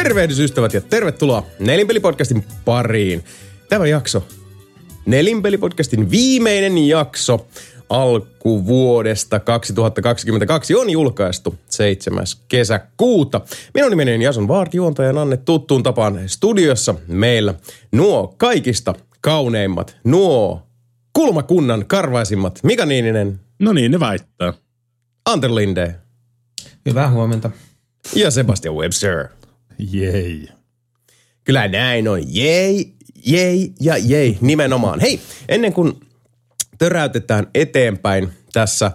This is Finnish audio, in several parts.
Tervehdys ystävät ja tervetuloa Nelinpeli-podcastin pariin. Tämä jakso, Nelinpeli-podcastin viimeinen jakso alkuvuodesta 2022 on julkaistu 7. kesäkuuta. Minun nimeni on Jason Ward, juontaja Nanne tuttuun tapaan studiossa meillä nuo kaikista kauneimmat, nuo kulmakunnan karvaisimmat Mika Niininen. No niin, ne väittää. Antero Lindé. Hyvää huomenta. Ja Sebastian Webster. Jei. Kyllä näin on. Jei, jei ja jei nimenomaan. Hei, ennen kuin töräytetään eteenpäin tässä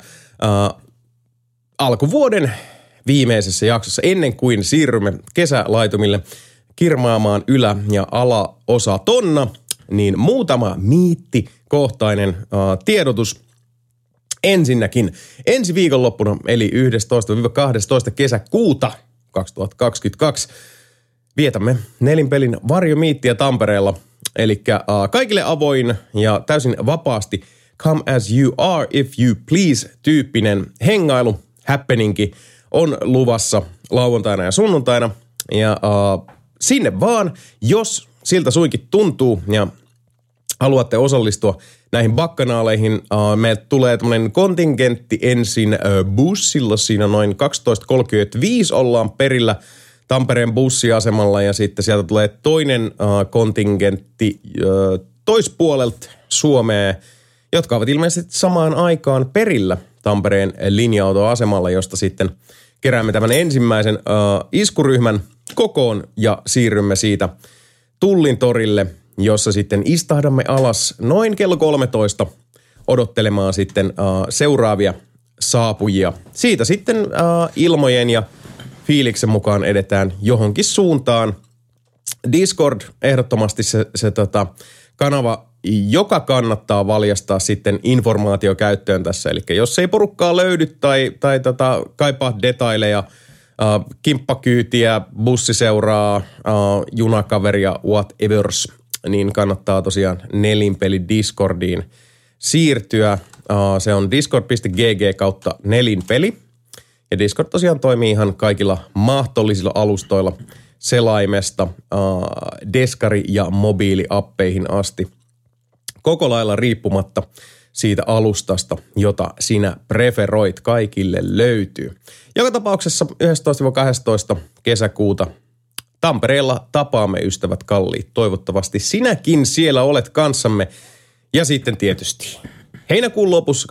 alkuvuoden viimeisessä jaksossa, ennen kuin siirrymme kesälaitumille kirmaamaan ylä- ja alaosatonna, niin muutama miittikohtainen tiedotus. Ensinnäkin ensi viikonloppuna, eli 11-12. kesäkuuta 2022, vietämme Nelinpelin varjomiittiä Tampereella. Eli kaikille avoin ja täysin vapaasti come as you are if you please -tyyppinen hengailu, happeningi on luvassa lauantaina ja sunnuntaina. Ja sinne vaan, jos siltä suinkin tuntuu ja haluatte osallistua näihin bakkanaaleihin, meille tulee tämmöinen kontingentti ensin bussilla. Siinä noin 12.35 ollaan perillä Tampereen bussiasemalla ja sitten sieltä tulee toinen kontingentti toispuolelta Suomea, jotka ovat ilmeisesti samaan aikaan perillä Tampereen linja-autoasemalla, josta sitten keräämme tämän ensimmäisen iskuryhmän kokoon ja siirrymme siitä Tullin torille, jossa sitten istahdamme alas noin kello 13 odottelemaan sitten seuraavia saapujia. Siitä sitten ilmojen ja fiiliksen mukaan edetään johonkin suuntaan. Discord ehdottomasti se kanava, joka kannattaa valjastaa sitten informaatio käyttöön tässä. Eli jos ei porukkaa löydy tai kaipaa detaileja, kimppakyytiä, bussiseuraa, junakaveria, whatevers, niin kannattaa tosiaan Nelinpeli Discordiin siirtyä. Se on discord.gg/nelinpeli. Ja Discord tosiaan toimii ihan kaikilla mahdollisilla alustoilla selaimesta deskari- ja mobiiliappeihin asti. Koko lailla riippumatta siitä alustasta, jota sinä preferoit, kaikille löytyy. Joka tapauksessa 11-12. kesäkuuta Tampereella tapaamme, ystävät kalliit. Toivottavasti sinäkin siellä olet kanssamme. Ja sitten tietysti heinäkuun lopussa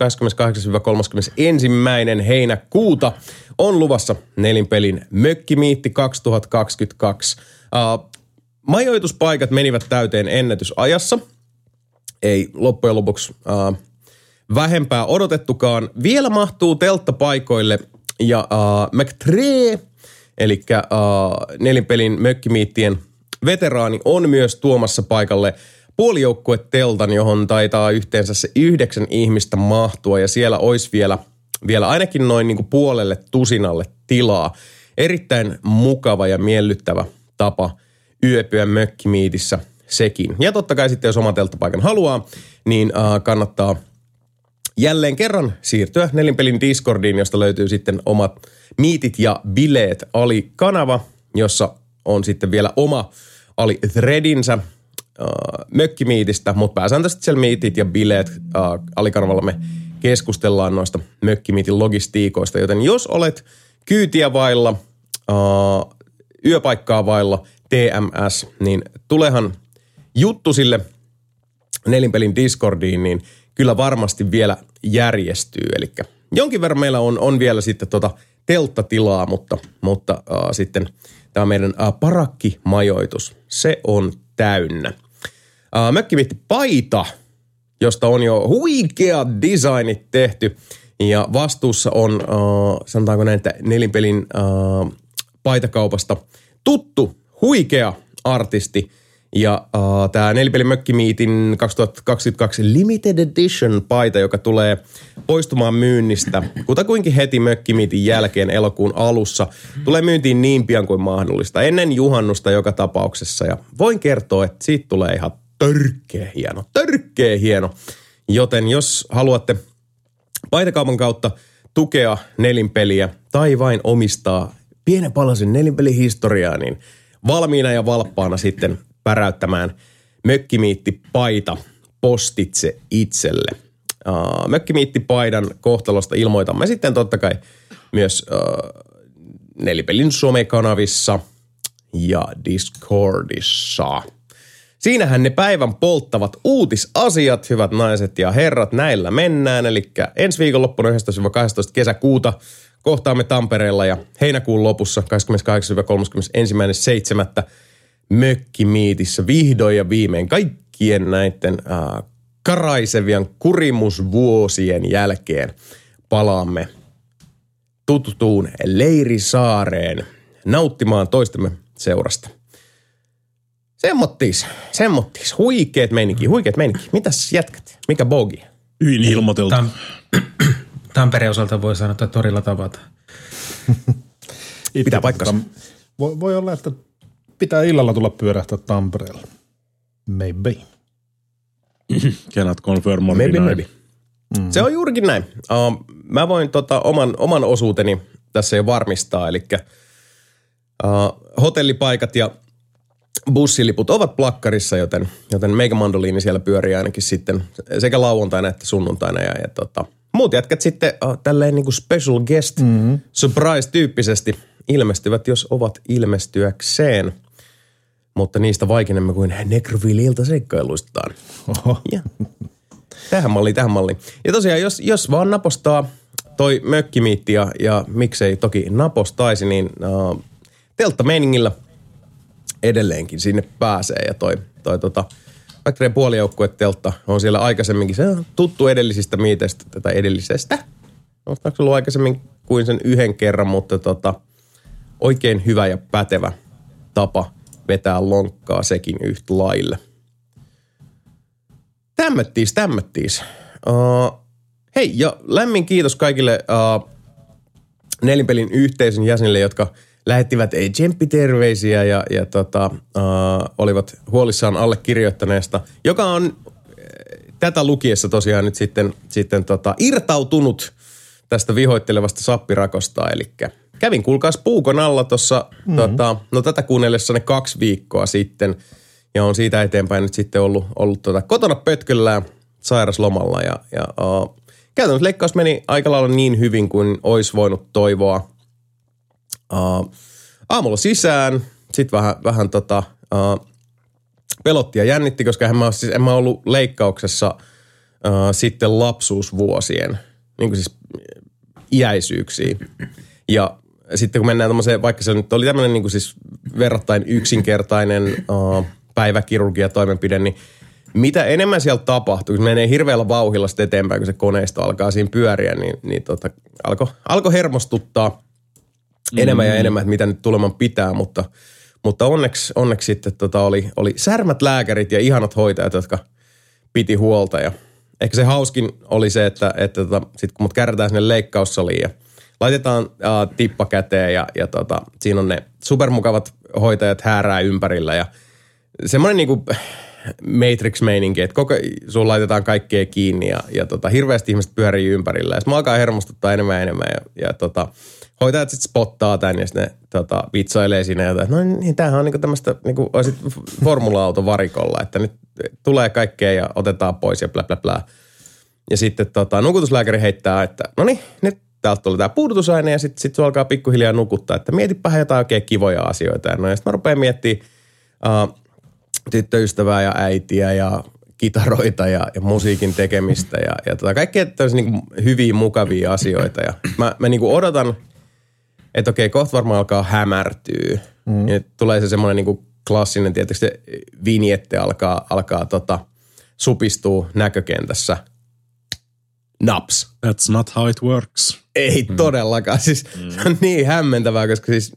28-31. heinäkuuta on luvassa Nelinpelin Mökkimiitti 2022. Majoituspaikat menivät täyteen ennätysajassa. Ei loppujen lopuksi vähempää odotettukaan. Vielä mahtuu telttapaikoille ja McTree, eli Nelinpelin Mökkimiittien veteraani, on myös tuomassa paikalle puolijoukkueteltan, johon taitaa yhteensä se 9 ihmistä mahtua, ja siellä olisi vielä ainakin noin niin kuin puolelle tusinalle tilaa. Erittäin mukava ja miellyttävä tapa yöpyä mökkimiitissä sekin. Ja totta kai sitten, jos oman telttapaikan haluaa, niin kannattaa jälleen kerran siirtyä Nelinpelin Discordiin, josta löytyy sitten omat miitit ja bileet -kanava, jossa on sitten vielä oma threadinsä mökkimiitistä, mutta pääsääntöisesti siellä miitit ja bileet alikanavalla me keskustellaan noista mökkimiitin logistiikoista, joten jos olet kyytiä vailla, yöpaikkaa vailla, TMS, niin tulehan juttu sille Nelinpelin Discordiin, niin kyllä varmasti vielä järjestyy. Eli jonkin verran meillä on vielä sitten telttatilaa, mutta sitten tämä meidän parakkimajoitus, se on täynnä. Mökkimiitti-paita, josta on jo huikeat designit tehty, ja vastuussa on, sanotaanko näin, että Nelinpelin paitakaupasta tuttu, huikea artisti, ja tämä Nelinpelin Mökkimiitin 2022 Limited Edition paita, joka tulee poistumaan myynnistä kutakuinkin heti Mökkimiitin jälkeen elokuun alussa, tulee myyntiin niin pian kuin mahdollista, ennen juhannusta joka tapauksessa, ja voin kertoa, että siitä tulee ihan törkeä hieno. Joten jos haluatte paitakaupan kautta tukea Nelinpeliä tai vain omistaa pienen palasen Nelinpelin historiaa, niin valmiina ja valppaana sitten päräyttämään mökkimiittipaita postitse itselle. Mökkimiittipaidan kohtalosta ilmoitamme sitten totta kai myös Nelipelin somekanavissa ja Discordissa. Siinähän ne päivän polttavat uutisasiat, hyvät naiset ja herrat, näillä mennään. Eli ensi viikonloppuna 11-12 kesäkuuta kohtaamme Tampereella ja heinäkuun lopussa 28-31.7. Mökkimiitissä vihdoin ja viimein kaikkien näiden karaisevien kurimusvuosien jälkeen palaamme tuttuun Leirisaareen nauttimaan toistemme seurasta. Semmottis. Huikeet meininki. Mitäs jätkät? Mikä bogi? Hyvin ilmoiteltu. Tampereen osalta voi sanoa, että torilla tavataan. Pitää paikkansa. Voi olla, että pitää illalla tulla pyörähtää Tampereella. Maybe. Cannot confirm. Maybe. Se on juurikin näin. Mä voin oman osuuteni tässä jo varmistaa, eli hotellipaikat ja bussiliput ovat plakkarissa, joten meikä mandoliini siellä pyörii ainakin sitten sekä lauantaina että sunnuntaina. Ja muut jätkät sitten tälleen niin kuin special guest surprise-tyyppisesti ilmestyvät, jos ovat ilmestyäkseen. Mutta niistä vaikenemme kuin Necroville-iltaseikkailuistaan. Tähän malliin. Ja tosiaan, jos vaan napostaa toi mökkimiitti ja miksei toki napostaisi, niin telttameiningillä edelleenkin sinne pääsee. Ja toi Factorien puolijoukkueteltta on siellä aikaisemminkin. Se on tuttu edellisistä miiteistä tätä edellisestä. Onko ollut aikaisemmin kuin sen yhden kerran, mutta oikein hyvä ja pätevä tapa vetää lonkkaa sekin yhtä lailla. Tämmöttiis. Hei, ja lämmin kiitos kaikille Nelinpelin yhteisön jäsenille, jotka lähettivät tsemppiterveisiä ja olivat huolissaan allekirjoittaneesta, joka on tätä lukiessa tosiaan nyt sitten irtautunut tästä vihoittelevasta sappirakosta. Eli kävin kuulkaas puukon alla tuossa, tätä kuunnellessani 2 viikkoa sitten. Ja on siitä eteenpäin nyt sitten ollut kotona pötköllään sairaslomalla. Ja käytännössä leikkaus meni aika lailla niin hyvin kuin olisi voinut toivoa. Aamulla sisään, sitten vähän pelotti ja jännitti, koska en mä ollut leikkauksessa sitten lapsuusvuosien, niin kuin siis iäisyyksiä. Ja sitten kun mennään tommoseen, vaikka se nyt oli tämmöinen niin kuin siis verrattain yksinkertainen päiväkirurgia-toimenpide, niin mitä enemmän siellä tapahtuu, kun menee hirveällä vauhdilla sitten eteenpäin, kun se koneisto alkaa siinä pyöriä, niin alkoi hermostuttaa enemmän ja enemmän, että mitä nyt tuleman pitää, mutta onneksi sitten oli särmät lääkärit ja ihanat hoitajat, jotka piti huolta. Ja ehkä se hauskin oli se, että sitten kun mut kärrätään sinne leikkaussaliin ja laitetaan tippa käteen ja siinä on ne supermukavat hoitajat häärää ympärillä ja semmoinen niinku Matrix-meininki, että sun laitetaan kaikkea kiinni ja hirveästi ihmiset pyörii ympärillä ja sitten mä alkaa hermostuttaa enemmän ja hoitajat sitten spottaa tän ja sitten ne vitsailee siinä jotain, että no niin tämähän on niinku tämmöistä, niinku olisit formula-auto varikolla, että nyt tulee kaikkea ja otetaan pois ja blä blä blä. Ja sitten nukutuslääkäri heittää, että no niin, nyt täältä tulee tää puudutusaine ja sitten sun alkaa pikkuhiljaa nukuttaa, että mietipähän jotain oikein kivoja asioita. Ja sitten mä rupean miettimään tyttöystävää ja äitiä ja kitaroita ja musiikin tekemistä ja kaikkea tämmöisiä niinku hyviä, mukavia asioita. Ja mä niinku odotan, että okei, kohta varmaan alkaa hämärtyä. Ja tulee se semmoinen niinku klassinen, tietysti se vinjette alkaa supistua näkökentässä. Naps. That's not how it works. Ei todellakaan. Siis se on niin hämmentävää, koska siis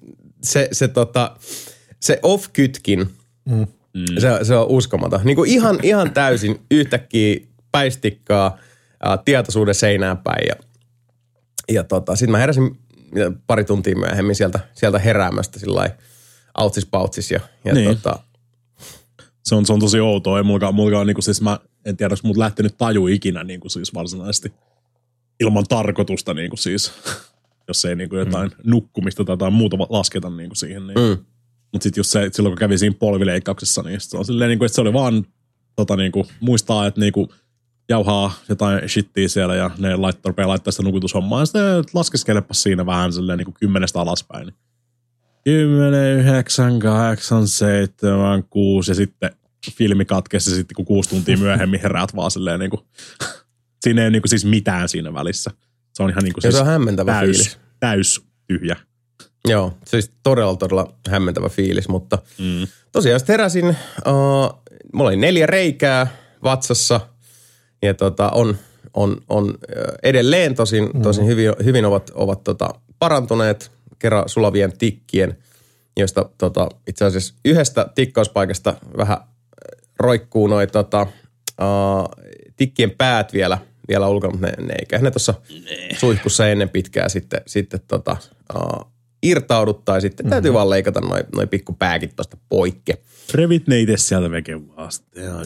se off-kytkin, se on uskomaton. Niin kuin ihan täysin yhtäkkiä päistikkaa tietoisuuden seinään päin. Ja sitten mä heräsin pari tuntia myöhemmin sieltä heräämästä sillai autsis-pautsis. Niin. Se on tosi outoa. Ei mulla on niinku siis mä en tiedä, jos mut lähtenyt taju ikinä niinku siis varsinaisesti ilman tarkoitusta niinku siis, jos ei niinku jotain nukkumista tai jotain muuta lasketa niinku siihen. Niin. Mutta sitten just se, silloin kun kävi siinä polvileikkauksessa, niin se on silleen, että se oli vaan muistaa, että jauhaa jotain shittiä siellä ja ne rupeaa laittaa sitä nukutushommaa. Ja sitten laskeskelepa siinä vähän silleen 10 alaspäin. Niin 10, 9, 8, 7, 6 ja sitten filmi katkesi ja sitten kun 6 tuntia myöhemmin heräät vaan silleen siinä ei ole siis mitään siinä välissä. Se on ihan siis se on hämmentävä fiilis. Täys tyhjä. Joo, siis todella hämmentävä fiilis, mutta tosiaan sitten heräsin, mulla oli 4 reikää vatsassa ja on edelleen tosin hyvin ovat parantuneet kerran sulavien tikkien, joista itse asiassa yhdestä tikkauspaikasta vähän roikkuu noi tikkien päät vielä ulkona, mutta ne eikä ne tuossa suihkussa ennen pitkää sitten irtaudu tai sitten täytyy vaan leikata noi pikkupääkit tuosta poikke. Revit ne itse sieltä veke vasta.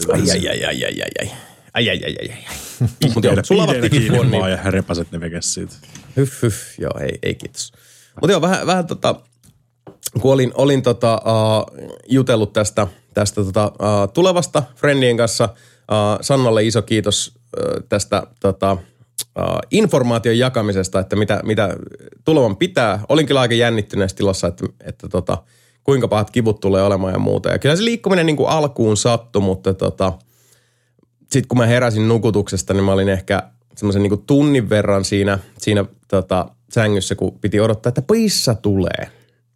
Ai. Mutta joo, sulavat tikit on niin. Ja repäset ne vekes siitä. Joo, ei kiitos. Mutta joo, vähän kun olin jutellut tästä tulevasta friendien kanssa, Sannalle iso kiitos tästä informaation jakamisesta, että mitä tulevan pitää. Olin kyllä aika jännittyneessä tilassa, että kuinka pahat kivut tulee olemaan ja muuta. Ja kyllä se liikkuminen niin kuin alkuun sattui, mutta sitten kun mä heräsin nukutuksesta, niin mä olin ehkä semmoisen niin kuin tunnin verran siinä sängyssä, kun piti odottaa, että pissa tulee.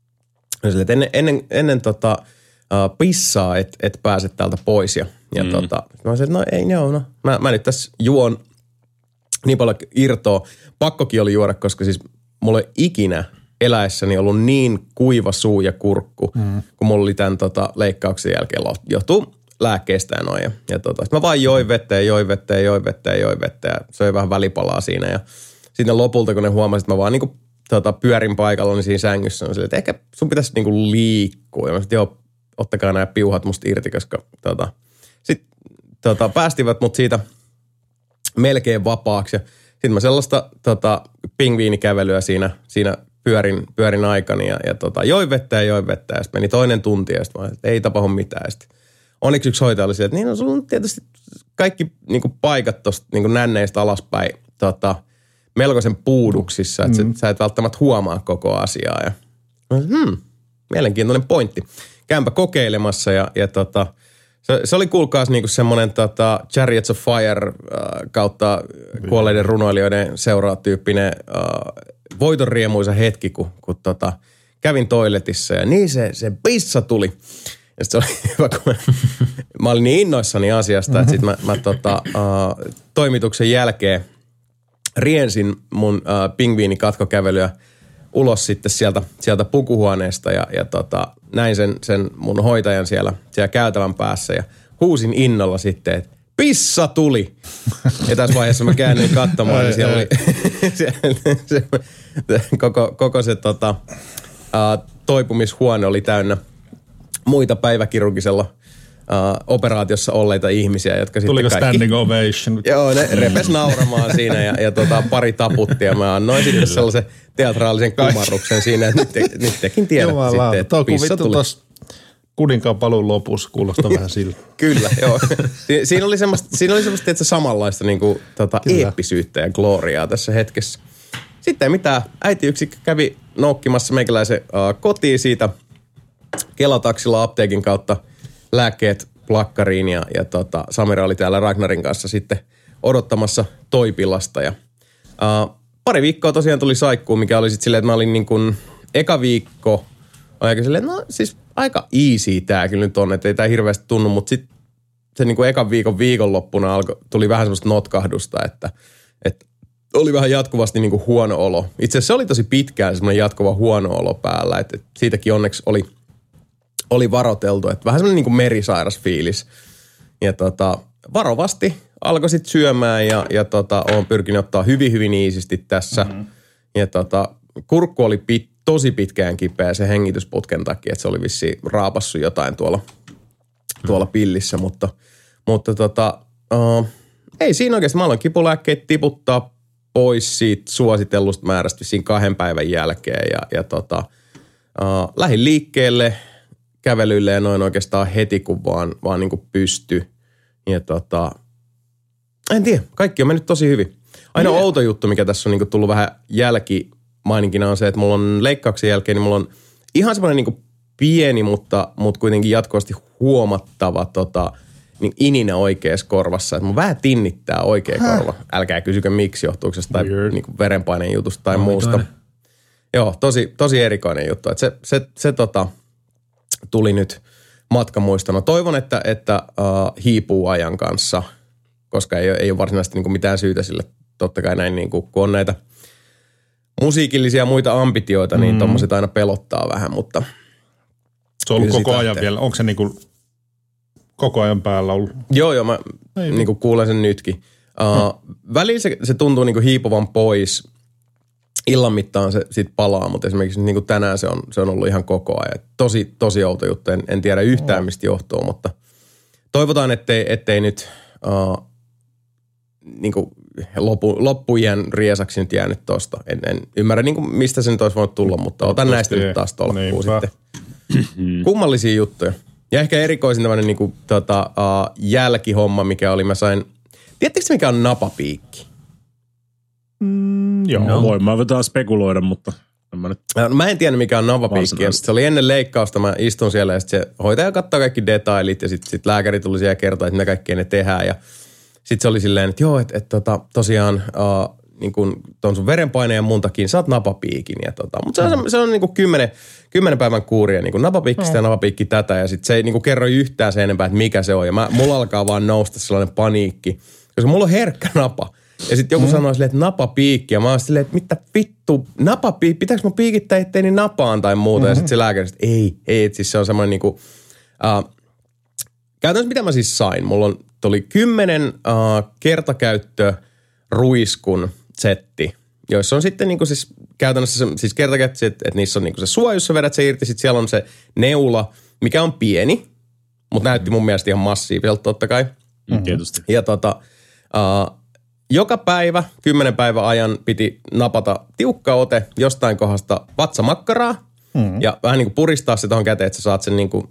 Ennen pissaa et pääse täältä pois. Ja mä olisin, että no ei, joo, no. Mä nyt tässä juon niin paljon irtoa. Pakkokin oli juoda, koska siis mulla ei ikinä eläessäni ollut niin kuiva suu ja kurkku, kun mulla oli tämän leikkauksen jälkeen. Johtuu lääkkeistä ja noin. Ja mä vaan join vettä ja söin vähän välipalaa siinä. Ja sitten lopulta, kun ne huomasivat, että mä vaan niinku pyörin paikalla niin siinä sängyssä, on silleen, että ehkä sun pitäisi niinku liikkua. Ja mä sanoin, joo, ottakaa nämä piuhat musta irti, koska sitten päästivät mut siitä melkein vapaaksi. Ja sitten mä sellaista pingviinikävelyä siinä pyörin aikani ja join vettä ja sitten meni toinen tunti ja sitten mä että ei tapahdu mitään. Ja sitten onneksi yksi hoitaja oli sieltä, että niin sulla on tietysti kaikki niinku paikat tosta niinku nänneistä alaspäin melkoisen puuduksissa, että sä et välttämättä huomaa koko asiaa. Ja mielenkiintoinen pointti. Käympä kokeilemassa ja se oli kuulkaas niinku semmoinen Chariots of Fire kautta kuolleiden runoilijoiden seuraa-tyyppinen voitonriemuisa hetki, kun kävin toiletissa ja niin se pissa tuli. Ja se oli hyvä, kun mä olin niin innoissani asiasta, että sitten mä toimituksen jälkeen riensin mun pingviinikatkokävelyä ulos sitten sieltä pukuhuoneesta ja näin sen mun hoitajan siellä käytävän päässä ja huusin innolla sitten, että pissa tuli. Ja tässä vaiheessa mä käännyin katsomaan, niin siellä oli koko se toipumishuone oli täynnä muita päiväkirurgisella operaatiossa olleita ihmisiä, jotka tuliko sitten kaikki... standing ovation? Joo, ne repes nauramaan siinä ja pari taputti ja mä annoin sitten sellaisen teatraalisen kumarruksen siinä, että nyt tekin tiedät sitten, että pissa tuli. Tuossa Kuninkaan paluun lopussa kuulostaa vähän siltä. Kyllä, joo. Siinä oli semmoista että samanlaista niinku, eeppisyyttä ja gloriaa tässä hetkessä. Sitten ei mitään. Äitiyksikkö kävi noukkimassa meikäläisen kotiin siitä Kelataksilla apteekin kautta lääkkeet plakkariin ja Samira oli täällä Ragnarin kanssa sitten odottamassa Toipilasta ja pari viikkoa tosiaan tuli saikkuun, mikä oli sitten silleen, että mä olin niin kuin eka viikko aika silleen, no siis aika easy tää kyllä nyt on, että ei tää hirveästi tunnu, mutta sitten se niin kuin ekan viikonloppuna tuli vähän semmoista notkahdusta, että oli vähän jatkuvasti niin kuin huono olo. Itse asiassa se oli tosi pitkään semmoinen jatkuva huono olo päällä, että siitäkin onneksi oli varoteltu, että vähän semmoinen niin kuin merisairas fiilis. Ja varovasti alkoi sitten syömään ja olen pyrkinyt ottaa hyvin iisisti tässä. Mm-hmm. Ja kurkku oli tosi pitkään kipeä sen hengitysputken takia, että se oli vissiin raapassu jotain tuolla pillissä, mutta ei siinä oikeasti. Mä aloin kipulääkkeet tiputtaa pois siitä suositellusta määrästä vissiin 2 päivän jälkeen ja lähdin liikkeelle kävelyille ja noin oikeastaan heti, kun vaan niin kuin pysty. Ja en tiedä, kaikki on mennyt tosi hyvin. Aina outo juttu, mikä tässä on niin kuin tullut vähän jälkimaininkina on se, että mulla on leikkauksen jälkeen, niin mulla on ihan semmoinen niin kuin pieni, mutta kuitenkin jatkuvasti huomattava niin ininä oikeassa korvassa. Että mun vähän tinnittää oikea korva. Älkää kysykö miksi, johtuuko se tai niin kuin verenpaineen jutusta tai muusta. Joo, tosi erikoinen juttu. Että se tuli nyt matkamuistona. Toivon, että hiipuu ajan kanssa, koska ei ole varsinaisesti niin kuin mitään syytä sille. Totta kai näin, niin kun on näitä musiikillisia ja muita ambitioita, niin tommoset aina pelottaa vähän, mutta... Se on ollut koko ajan vielä. Onko se niin kuin koko ajan päällä ollut? Joo, mä niin kuin kuulen sen nytkin. Välillä se tuntuu niin kuin hiipuvan pois. Illan mittaan se sit palaa, mutta esimerkiksi niin kuin tänään se on ollut ihan koko ajan. Tosi outo juttu. En tiedä yhtään, mistä johtuu, mutta toivotaan, ettei nyt niin kuin loppujen riesaksi nyt jäänyt tosta. En ymmärrä, niin kuin mistä se nyt olisi voinut tulla, mutta otan näistä nyt taas tolkkuu sitten. Kummallisia juttuja. Ja ehkä erikoisin tämmöinen niin kuin, jälkihomma, mikä oli, mä sain... Tiedättekö mikä on napapiikki? Joo, no. Voin mä vetää spekuloida, mutta... Mä en tiedä, mikä on napapiikki. Se oli ennen leikkausta, mä istun siellä ja sitten se hoitaja katsoo kaikki detailit ja sitten lääkäri tuli siellä kertoa, että mitä kaikkea ne tehdään. Ja sitten se oli silleen, että joo, että tosiaan niin kuin ton sun verenpaineen ja muun takia saat napapiikin. Mutta se on niin kuin 10 päivän kuuria niin kuin napapiikkistä ja napapiikki tätä. Ja sitten se ei niin kuin kerro yhtään sen enempää, että mikä se on. Ja mulla alkaa vaan nousta sellainen paniikki, koska mulla on herkkä napa. Ja sitten joku sanoi silleen, että napapiikki. Ja mä oon silleen, että mitä vittu, napapiikki, pitääkö mä piikittää itteeni napaan tai muuta. Ja sitten se lääkäri, että ei, että siis se on semmoinen niinku, käytännössä mitä mä siis sain. Mulla tuli 10 kertakäyttö ruiskun setti, joissa on sitten niinku siis käytännössä siis kertakäyttö, että niissä on niinku se suoja, jos sä vedät se irti. Sitten siellä on se neula, mikä on pieni, mutta näytti mun mielestä ihan massiiviselta totta kai. Tietysti. Ja joka päivä 10 päivän ajan piti napata tiukka ote jostain kohdasta vatsamakkaraa ja vähän niin kuin puristaa se tuohon käteen, että sä saat sen niin kuin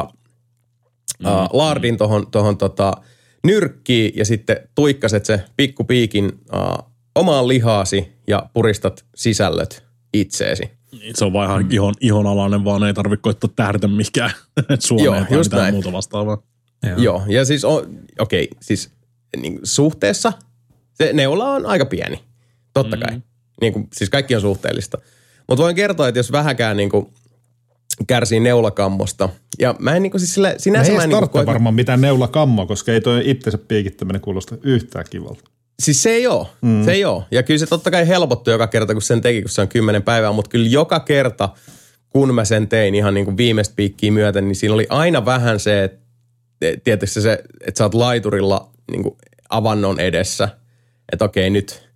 laardin tuohon nyrkkiin ja sitten tuikkaset se pikkupiikin omaan lihaasi ja puristat sisällöt itseesi. Se on vaan ihan ihonalainen, vaan ei tarvitse koittaa tähdätä mikään Suomeen tai mitään muuta vastaavaa. Joo, ja siis siis niin suhteessa se neula on aika pieni, totta kai. Niin kuin, siis kaikki on suhteellista. Mutta voin kertoa, että jos vähäkään niin kuin kärsii neulakammosta, ja mä en niin kuin siis sinänsä... Ei tarvitse varmaan mitään neulakammoa, koska ei toi itsensä piikittäminen kuulosta yhtään kivalta. Siis se ei ole, se ei ole. Ja kyllä se totta kai helpottui joka kerta, kun sen teki, kun se on 10 päivää, mutta kyllä joka kerta, kun mä sen tein ihan niin kuin viimeistä piikkiä myöten, niin siinä oli aina vähän se, että tietysti se, että sä oot laiturilla niin kuin avannon edessä. Että okei, nyt,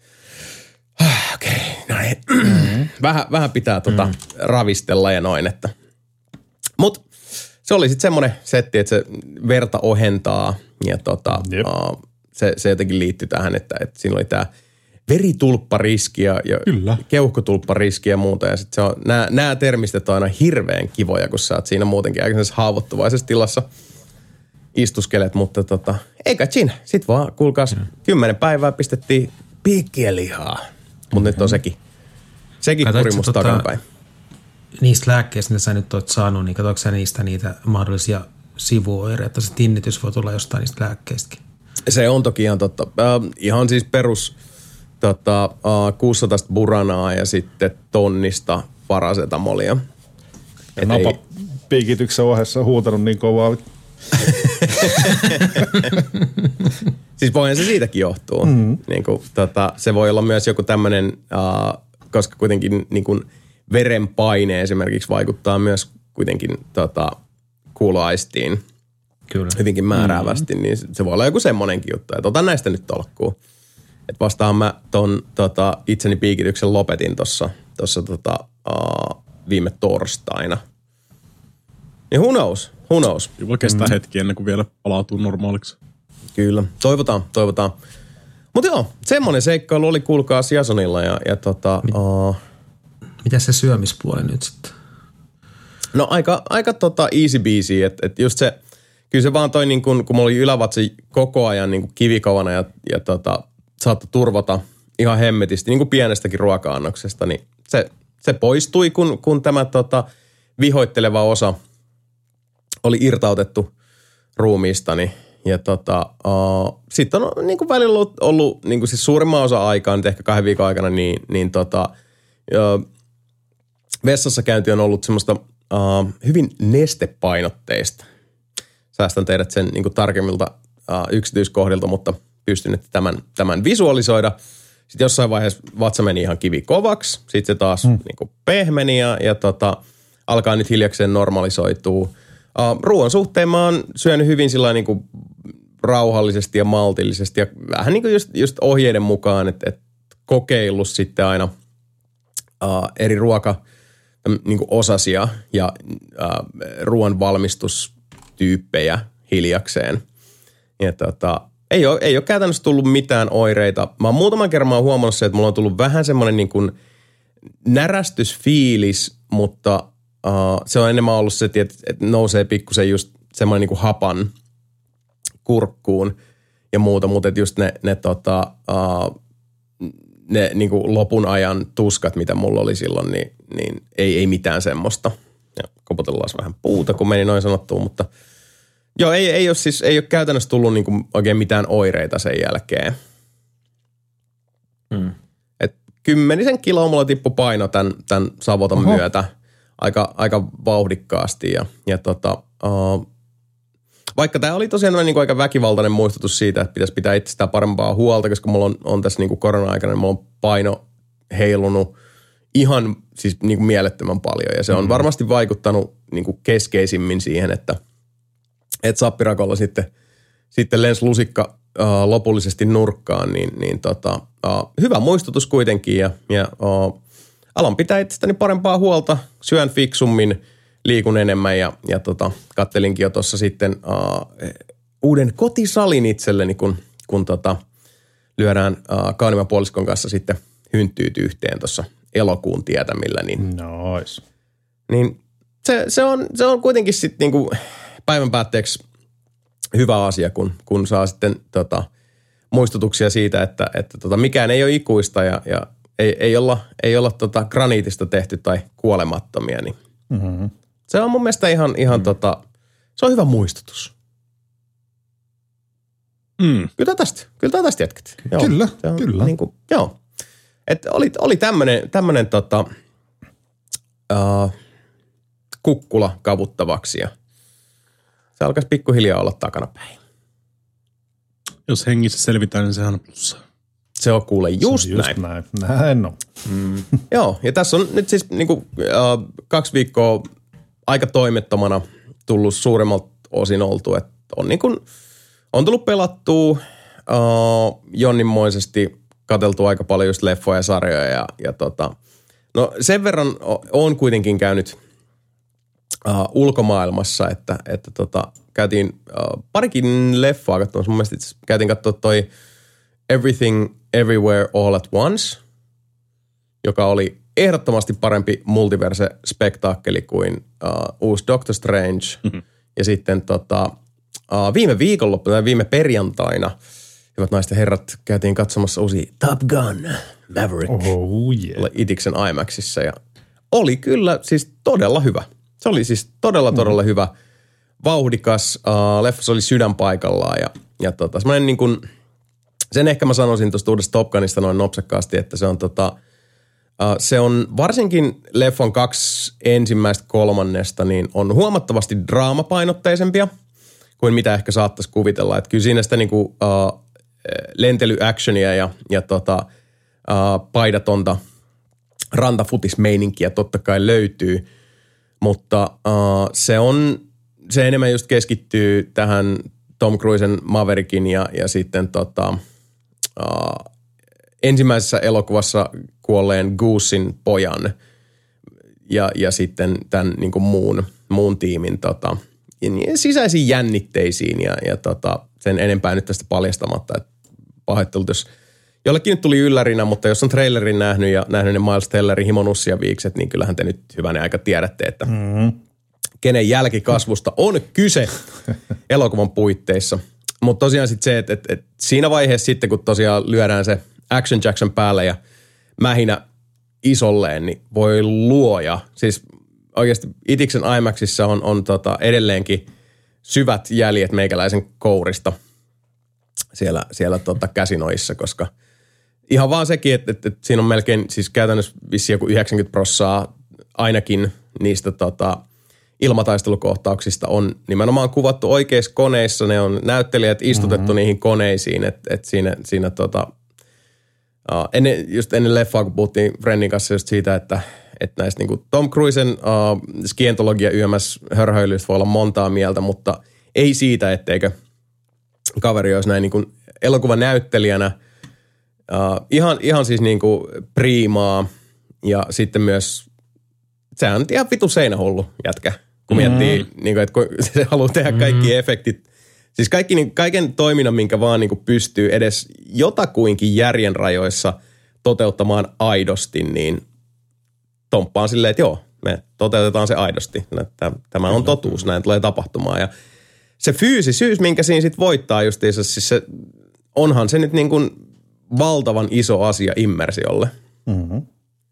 no niin. Vähän pitää ravistella ja noin, että. Mut se oli sitten semmoinen setti, että se verta ohentaa ja se jotenkin liittyi tähän, että siinä oli tää veritulppariski ja keuhkotulppariski ja muuta. Ja sitten nämä termistet on aina hirveän kivoja, kun sä oot siinä muutenkin aika haavoittuvaisessa tilassa istuskelet, mutta eikä siinä. Sitten vaan, kuulkaas, 10 päivää pistettiin piikkiä lihaa. Mutta nyt on sekin kuri musta takanapäin. Niistä lääkkeistä, mitä sä nyt oot saanut, niin katsoitko sä niitä mahdollisia sivuoireita? Se tinnitys voi tulla jostain niistä lääkkeistäkin. Se on toki ihan totta. Ihan siis perus 600 buranaa ja sitten tonnista parasetamolia. Ja napapiikityksen ohessa huutanut niin kovaa. Siis voihan se siitäkin johtuu. Niin kuin, se voi olla myös joku tämmöinen, koska kuitenkin niin kuin verenpaine esimerkiksi vaikuttaa myös kuitenkin kuuloaistiin hyvinkin määräävästi, niin se voi olla joku semmoinenkin juttu. Että otan näistä nyt tolkkuun. Että vastaan mä ton itseni piikityksen lopetin tuossa viime torstaina. Niin who knows? Voi kestää hetki ennen kuin vielä palautuu normaaliksi. Kyllä, toivotaan. Mutta joo, semmoinen seikkailu oli kuulkaas Jasonilla ja Mitä se syömispuoli nyt sitten? No aika easy beasy, että just se, kyllä se vaan toi niin kun mulla oli ylävatsi koko ajan niin kivikovana ja saattoi turvata ihan hemmetisti, niin kuin pienestäkin ruoka-annoksesta, niin se poistui, kun tämä vihoitteleva osa oli irtautettu ruumiistani. Ja sitten on niin kuin välillä ollut niin kuin siis suurimman osa aikaa, nyt ehkä 2 viikon aikana, niin vessassa käynti on ollut semmoista hyvin nestepainotteista. Säästän teidät sen niin kuin tarkemmilta yksityiskohdilta, mutta pystyn nyt tämän visualisoida. Sitten jossain vaiheessa vatsa meni ihan kivikovaksi. Sitten se taas niin kuin pehmeni ja alkaa nyt hiljakseen normalisoitua. Ruoan suhteen mä oon syönyt hyvin sillä niin kuin rauhallisesti ja maltillisesti ja vähän niin kuin just ohjeiden mukaan, että kokeillut sitten aina eri ruoka niin kuin osasia ja ruoan valmistustyyppejä hiljakseen. Ja ei ole käytännössä tullut mitään oireita. Mä oon muutaman kerran huomannut se, että mulla on tullut vähän semmoinen niin kuin närästysfiilis, mutta se on enemmän ollut se, että nousee pikkusen just semmoinen niin kuin hapan kurkkuun ja muuta, mutta just ne niin kuin lopun ajan tuskat, mitä mulla oli silloin, niin ei mitään semmoista. Ja kopotellaan vähän puuta, kun meni noin sanottua, mutta joo, ei ole käytännössä tullut niin kuin oikein mitään oireita sen jälkeen. Et 10 kiloa mulla tippui paino tämän savotan myötä aika vauhdikkaasti ja vaikka tämä oli tosiaan niin kuin aika väkivaltainen muistutus siitä, että pitäisi pitää itsestään parempaa huolta, koska mulla on tässä niin kuin korona-aikana, niin mulla on paino heilunut ihan siis niin kuin mielettömän paljon. Ja se on varmasti vaikuttanut niin kuin keskeisimmin siihen, että sappirakolla sitten lensi lusikka lopullisesti nurkkaan, niin hyvä muistutus kuitenkin. Ja alan pitää itsestäni parempaa huolta, syön fiksummin, liikun enemmän ja kattelinkin jo tuossa sitten uuden kotisalin itselleni, kun lyödään Kauniman puoliskon kanssa sitten hynttyyt yhteen tuossa elokuun tietämillä. Nice. Niin se on kuitenkin sitten niinku päivän päätteeksi hyvä asia, kun saa sitten muistutuksia siitä, että mikään ei ole ikuista ja ei olla graniitista tehty tai kuolemattomia, niin se on mun mielestä ihan se on hyvä muistutus. Kyllä tästä jätkät. Joo, kyllä. Niin kuin, joo. Että oli tämmönen kukkula kavuttavaksi ja se alkaisi pikkuhiljaa olla takanapäin. Jos hengissä selvitään, niin sehän on plussa. Se on kuule just näin. Näin on. Joo, ja tässä on nyt siis niinku 2 viikkoa aika toimettomana tullut suuremmalta osin oltu, että on tullut pelattua jonninmoisesti, katseltu aika paljon just leffoja ja sarjoja ja no sen verran on kuitenkin käynyt ulkomaailmassa, että käytiin parikin leffaa katsomassa. Mun mielestä käytiin katsoa toi Everything Everywhere All at Once, joka oli ehdottomasti parempi multiverse-spektaakkeli kuin uusi Doctor Strange. Ja sitten viime viikonloppuna tai viime perjantaina, hyvät naiset ja herrat, käytiin katsomassa uusi Top Gun Maverick. Oh yeah. Itiksen IMAXissa ja oli kyllä siis todella hyvä. Se oli siis todella hyvä, vauhdikas. Leffassa oli sydän paikallaan ja semmoinen niin kuin, sen ehkä mä sanoisin tuosta uudesta Top Gunista noin nopsakkaasti, että se on varsinkin leffan 2 ensimmäistä kolmannesta, niin on huomattavasti draamapainotteisempia kuin mitä ehkä saattaisi kuvitella. Että kyllä siinä sitä niin kuin, lentelyactionia ja paidatonta rantafutismeininkiä totta kai löytyy, mutta se enemmän just keskittyy tähän Tom Cruisen Maverickin ja sitten ensimmäisessä elokuvassa kuolleen Goosein pojan ja sitten tämän niin kuin muun tiimin sisäisiin jännitteisiin ja sen enempää nyt tästä paljastamatta, että pahoittelut, jos jollekin nyt tuli yllärinä, mutta jos on trailerin nähnyt ja nähnyt ne Miles Tellerin himonussia viikset, niin kyllähän te nyt hyvänä aika tiedätte, että kenen jälkikasvusta on kyse elokuvan puitteissa. Mutta tosiaan sitten se, että siinä vaiheessa sitten, kun tosiaan lyödään se Action Jackson päälle ja mähinä isolleen, niin voi luoja. Siis oikeasti Itiksen IMAXissa on edelleenkin syvät jäljet meikäläisen kourista siellä käsinoissa, koska ihan vaan sekin, että siinä on melkein siis käytännössä vissiin joku 90% ainakin niistä ilmataistelukohtauksista on nimenomaan kuvattu oikeissa koneissa. Ne on näyttelijät istutettu niihin koneisiin, että siinä ennen leffaa, kun puhuttiin Friendin kanssa just siitä, että näistä niin kuin Tom Cruisen skientologia YMS hörhöilyistä voi olla montaa mieltä, mutta ei siitä, etteikö kaveri olisi näin niin kuin elokuvanäyttelijänä ihan siis niin kuin priimaa ja sitten myös sehän on ihan vitu seinähullu jätkä, kun miettii, niin kuin, että kun se haluaa tehdä kaikki efektit. Siis kaiken toiminnan, minkä vaan niin kuin pystyy edes jotakuinkin järjen rajoissa toteuttamaan aidosti, niin tomppaan silleen, että joo, me toteutetaan se aidosti. Tämä on totuus, näin tulee tapahtumaan. Ja se fyysisyys, minkä siinä sitten voittaa justiinsa, siis se, onhan se nyt niin kuin valtavan iso asia immersiolle. Mm-hmm.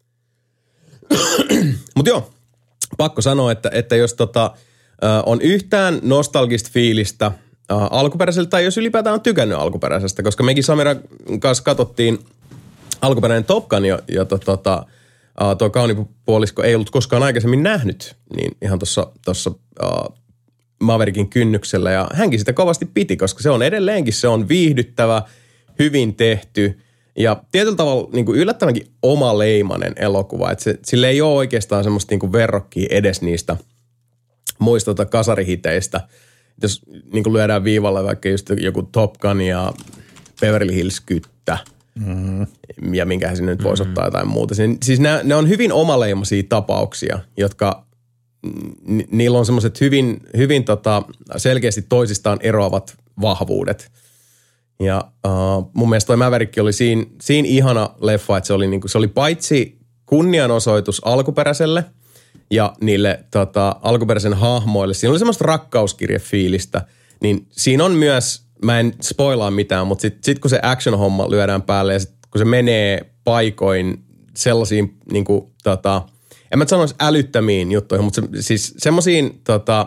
Mutta joo, pakko sanoa, että jos on yhtään nostalgista fiilistä alkuperäiseltä, tai jos ylipäätään on tykännyt alkuperäisestä, koska mekin Samiran kanssa katsottiin alkuperäinen Top Gun, jota tuo kaunipuolisko ei ollut koskaan aikaisemmin nähnyt, niin ihan tuossa Maverickin kynnyksellä, ja hänkin sitä kovasti piti, koska se on edelleenkin, se on viihdyttävä, hyvin tehty, ja tietyllä tavalla niin kuin yllättävänkin omaleimainen elokuva, että sille ei ole oikeastaan semmoista niin kuin verrokkia edes niistä muista kasarihiteistä. Jos niin kuin lyödään viivalle vaikka just joku Top Gun ja Beverly Hills Kyttä, ja minkähän sinne nyt voisi ottaa jotain muuta. Siis ne on hyvin omaleimaisia tapauksia, jotka niillä on semmoiset hyvin selkeästi toisistaan eroavat vahvuudet. Ja mun mielestä toi Maverick oli siinä ihana leffa, että se oli paitsi kunnianosoitus alkuperäiselle ja niille alkuperäisen hahmoille. Siinä oli semmoista rakkauskirjefiilistä, niin siinä on myös, mä en spoilaa mitään, mutta sit kun se action-homma lyödään päälle ja sit kun se menee paikoin sellaisiin niinku en mä sanoisi älyttömiin juttuihin, mutta siis semmoisiin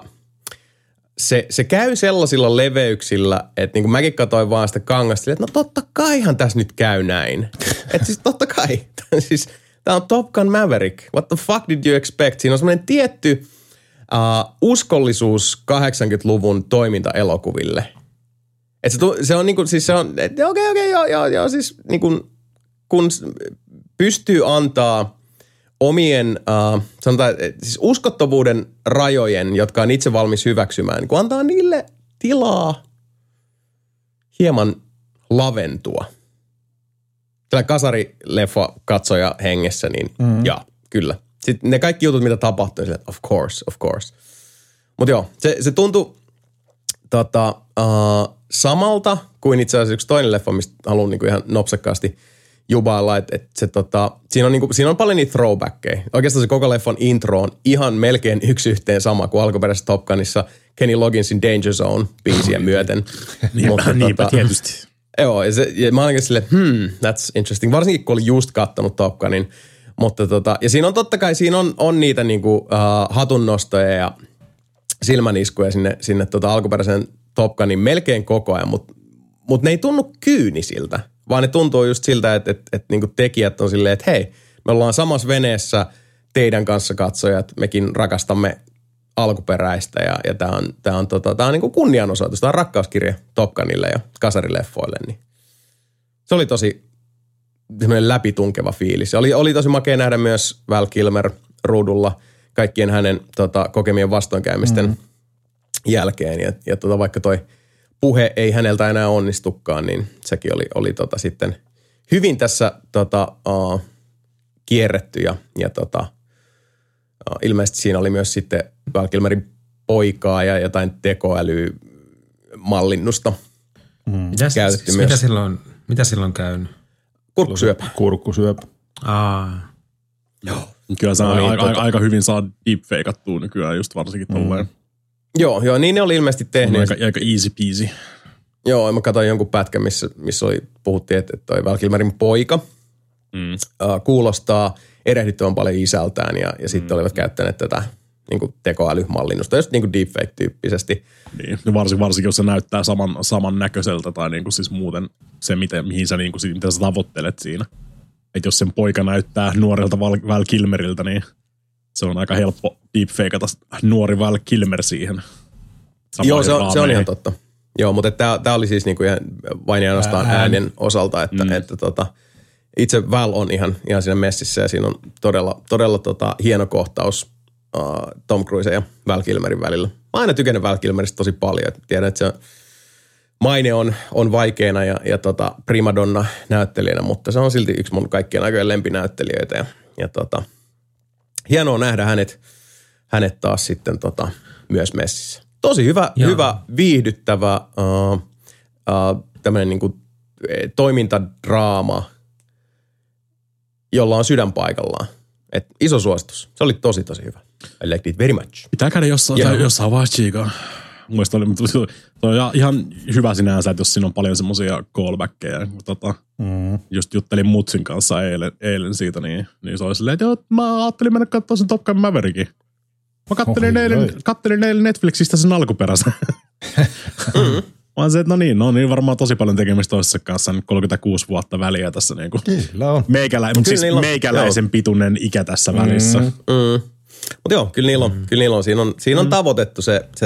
se käy sellaisilla leveyksillä, että niin kuin mäkin katsoin vaan sitä kangasta, että no totta kaihan tässä nyt käy näin. Että siis totta kai. Siis tää on Top Gun Maverick. What the fuck did you expect? Siinä on semmoinen tietty uskollisuus 80-luvun toimintaelokuville. Että se on niinku, siis se on, että okei, joo, siis niinku, kun pystyy antaa omien, sanotaan, siis uskottavuuden rajojen, jotka on itse valmis hyväksymään, niin kun antaa niille tilaa hieman laventua. Tällä kasarileffa katsoja hengessä, niin jaa, kyllä. Sitten ne kaikki jutut, mitä tapahtui, sille, of course. Mutta joo, se tuntui samalta kuin itse asiassa yksi toinen leffa, mistä haluan niinku ihan nopsakkaasti jubailla, että siinä on paljon niitä throwbackkejä. Oikeastaan se koko leffan intro on ihan melkein yksi yhteen sama kuin alkuperäisessä Top Gunissa Kenny Logginsin Danger Zone-biisiä myöten. Niinpä tietysti. Joo, ja mä olinkin silleen, that's interesting. Varsinkin kun olin just kattonut Top Gunin. Mutta ja siinä on totta kai, siinä on niitä niinku hatunnostoja ja silmäniskuja sinne alkuperäisen Top Gunin melkein koko ajan, mutta ne ei tunnu kyynisiltä. Vaan ne tuntuu just siltä, että niinku tekijät on silleen, että hei, me ollaan samassa veneessä teidän kanssa katsojat, mekin rakastamme alkuperäistä ja tää on niinku kunnianosoitus, tää on rakkauskirja Top Gunille ja kasarileffoille, niin se oli tosi semmoinen läpitunkeva fiilis. Oli tosi makea nähdä myös Val Kilmer ruudulla kaikkien hänen kokemien vastoinkäymisten jälkeen ja vaikka toi puhe ei häneltä enää onnistukaan, niin sekin oli sitten hyvin tässä kierretty ja ilmeisesti siinä oli myös sitten Val Kilmerin poikaa ja jotain tekoälymallinnusta käytetty myös. Mitä silloin käynyt? Kurkkusyöpä. Kurkkusyöpä. Joo. Kyllä se aika hyvin saa deepfakeattua nykyään just varsinkin tolleen. Joo, niin ne oli ilmeisesti tehnyt. Aika easy peasy. Joo, mä katsoin jonkun pätkän, missä puhuttiin, että toi Val Kilmerin poika kuulostaa erehdyttävän paljon isältään ja sitten olivat käyttäneet tätä niin kuin tekoälymallinnusta, just niin kuin deepfake-tyyppisesti. Niin, varsinkin jos se näyttää saman näköiseltä tai niin kuin siis muuten se, mihin sä, niin kuin, mitä sä tavoittelet siinä. Että jos sen poika näyttää nuorelta Val Kilmeriltä, niin se on aika helppo deepfakeata nuori Val Kilmer siihen. Joo, se on ihan totta. Joo, mutta tämä oli siis niinku vain ja ainoastaan äänen osalta, että itse Val on ihan siinä messissä ja siinä on todella hieno kohtaus Tom Cruisen ja Val Kilmerin välillä. Mä oon aina tykännyt Val Kilmeristä tosi paljon. Tiedän, että se maine on vaikeana ja primadonna näyttelijänä, mutta se on silti yksi mun kaikkien aikojen lempinäyttelijöitä. Ja hienoa nähdä hänet taas sitten myös messissä. Tosi hyvä viihdyttävä tämmöinen niinku toimintadraama, jolla on sydän paikallaan. Et iso suositus. Se oli tosi hyvä. I liked it very much. Pitää käydä jossain vaiheessa chiikaa. Mielestäni oli ihan hyvä sinänsä, että jos siinä on paljon semmoisia callbackkejä. Just juttelin Mutsin kanssa eilen siitä, niin se oli silleen, että joo, mä ajattelin mennä katsoa sen Top Gun Maverickin. Mä kattelin eilen Netflixistä sen alkuperäisen. Mä oon se, että no niin varmaan tosi paljon tekemistä toisessa kanssa, nyt 36 vuotta väliä tässä niinku. Kyllä on. Meikäläisen pituinen ikä tässä välissä. Mutta joo, kyllä niillä on. Siinä on tavoitettu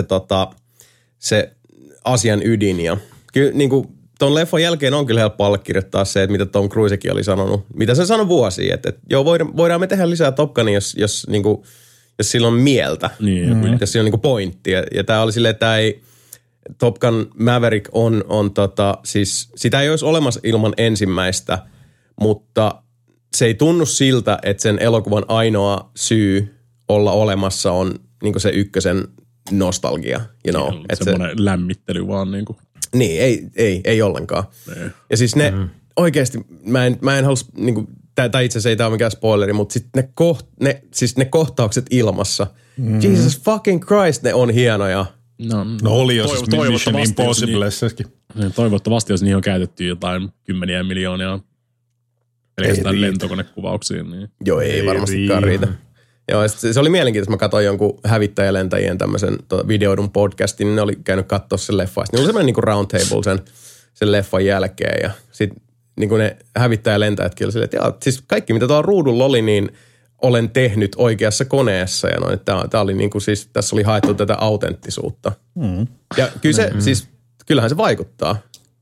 se asian ydin ja kyllä niinku ton leffan jälkeen on kyllä helppo allekirjoittaa se, että mitä Tom Cruisekin oli sanonut, mitä se sanoi vuosia, että joo voidaan me tehdä lisää Top Gunia, jos sillä on mieltä, jos sillä on niinku pointti. Ja tää oli silleen, että tää ei, Top Gun Maverick on siis sitä ei olisi olemassa ilman ensimmäistä, mutta se ei tunnu siltä, että sen elokuvan ainoa syy olla olemassa on niinku se ykkösen nostalgia, you know. Semmoinen lämmittely vaan niinku. Niin, ei ollenkaan. Ja siis ne oikeasti, mä en halua niinku, tää itse asiassa ei tää ole mikään spoileri, mutta sitten ne kohtaukset ilmassa. Jesus fucking Christ, ne on hienoja. No oli jo siis Mission Impossiblessakin. Toivottavasti, jos niihin on käytetty jotain kymmeniä miljoonia pelkästään lentokonekuvauksiin. Niin. Joo, ei varmastikaan riitä. Joo, se oli mielenkiintoista. Mä katsoin jonkun hävittäjälentäjien tämmöisen videoidun podcastin, niin ne oli käynyt katsoa sen leffaa. Sitten oli semmoinen niinku roundtable sen leffan jälkeen ja sitten niinku ne hävittäjälentäjätkin oli silleen, että siis kaikki mitä tuolla ruudulla oli, niin olen tehnyt oikeassa koneessa ja noin. Tää oli niinku siis, tässä oli haettu tätä autenttisuutta. Ja kyllä se, siis kyllähän se vaikuttaa.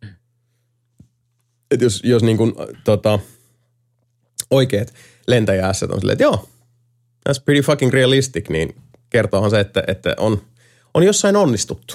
Että jos niinku oikeat lentäjässet on silleen, että joo, that's pretty fucking realistic, niin kertoohan se, että on jossain onnistuttu.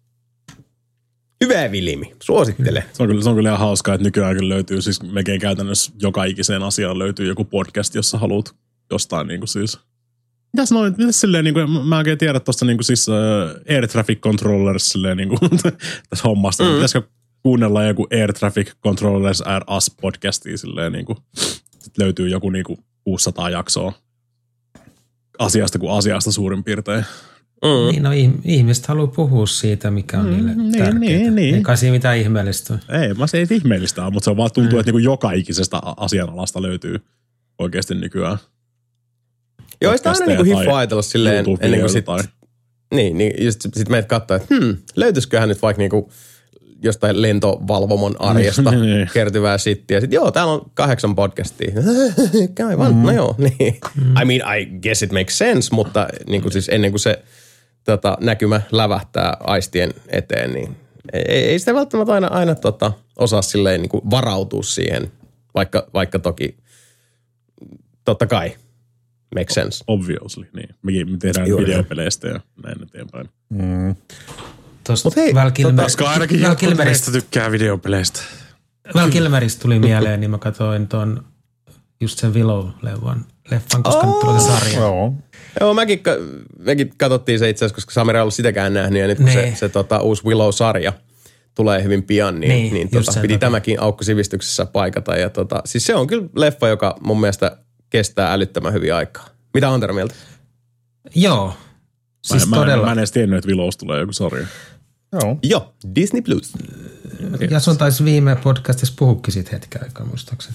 Hyvä Vilimi, suosittele. Se on kyllä ihan hauskaa, että nykyään kyllä löytyy, siis melkein käytännössä joka ikiseen asiaan löytyy joku podcast, jossa haluat jostain niinku siis. Mitäs silleen niinku, mä en oikein tiedä tosta niinku siis Air Traffic Controllers silleen niinku tässä hommasta. Pitäisikö kuunnella joku Air Traffic Controllers Are Us podcastia silleen niinku. Sitten löytyy joku niinku 600 jaksoa asiasta kuin asiasta suurin piirtein. Niin, no ihmiset haluaa puhua siitä, mikä on niille tärkeää. Niin. Ei kai siinä mitään ihmeellistä. Se ei ihmeellistä ole, mutta se vaan tuntuu, että niinku joka ikisestä asianalasta löytyy oikeasti nykyään. Joo, ei sitä aina niinku hiffaa ajatella silleen, ennen kuin niin sit meidät katsoo, että löytyisiköhän nyt vaikka niinku jostain lentovalvomon arjesta kertyvää shittiä. Sitten joo, täällä on 8 podcastia. Aivan, no joo, niin. I mean, I guess it makes sense, mutta niinku siis ennen kuin se näkymä lävähtää aistien eteen, niin ei sitä välttämättä aina osaa silleen niinku varautua siihen, vaikka toki totta kai makes sense. Obviously, niin. Me tehdään videopeleistä ja näin eteenpäin. Tuosta Val Kilmeristä tykkää videopeleistä. Val Kilmeristä tuli mieleen, niin mä katsoin just sen Willow-leffan, koska nyt tuli se sarja. Joo, mekin katsottiin se itse asiassa, koska Samira ei ollut sitäkään nähnyt, ja nyt kun se uusi Willow-sarja tulee hyvin pian, niin piti tämäkin Aukko-sivistyksessä paikata. Ja siis se on kyllä leffa, joka mun mielestä kestää älyttömän hyvin aikaa. Mitä Antero mieltä? Joo. Siis todella. Mä en edes tiennyt, että Willows tulee joku sarja. Joo, Disney Plus. Ja sun taisi viime podcastissa puhukin siitä hetken aikaa, muistaakseni.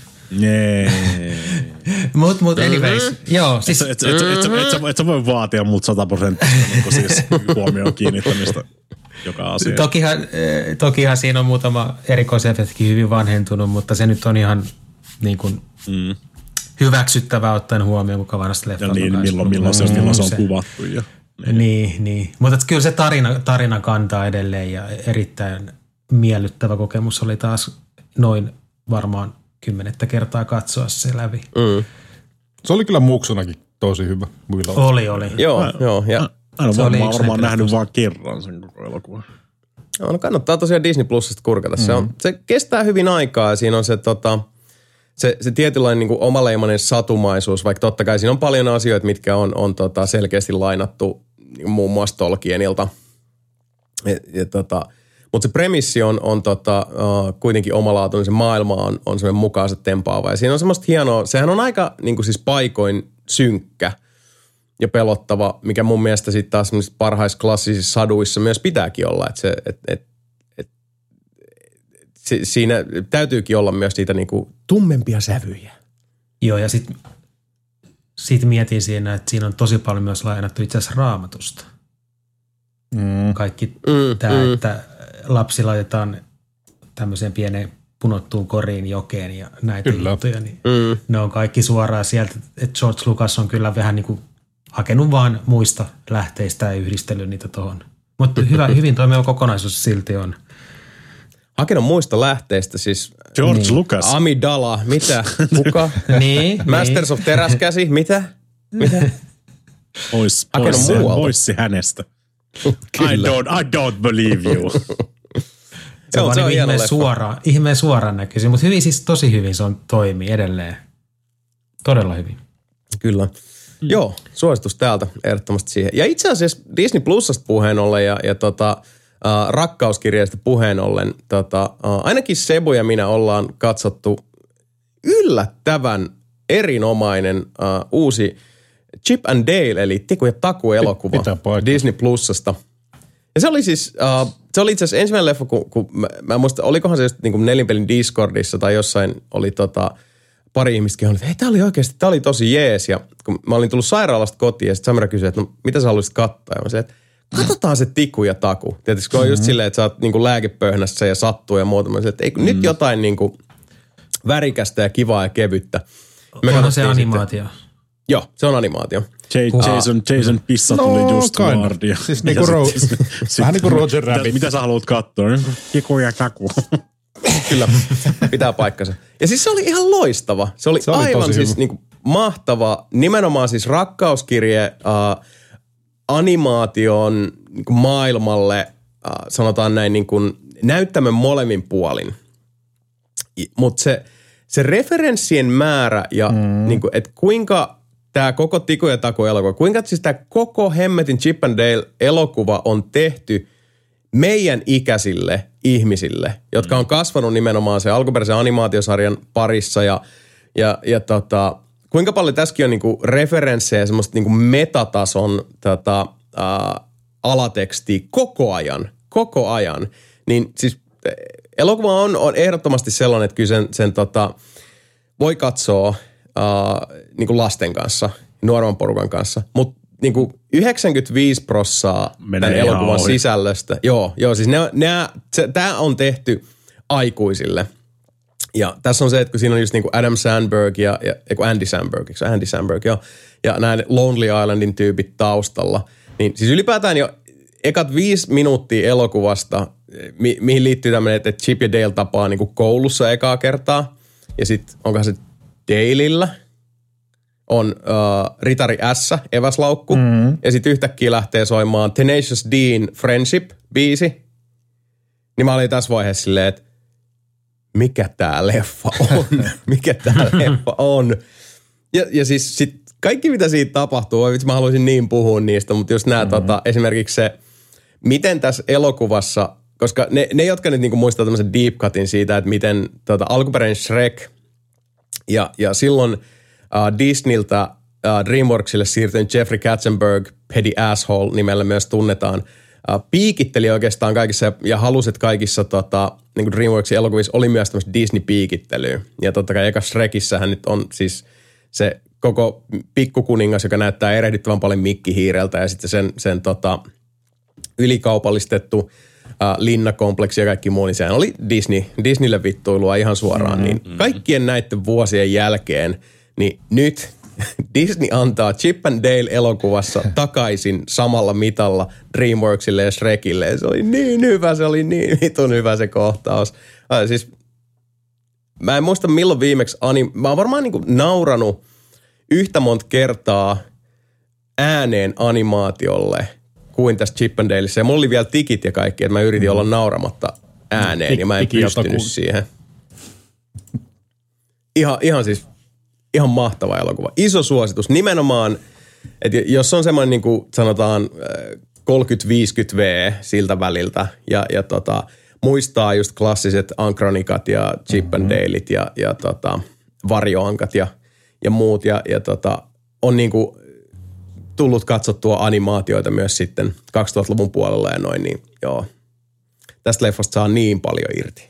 Mut anyways, joo. Siis Et sä voi vaatia multa 100% niin siis huomioon kiinnittämistä joka asia. Tokihan siinä on muutama erikoisefektikin hyvin vanhentunut, mutta se nyt on ihan niin kuin hyväksyttävää ottaen huomioon, kuinka vanhasta leffaa. Ja niin, milloin se on kuvattu. Ja, niin. Mutta kyllä se tarina kantaa edelleen ja erittäin miellyttävä kokemus oli taas noin varmaan 10 kertaa katsoa se läpi. Se oli kyllä muksunakin tosi hyvä. Oli. Joo. Ja hän on varmaan nähnyt vaan kerran sen koko elokuvan. No, kannattaa tosiaan Disney Plusasta kurkata. Se kestää hyvin aikaa ja siinä on se tietynlainen niin kuin omaleimainen satumaisuus, vaikka totta kai siinä on paljon asioita, mitkä on selkeästi lainattu muun muassa Tolkienilta. Mutta se premissi on kuitenkin omalaatuinen, se maailma on semmoinen mukaansa tempaava. Ja siinä on semmoista hienoa, sehän on aika niin kuin siis paikoin synkkä ja pelottava, mikä mun mielestä sitten taas semmoisissa parhaissa klassisissa saduissa myös pitääkin olla. Siinä täytyykin olla myös niitä niin kuin tummempia sävyjä. Joo, ja sitten mietin siinä, että siinä on tosi paljon myös lainattu itse asiassa Raamatusta. Kaikki tämä, että lapsi laitetaan tämmöiseen pieneen punottuun koriin jokeen ja näitä juttuja, niin ne on kaikki suoraan sieltä, että George Lucas on kyllä vähän niin kuin hakenut vaan muista lähteistä ja yhdistellyt niitä tuohon. Mutta hyvin toimiva kokonaisuus silti on. Hakenut muista lähteistä, siis George Lucas. Amidala, mitä? Kuka? Masters of Teräskäsi, mitä? Poissi hänestä. I don't believe you. Se on ihmeen suoraan näköisiä, mutta hyvin, siis tosi hyvin se toimii edelleen. Todella hyvin. Kyllä. Joo, suositus täältä ehdottomasti siihen. Ja itse asiassa Disney Plusasta puheen ollen ja rakkauskirjeistä puheen ollen, ainakin Sebu ja minä ollaan katsottu yllättävän erinomainen uusi Chip and Dale, eli Tiku ja Taku elokuva Disney Plusasta. Ja se oli siis, se oli itse asiassa ensimmäinen leffa, kun mä muistan, olikohan se just niin kuin Nelinpelin Discordissa tai jossain oli pari ihmistä kehonnut, että hei, tää oli tosi jees. Ja kun mä olin tullut sairaalasta kotiin ja sitten Samira kysyi, että no mitä sä haluaisit katsoa? Ja mä sanoin, että katsotaan se Tiku ja Taku. Tietysti kun on just silleen, että sä oot niin kuin lääkepöhnässä ja sattuu ja muuta. Mä sanoin, että nyt jotain niin kuin värikästä ja kivaa ja kevyttä. Onhan se animaatio. Joo, se on animaatio. Jason Pissa tuli just Guardia. Siis vähän niin kuin Roger Rabbit. Mitä sä haluat katsoa? Tiku ja Taku. Kyllä, pitää paikkansa. Ja siis se oli ihan loistava. Se oli aivan siis niin kuin mahtava, nimenomaan siis rakkauskirje animaation niin kuin maailmalle, sanotaan näin niin kuin näyttämön molemmin puolin. Mutta se referenssien määrä ja niin kuin, että kuinka tämä koko Tiku ja Taku elokuva, kuinka siis tämä koko hemmetin Chip and Dale elokuva on tehty meidän ikäisille ihmisille, jotka on kasvanut nimenomaan sen alkuperäisen animaatiosarjan parissa ja kuinka paljon tässäkin on niinku referenssejä semmoista niinku metatason alatekstiä koko ajan. Niin siis elokuva on ehdottomasti sellainen, että kyllä sen voi katsoa niinku lasten kanssa, nuoremman porukan kanssa, mutta niinku 95% tämän elokuvan sisällöstä. Joo, siis tämä on tehty aikuisille. Ja tässä on se, että kun siinä on just niinku Adam Sandberg ja Andy Samberg, ja nämä Lonely Islandin tyypit taustalla, niin siis ylipäätään jo ekat 5 minuuttia elokuvasta, mihin liittyy tämmöinen, että Chip ja Dale tapaa niinku koulussa ekaa kertaa, ja sitten onkohan se Daleillä on Ritari S, eväslaukku, ja sitten yhtäkkiä lähtee soimaan Tenacious Dean Friendship-biisi. Niin mä olin tässä vaiheessa silleen, että mikä tää leffa on? Ja siis sit kaikki mitä siitä tapahtuu, mä haluaisin niin puhua niistä, mutta just nää esimerkiksi se, miten tässä elokuvassa, koska ne jotka nyt niinku muistaa tämmöisen deep cutin siitä, että miten alkuperäinen Shrek ja silloin Disneyltä DreamWorksille siirtynyt Jeffrey Katzenberg, Petty Asshole nimellä myös tunnetaan, piikitteli oikeastaan kaikissa ja halusi, että kaikissa niin kuin DreamWorksin elokuvissa oli myös tämmöistä Disney-piikittelyä. Ja totta kai eka Shrekissähän nyt on siis se koko pikkukuningas, joka näyttää erehdyttävän paljon mikkihiireltä ja sitten sen ylikaupallistettu linnakompleksi ja kaikki muu, niin sehän oli Disneylle vittuilua ihan suoraan. Niin kaikkien näiden vuosien jälkeen, niin nyt Disney antaa Chip and Dale-elokuvassa takaisin samalla mitalla DreamWorksille ja Shrekille. Ja se oli niin hyvä, se oli niin vitun hyvä se kohtaus. Siis mä en muista milloin viimeksi mä oon varmaan niinku nauranut yhtä monta kertaa ääneen animaatiolle kuin tässä Chip and Daleissa. Ja mulla oli vielä tikit ja kaikki, että mä yritin olla nauramatta ääneen ja mä en pystynyt siihen. Ihan mahtava elokuva. Iso suositus. Nimenomaan, että jos on semmoinen niin kuin sanotaan 30-50V siltä väliltä ja muistaa just klassiset Ankronikat ja Chip and Daleit ja Varjoankat ja muut ja on niin kuin tullut katsottua animaatioita myös sitten 2000-luvun puolella ja noin, niin joo. Tästä leffasta saa niin paljon irti.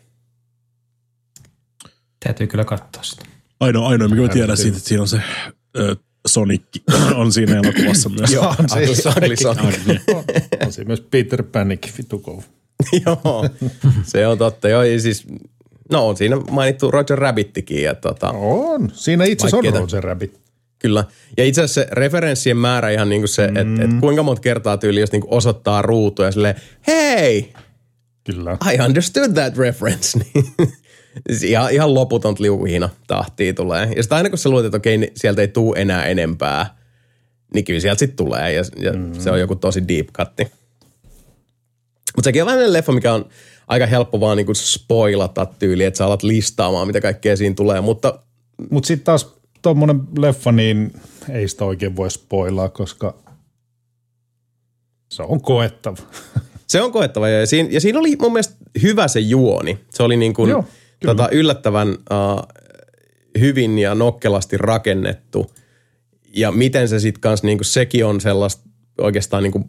Täytyy kyllä katsoa sitä. Ainoa, mikä mä tiedän siitä, että siinä on se Sonic on siinä elokuvassa myös. Joo, Ugly Sonic. On siinä myös Peter Panic, vittu kouvu. Joo, se on totta. Joo, siis, no on siinä mainittu Roger Rabbittikin. Ja on, siinä itse asiassa on Roger Rabbit. Kyllä. Ja itse asiassa se referenssien määrä ihan niin kuin se, että kuinka monta kertaa tyyli, jos niin kuin osoittaa ruutua ja silleen, hei! Kyllä. I understood that reference. Ihan loputon liukuhina tahtia tulee. Ja sitten aina kun sä luulet, että okei, sieltä ei tule enää enempää, niin kyllä sieltä sitten tulee. Ja se on joku tosi deep cutti. Mutta sekin on vähän leffa, mikä on aika helppo vaan niinku spoilata tyyli, että sä alat listaamaan, mitä kaikkea siinä tulee. Mutta sitten taas tommonen leffa, niin ei sitä oikein voi spoilaa, koska se on koettava. Se on koettava ja siinä oli mun mielestä hyvä se juoni. Se oli niin kuin yllättävän hyvin ja nokkelasti rakennettu. Ja miten se sitten kanssa, niin kuin sekin on sellaista oikeastaan niin kuin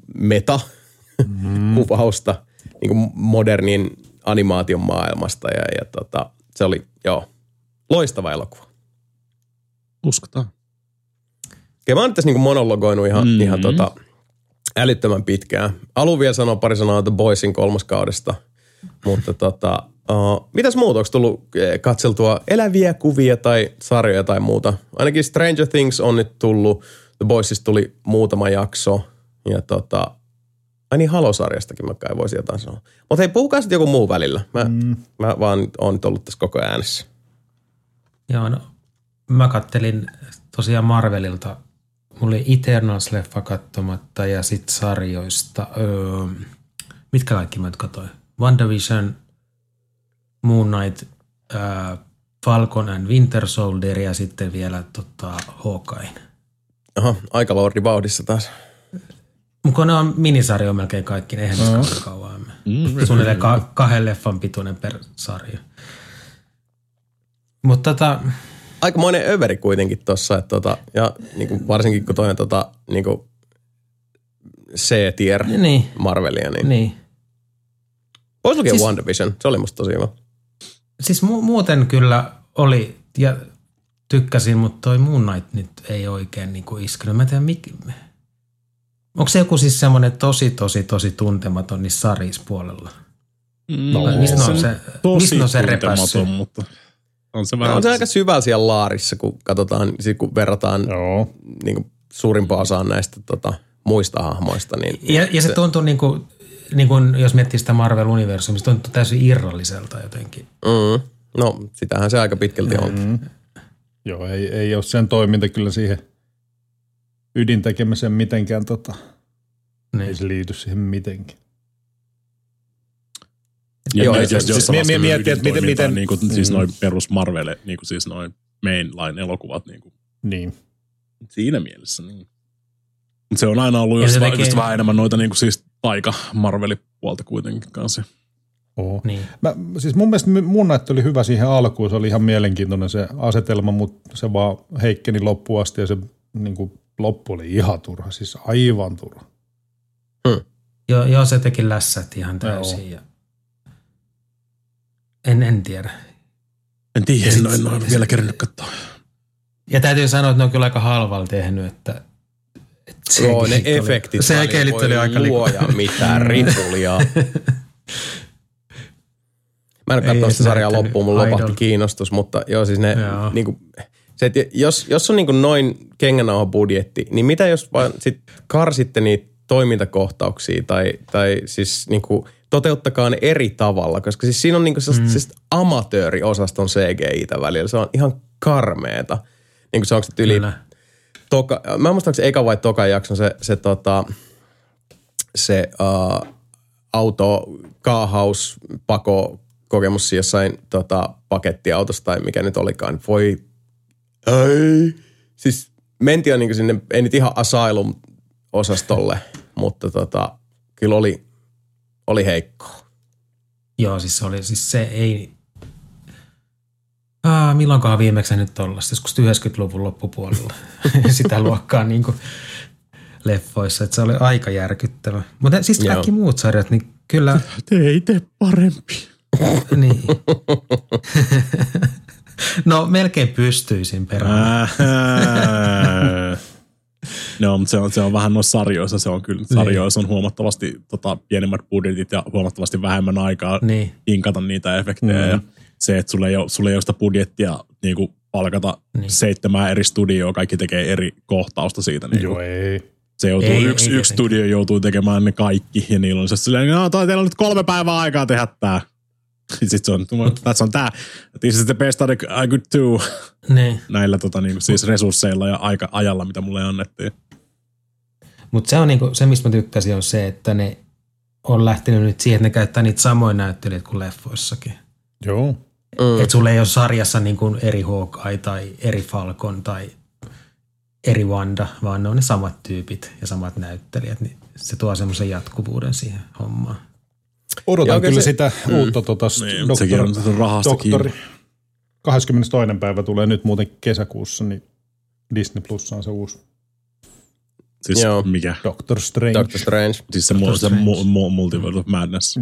meta-kuvausta niin kuin modernin animaation maailmasta. Ja se oli, loistava elokuva. Uskotaan. Okei, mä oon nyt tässä niin kuin monologoinut ihan älyttömän pitkään. Alun vielä sanoa pari sanaa The Boysin 3. kaudesta, mutta mitäs muuta? Onko tullut katseltua eläviä kuvia tai sarjoja tai muuta? Ainakin Stranger Things on nyt tullut, The Boysista tuli muutama jakso ja niin Halo-sarjastakin mä kai voisin jotain sanoa. Mutta hei, puhukaa sitten joku muu välillä. Mä vaan oon nyt ollut tässä koko äänessä. Joo, no mä kattelin tosiaan Marvelilta. Mulla oli Eternals-leffa katsomatta ja sit sarjoista. Mitkä kaikki mä nyt katsoin? WandaVision, Moon Knight, Falcon and Winter Soldier ja sitten vielä Hawkeye. Aha, aika lordi vauhdissa taas. Mutta ne on minisarjoja melkein kaikki, eihän niistä kauan. Suunnilleen 2 leffan pituinen per sarja. Mutta aikamoinen överi kuitenkin tossa, että ja niinku varsinkin kun toinen niinku C-tier Marvelia, niin. Voisi lukea siis, WandaVision, se oli musta tosi hyvä. Siis muuten kyllä oli, ja tykkäsin, mutta toi Moon Knight nyt ei oikein niinku iskenyt. Mä en tiedä, onko se joku siis semmoinen tosi tuntematon niissä sarjispuolella? Mistä on se repässy? Mutta on se vähän. On se aika syvällä siellä laarissa, kun katsotaan, kun verrataan niin kuin suurimpaan osaan näistä muista hahmoista. Niin ja se tuntuu niin kuin, jos miettii sitä Marvel-universumia, se tuntuu täysin irralliselta jotenkin. No, sitähän se aika pitkälti on. Joo, ei ole sen toiminta kyllä siihen ydintekemiseen mitenkään, ei se liity siihen mitenkään. Joo, jos miettii, että miten niin kuin, siis noin perus Marvel, niin kuin siis noin mainline elokuvat niin. Siinä mielessä niin. Mutta se on aina ollut just vähän enemmän noita niin kuin siis taika Marvelipuolta kuitenkin kanssa. Niin. Siis mun mielestä Moon Knight oli hyvä siihen alkuun, se oli ihan mielenkiintoinen se asetelma, mutta se vaan heikkeni loppuun asti ja se niin kuin loppu oli ihan turha, siis aivan turha. Joo, se teki lässät ihan täysin. Ja en tiedä. En tiedä, en ole vielä kerännyt katsoa. Ja täytyy sanoa, että ne on kyllä aika halvalla tehnyt, että joo, ne efektit oli aika luoja mitään ripulia. Mä en ole katsonut sitä sarjaa loppuun, mun lopahti kiinnostus, mutta joo siis ne, niinku, se, että jos on niinku noin kengänauha-budjetti, niin mitä jos vaan sit karsitte niitä toimintakohtauksia tai siis niinku toteuttakaa ne eri tavalla, koska siis siinä on niinku sellaista amatööriosaston CGI-tä välillä, se on ihan karmeeta. Niinku se onko se yli mä en muista, onko se eka vai toka jakson se auto kaahaus pako kokemus jossain pakettiautossa tai mikä nyt olikaan. Voi, ei. Siis mentiin niin sinne, ei nyt ihan Asylum-osastolle, mutta kyllä oli heikkoa. Joo, siis se ei... milloinkohan viimeksi nyt tollaista? Joskus 90-luvun loppupuolella sitä luokkaa niin kuin leffoissa, että se oli aika järkyttävä. Mutta siis kaikki muut sarjat, niin kyllä... Tee itse parempi. Niin. No melkein pystyisin perään. No, mutta se on vähän noissa sarjoissa. Se on kyllä, sarjoissa on huomattavasti pienemmät budjetit ja huomattavasti vähemmän aikaa inkata niitä efektejä. Ja se, että sulle ei ole sitä budjettia niin kuin palkata 7 eri studioa, kaikki tekee eri kohtausta siitä. Niin joo, ei. Se joutuu, yksi studio joutuu tekemään ne kaikki ja niillä on se silleen, teillä on nyt 3 päivää aikaa tehdä tää. Sitten se on, tässä on tää. This is the best I could do. Näillä siis resursseilla ja ajalla, mitä mulle annettiin. Mutta se on niinku, se, mistä mä tykkäsin, on se, että ne on lähtenyt nyt siihen, että ne käyttää niitä samoja näyttelijöitä kuin leffoissakin. Joo. Että sulla ei ole sarjassa niin kuin eri Hawkeye tai eri Falcon tai eri Wanda, vaan ne on ne samat tyypit ja samat näyttelijät. Niin se tuo semmoisen jatkuvuuden siihen hommaan. Odotan kyllä sitä uutta Doktori. 22. päivä tulee nyt muuten kesäkuussa, niin Disney Plus on se uusi. Siis mikä? Doctor Strange. Siis se Multiverse of Madness.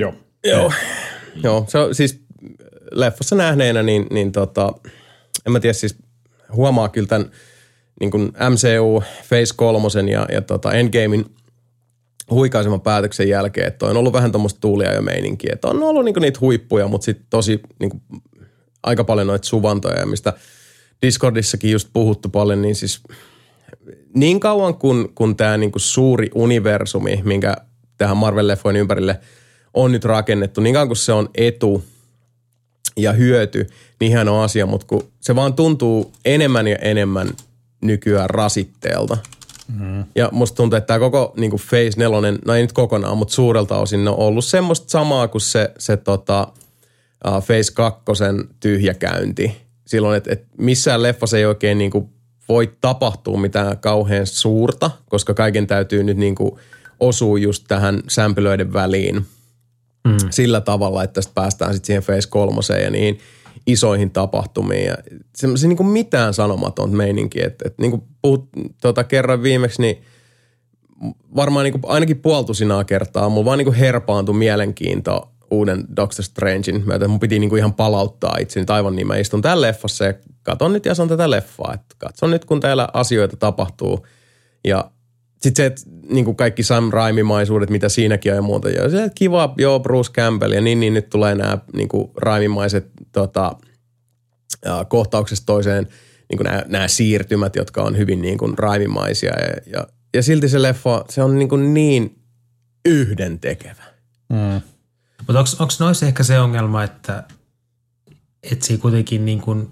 Joo, se on siis leffassa nähneenä, niin en mä tiedä, siis huomaa kyllä tämän niin kuin MCU Phase 3 ja Endgamein huikaisemman päätöksen jälkeen, että on ollut vähän tuommoista tuulia ja meininkiä, että on ollut niin kuin niitä huippuja, mutta sitten tosi niin kuin aika paljon noita suvantoja, mistä Discordissakin just puhuttu paljon, niin siis niin kauan kun tämä niin kuin suuri universumi, minkä tähän Marvel-leffojen ympärille on nyt rakennettu, niin kauan kun se on etu ja hyöty, niin ihan on asia, mutta kun se vaan tuntuu enemmän ja enemmän nykyään rasitteelta. Ja musta tuntuu, että tämä koko niin kuin Phase 4, no ei nyt kokonaan, mutta suurelta osin on ollut semmoista samaa kuin se Phase 2 tyhjäkäynti. Silloin, että missään leffassa ei oikein niin kuin voi tapahtua mitään kauhean suurta, koska kaiken täytyy nyt niin kuin osua just tähän sämpylöiden väliin sillä tavalla, että tästä päästään sitten siihen Phase 3 ja niihin isoihin tapahtumiin. Ja se niin kuin mitään sanomatonta meininkiä. Että niin kuin kerran viimeksi, niin varmaan niin kuin ainakin puoltusinaa kertaa mulla vaan niin kuin herpaantui mielenkiinto uuden Doctor Strangein. Mun piti niin kuin ihan palauttaa itseni aivan niin. Mä istun täällä leffassa ja katon nyt ja sanon tätä leffaa. Että katson nyt, kun täällä asioita tapahtuu. Ja sitten se, että niin kuin kaikki Sam Raimi-maisuudet, mitä siinäkin on ja muuta. Ja se, kiva, joo, Bruce Campbell ja niin nyt tulee nämä niin kuin Raimimaiset kohtauksesta toiseen, niin kuin nämä siirtymät, jotka on hyvin niin kuin Raimimaisia. Ja silti se leffa, se on niin yhdentekevä. Mutta onko noissa ehkä se ongelma, että siinä kuitenkin niin kuin,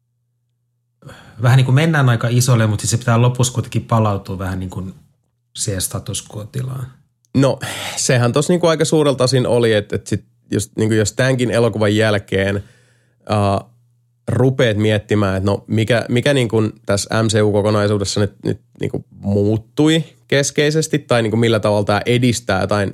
vähän niin kuin mennään aika isolle, mutta se pitää lopussa kuitenkin palautua vähän niin kuin siihen status quo-tilaan? No, sehän tuossa niinku aika suurelta osin oli, että sit niinku jos tämänkin elokuvan jälkeen rupeat miettimään, että no mikä niinku tässä MCU-kokonaisuudessa nyt niinku muuttui keskeisesti tai niinku millä tavalla tämä edistää jotain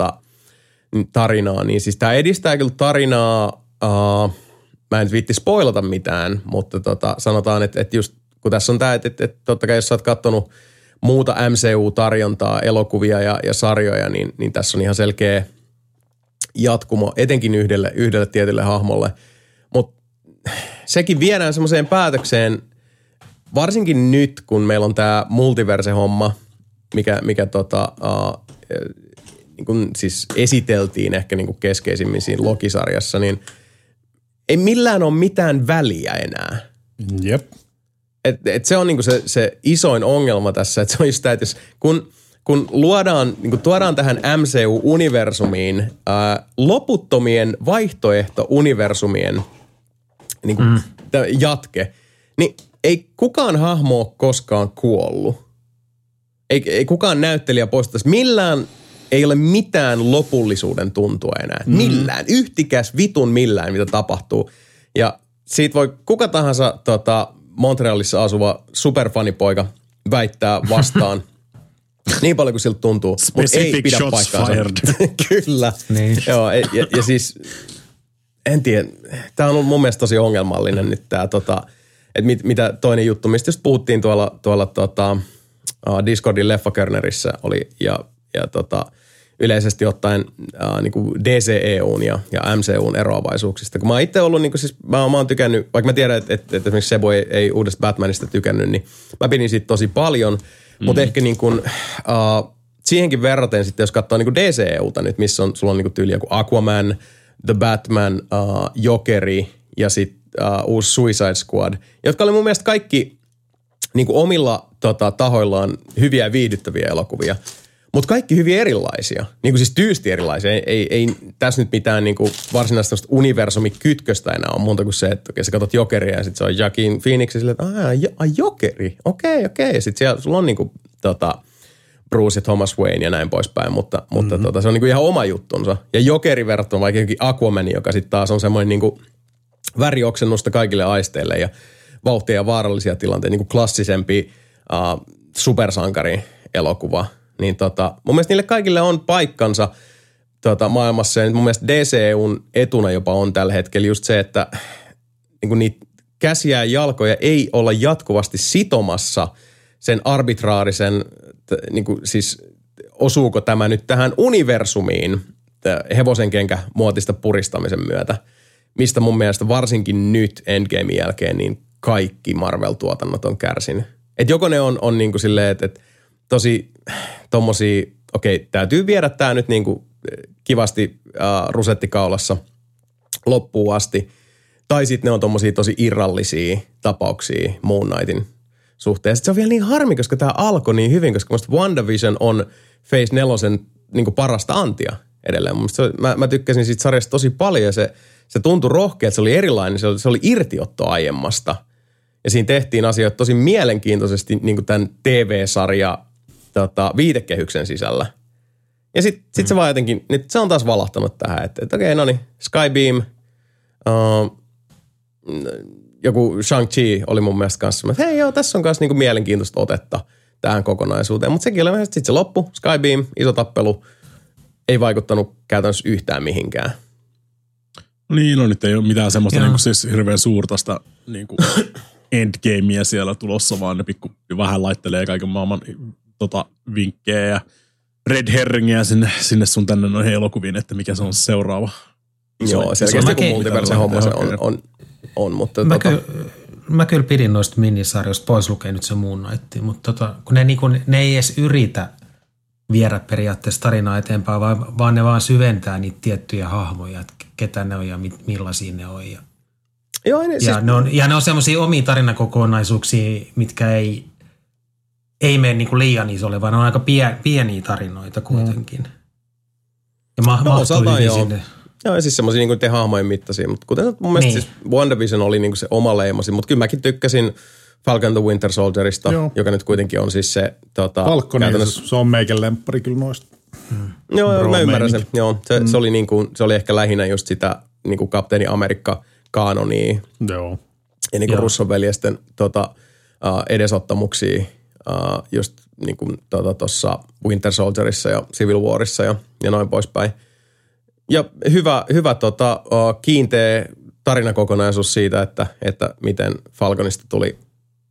tarinaa, niin siis tämä edistää kyllä tarinaa, mä en viitti spoilata mitään, mutta sanotaan, että just kun tässä on tämä, että totta kai jos sä oot katsonut muuta MCU-tarjontaa, elokuvia ja sarjoja, niin tässä on ihan selkeä jatkumo, etenkin yhdelle tietylle hahmolle. Mutta sekin viedään semmoiseen päätökseen, varsinkin nyt, kun meillä on tämä multiverse-homma, mikä niin kuin siis esiteltiin ehkä niin kuin keskeisimmin siinä Loki-sarjassa, niin ei millään ole mitään väliä enää. Jep. Et se on niinku se isoin ongelma tässä, että se on just sitä, että jos kun luodaan, niinku tuodaan tähän MCU-universumiin loputtomien vaihtoehto-universumien niinku jatke, niin ei kukaan hahmo ole koskaan kuollut. Ei kukaan näyttelijä poistaisi. Millään ei ole mitään lopullisuuden tuntua enää. Millään. Yhtikäs vitun millään, mitä tapahtuu. Ja siitä voi kuka tahansa Montrealissa asuva superfanipoika väittää vastaan niin paljon kuin siltä tuntuu, mutta ei pidä paikkaansa. Kyllä. Niin. Joo, ja siis en tiedä, tämä on ollut mun mielestä tosi ongelmallinen nyt tämä, että mitä toinen juttu, mistä just puhuttiin tuolla Discordin leffakörnerissä oli ja yleisesti ottaen niin kuin DCEUn ja MCUn eroavaisuuksista. Kun mä oon itse ollut, niin kuin, siis mä oon tykännyt, vaikka mä tiedän, että esimerkiksi Sebo ei uudesta Batmanista tykännyt, niin mä pidin siitä tosi paljon. Mutta ehkä niin kuin, siihenkin verraten sitten, jos katsoo niin kuin DCEUta nyt, missä sulla on niin kuin tyyli joku Aquaman, The Batman, Jokeri ja sitten uusi Suicide Squad, jotka oli mun mielestä kaikki niin kuin omilla tahoillaan hyviä ja viihdyttäviä elokuvia. Mutta kaikki hyvin erilaisia, niin kuin siis tyysti erilaisia. Ei tässä nyt mitään niin kuin varsinaista universumikytköstä enää on muuta kuin se, että sä katsot Jokeria ja sitten se on Joaquin Phoenix ja silleen, että Jokeri, okei. Ja sitten siellä sulla on niin kuin Bruce ja Thomas Wayne ja näin poispäin, mutta se on niin kuin ihan oma juttunsa. Ja Jokeri verrattuna vaikka johonkin Aquamani, joka sitten taas on semmoinen niin kuin värioksennusta kaikille aisteille ja vauhtia ja vaarallisia tilanteita, niin kuin klassisempi supersankari-elokuva. Niin mun mielestä niille kaikille on paikkansa maailmassa. Ja mun mielestä DCUn etuna jopa on tällä hetkellä just se, että niin niitä käsiä ja jalkoja ei olla jatkuvasti sitomassa sen arbitraarisen, niin siis osuuko tämä nyt tähän universumiin hevosenkenkä muotista puristamisen myötä, mistä mun mielestä varsinkin nyt Endgamein jälkeen niin kaikki Marvel-tuotannot on kärsinyt. Että joko ne on niin kuin silleen, että tosi tommosia, okei, täytyy viedä tää nyt niinku kivasti rusettikaulassa loppuun asti. Tai sitten ne on tommosia tosi irrallisia tapauksia Moon Knightin suhteen. Sitten se on vielä niin harmi, koska tää alkoi niin hyvin, koska musta WandaVision on Phase 4 niinku parasta antia edelleen. Mä tykkäsin siitä sarjasta tosi paljon ja se tuntui rohkealta, se oli erilainen, se oli irtiotto aiemmasta. Ja siinä tehtiin asioita tosi mielenkiintoisesti niinku tämän TV-sarja viitekehyksen sisällä. Ja sit se vaan jotenkin, nyt se on taas valahtanut tähän, että okei, no niin, Skybeam, joku Shang-Chi oli mun mielestä kanssa, että hei joo, tässä on kanssa niinku mielenkiintoista otetta tähän kokonaisuuteen. Mutta sekin oli vähän, sitten se loppu, Skybeam, iso tappelu, ei vaikuttanut käytännössä yhtään mihinkään. Niin, no nyt ei ole mitään semmoista niinku siis hirveän suurtaista niinku endgamea siellä tulossa, vaan ne pikku vähän laittelee kaiken maailman vinkkejä ja red herringiä sinne sun tänne noihin elokuviin, että mikä se on seuraava. Joo, selkeästi kun multiverse homma se on, mutta mä kyllä pidin noista minisarjoista, pois lukee nyt se Moon Knight, mutta kun ne ei edes yritä viedä periaatteessa tarinaa eteenpäin, vaan ne vaan syventää niitä tiettyjä hahmoja, että ketä ne on ja millaisia ne on. Joo, ne on semmoisia omia tarinakokonaisuuksia, mitkä ei mene niin kuin liian isolle, vaan on aika pieniä tarinoita kuitenkin. Ja mahtuu hyvin sinne. Joo, ja siis semmoisia niin kuin hahmojen mittaisia, mutta kuten mun mielestä siis WandaVision oli niin kuin se oma leimasi, mutta kyllä mäkin tykkäsin Falcon the Winter Soldierista, joka nyt kuitenkin on siis se Falcon, se on meikän lemppari kyllä noista. Joo, mä ymmärrän sen. Joo, se oli niin kuin, se oli ehkä lähinnä just sitä niin kuin Kapteeni Amerikka-kaanonia. Joo. Ja niin kuin Russon veljesten edesottamuksia just niin kuin tuossa Winter Soldierissa ja Civil Warissa ja noin poispäin. Ja hyvä kiinteä tarinakokonaisuus siitä, että miten Falconista tuli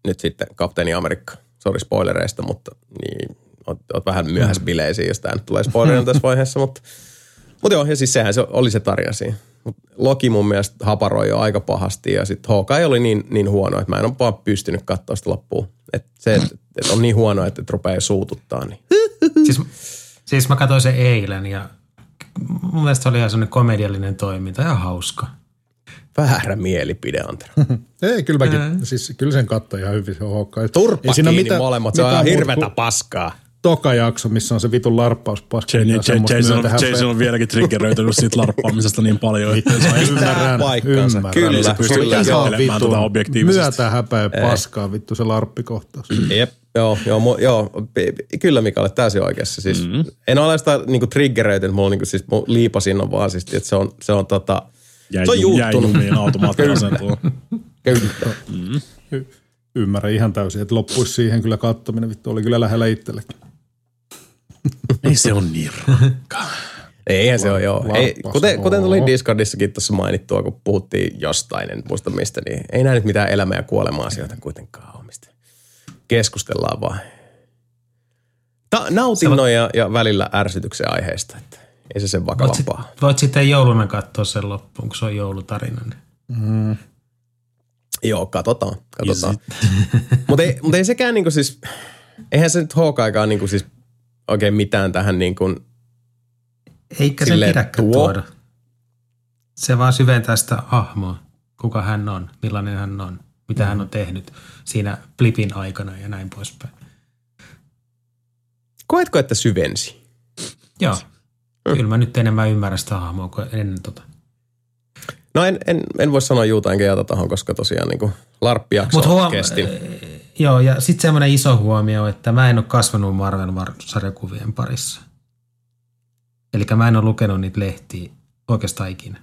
nyt sitten Kapteeni Amerikka. Sori spoilereista, mutta niin, oot vähän myöhässä bileisiin, jos tää nyt tulee spoilerina tässä vaiheessa, mutta joo, ja siis sehän se oli se tarja siinä. Loki mun mielestä haparoi jo aika pahasti ja sitten Hawkeye oli niin huono, että mä en ole vaan pystynyt katsoa sitä loppuun. Että se, että on niin huono, että rupeaa suututtaa. Niin. Siis mä katsoin sen eilen ja mun mielestä se oli ihan sellainen komediallinen toiminta ja hauska. Väärä mielipide, Antero. Ei, kyllä mäkin, siis kyllä sen katsoi ihan hyvin se Hawkeye. Turpa kiinni molemmat, se on ihan hirvetä paskaa. Toka jakso, missä on se vitun larppauspaska. Jason on vieläkin triggeröitynyt siitä larppaamisesta niin paljon. Ymmärrän. Kyllä. Ihan vitun myötä häpeä paskaa vittu se larppikohtaus. Jep, joo. Kyllä Mikael, täysin oikeassa. Siis en ole sitä niinku triggeröitynyt, mulla niinku siis liipasin on vaan siis, että se on Jäi jumiin automaattiosentuun. Kyllä. Ymmärrän ihan täysin, että loppuisi siihen kyllä katsominen. Vittu oli kyllä lähellä itsellekin. Ei se on niin rankkaa. Eihän se ole, joo. Kuten tuli Discordissakin tuossa mainittua, kun puhuttiin jostain, en muista mistä, niin ei näin nyt mitään elämä- ja kuolema-asioita kuitenkaan ole, mistä keskustellaan vaan. Nautinnon ja välillä ärsytyksen aiheista, että ei se sen vakavampaa. Voit sitten jouluna katsoa sen loppuun, kun se on joulutarina. Niin. Joo, katsotaan. Mutta ei sekään niinku siis, eihän se nyt Hawkeyekaan niinku siis oikein mitään tähän niinku eikä sen pidäkään tuoda. Se vaan syventää sitä hahmoa, kuka hän on, millainen hän on, mitä hän on tehnyt siinä flipin aikana ja näin poispäin. Koetko, että syvensi? Joo. Kyllä mä nyt enemmän ymmärrän sitä hahmoa kuin ennen tota. No en voi sanoa juuta enkä jata tohon, koska tosiaan niin larppijakso kesti. Joo, ja sitten semmoinen iso huomio, että mä en ole kasvanut Marvel-sarjakuvien parissa. Eli mä en ole lukenut niitä lehtiä oikeastaan ikinä.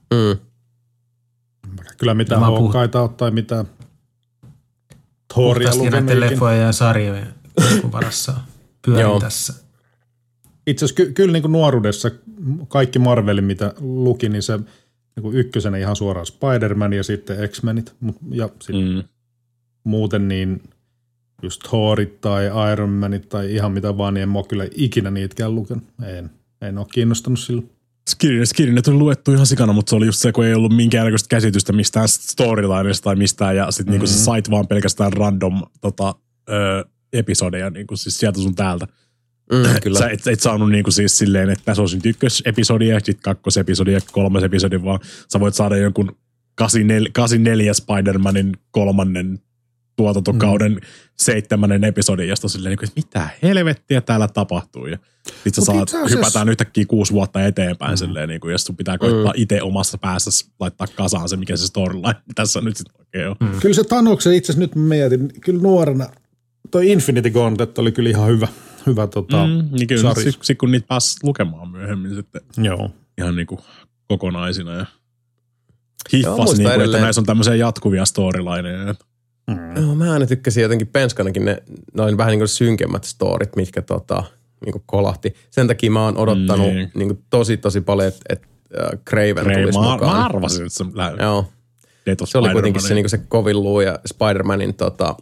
Kyllä mitään Hawkeita tai mitään Thoria lukenut näiden leffoja ja sarjojen varassa pyörin tässä. Itse asiassa kyllä niin kuin nuoruudessa kaikki Marvelin, mitä luki, niin se niin ykkösenä ihan suoraan Spider-Man ja sitten X-Menit. Ja sitten muuten niin just Thorit tai Iron Manit tai ihan mitä vaan, niin en mä ole kyllä ikinä niitäkään lukenut. En ole kiinnostunut silloin. Skirinet on luettu ihan sikana, mutta se oli just se, kun ei ollut minkäännäköistä käsitystä mistään storylineista tai mistään, ja sitten niinku sä sait vaan pelkästään random episodeja niinku siis sieltä sun täältä. Kyllä. Sä et saanut niinku siis silleen, että tässä on nyt ykkösepisodia, sitten kakkosepisodia, kolmas episodi, vaan sä voit saada jonkun 84 Spider-Manin 3. tuotantokauden 7. episodin, josta silleen, että mitä helvettiä täällä tapahtuu. Ja sit sä hypätään yhtäkkiä 6 vuotta eteenpäin silleen, niin kuin, jos sun pitää koittaa itse omassa päässä laittaa kasaan se, mikä se storyline tässä nyt sitten oikein on. Kyllä se Thanoksen itse asiassa nyt mietin, kyllä nuorena toi Infinity Gauntlet oli kyllä ihan hyvä niin kyllä sit kun niitä pääsi lukemaan myöhemmin sitten ihan niin kuin kokonaisina ja hiffas, niin kuin, että näissä on tämmöisiä jatkuvia storylineja. Joo, mä aina tykkäsin jotenkin penskanakin ne oli vähän niin kuin synkemmät storit, mitkä niin kuin kolahti. Sen takia mä oon odottanut niin kuin tosi paljon, että Kraven tulisi mukaan. Mä arvasin, että se joo. Se oli kuitenkin se, niin kuin se kovin luu ja Spider-Manin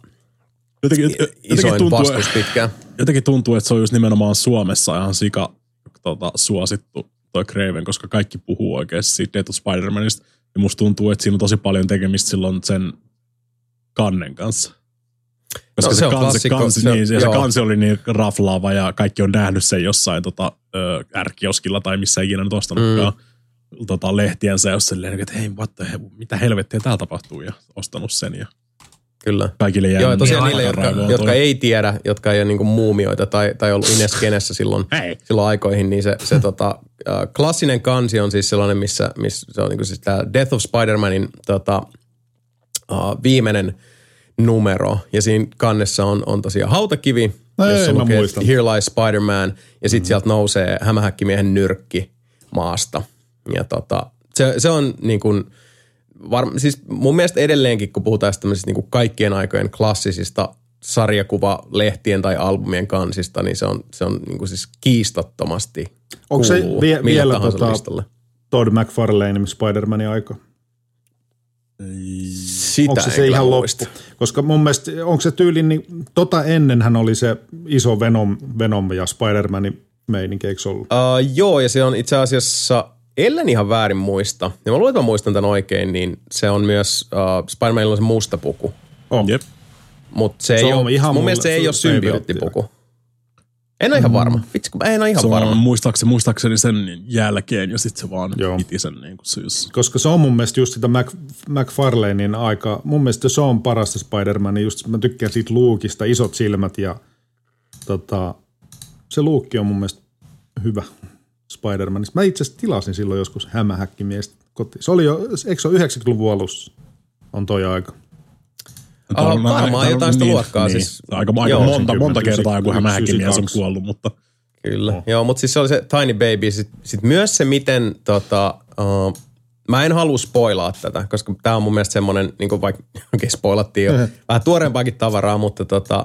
isoin vastus pitkään. Jotenkin tuntuu, että se on just nimenomaan Suomessa ihan sika suosittu toi Kraven, koska kaikki puhuu oikeasti siitä Death of Spider-Manista. Ja musta tuntuu, että siinä on tosi paljon tekemistä silloin sen kannen kanssa. Koska se kansi oli niin raflaava ja kaikki on nähnyt sen jossain ärkioskilla tai missä ikinä nyt ostanutkaan lehtiänsä, jos silleen, että hei, mitä helvettiä täällä tapahtuu ja ostanut sen ja kyllä. Kaikille jää. Joo, tosiaan niille, jotka ei tiedä, jotka ei ole niinku muumioita tai ollut Ineskenessä silloin aikoihin, niin se klassinen kansi on siis sellainen, missä se on niinku siis tämä Death of Spider-Manin viimeinen numero. Ja siinä kannessa on tosiaan hautakivi, jossa lukee Here Lies Spider-Man, ja sitten sieltä nousee hämähäkkimiehen nyrkki maasta. Ja se on niin kuin siis mun mielestä edelleenkin, kun puhutaan tämmöisistä niin kuin kaikkien aikojen klassisista sarjakuvalehtien tai albumien kansista, niin se on niin kuin siis kiistattomasti onko se vielä listalle. Todd McFarlanein Spider-Manin aika? Sitä onko se ihan loppu? Koska mun mielestä, onko se tyyli, niin ennenhän oli se iso Venom ja Spider-Manin meininki, eikö ollut? Joo, ja se on itse asiassa, ellen ihan väärin muista, ja mä luulen, että mä muistan tämän oikein, niin se on myös, Spider-Manilla on se musta puku. Jep. Mutta se ei ole, mun mielestä se ei ole symbioottipuku. En ole ihan varma. Vitsi, kun en ole ihan varma. Muistaakseni sen jälkeen ja sitten se vaan piti sen niin kuin syys. Koska se on mun mielestä just sitä McFarlanein aika, mun mielestä se on parasta Spider-Man, just mä tykkään siitä Luukista, isot silmät ja se Luukki on mun mielestä hyvä Spider-Manissa. Mä itse asiassa tilasin silloin joskus hämähäkkimiestä kotiin. Se oli jo, eikö se ole 90-luvun alussa? On toi aika. Varmaan jotain sitä luokkaa. Niin. Siis, aika monta kertaa, kun hämähäkkimies on kuollut, mutta... Kyllä, joo, mutta siis se oli se Tiny Baby. Sitten myös se, miten mä en halua spoilaa tätä, koska tää on mun mielestä semmoinen, niin kuin vaikka oikein spoilattiin jo, vähän tuoreempaakin tavaraa, mutta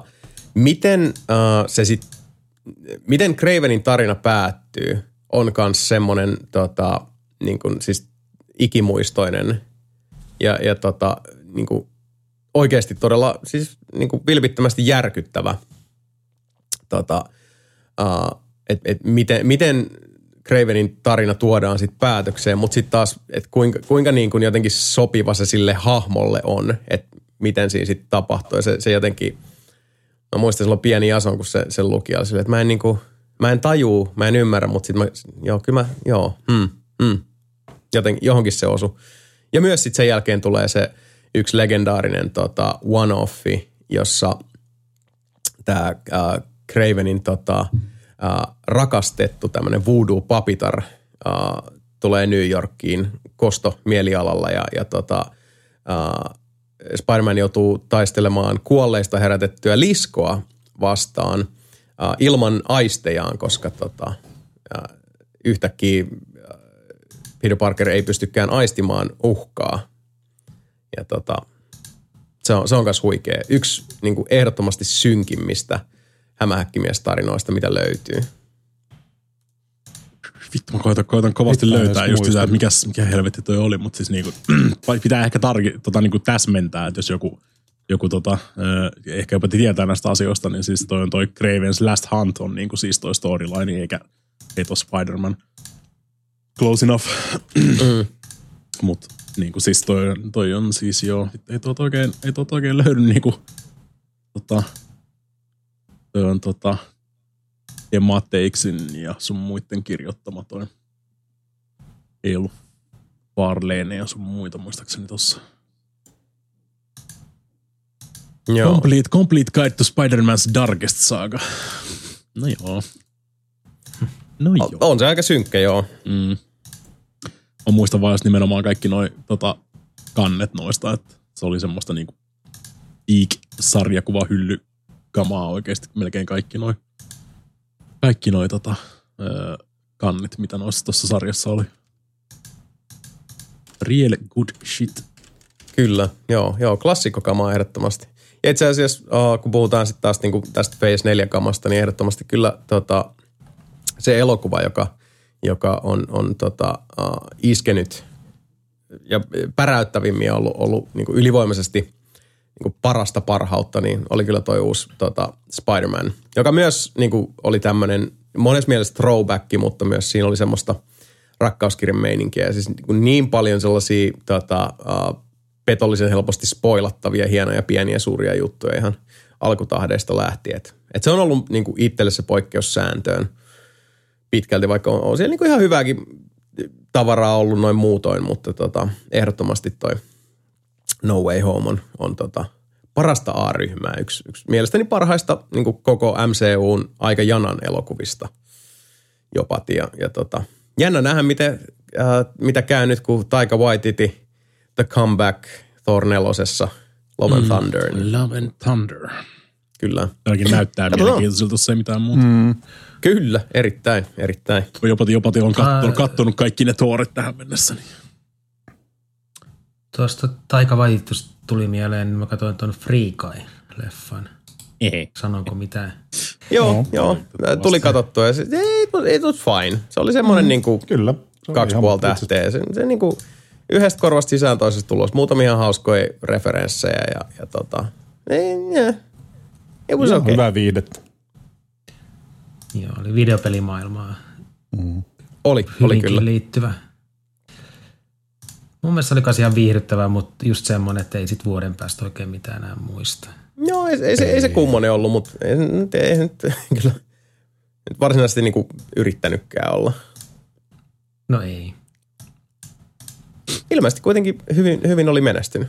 miten Kravenin tarina päättyy, on kans semmoinen niin kuin siis ikimuistoinen ja niin kuin oikeasti todella siis niin kuin vilpittömästi järkyttävä, miten Kravenin tarina tuodaan sitten päätökseen, mutta sitten taas, että kuinka niin kuin jotenkin sopiva se sille hahmolle on, että miten siinä sitten tapahtuu. Ja se jotenkin, mä muistan silloin pieni Jason, kun se luki, ja silleen, että mä en tajuu, mä en ymmärrä, mutta sitten jotenkin johonkin se osui. Ja myös sitten sen jälkeen tulee se yksi legendaarinen one-offi, jossa tämä Kravenin rakastettu tämmöinen voodoo-papitar tulee New Yorkiin kostomielialalla ja Spider-Man joutuu taistelemaan kuolleista herätettyä liskoa vastaan ilman aistejaan, koska yhtäkkiä Peter Parker ei pystykään aistimaan uhkaa. Ja se on myös huikea. Yksi niin kuin ehdottomasti synkimmistä hämähäkkimiestarinoista, mitä löytyy. Vittu, mä koitan kovasti löytää just sitä, että mikä helvetti toi oli, mutta siis niinku, pitää ehkä niinku täsmentää, että jos joku ehkä jopa tietää näistä asioista, niin siis toi Kraven's Last Hunt on niinku siis toi storyline, eikä toi Spider-Man. Close enough. Mut niinku siis toi on siis joo, ei tuot oikein löydy niinku toi on Emma Teixin ja sun muiden kirjoittama toi Eilu Farlane ja sun muita muistaakseni tossa. Joo. Complete Guide to Spider-Man's Darkest Saga. No joo. On se aika synkkä, joo. Mä muistan vaan nimenomaan kaikki noi kannet noista, että se oli semmoista niinku sarjakuva hylly kamaa oikeesti melkein kaikki noi kannit, mitä noissa tuossa sarjassa oli. Real good shit. Kyllä, joo, klassikkokamaa ehdottomasti. Ja itse asiassa, kun puhutaan sitten taas niinku tästä Phase 4-kamasta, niin ehdottomasti kyllä se elokuva, joka on iskenyt ja päräyttävimmin ollut niinku ylivoimaisesti niinku parasta parhautta, niin oli kyllä toi uusi Spider-Man, joka myös niinku oli tämmöinen monessa mielessä throwback, mutta myös siinä oli semmoista rakkauskirjan meininkiä. Ja siis niin paljon sellaisia petollisen helposti spoilattavia, hienoja, pieniä, suuria juttuja ihan alkutahdeista lähtien. Et se on ollut niinku itselle se poikkeussääntöön pitkälti, vaikka on siellä niinku ihan hyvääkin tavaraa ollut noin muutoin, mutta ehdottomasti toi No Way Home on parasta A-ryhmää. Yksi mielestäni parhaista niinku koko MCUn aika janan elokuvista jopa. Ja jännä nähdä, mitä käy nyt, kun Taika Waititi The Comeback Thor 4:ssa Love and Thunder. Love and Thunder. Kyllä. Jotenkin näyttää mielenkiintoiselta, jos ei mitään muuta. Kyllä, erittäin. Jopa on kattonut kaikki ne Thorit tähän mennessä. Niin. Tuosta Taika Waititusta tuli mieleen, niin mä katsoin tuon Free Guy-leffan. Sanonko mitään? Joo. Tuli katsottua ja it was fine. Se oli semmoinen niinku kyllä, 2,5 tähteä. Se niinku yhdestä korvasta sisään toisesta tulos. Muutamia hauskoja referenssejä ja it was okay. Hyvää viihdettä. Joo, oli videopelimaailmaa. Oli kyllä. Liittyvä. Mun mielestä oli myös ihan viihdyttävää, mutta just semmoinen, että ei sit vuoden päästä oikein mitään enää muista. Joo, ei se kummonen ollut, mutta ei nyt kyllä nyt varsinaisesti niinku yrittänytkään olla. No ei. Ilmeisesti kuitenkin hyvin oli menestynyt.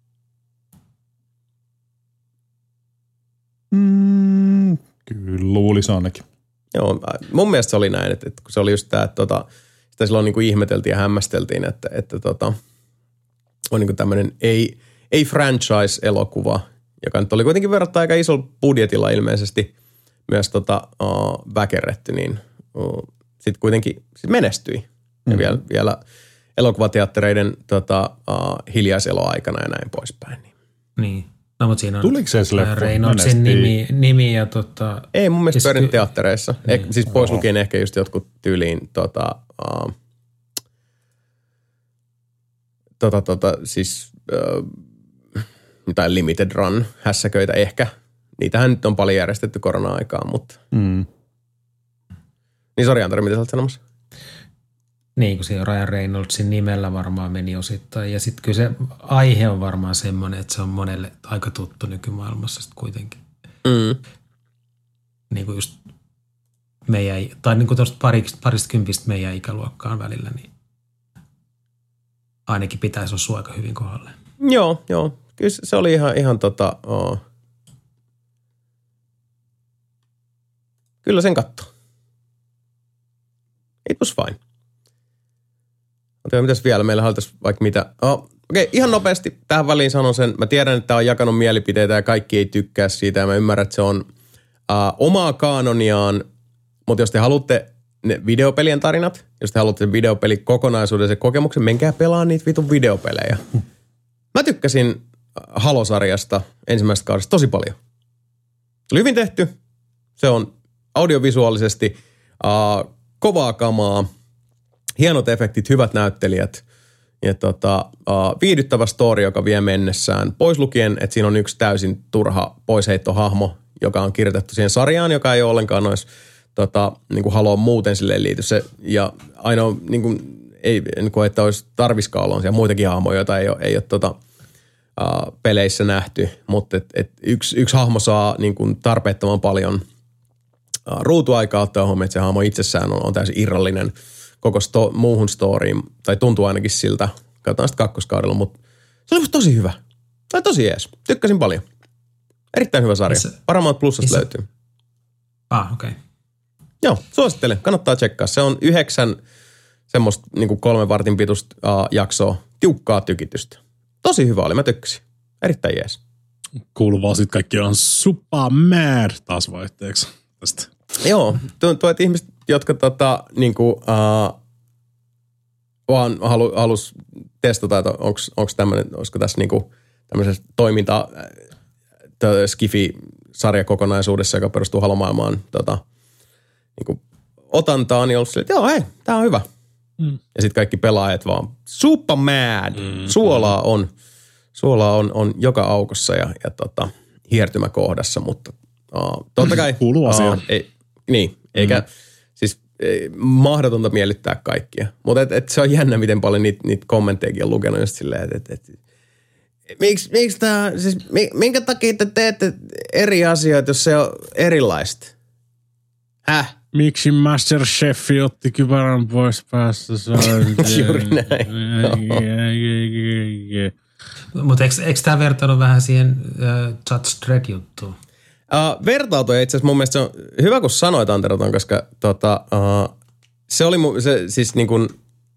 Kyllä luulisi ainakin. Joo, mun mielestä se oli näin, että kun se oli just tämä, että sitä silloin niinku ihmeteltiin ja hämmästeltiin, että on niinku tämmöinen ei franchise-elokuva, joka nyt oli kuitenkin verrattuna aika isolla budjetilla ilmeisesti myös väkerretty, niin sitten kuitenkin menestyi. Ja vielä elokuvateattereiden hiljaiseloaikana ja näin poispäin. Niin. No, mutta siinä on tuliko se Reynoldsin nimi ja Ei mun mielestä pyörin teattereissa. Siis pois lukien ehkä just jotkut tyyliin siis jotain limited run hässäköitä ehkä. Niitähän nyt on paljon järjestetty korona-aikaan, mutta niin sori Antari, mitä sä olet sanomassa? Niin, kun se Ryan Reynoldsin nimellä varmaan meni osittain. Ja sitten kyllä se aihe on varmaan semmoinen, että se on monelle aika tuttu nykymaailmassa sitten kuitenkin. Niin kuin just meidän, tai niin kuin tuosta parikympistä meidän ikäluokkaan välillä, niin ainakin pitäisi osua aika hyvin kohdalle. Joo. Kyllä se oli ihan Kyllä sen kattoo. It was fine. Mitäs vielä? Meillä haltaisi vaikka mitä. Okei, ihan nopeasti tähän väliin sanon sen. Mä tiedän, että tämä on jakanut mielipiteitä ja kaikki ei tykkää siitä. Ja mä ymmärrän, että se on omaa kaanoniaan. Mutta jos te haluatte ne videopelien tarinat, jos te haluatte sen videopelikokonaisuuden, sen kokemuksen, menkää pelaa niitä vitun videopelejä. Mä tykkäsin Halo-sarjasta ensimmäisestä kaudesta tosi paljon. Se oli hyvin tehty. Se on audiovisuaalisesti kovaa kamaa. Hienot efektit, hyvät näyttelijät ja viihdyttävä story, joka vie mennessään. Pois lukien, että siinä on yksi täysin turha poisheittohahmo, joka on kirjoitettu siihen sarjaan, joka ei ole ollenkaan noissa niin kuin Haloon muuten silleen liity. Se, ja ainoa, niin kuin, ei niin kuin, että olisi tarviskaan olla siellä muitakin hahmoja, joita ei ole peleissä nähty. Mutta yksi hahmo saa niin kuin tarpeettoman paljon ruutuaikaa ottaa huomioon, että se hahmo itsessään on täysin irrallinen koko muuhun storyin, tai tuntuu ainakin siltä. Katsotaan sitten kakkoskaudella, mutta se oli tosi hyvä. Tai tosi jees. Tykkäsin paljon. Erittäin hyvä sarja. Paramount Plusasta löytyy. Okei. Okay. Joo, suosittelen. Kannattaa tsekkaa. Se on 9 semmoista niin 3 vartin pituista jaksoa. Tiukkaa tykitystä. Tosi hyvä oli. Mä tykkäsin. Erittäin jees. Kuuluu sitten kaikki on super mad taas vaihteeksi tästä. Joo, tuntuu, että ihmiset, jotka vaan halus testata, että onko tämmöinen, olisiko tässä tämmöisessä toiminta Skifi-sarjakokonaisuudessa, joka perustuu Halo-maailmaan otantaan, niin ollut silleen, että joo, hei, tää on hyvä. Ja sitten kaikki pelaajat vaan super mad. Suolaa on joka aukossa ja hiertymäkohdassa, mutta totta kai. Kuuluu asiaan. Niin, eikä siis mahdotonta miellyttää kaikkia. Mutta se on jännä, miten paljon niitä kommenttejakin on lukenut just silleen, että miksi tämä, siis minkä takia te teette eri asioita, jos se on erilaista? Miksi Masterchefi otti kypärän pois päästä? Juuri näin. Mutta eikö tämä vertailu vähän siihen Judge Dredd-juttuun? Vertautu itse asiassa mun mielestä se on hyvä, kun sanoit Antero ton, koska se oli siis niin kuin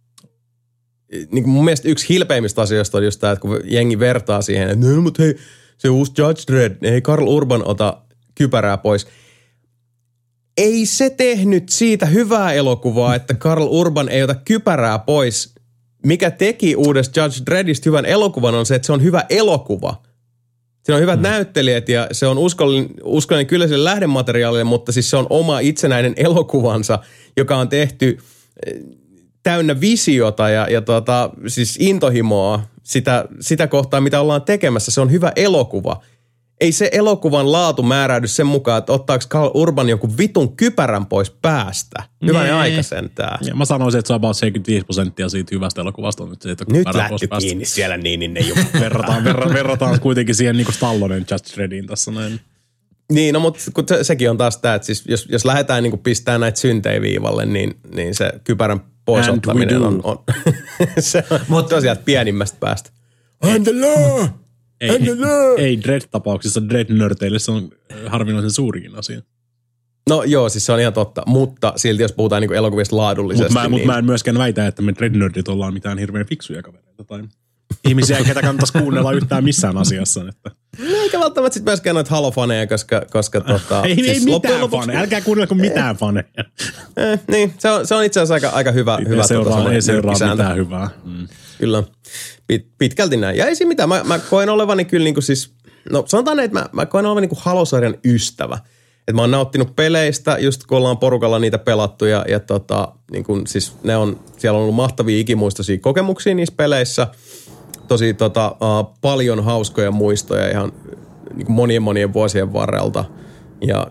mun mielestä yksi hilpeimmistä asioista on just tämä, että kun jengi vertaa siihen, että no, mutta hei, se uusi Judge Dredd, ei Karl Urban ota kypärää pois. Ei se tehnyt siitä hyvää elokuvaa, että Karl Urban ei ota kypärää pois. Mikä teki uudesta Judge Dreddistä hyvän elokuvan on se, että se on hyvä elokuva. Siinä on hyvät näyttelijät ja se on uskollinen kyllä sille lähdemateriaalille, mutta siis se on oma itsenäinen elokuvansa, joka on tehty täynnä visiota ja siis intohimoa sitä kohtaa, mitä ollaan tekemässä. Se on hyvä elokuva. Ei se elokuvan laatu määräydy sen mukaan, että ottaako Karl Urban jonkun vitun kypärän pois päästä. Hyvän aika sentään. Ja mä sanoisin, että se on about 75% siitä hyvästä elokuvasta. Nyt lähty kiinni siellä niin ne jumat. Verrataan kuitenkin siihen niin kuin Stallonen Judge Dreddiin tässä näin. Niin, no mutta sekin on taas tämä, että siis jos lähdetään niin pistää näitä syntejä viivalle, niin se kypärän poisottaminen on se on tosiaan pienimmästä päästä. And the law! Ei Dredd-tapauksessa Dredd-nörteille se on harvinaisen suurikin asia. No joo, siis se on ihan totta, mutta silti jos puhutaan niin elokuvista laadullisesti. Mutta mä en myöskään väitä, että me Dredd-nördit ollaan mitään hirveän fiksuja kavereita tai ihmisiä, ketä kannattaisi kuunnella yhtään missään asiassa. Että. Eikä välttämättä sitten myöskään noita halofaneja, koska ei siis mitään faneja, älkää kuunnelko mitään faneja. Niin, se on itse asiassa aika hyvä. Ei seuraa mitään hyvää. Kyllä, pitkälti näin. Ja ei siinä mitään, mä koen olevani kyllä niin kuin siis, no sanotaan näin, että mä koen olevani niin kuin Halo-sarjan ystävä. Että mä oon nauttinut peleistä, just kun ollaan porukalla niitä pelattu ja niin kuin siis siellä on ollut mahtavia ikimuistoisia kokemuksia niissä peleissä. Tosi paljon hauskoja muistoja ihan niin kuin monien vuosien varrelta. Ja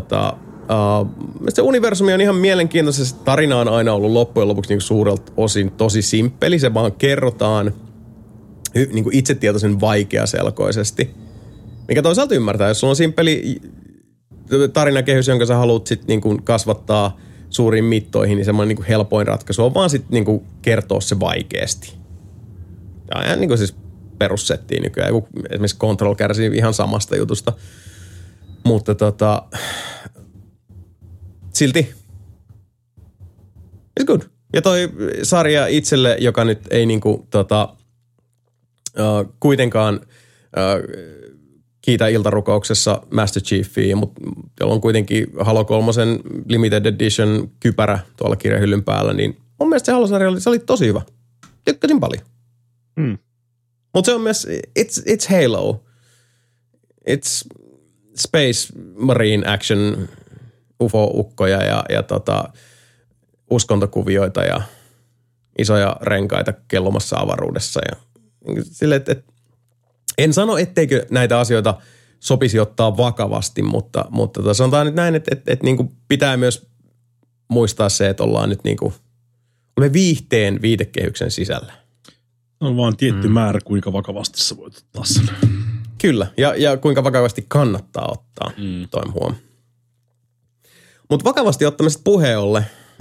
se universumi on ihan mielenkiintoinen. Se tarina on aina ollut loppujen lopuksi niin kuin suurelta osin tosi simppeli. Se vaan kerrotaan niin kuin itsetietoisen vaikeaselkoisesti. Mikä toisaalta ymmärtää, jos sulla on simppeli tarinakehys, jonka sä haluat sit niin kuin kasvattaa suuriin mittoihin, niin semmoinen niin kuin helpoin ratkaisu on vaan sit niin kuin kertoa se vaikeasti. Tämä on ihan niin kuin siis perussettiin nykyään. Esimerkiksi Control kärsii ihan samasta jutusta. Mutta silti it's good. Ja toi sarja itselle, joka nyt ei niinku kuitenkaan kiitä iltarukouksessa Master Chiefia, mutta jolla on kuitenkin Halo 3 Limited Edition kypärä tuolla kirjahyllyn päällä, niin mun mielestä se Halo-sarja se oli tosi hyvä. Tykkäsin paljon. Mutta se on myös, it's Halo. It's Space Marine Action, UFO-ukkoja ja uskontokuvioita ja isoja renkaita kellomassa avaruudessa. Ja sille, en sano, etteikö näitä asioita sopisi ottaa vakavasti, mutta sanotaan nyt näin, että niinku pitää myös muistaa se, että ollaan nyt niinku, olemme viihteen viitekehyksen sisällä. On vaan tietty määrä, kuinka vakavasti sä voit ottaa sen. Kyllä, ja kuinka vakavasti kannattaa ottaa, toim huom. Mutta vakavasti ottamisesta puheolle,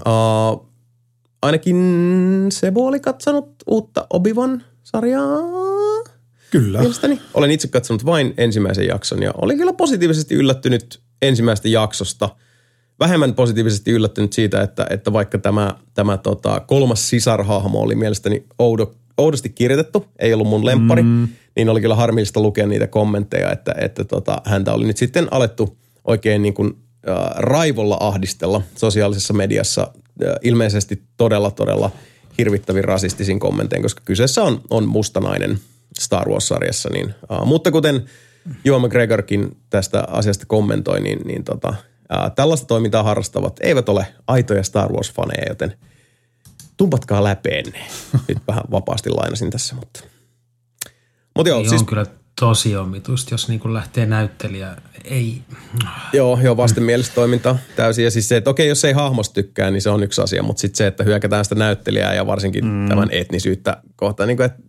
ainakin Sebo oli katsonut uutta Obi-Wan-sarjaa. Kyllä. Mielestäni. Olen itse katsonut vain ensimmäisen jakson ja olin kyllä positiivisesti yllättynyt ensimmäisestä jaksosta. Vähemmän positiivisesti yllättynyt siitä, että vaikka tämä kolmas sisarhahmo oli mielestäni oudosti kirjoitettu, ei ollut mun lemppari, niin oli kyllä harmillista lukea niitä kommentteja, että häntä oli nyt sitten alettu oikein niin kuin raivolla ahdistella sosiaalisessa mediassa ilmeisesti todella hirvittävin rasistisin kommentein, koska kyseessä on mustanainen Star Wars-sarjassa. Niin, mutta kuten Ewan McGregorkin tästä asiasta kommentoi, niin tällaista toimintaa harrastavat eivät ole aitoja Star Wars-faneja, joten tumpatkaa läpeenne. Nyt vähän vapaasti lainasin tässä, mutta joo. Siis on kyllä tosi omituista, jos niin kuin lähtee näyttelijä. Ei. Joo, vastenmielistä toimintaa täysin. Ja siis se, että okei, jos ei hahmosta tykkää, niin se on yksi asia. Mutta sitten se, että hyökätään sitä näyttelijää ja varsinkin tämän etnisyyttä kohtaan. Niin kuin, että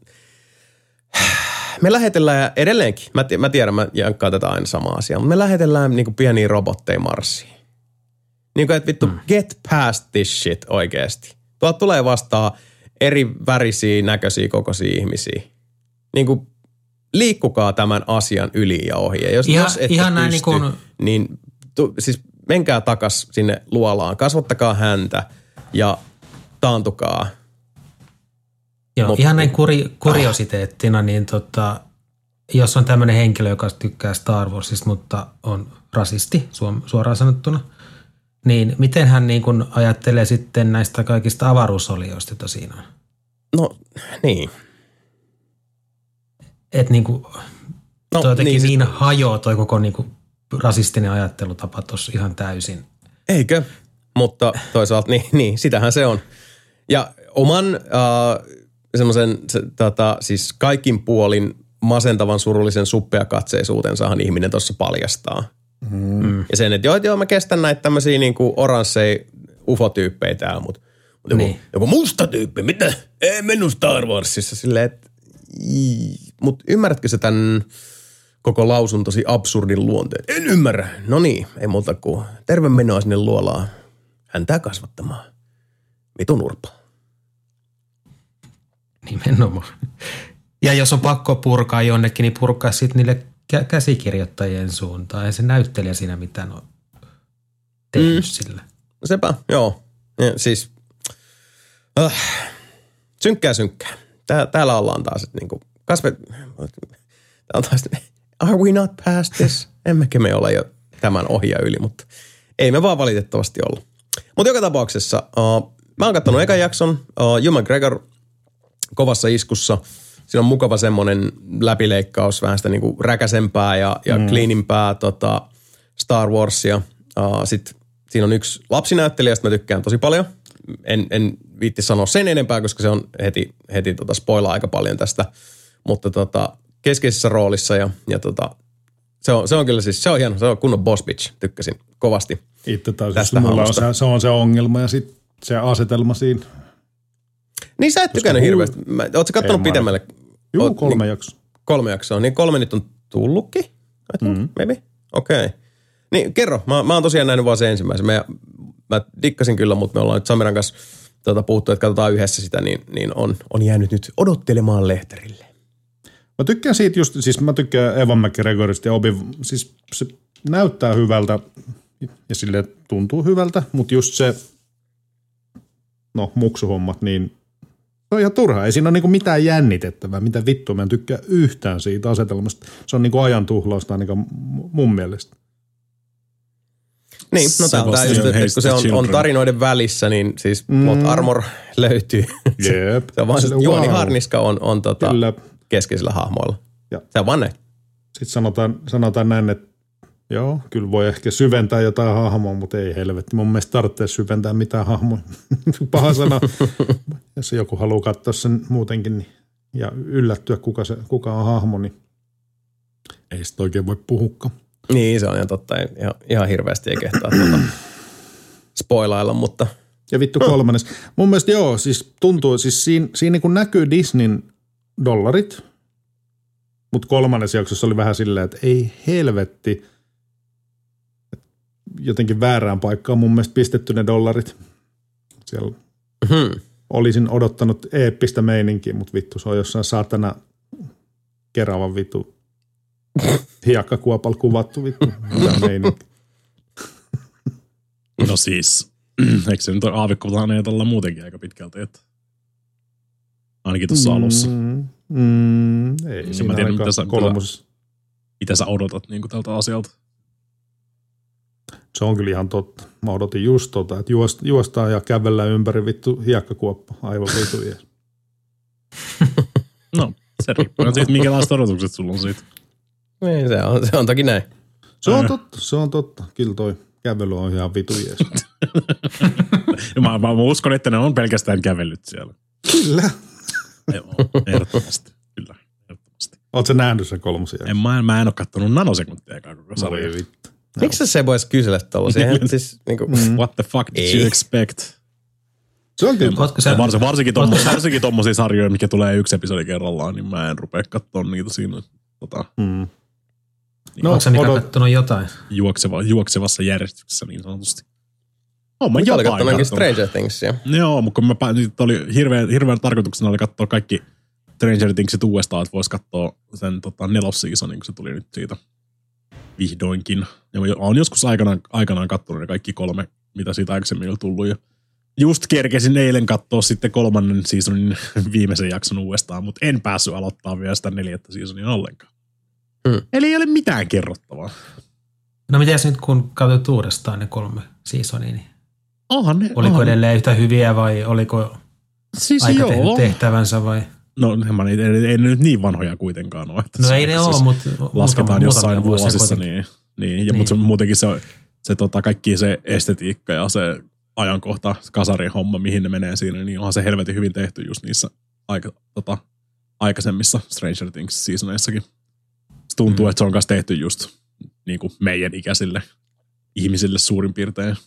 me lähetellään edelleenkin, mä tiedän, mä jankkaan tätä aina samaa asiaa, mutta me lähetellään niin kuin pieniä robotteja Marsiin. Niin kuin, että vittu, get past this shit oikeasti. Tuolta tulee vastaan eri värisiä, näköisiä, kokoisia ihmisiä. Niin kuin liikkukaa tämän asian yli ja ohi. Ja jos ette ihan pysty, niin, kuin niin siis menkää takas sinne luolaan, kasvattakaa häntä ja taantukaa. Joo, ihan näin kuriositeettina, niin jos on tämmöinen henkilö, joka tykkää Star Warsista, mutta on rasisti suoraan sanottuna, niin miten hän niin kuin ajattelee sitten näistä kaikista avaruusolioista, joita siinä on? No, niin. Että niin kuin, jotenkin niin hajoaa toi koko niin kuin rasistinen ajattelutapa tuossa ihan täysin. Eikö? Mutta toisaalta niin, sitähän se on. Ja oman semmoisen siis kaikin puolin masentavan surullisen suppeakatseisuutensahan ihminen tuossa paljastaa. Ja sen, että joo, mä kestän näitä tämmöisiä niinku oransseja ufotyyppejä täällä, mutta joku musta tyyppi, mitä? Ei mennyt Star Warsissa silleen, että mutta ymmärrätkö sä tämän koko lausuntosi absurdin luonteen? En ymmärrä. No niin, ei muuta kuin terve menoa sinne luolaan häntää kasvattamaan. Vitun urpa. Nimenomaan. Ja jos on pakko purkaa jonnekin, niin purkaa sitten niille käsikirjoittajien suuntaan. Ei se näyttelijä siinä mitään ole tehnyt sillä. Sepä, joo. Ja siis, synkkää. Täällä ollaan taas, että niinku, täällä on taas, are we not past this? Emmekä me ole jo tämän ohja yli, mutta ei me vaan valitettavasti olla. Mutta joka tapauksessa, mä oon kattonut ekan jakson, Ewan McGregor kovassa iskussa. Siinä on mukava semmoinen läpileikkaus, vähän sitä niinku räkäsempää ja cleanimpää Star Warsia. Sitten siinä on yksi lapsinäyttelijä, josta mä tykkään tosi paljon. En viitti sanoa sen enempää, koska se on heti spoilaa aika paljon tästä. Mutta keskeisessä roolissa ja se on kyllä siis, se on hieno, se on kunnon boss bitch, tykkäsin kovasti. Itse taas, mulla se on se ongelma ja sitten se asetelma siinä. Niin sä et tykännyt hirveästi. Ootko kattonut pitemmälle? Juu, 3 jaksoa. 3 jaksoa, niin 3 nyt on tullutkin? Maybe? Okei. Niin kerro, mä oon tosiaan nähnyt vaan se ensimmäisen. Mä dikkasin kyllä, mutta me ollaan nyt Samiran kanssa puhuttu, että katsotaan yhdessä sitä, niin on jäänyt nyt odottelemaan lehterille. Mä tykkään siitä just, siis mä tykkään Ewan McGregorista ja siis se näyttää hyvältä ja sille tuntuu hyvältä, mutta just se, muksuhommat, niin se on ihan turhaa. Ei siinä ole niinku mitään jännitettävää, mitä vittua. Mä en tykkää yhtään siitä asetelmasta. Se on niinku ajan tuhlausta ainakaan mun mielestä. Niin, no tää just, että kun se on tarinoiden välissä, niin siis plot armor löytyy. Jep. Se on vaan juoni harniska on keskeisillä hahmoilla. Ja. Se on vaan näin. Sitten sanotaan näin, että joo, kyllä voi ehkä syventää jotain hahmoa, mutta ei helvetti. Mun mielestä tarvitsee syventää mitään hahmoa. Paha sana. Jos joku haluaa katsoa sen muutenkin niin, ja yllättyä, kuka on hahmo, niin ei sitä oikein voi puhukaan. Niin, se on ihan totta. Ihan hirveästi ei kehtaa spoilailla, mutta... Ja vittu 3. Mun mielestä joo, siis tuntuu, siis siinä niin kuin näkyy Disneyn dollarit, mutta 3. jaksossa oli vähän silleen, että ei helvetti, jotenkin väärään paikkaan mun mielestä pistetty ne dollarit. Siellä olisin odottanut eeppistä meininkiä, mutta vittu, se on jossain saatana Keravan vittu hiekkakuopalla kuvattu vittu. Meininki. No siis, eikö se nyt ole aavikkoplaneetalla muutenkin aika pitkälti, että ainakin tuossa alussa. Ei, siinä mä tiedän, mitä sä odotat niin kuin tältä asialta. Se on kyllä ihan totta. Mä odotin just että juostaan ja kävellään ympäri vittu hiekkakuoppa. Aivan vittu jees. No, se riippuu siitä, minkälaiset odotukset sulla on siitä. Niin, se on toki näin. Se on totta. Kyllä toi kävely on ihan vitu jees. mä uskon, että ne on pelkästään kävellyt siellä. Kyllä. Joo, ehdottomasti. Kyllä, ehdottomasti. Ootko sä nähnyt sen 3 jakson? Mä en ole kattonut nanosekuntiakaan koko sarjaa. Vittu. Miksi se voisi kysellä tollaisia? Siis, niinku, what the fuck did you expect? Se on kyllä. Varsinkin tommosia sarjoja, mikä tulee 1 episodi kerrallaan, niin mä en rupea katsomaan niitä siinä. No, ootko sä Mika kattonut jotain? Juoksevassa järjestyksessä niin sanotusti. Mä jotain kattonut Stranger Thingsia. Joo, mutta kun oli hirveän tarkoituksena oli katsoa kaikki Stranger Thingsit uudestaan, että voisi katsoa sen 4. seasonin, kun se tuli nyt siitä vihdoinkin. Ja olen joskus aikanaan kattonut ne kaikki 3, mitä siitä aikaisemmin on tullut. Ja just kerkesin eilen katsoa sitten 3. seasonin viimeisen jakson uudestaan, mutta en päässyt aloittaa vielä sitä 4. seasonia ollenkaan. Eli ei ole mitään kerrottavaa. No mitäs nyt kun katsot uudestaan ne 3 seasonia, niin oliko edelleen yhtä hyviä vai oliko siis aika tehnyt tehtävänsä vai? No ei ne nyt niin vanhoja kuitenkaan ole. No ei ne ole, mutta lasketaan jossain vuosissa. Niin. Ja mutta muutenkin se kaikki se estetiikka ja se ajankohta, kasarin homma, mihin ne menee siinä, niin onhan se helvetin hyvin tehty just niissä aikaisemmissa Stranger Things-seasoneissakin. Se tuntuu, että se on myös tehty just niin kuin meidän ikäisille ihmisille suurin piirtein.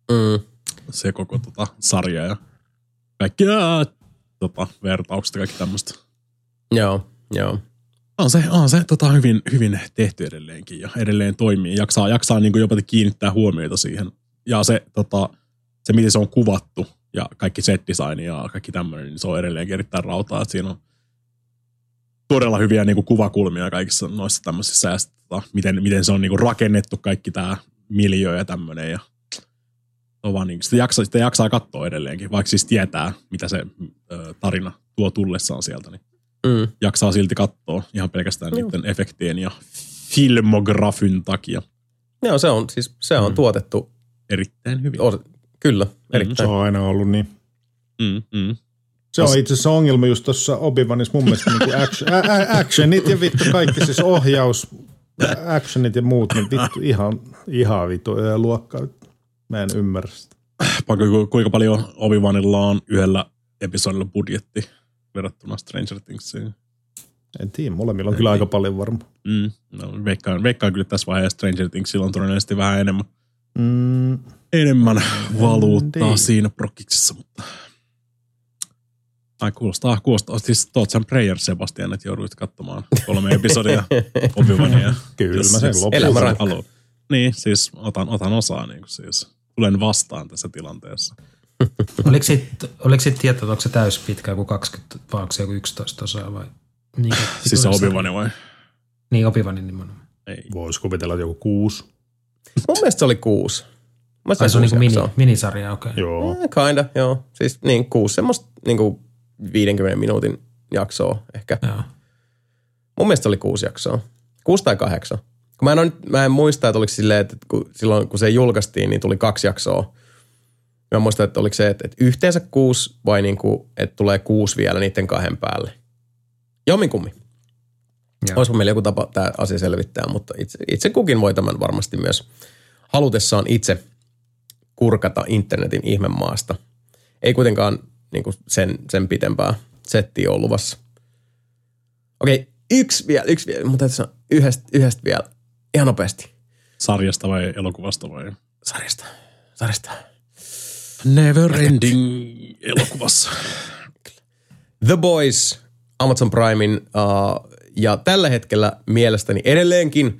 Se koko sarja ja kaikki vertaukset ja kaikki tämmöistä. Joo. On se hyvin tehty edelleenkin ja edelleen toimii. Jaksaa niin kuin jopa kiinnittää huomiota siihen. Ja se miten se on kuvattu ja kaikki set design ja kaikki tämmöinen, niin se on edelleenkin erittäin rautaa. Että siinä on todella hyviä niin kuin kuvakulmia kaikissa noissa tämmöisissä ja miten se on niin kuin rakennettu kaikki tämä miljöö ja tämmöinen. Ja on vaan niin, sitä jaksaa katsoa edelleenkin, vaikka siis tietää, mitä se tarina tuo tullessaan sieltä, niin jaksaa silti katsoa ihan pelkästään niiden efektien ja filmografyn takia. Joo, se on tuotettu erittäin hyvin. Kyllä, erittäin. Se on aina ollut niin. Se on itse asiassa ongelma just tuossa Obi-Wanissa mun mielestä niin actionit ja vittu kaikki siis ohjaus, actionit ja muut, niin vittu ihan vittu luokkaa. Mä en ymmärrä sitä. Kuinka paljon Obi-Wanilla on yhdellä episodilla budjetti verrattuna Stranger Thingsiin? En tiedä, molemmilla on kyllä aika paljon varmaan. No, veikkaan kyllä tässä vaiheessa Stranger Thingsilla on todennäköisesti vähän enemmän valuuttaa siinä prokiksessa, mutta kuulostaa. Siis Thoughts & Prayers, Sebastian, että jouduit katsomaan 3 episodia Obi-Wania. Kyllä, mä sen loppuun. Niin, siis otan osaa, niin kuin siis tulen vastaan tässä tilanteessa. Oliko sitten tietoa, onko se täys pitkä joku 20 vai onko se joku 11 osaa vai? Niin, siis se Obi-Wan vai? Niin, Obi-Wanin nimenomaan. Voisi kuvitella joku 6. Mun mielestä se oli 6. Ai se on niinku minisarja, okei. Okay. Joo. Kinda, joo. Siis niin 6 semmoista niinku 50 minuutin jaksoa ehkä. Joo. Mun mielestä oli 6 jaksoa. 6 tai 8. Mä en muista, että oliko silleen, että silloin kun se julkaistiin, niin tuli 2 jaksoa. Mä muistan, että oliko se, että yhteensä 6 vai niinku, että tulee 6 vielä niiden 2 päälle. Jomminkummin. Olisiko meillä joku tapa tämä asia selvittää, mutta itse kukin voi tämän varmasti myös halutessaan itse kurkata internetin ihmemaasta. Ei kuitenkaan niinku sen pitempää settiä ole luvassa. Okei, yksi vielä, mutta täytyy sanoa yhdestä vielä. Ihan nopeasti. Sarjasta vai elokuvasta vai? Sarjasta. Never ending elokuvassa. The Boys, Amazon Primein ja tällä hetkellä mielestäni edelleenkin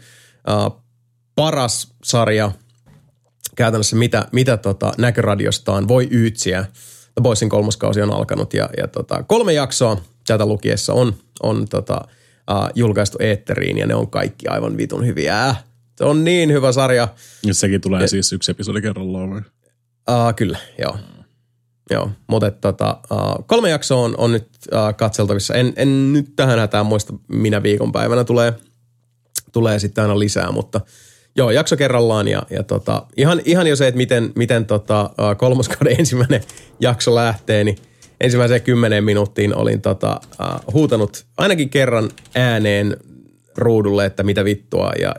paras sarja käytännössä mitä näköradiosta voi yytsiä. The Boysin 3. kausi on alkanut ja 3 jaksoa tätä lukiessa on julkaistu eetteriin ja ne on kaikki aivan vitun hyviä. Se on niin hyvä sarja. Ja sekin tulee siis 1 episodi kerrallaan vai? Kyllä, joo. Mutta 3 jaksoa on nyt katseltavissa. En nyt tähän hätään muista, minä viikonpäivänä tulee sitten aina lisää, mutta joo, jakso kerrallaan ja ihan jo se, että miten 3. kauden ensimmäinen jakso lähtee, niin ensimmäiseen 10 minuuttiin olin huutanut ainakin kerran ääneen ruudulle, että mitä vittua ja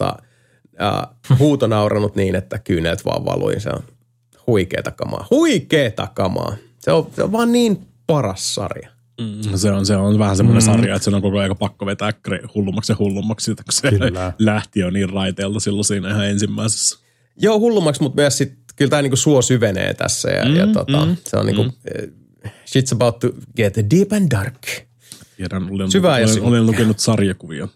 huutonauranut niin, että kyynelt vaan valui. Se on huikeeta kamaa. Se on vaan niin paras sarja. Se on vähän semmoinen sarja, että se on koko ajan pakko vetää hullummaksi, kun se lähti jo niin raiteelta silloin siinä ihan ensimmäisessä. Joo, hullummaksi, mutta myös sitten kyllä tämä niinku suo syvenee tässä ja se on niinku shit's about to get deep and dark. Tiedän, olen lukenut sarjakuvia.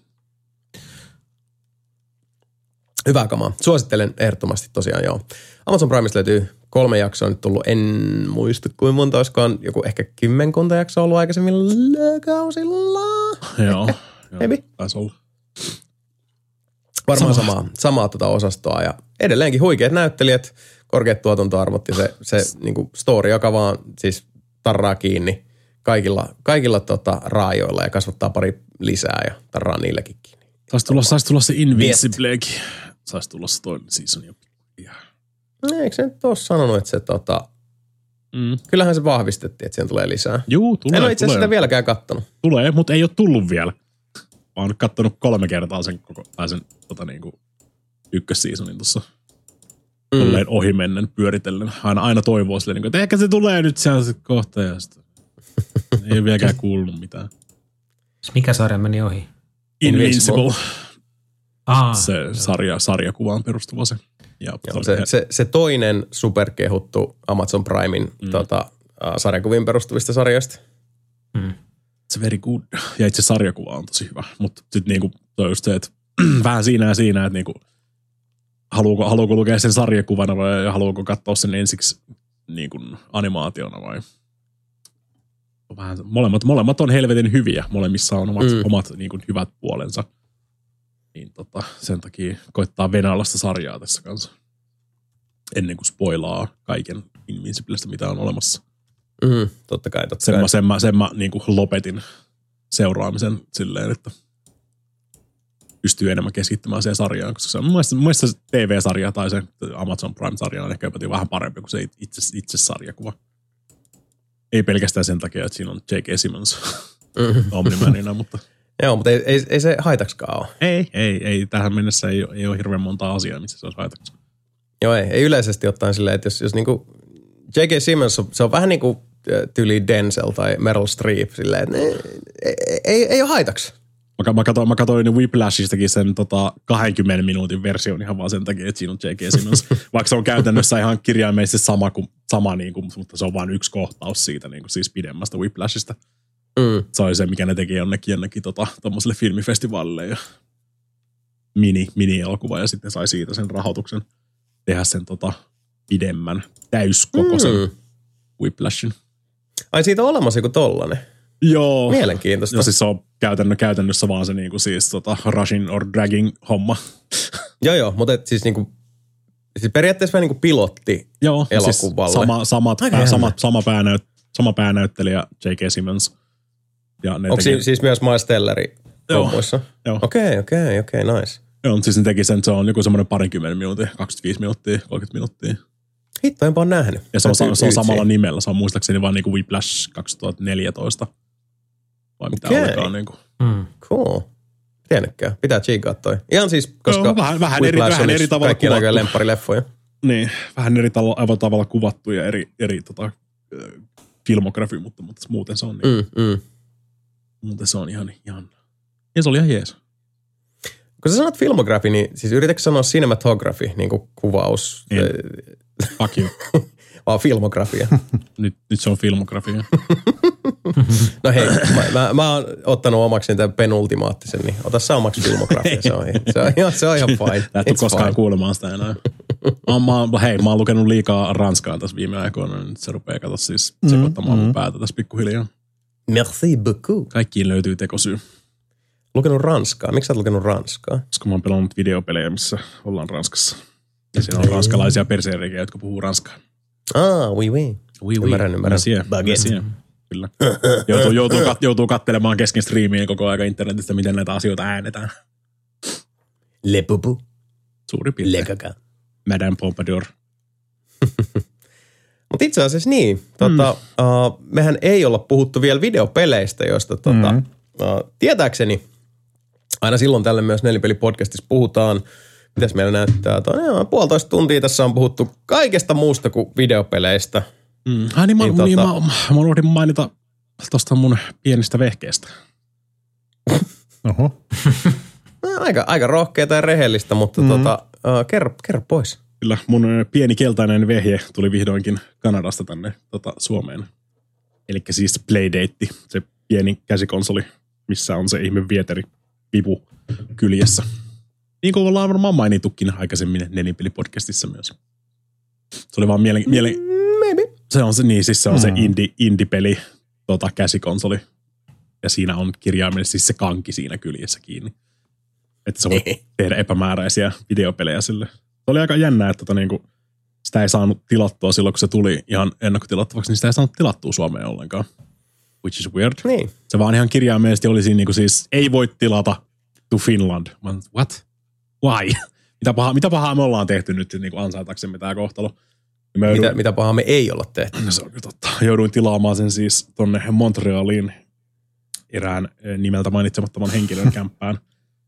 Hyvää kamaa. Suosittelen ehdottomasti tosiaan, joo. Amazon Primesta löytyy 3 jaksoa nyt tullut. En muista kuinka monta olisikaan. Joku ehkä 10 jaksoa ollut aikaisemmin kausilla. Joo. Maybe. Taisi olla. Varmaan samaa osastoa ja edelleenkin huikeat näyttelijät, korkeat tuotantoarvot ja se niinku story, joka vaan siis tarraa kiinni kaikilla raajoilla ja kasvattaa pari lisää ja tarraa niilläkin kiinni. Saisi tulla se Invinciblekin. Saisi tulla se toinen season jo. Eikö se nyt ole sanonut, että se kyllähän se vahvistettiin, että siihen tulee lisää. Juu, tulee. En ole itse asiassa sitä vieläkään kattonut. Tulee, mutta ei ole tullut vielä. Mä oon kattonut 3 kertaa sen ykkösseasonin tuossa. tolleen ohimennen pyöritellen. Aina toivoo silleen, että ehkä se tulee nyt se kohta ja sitten ei vieläkään kuulunut mitään. Mikä sarja meni ohi? Invincible. Se sarjakuvaan perustuva se. Ja se toinen superkehuttu Amazon Primein sarjakuviin perustuvista sarjoista. It's very good. Ja itse sarjakuva on tosi hyvä. Mutta sitten niinku, se on just se, että vähän siinä, että niinku, haluuko lukea sen sarjakuvana vai haluuko katsoa sen ensiksi niinku, animaationa vai... Vähän, molemmat on helvetin hyviä. Molemmissa on omat niinku, hyvät puolensa. Niin sen takia koittaa venäläistä sarjaa tässä kanssa. Ennen kuin spoilaa kaiken Invinciblestä, mitä on olemassa. Totta kai. Sen mä niin kuin lopetin seuraamisen silleen, että pystyy enemmän keskittymään siihen sarjaan. Koska se on mun mielestä se TV-sarja tai se Amazon Prime-sarja on ehkä jopa vähän parempi kuin se itse sarjakuva. Ei pelkästään sen takia, että siinä on J.K. Simmons Omni-Manina, mutta... Joo, mutta ei se haitaksikaan ole. Ei. Tähän mennessä ei ole hirveän monta asiaa, missä se olisi haitaksi. Joo, ei yleisesti ottaen silleen, että jos niinku J.K. Simmons, se on vähän niin kuin tyyli Denzel tai Meryl Streep silleen, että ei ole haitaksi. Mä katsoin Whiplashistakin sen 20 minuutin version ihan vaan sen takia, että siinä on J.K. Simmons. Vaikka se on käytännössä ihan kirjaimellisesti sama niin kuin, mutta se on vain yksi kohtaus siitä niin kuin siis pidemmästä Whiplashista. Se oli se, mikä ne teki jonnekin tommoselle filmifestivaalille ja mini-elokuva ja sitten sai siitä sen rahoituksen tehdä sen pidemmän täyskokoisen Whiplashin. Ai siitä on olemassa joku tollanen? Joo. Mielenkiintoista. No siis se on käytännössä vaan se niinku siis rushing or dragging homma. Joo, mutta siis niinku siis periaatteessa vähän niinku pilotti elokuvalle. Sama päänäyttelijä J.K. Simmons. Onko siis myös Miles Telleri hommuissa? Joo. Okei, nice. Joo, siis ne teki sen, se on joku semmoinen 20 minuuttia, 25 minuuttia, 30 minuuttia. Hitto, enpä ole nähnyt. Ja se on samalla nimellä, se on muistaakseni vaan niinku Whiplash 2014. Vai mitä olikaan niinku. Cool. Tiedäkään, pitää tsiikaa toi. Ihan siis, koska joo, vähän eri tavalla kaikkien aikojen lempparileffoja. Niin, vähän eri tavalla kuvattu ja eri filmografi, mutta muuten se on niin. Muuten se on ihan ja se oli ihan jees. Kun sä sanot filmografi, niin siis yritätkö sanoa cinematography, niin kuin kuvaus? Fuck you. Vaan filmografia. nyt se on filmografia. No hei, mä oon ottanut omaksi tämän penultimaattisen, niin ota sä omaksi filmografia. Se on ihan fine. Tää et koskaan kuulemaan sitä enää. Mä oon lukenut liikaa ranskaa tässä viime aikoina, niin nyt se rupeaa katsoa siis sekoittamaan mun päätä tässä pikkuhiljaa. Merci beaucoup. Kaikkiin löytyy tekosyy. Lukenut ranskaa? Miksi sä oot lukenut ranskaa? Koska mä oon pelannut videopelejä, missä ollaan Ranskassa. Ja siinä on ranskalaisia perseerikiä, jotka puhuu ranskaa. Oui. Ymmärrän. Baguette. Kyllä. Joutuu katselemaan kesken striimiä koko aika internetistä, miten näitä asioita äänetään. Le pupu. Suuri piirtein. Le caca. Madame Pompadour. Mutta itse asiassa niin. Mehän ei olla puhuttu vielä videopeleistä, joista tietääkseni aina silloin tälle myös Nelipeli-podcastissa puhutaan. Mitäs meillä näyttää? 1,5 tuntia tässä on puhuttu kaikesta muusta kuin videopeleistä. Mä unohdin mainita tuosta mun pienistä vehkeestä. Oho. Aika rohkeata ja rehellistä, mutta kerro pois. Kyllä, mun pieni keltainen vehje tuli vihdoinkin Kanadasta tänne Suomeen. Elikkä siis Playdate, se pieni käsikonsoli, missä on se ihme vieteri-vipu kyljessä. Niin kuin ollaan varmaan mainitukin aikaisemmin Nelipeli-podcastissa myös. Se oli vaan Maybe. Se on se, niin siis se on se indie-peli käsikonsoli. Ja siinä on kirjaimellisesti siis se kanki siinä kyljessä kiinni. Että sä voit tehdä epämääräisiä videopelejä sille. Se oli aika jännä, että sitä ei saanut tilattua silloin, kun se tuli ihan ennakkotilattavaksi, niin sitä ei saanut tilattua Suomeen ollenkaan. Which is weird. Niin. Se vaan ihan kirjaimellisesti oli siinä siis, ei voi tilata to Finland. What? Why? Mitä pahaa me ollaan tehty nyt ansaitaksemme tää kohtalo? Mitä pahaa me ei olla tehty? No se on totta. Jouduin tilaamaan sen siis tonne Montrealiin erään nimeltä mainitsemattoman henkilön kämppään.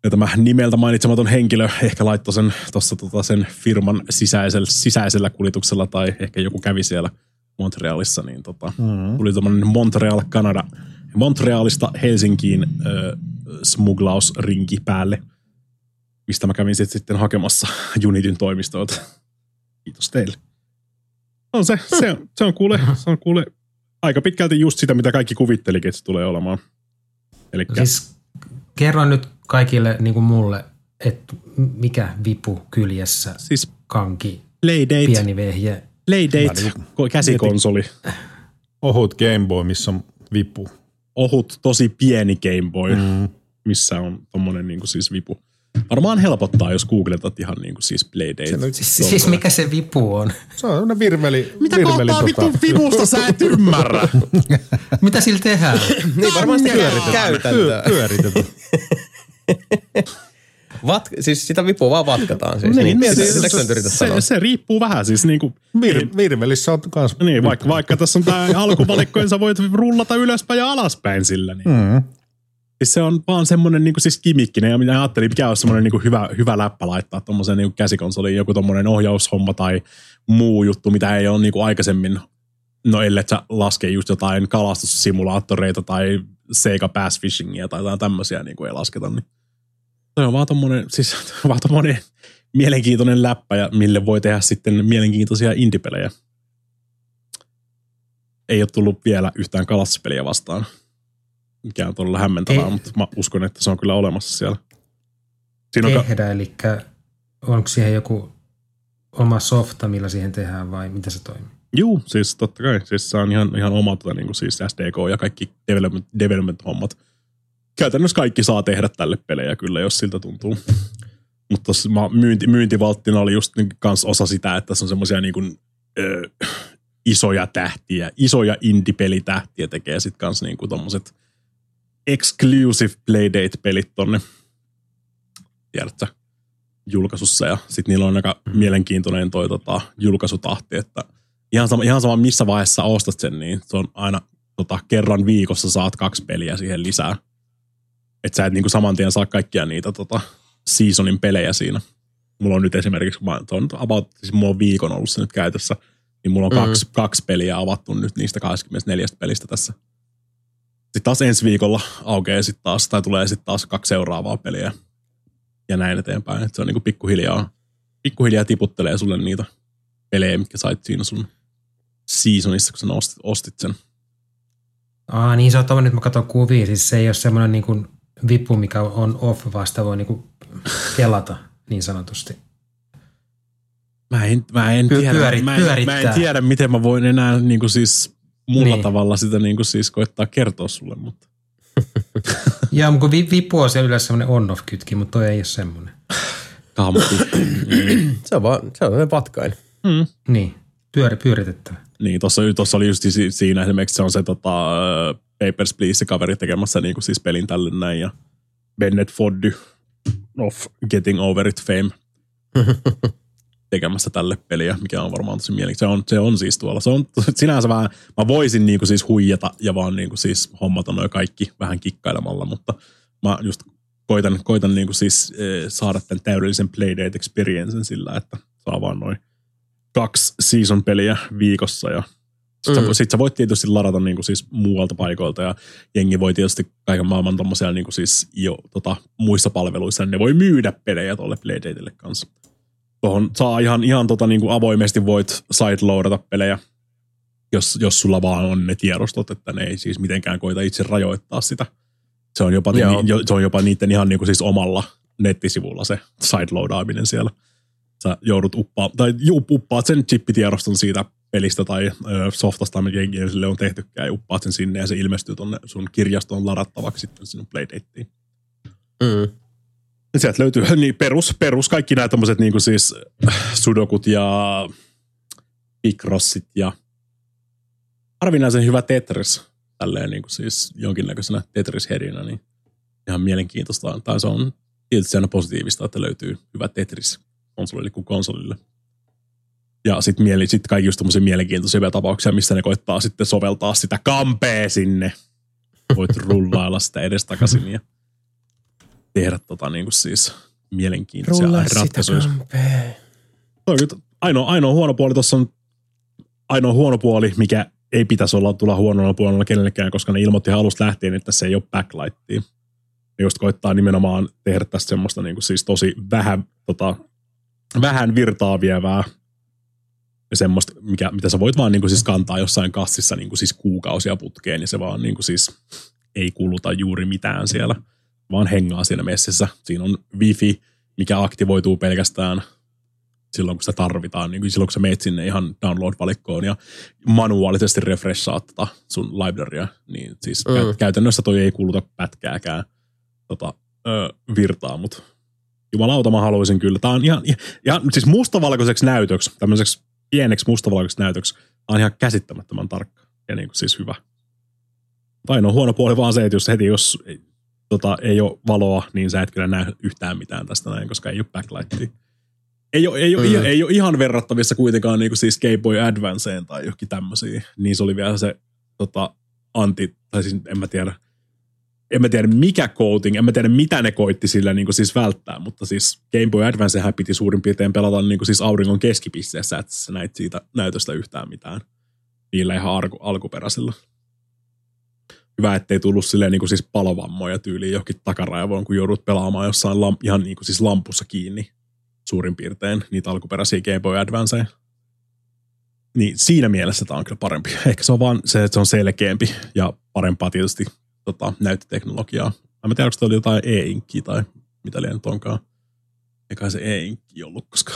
tämä nimeltä mainitsematon henkilö ehkä laittoi sen tuossa sen firman sisäisellä kuljetuksella tai ehkä joku kävi siellä Montrealissa, niin tuli tämmöinen Montreal, Kanada. Montrealista Helsinkiin smuglausrinki päälle, mistä mä kävin sitten hakemassa Unitin toimistoilta. Kiitos teille. Se on kuule aika pitkälti just sitä, mitä kaikki kuvittelikin, että se tulee olemaan. Elikkä... Siis kerron nyt kaikille niin kuin mulle, että mikä vipu kyljessä, siis kanki, Playdate, pieni vehje. Playdate, käsikonsoli. Ohut Game Boy, missä on vipu. Ohut, tosi pieni Game Boy, missä on tommonen niin kuin siis vipu. Varmaan helpottaa, jos googletat ihan niin kuin siis Playdate. Siis mikä se vipu on? Se on sellainen virveli. Mitä kohtaa vitun vivusta sä et ymmärrä? Mitä sillä tehdään? Niin varmaan sitä käytäntöä. Pyöritetään. Siis sitä vipua vaan vatkataan siis. Se riippuu vähän siis niinku. Virvelissä on kans. Niin, vaikka tässä on tää alkuvalikko, niin sä voit rullata ylöspäin ja alaspäin sillä. Niin. Siis se on vaan semmonen niinku siis gimmikkinen ja minä ajattelin, mikä on semmonen niinku hyvä läppä laittaa tommoseen niinku käsikonsoliin joku tommonen ohjaushomma tai muu juttu, mitä ei ole niinku aikaisemmin. No ellei sä laske just jotain kalastussimulaattoreita tai Sega Bass Fishingia tai jotain tämmösiä niinku ei lasketa, niin. Se on vaan tommonen mielenkiintoinen läppä, ja mille voi tehdä sitten mielenkiintoisia indie-pelejä. Ei ole tullut vielä yhtään kalastuspeliä vastaan, mikä on todella hämmentävää, mutta mä uskon, että se on kyllä olemassa siellä. Eli onko siihen joku oma softa, millä siihen tehdään vai mitä se toimii? Juu, siis totta kai. Siis se on ihan oma niin kuin siis SDK ja kaikki development-hommat. Käytännössä kaikki saa tehdä tälle pelejä kyllä, jos siltä tuntuu. Mutta myyntivalttina oli just kans osa sitä, että se on semmoisia niin kuin, isoja tähtiä, isoja indie-pelitähtiä tekee sit kans niin kuin tommoset exclusive Playdate-pelit tonne, tiedätkö, julkaisussa. Ja sit niillä on aika mielenkiintoinen toi julkaisutahti, että ihan sama missä vaiheessa ostat sen, niin se on aina kerran viikossa saat 2 peliä siihen lisää. Että sä et niinku saman tien saa kaikkia niitä seasonin pelejä siinä. Mulla on nyt esimerkiksi, mulla on viikon ollut se nyt käytössä, niin mulla on 2 peliä avattu nyt niistä 24 pelistä tässä. Sitten taas ensi viikolla aukeaa sitten taas, tai tulee sitten taas 2 seuraavaa peliä ja näin eteenpäin. Että se on niinku pikkuhiljaa tiputtelee sulle niitä pelejä, mitkä sait siinä sun seasonissa, kun sä ostit sen. Niin se on tommoinen, että mä katson kuvia. Siis se ei ole semmoinen niin kuin vipu, mikä on off, vaan sitä voi niin kuin kelata niin sanotusti. Mä en tiedä, miten mä voin enää niin kuin siis muulla tavalla sitä niin kuin siis koittaa kertoa sulle, mutta. Joo, mutta vipu on siellä yleensä semmoinen on-off-kytki, mutta toi ei ole semmoinen. Se on vatkain. Niin, pyöritettävä. Niin, tossa oli just siinä esimerkiksi se on se Papers, Please kaveri tekemässä niin kuin siis pelin tälle näin ja Bennett Foddy of Getting Over It Fame tekemässä tälle peliä, mikä on varmaan tosi mielenkiintoinen. Se on siis tuolla. Se on sinänsä vähän, mä voisin niin kuin siis huijata ja vaan niin kuin siis hommata noin kaikki vähän kikkailemalla, mutta mä just koitan niin kuin siis saada tämän täydellisen Playdate experiencen sillä, että saa vaan noin 2 season-peliä viikossa ja sit sä voit tietysti ladata niinku siis muualta paikoilta ja jengi voi tietysti kaiken maailman tommosia niinku siis jo muissa palveluissa, niin ne voi myydä pelejä tuolle Playdatelle kanssa. Tuohon saa ihan niinku avoimesti voit sideloadata pelejä, jos sulla vaan on ne tiedostot, että ne ei siis mitenkään koita itse rajoittaa sitä. Se on jopa niiden ihan niinku siis nettisivulla se sideloadaaminen siellä. Sä joudut uppaat sen chippitiedoston siitä pelistä tai softasta, mikä sille on tehtykään, ja uppaat sen sinne, ja se ilmestyy tonne sun kirjastoon ladattavaksi sitten sinun Playdateen. Sieltä löytyy niin perus kaikki nämä tommoset niinku siis sudokut ja Picrossit ja harvinaisen hyvä Tetris, tälleen niinku siis jonkinnäköisenä Tetris-herinä, niin ihan mielenkiintoista. Tai se on tietysti aina positiivista, että löytyy hyvä Tetris konsolille kuin konsolille. Ja sitten kaikki just tommosia mielenkiintoisia tapauksia, missä ne koittaa sitten soveltaa sitä kampea sinne. Voit rullailla sitä edestakaisin. tehdä niinku siis mielenkiintoisia ratkaisuja. Ainoa huono puoli tuossa on ainoa huono puoli, mikä ei pitäisi tulla huonolla puolella kenellekään, koska ne ilmoitti alusta lähtien, että se ei ole backlightia. Ne just koittaa nimenomaan tehdä tästä semmoista niinku siis tosi vähän virtaa vievää ja semmoista, mitä sä voit vaan niinku siis kantaa jossain kassissa niinku siis kuukausia putkeen, niin se vaan niinku siis ei kuluta juuri mitään siellä, vaan hengaa siinä messissä. Siinä on wifi, mikä aktivoituu pelkästään silloin, kun sitä tarvitaan, niin silloin, kun sä meet sinne ihan download-valikkoon ja manuaalisesti refreshaat sun librarya, niin siis käytännössä toi ei kuluta pätkääkään virtaa, mutta jumalauta mä haluaisin kyllä. Tää on ihan siis mustavalkoiseksi näytöksi, tämmöiseksi pieneksi mustavalkoiseksi näytöksi, tää on ihan käsittämättömän tarkka ja niin kuin siis hyvä. Ainoa huono puoli vaan se, että jos ei ole valoa, niin sä et kyllä näe yhtään mitään tästä näin, koska ei ole backlightia. Ei ole ihan verrattavissa kuitenkaan niin kuin siis Game Boy Advanceen tai johonkin tämmöisiä. Niin se oli vielä se tai siis en mä tiedä mikä coating, en mä tiedä mitä ne koitti sillä niin kuin siis välttää, mutta siis Game Boy Advancehän piti suurin piirtein pelata niin kuin siis auringon keskipisteessä, että sä näit siitä näytöstä yhtään mitään. Niillä ihan alkuperäisillä. Hyvä, ettei tullut silleen niin kuin siis palovammoja tyyliin johonkin takaraivoon, kun joudut pelaamaan jossain ihan niin kuin siis lampussa kiinni suurin piirtein niitä alkuperäisiä Game Boy Advanceja. Niin siinä mielessä tämä on kyllä parempi. Ehkä se on vaan se, että se on selkeämpi ja parempaa tietysti näyttöteknologiaa. Mä tiedän, onko oli jotain e-inkkiä tai mitä liian onkaan. Eikä se e-inkki ollut, koska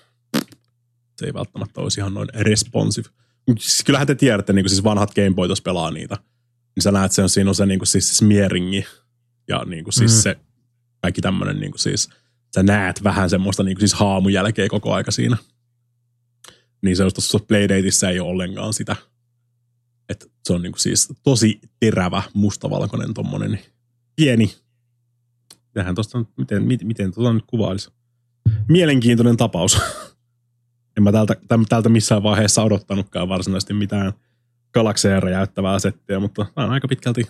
se ei välttämättä olisi ihan noin responsive. Siis kyllähän te tiedätte, niin kuin siis vanhat Game Boy tuossa pelaa niitä. Niin sä näet, siinä on se niin kuin siis smearingi ja niin kuin siis se kaikki tämmöinen niin kuin siis sä näet vähän semmoista niin kuin siis haamujälkeä koko aika siinä. Niin se on tuossa Playdateissa ei ole ollenkaan sitä. Että se on niin kuin siis tosi terävä, mustavalkoinen tommonen pieni. Tähän tuosta, miten tuota nyt kuvailisi. Mielenkiintoinen tapaus. En mä tältä missään vaiheessa odottanutkaan varsinaisesti mitään galakseja räjäyttävää settiä, mutta tämä on aika pitkälti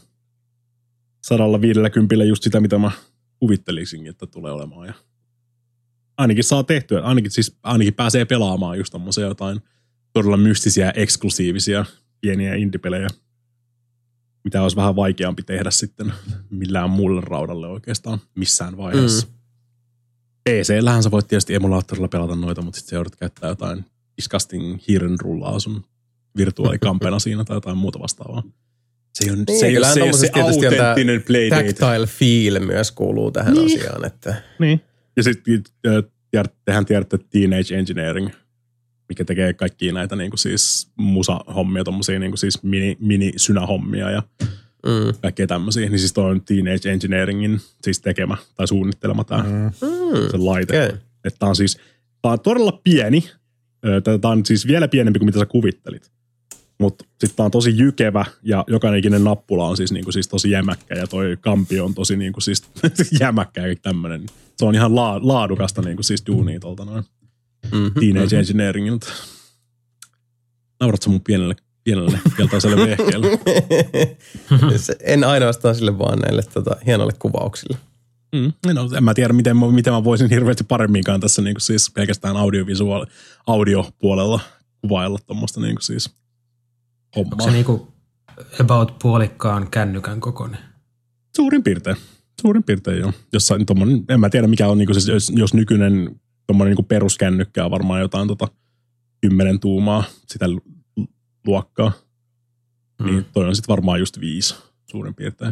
150 just sitä, mitä mä kuvittelisinkin, että tulee olemaan. Ja ainakin saa tehtyä, ainakin pääsee pelaamaan just tommosia jotain todella mystisiä, eksklusiivisia, pieniä indie-pelejä, mitä olisi vähän vaikeampi tehdä sitten millään muulle raudalle oikeastaan missään vaiheessa. PC-lähän sä voit tietysti emulaattorilla pelata noita, mutta sitten joudut käyttää jotain disgusting hiiren rullaa sun virtuaalikampena siinä tai jotain muuta vastaavaa. Se ei ole se autenttinen Playdate. Tactile feel myös kuuluu tähän asiaan. Että. Niin. Ja sitten tehän tiedätte Teenage Engineering, mikä tekee kaikkia näitä niinku siis musa-hommia, tommosia niinku siis mini-synä-hommia ja kaikkea tämmöisiä. Niin siis toi on Teenage Engineeringin siis tekemä tai suunnittelema tää se laite. Okay. Että tää on todella pieni. Tää on siis vielä pienempi kuin mitä sä kuvittelit. Mutta sitten tää on tosi jykevä ja jokainen ikinen nappula on siis niinku siis tosi jämäkkä ja toi kampi on tosi niinku siis jämäkkä ja tämmönen. Se on ihan laadukasta niinku siis duunia tolta noin Teenage Engineeringilta. Naurat sä mun pienelle keltaiselle vehkeelle? En ainoastaan sille vaan näille hienoille kuvauksille. No, en mä tiedä, miten mä voisin hirveästi paremminkaan tässä niinku siis pelkästään audiopuolella kuvailla tommoista niinku siis hommaa. Onko se niinku about puolikkaan kännykän kokoinen? Suurin piirtein joo. Jossain tommonen, en mä tiedä mikä on niinku siis, jos nykyinen tommonen niinku peruskännykkä on varmaan jotain 10 tuumaa sitä luokkaa. Niin toi on sit varmaan just 5 suurin piirtein.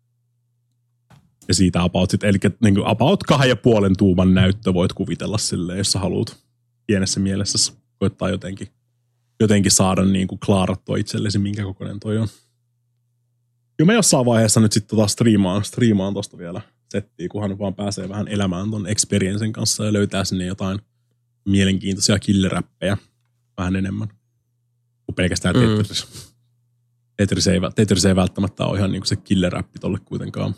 Ja siitä about sit, eli niinku about 2,5 tuuman näyttö voit kuvitella silleen, jos sä haluat pienessä mielessä koittaa jotenkin saada niinku klaarattua itsellesi, minkä kokoinen toi on. Joo, mä jossain vaiheessa nyt sitten striimaan tosta vielä settiä, kunhan vaan pääsee vähän elämään ton experiencen kanssa ja löytää sinne jotain mielenkiintoisia killeräppejä vähän enemmän kuin pelkästään Tetris. Tetris ei välttämättä ole ihan niinku se killeräppi tolle kuitenkaan.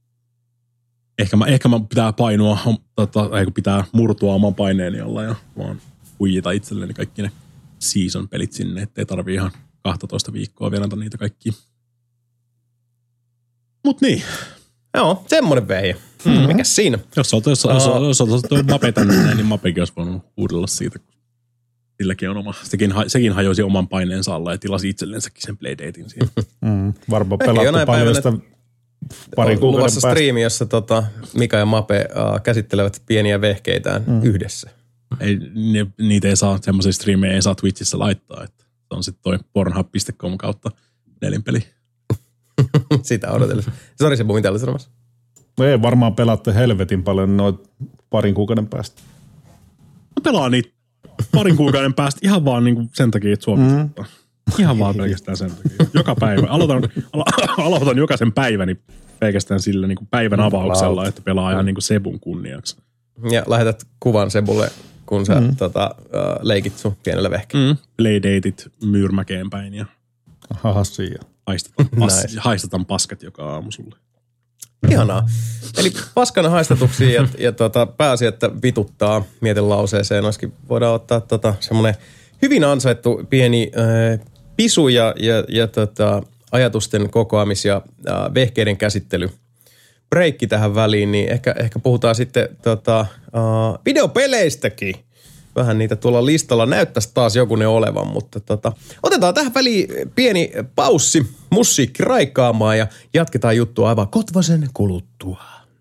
Ehkä mä pitää painua, pitää murtua oman paineeni alla ja vaan huijita itselleni kaikki ne season-pelit sinne, ettei tarvii ihan 12 viikkoa venata niitä kaikkia. Mut niin. Joo, semmoinen vehje. Mikäs siinä? Jos olet tuo Mape tänne, niin Mapekin olisi voinut huudella siitä. Silläkin on oma. Sekin hajosi oman paineensa alla ja tilasi itsellensäkin sen Playdatein siihen. Varmaan pelattu paljon sitä parin kuukauden päästä. Striimi, jossa Mika ja Mape käsittelevät pieniä vehkeitään yhdessä. Ei, niitä ei saa, semmoisia striimejä ei saa Twitchissä laittaa. Että se on sitten toi pornhub.com kautta nelinpeli. Sitä odotellessa. Sori, Sebu, mitä olet sanomassa? No ei varmaan pelaatte helvetin paljon noin parin kuukauden päästä. Mä pelaan niitä parin kuukauden päästä ihan vaan niinku sen takia, että Suomessa. Ihan vaan pelkästään sen takia. Joka päivä. Aloitan jokaisen päiväni pelkästään sillä niinku päivän avauksella, että pelaa ihan niinku Sebun kunniaksi. Ja lähetät kuvan Sebulle, kun sä leikit sun pienellä vehkeellä. Playdateit Myyrmäkeen päin ja Hassia. Haistetaan paskat joka aamu sulle. Ihanaa. Eli paskana haistatuksia ja pääasia, että vituttaa mietelauseeseen. Olisikin voidaan ottaa semmoinen hyvin ansaittu pieni pisu ja ajatusten kokoamis- ja vehkeiden käsittely. Breikki tähän väliin, niin ehkä puhutaan sitten videopeleistäkin. Vähän niitä tuolla listalla näyttäisi taas jokunen olevan, mutta otetaan tähän väliin pieni paussi, musiikki raikkaamaan ja jatketaan juttua aivan kotvasen kuluttua.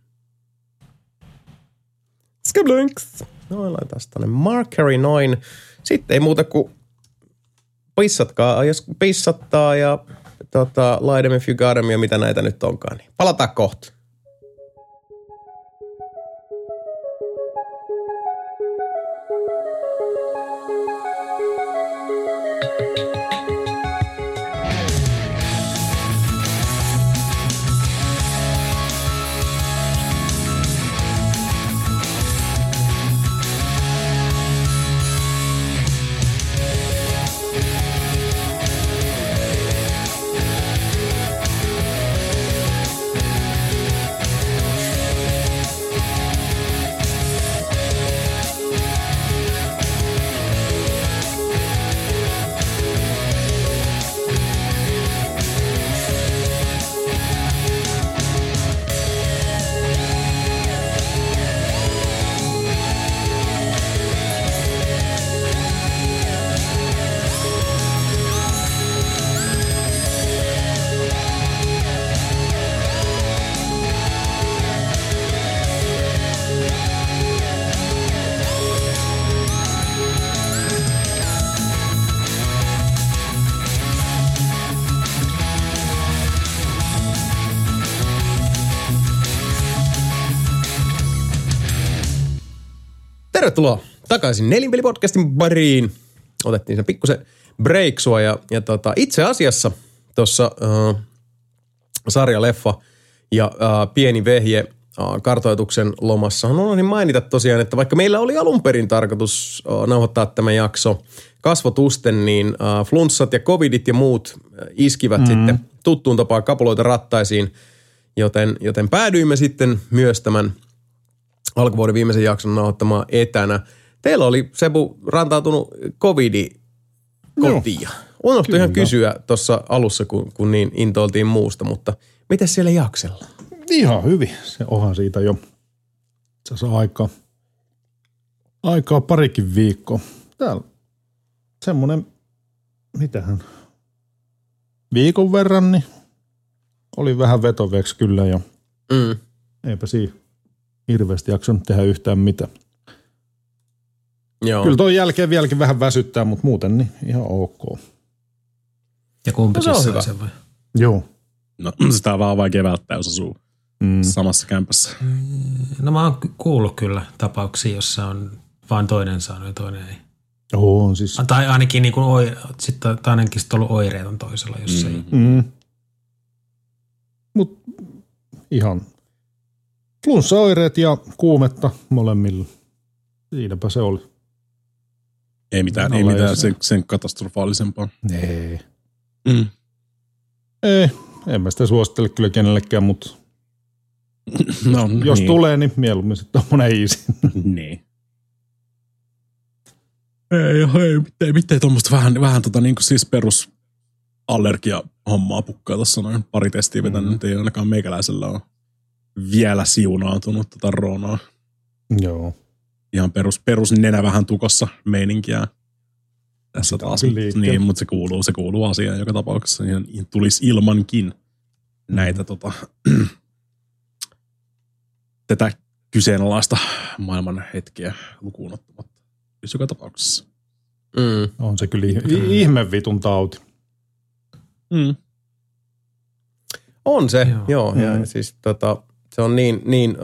Skablinks! Noin, laitetaan tänne markeri noin. Sitten ei muuta kuin pissatkaa, jos pissattaa ja light them if you got them ja mitä näitä nyt onkaan. Niin palataan kohta. Tervetuloa takaisin Nelinpeli-podcastin pariin. Otettiin sen pikkusen breaksua ja itse asiassa tuossa sarjaleffa ja pieni vehje kartoituksen lomassa niin mainita tosiaan, että vaikka meillä oli alun perin tarkoitus nauhoittaa tämä jakso kasvotusten, niin flunssat ja covidit ja muut iskivät sitten tuttuun tapaan kapuloita rattaisiin, joten päädyimme sitten myös tämän alkuvuoden viimeisen jakson nauhoittamaan etänä. Teillä oli, Sebu, rantautunut covidi kotiin. Unohtui ihan kysyä tuossa alussa, kun niin intoiltiin muusta, mutta miten siellä jaksella? Ihan hyvin. Se onhan siitä jo aikaa parikin viikkoa. Täällä semmoinen, mitähän, viikon verran, niin oli vähän vetoveksi kyllä jo. Eipä siinä hirveästi jaksanut tehdä yhtään mitään. Joo. Kyllä toi jälkeen vieläkin vähän väsyttää, mutta muuten niin ihan ok. Ja kumpi se on hyvä sen vai? Joo. No sitä on vaan vaikea välttää, jos asuu samassa kämpässä. No mä oon kuullut kyllä tapauksia, jossa on vaan toinen saanut ja toinen ei. On siis. Tai ainakin niin kuin sitten ainakin sit ollut oireeton toisella, jos ei. Mut ihan flunssaoireet ja kuumetta molemmilla. Siinäpä se oli. Ei mitään sen katastrofaalisempaa. Ei. Ei, en mä sitä suosittele kyllä kenellekään, mutta jos tulee, niin mieluummin sitten tommonen easy. Niin. Ei mitään tuommoista vähän niin kuin siis perusallergia hommaa pukkaa tuossa noin pari testiä vetänyt, ei ainakaan meikäläisellä ole. vielä siunaantunut Ronaa. Joo. Ihan perus nenä vähän tukossa meininkiä. Tässä taas. Niin, mutta se kuuluu asiaan joka tapauksessa. Ihan tulisi ilmankin näitä tätä kyseenalaista maailman hetkeä lukuun ottamatta. Joka tapauksessa. On se kyllä ihme vitun tauti. On se, joo. Ja siis se on niin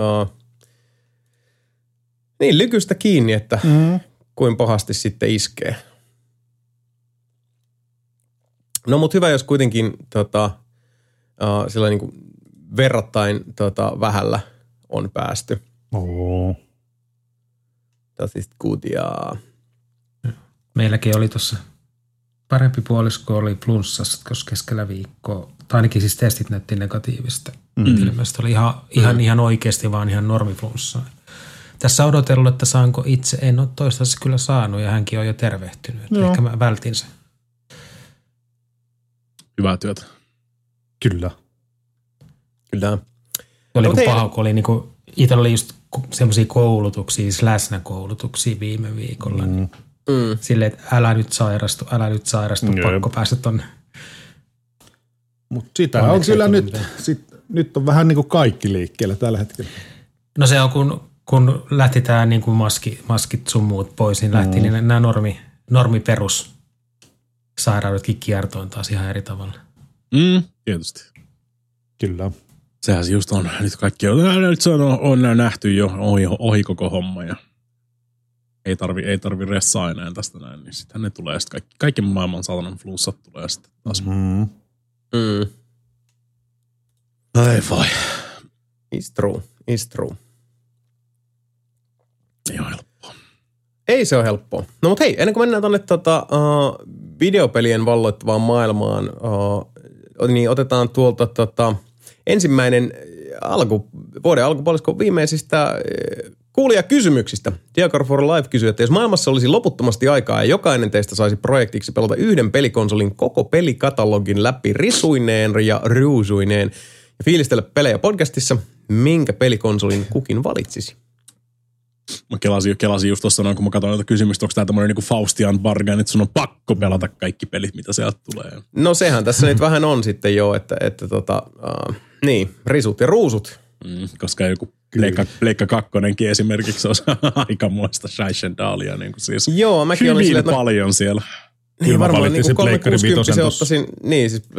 lykystä kiinni, että kuin pahasti sitten iskee. No mutta hyvä, jos kuitenkin sillä niin kuin verrattain vähällä on päästy. Das ist gut, ja. Meilläkin oli tuossa parempi puolisko oli flunssassa, koska keskellä viikkoa, tai ainakin siis testit näytti negatiivista. Ilmeisesti oli ihan oikeasti vaan ihan normiflunssaa. Tässä odotellut, että saanko itse, en ole toistaiseksi kyllä saanut ja hänkin on jo tervehtynyt. Ehkä mä vältin sen. Hyvää työtä. Kyllä. Oli no, paha, kun oli niinku, itsellä oli just semmoisia koulutuksia, siis läsnäkoulutuksia viime viikolla. Silleen, että älä nyt sairastu, pakko päästä tonne. Mutta sitä on kyllä nyt on vähän niin kuin kaikki liikkeellä tällä hetkellä. No se on, kun lähti tämä niin kuin maskit sun muut pois, niin lähti niin nämä normiperussairaudetkin kiertoon taas ihan eri tavalla. Tietysti. Kyllä. Sehän se just on. Nyt kaikki nyt se on nähty jo ohi koko homma ja ei tarvi ressaa enää tästä näin. Niin sittenhän ne tulee sitten kaikki maailman saatanan flunssat tulee sitten taas. Ai vai. It's true. Ei ole helppoa. Ei se ole helppoa. No mutta hei, ennen kuin mennään tonne videopelien valloittavaan maailmaan, niin otetaan tuolta ensimmäinen vuoden alkupuoliskon viimeisistä kuulijakysymyksistä. Diagar for Life kysyy, että jos maailmassa olisi loputtomasti aikaa ja jokainen teistä saisi projektiksi pelata yhden pelikonsolin koko pelikatalogin läpi risuineen ja ruusuineen ja fiilistellä pelejä podcastissa, minkä pelikonsolin kukin valitsisi? Mä kelasin just tuossa noin, kun mä katsoin näitä kysymystä, onko tämä tämmöinen niin kuin Faustian bargain, että sun on pakko pelata kaikki pelit, mitä sieltä tulee. No sehän tässä nyt vähän on sitten jo, että niin, risut ja ruusut. Koska joku Pleikka 2:nkin esimerkiksi on aikamoista Scheichendaalia, niin kuin siis joo, mäkin olin silleen, paljon siellä. Niin varmaan niin kuin 360 ottaisin, niin siis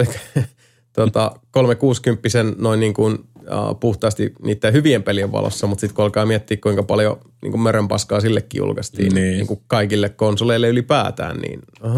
360 noin niin kuin puhtaasti niiden hyvien pelien valossa, mutta sitten kun alkaa miettiä, kuinka paljon niin kuin mörönpaskaa sillekin julkaistiin niin kuin kaikille konsoleille ylipäätään, niin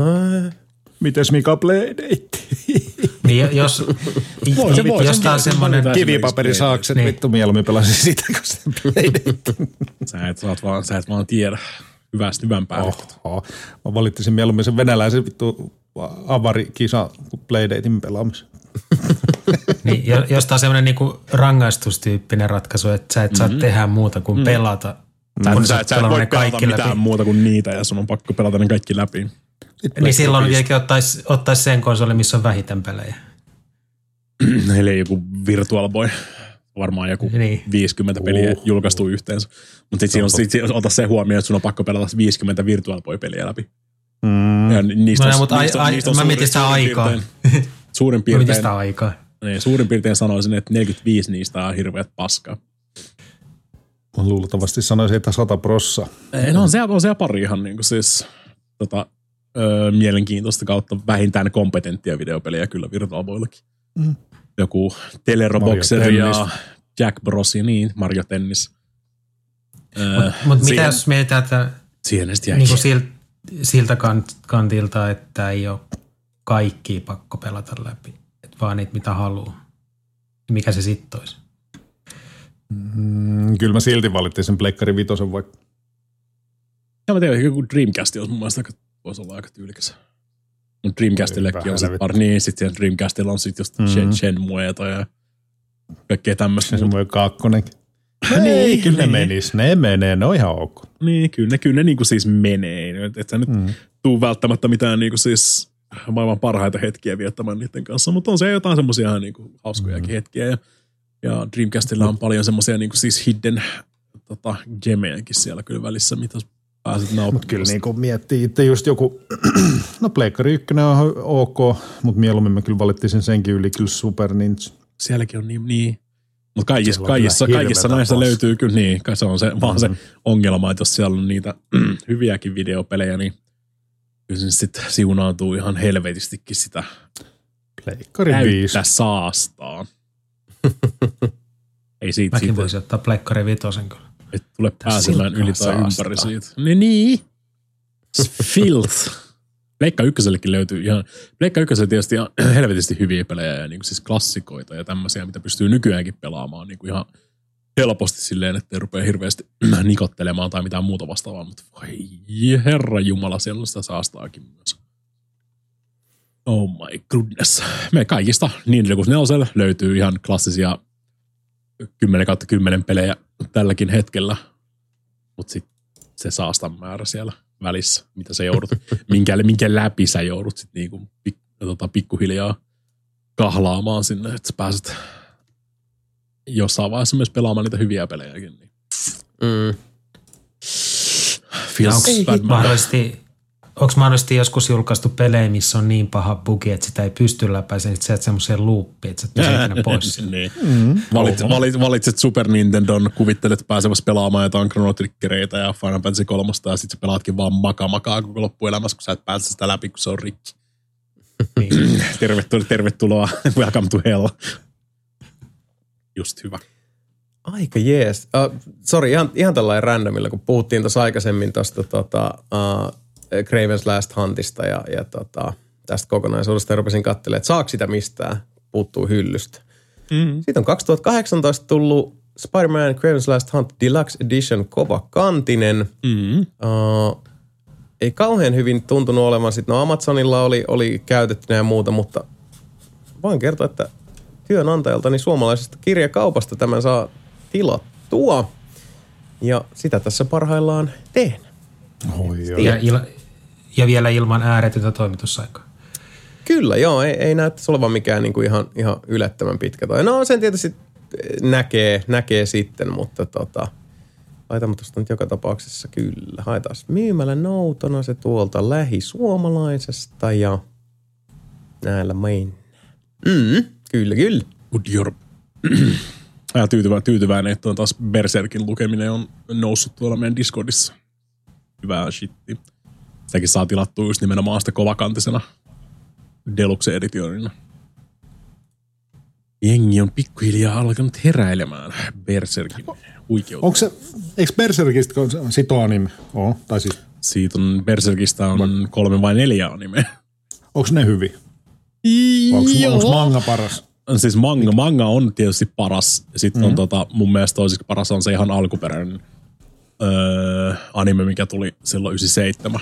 mites Mika Playdate? Niin jos tää on semmoinen kivipaperisaakset, niin vittu mieluummin pelasin sitä, kun se Playdate. Sä et vaan tiedä hyvän päälle. Mä valittisin mieluummin sen venäläisen vittu avarikisa kuin Playdatein pelaamisen. Niin, jos tää on semmoinen niinku rangaistustyyppinen ratkaisu, että sä et saa tehdä muuta kuin pelata. Sä et voi pelata mitään muuta kuin niitä ja sun on pakko pelata ne kaikki läpi. Niin silloin tietenkin ottaisi sen konsolin, missä on vähiten pelejä. Eli joku Virtual Boy. Varmaan joku 50 peliä julkaistu yhteensä. Mutta sitten ota se huomioon, että sun on pakko pelata 50 Virtual Boy-peliä läpi. Ja niistä on mä mietin sitä aikaa. Suurin piirtein sanoisin, että 45 niistä on hirveät paskaa. Mä luultavasti sanoisin, että 100%. No on siellä pari ihan niin kuin siis mielenkiintoista kautta vähintään kompetenttia videopeliä kyllä Virtual Boyllakin. Joku Teleroboxer ja Jack Bros. Niin, Mario Tennis. Mutta mitä jos mietitään, että niinku siltä kantilta, että ei ole kaikkia pakko pelata läpi, että vaan niitä mitä haluaa. Mikä se sitten olisi? Kyllä mä silti valittiin sen Pleikkari 5 vaikka. Ja mä tein, joku Dreamcast olisi mun mielestä voisi olla aika tyylikäs. Mutta Dreamcastillekin on sitten pari. Niin, sitten Dreamcastilla on sitten just Shenmueita ja kaikkea tämmöistä. Shenmue 2. Niin, kyllä ne menis. Ne menee, ne on ihan ok. Niin, kyllä ne niinku siis menee. Et sä nyt tuu välttämättä mitään niinku siis maailman parhaita hetkiä viettämään niiden kanssa, mutta on se jotain semmoisia ihan niinku hauskojakin hetkiä. Ja Ja Dreamcastilla on paljon semmoisia niin siis hidden gemejäkin siellä kyllä välissä, mitä pääset nauttimaan. Mutta kyllä niin miettii itse just joku, no Pleikkari 1 on ok, mutta mieluummin me kyllä valittiin senkin yli kyllä Super Ninja. Sielläkin on niin. Mutta kaikissa näissä löytyy kyllä niin, kai se on se, vaan se ongelma, että jos siellä on niitä hyviäkin videopelejä, niin kyllä se sitten siunautuu ihan helvetistikin sitä Pleikkari 5 saastaa. Ei siitä. Mäkin voisin ottaa Pleikkari 5 kyllä. Et tule pääsemään yli tai ympäri siitä. Niin. Filth. Pleikka ykkösellekin löytyy ihan, Pleikka ykköselle tietysti ihan helvetisti hyviä pelejä ja niin siis klassikoita ja tämmöisiä, mitä pystyy nykyäänkin pelaamaan niin ihan helposti silleen, ettei rupea hirveästi nikottelemaan tai mitään muuta vastaavaa, mutta voi herra jumala, siellä sitä saastaakin myös. Oh my goodness. Me kaikista Ninja 64 löytyy ihan klassisia 10/10 pelejä tälläkin hetkellä, mutta sitten se saastan määrä siellä välissä, mitä sä joudut, minkä läpi sä joudut sit niinku pikkuhiljaa kahlaamaan sinne, että sä pääset jossain vaiheessa myös pelaamaan niitä hyviä pelejäkin. Niin. Onko mahdollisesti joskus julkaistu pelejä, missä on niin paha bugi, että sitä ei pysty läpäisemään, että sä et semmoiseen loopiin, että sä et pysy ikinä pois. Niin. Valitset Super Nintendon, kuvittelet pääsemässä pelaamaan jotain Chrono Triggereitä ja Final Fantasy 3 ja sit sä pelaatkin vaan makaa koko loppuelämässä, kun sä et pääse sitä läpi, kun se on rikki. Niin. Tervetuloa. Welcome to hell. Just hyvä. Aika jees. Sori, ihan tällainen randomilla, kun puhuttiin tuossa aikaisemmin tuosta Kraven's Last Huntista ja tästä kokonaisuudesta ja rupesin katselemaan, että saako sitä mistään, puuttuu hyllystä. Siitä on 2018 tullut Spider-Man Kraven's Last Hunt Deluxe Edition kovakantinen. Ei kauhean hyvin tuntunut olevan. Sitten Amazonilla oli käytettynä ja muuta, mutta voin kertoa, että työnantajaltani suomalaisesta kirjakaupasta tämän saa tilattua. Ja sitä tässä parhaillaan teen. Ja vielä ilman ääretöntä toimitusaikaa. Kyllä, joo. Ei näyttäisi olevan mikään niinku ihan yllättävän pitkä. No sen tietysti näkee sitten, mutta laitamme tuosta nyt joka tapauksessa kyllä. Haetaan myymällä noutona se tuolta lähisuomalaisesta ja näillä mennään. Kyllä. Good job. Ja tyytyväinen, että on taas Berserkin lukeminen on noussut tuolla meidän Discordissa. Hyvää shitti. Sitäkin saa tilattua just nimenomaan sitä kovakantisena Deluxe Editionina. Jengi on pikkuhiljaa alkanut heräilemään Berserkin huikeutta. Eikö Berserkistä sito anime? Tai siis? Siitä on Berserkistä on 3 vai 4 anime. Onko ne hyviä? Onko manga paras? Siis manga on tietysti paras. Sitten on mun mielestä toiseksi paras on se ihan alkuperäinen anime, mikä tuli silloin 97.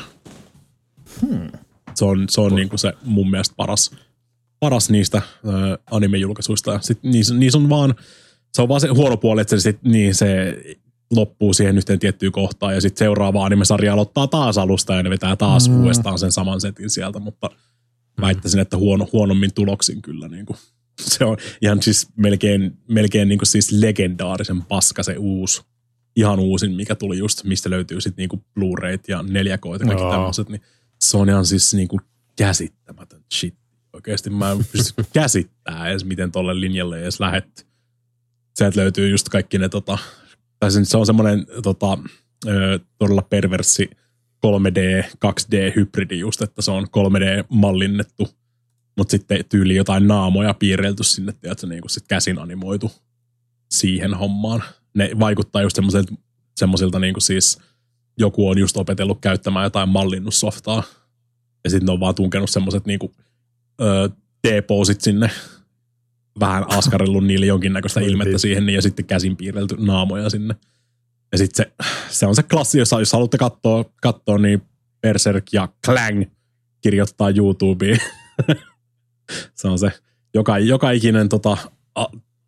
Se on niinku se mun mielestä paras niistä anime-julkaisuista. Sitten niissä on vaan, se on vaan se huono puoli, että se loppuu siihen yhteen tiettyyn kohtaan ja sitten seuraava anime-sarja aloittaa taas alusta ja ne vetää taas uudestaan sen saman setin sieltä, mutta väittäisin, että huonommin tuloksin kyllä. Niinku. Se on ihan siis melkein niinku siis legendaarisen paska se ihan uusin, mikä tuli just, mistä löytyy sitten niinku Blu-rayt ja 4K:t ja kaikki tämmöiset, niin se on ihan siis niinku käsittämätön shit. Oikeasti mä en pysty käsittämään edes, miten tolle linjalle edes lähet. Sieltä löytyy just kaikki ne se on semmoinen todella perverssi 3D, 2D-hybridi just, että se on 3D-mallinnettu, mutta sitten tyyli jotain naamoja piirrelty sinne, tiedätkö, niin kuin sit käsin animoitu siihen hommaan. Ne vaikuttaa just semmoisilta niin kuin siis joku on just opetellut käyttämään jotain mallinnussoftaa ja sitten ne on vaan tunkenut semmoiset niinku T-posit sinne, vähän askarellut niille jonkinnäköistä ilmettä siihen ja sitten käsin piirrelty naamoja sinne. Ja sitten se on se klassi, jos haluatte katsoa niin Berserk ja Clang kirjoittaa YouTubeen. Se on se, joka ikinen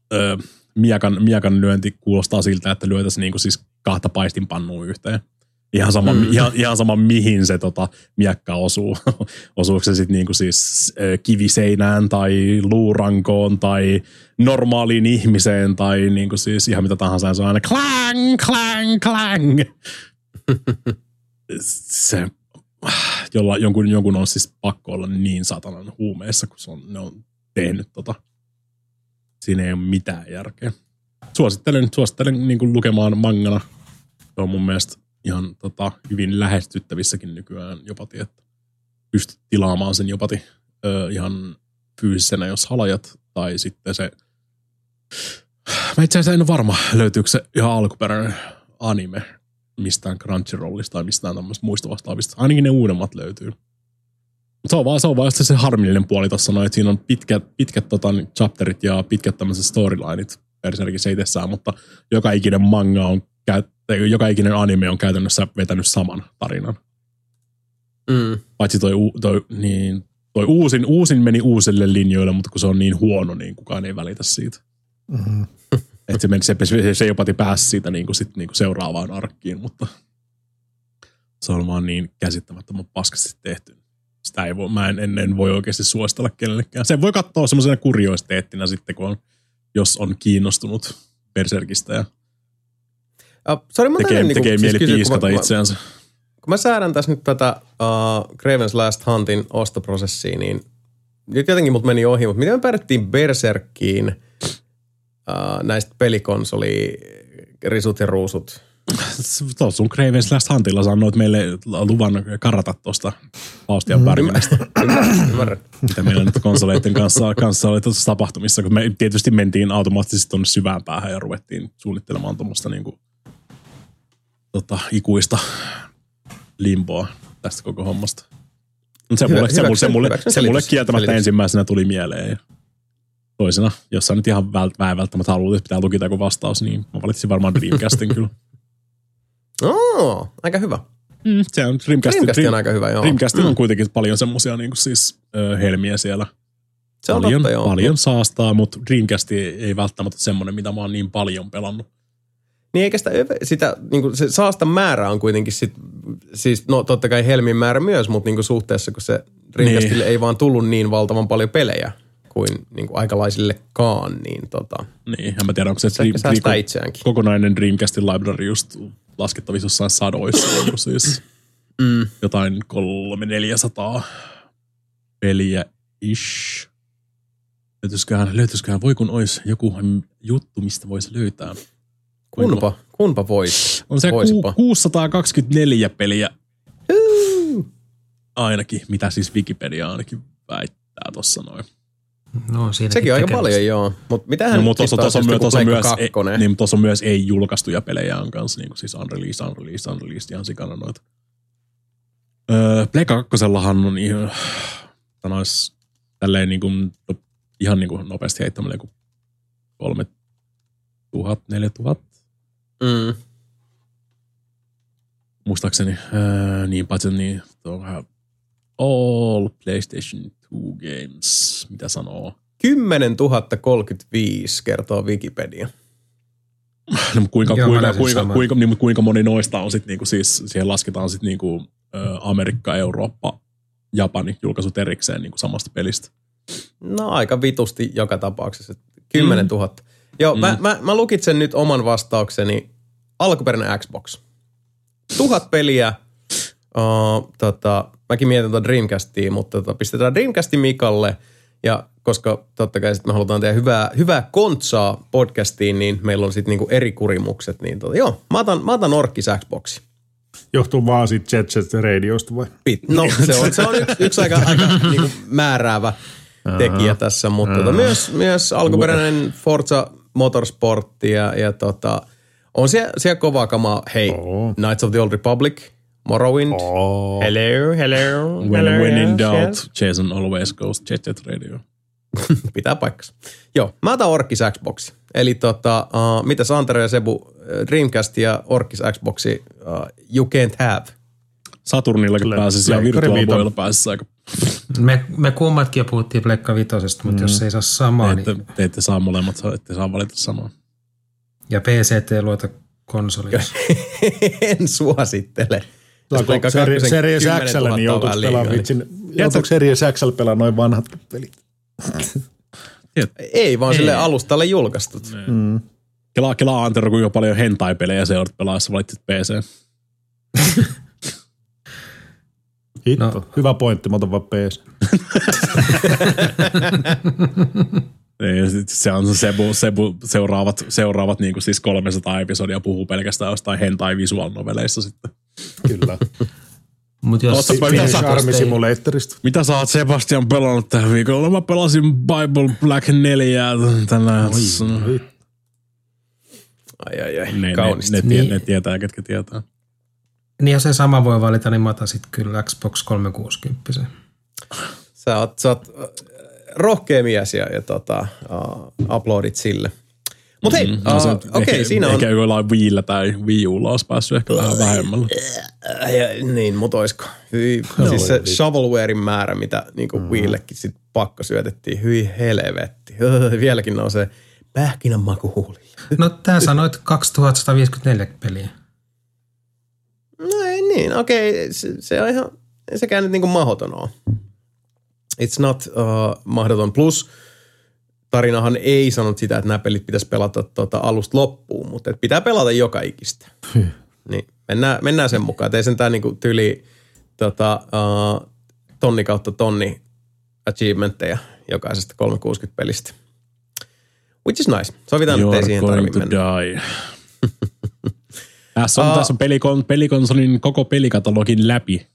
miekan lyönti kuulostaa siltä, että lyötäisiin niinku siis 2 paistinpannua yhteen. Ihan sama mihin se miekka osuu. Osuuko se sitten niinku siis kiviseinään tai luurankoon tai normaaliin ihmiseen tai niinku siis ihan mitä tahansa. Se on aina klang, klang, klang. Se, jonkun on siis pakko olla niin satanan huumeissa, kun ne on tehnyt Siinä ei ole mitään järkeä. Suosittelen niin kuin lukemaan mangana. Se on mun mielestä ihan hyvin lähestyttävissäkin nykyään jopati, että pystyt tilaamaan sen jopati ihan fyysisenä, jos halajat, tai sitten se... Mä itse asiassa en ole varma, löytyykö se ihan alkuperäinen anime mistään Crunchyrollista tai mistään tämmöistä muista vastaavista. Ainakin ne uudemmat löytyy. Se on vaan se harmillinen puoli tuossa noin, että siinä on pitkät chapterit ja pitkät tämmöiset storylineit Berserkissä itsessään, mutta joka ikinen anime on käytännössä vetänyt saman tarinan. Paitsi toi uusin meni uusille linjoille, mutta kun se on niin huono, niin kukaan ei välitä siitä. Mm-hmm. Että se jopa pääsi siitä niinku seuraavaan arkkiin, mutta se on vaan niin käsittämättömän paskasti tehty. Sitä ei voi, mä en voi oikeasti suositella kenellekään. Sen voi katsoa semmoisena kuriosteettina sitten, jos on kiinnostunut Berserkistä ja tekee mieli piiskata itseänsä. Kun mä säädän tässä nyt tätä Kraven's Last Huntin ostoprosessia, niin nyt jotenkin mut meni ohi, mutta miten me päädyttiin Berserkkiin näistä pelikonsoli-risut ja ruusut? Tuossa sun Kraven's Last Huntilla sanoit meille luvan karata tuosta Faustian Bergenistä. Ymmärrän. Mitä meillä nyt konsoleiden kanssa oli tuossa tapahtumissa, kun me tietysti mentiin automaattisesti tuonne syvään päähän ja ruvettiin suunnittelemaan tuommoista niinku, ikuista limboa tästä koko hommasta. Se mulle kieltämättä ensimmäisenä tuli mieleen ja toisena, jos sä nyt ihan välttämättä haluat, että pitää lukita joku vastaus, niin mä valitsin varmaan Dreamcastin kyllä. Aika hyvä. Se on Dreamcast on aika hyvä, joo. Dreamcastin on kuitenkin paljon semmosia niin kuin siis helmiä siellä. Se on totta, joo. Paljon saastaa, mutta Dreamcast ei välttämättä semmoinen, mitä mä oon niin paljon pelannut. Niin eikä sitä niin se saastan määrä on kuitenkin siis no totta kai helmin määrä myös, mutta niin suhteessa, kun se Dreamcastille ei vaan tullut niin valtavan paljon pelejä kuin aikalaisillekaan, niin Niin, en mä tiedä, onko se kokonainen Dreamcastin library just laskettavissa jossain sadoissa, niin siis jotain 300-400 peliä-ish. Löytyisiköhän, voi kun olisi joku juttu, mistä voisi löytää. Kunpa voisi. On se 624 peliä ainakin, mitä siis Wikipedia ainakin väittää tuossa noin. No, sekin on aika paljon, joo. Mutta mitähän tuossa on myös ei-julkaistuja pelejä on kanssa, niin kuin siis unreleased, ihan sikana noita. Pleikka 2:llahan on ihan, tälleen niin kuin, ihan niin kuin nopeasti heittämällä joku 3000, 4000. Muistaakseni, niin paitsi niin, all PlayStation 2 games, mitä sanoo? 10 035 kertoo Wikipedia. No, kuinka moni noista on sitten niinku siis, siihen lasketaan sitten niinku Amerikka, Eurooppa, Japani julkaisut erikseen niinku samasta pelistä? No aika vitusti joka tapauksessa. 10 000. Joo, mä lukitsen nyt oman vastaukseni. Alkuperäinen Xbox. 1000 peliä. Mäkin mietin tuota Dreamcastia, mutta pistetään Dreamcastin Mikalle. Ja koska totta kai sitten me halutaan tehdä hyvää kontsaa podcastiin, niin meillä on sitten niinku eri kurimukset. Niin joo, mä otan Orkkis Xboxi. Johtuu vaan siitä Jet Set Radiosta vai? No se on yksi aika niinku määräävä tekijä tässä, mutta myös alkuperäinen Forza Motorsport ja on siellä kovaa kamaa. Hei, Knights of the Old Republic, Morrowind. Hello. When in doubt, Jason always goes Jet Set Radio. Pitää paikkansa. Joo, mä otan Orkkis Xboxi. Eli mitä Santero ja Sebu, Dreamcast ja Orkkis Xboxi, you can't have. Saturnillakin pääsisi ja Virtual Boylla pääsisi aika. Me kummatkin jo puhuttiin Pleikka Vitosesta, mutta jos ei saa samaa, te ette saa molemmat, ette saa valita samaa. Ja PCT luota konsolissa. En suosittele. Series X:llä niin joutuuko pelaamaan vitsin, joutuuko Series X:llä pelaa noin vanhat pelit? Ei, vaan sille alustalle julkaistut. Kelaa Antero, kuinka paljon hentai-pelejä se olet pelaa, jos valitsit PC. Hitto, hyvä pointti, mä otan vaan PC. Se on Sebu seuraavat niin kuin siis 300 episodia puhuu pelkästään jostain hentai visual noveleissa sitten. Kyllä. Mut jos Charmi Simulatorista. Mitä sä oot Sebastian pelannut tähän viikolla? Mä pelasin Bible Black 4 tänään. Ai, kaunista. Ne tietää, ketkä tietää. Niin ja se sama voi valita, niin mä otan sit kyllä Xbox 360. Sä oot rohkea mies ja uploadit sille. Mut hei, okei, siinä on... Ehkä jollain Wiillä tai Wii Ulla olisi päässyt ehkä vähän vähemmällä. Niin, mut oisko? Siis se shovelwarein määrä, mitä niinku Wiillekin sit pakko syötettiin. Hyi helvetti. Vieläkin nousee pähkinän makuhuuli. No tää sanoit 2154 peliä. No ei niin, okei. Se on ihan, sekään nyt niinku mahdoton oo. It's not mahdoton. Plus tarinahan ei sanonut sitä, että nämä pelit pitäisi pelata alusta loppuun, mutta että pitää pelata joka ikistä. Niin mennään sen mukaan. Et ei sentään niinku tyyli tonni kautta tonni achievementteja jokaisesta 360 pelistä. Which is nice. Sovitaan, että ei siihen tarvitse mennä. Tässä on pelikonsolin koko pelikatalogin läpi.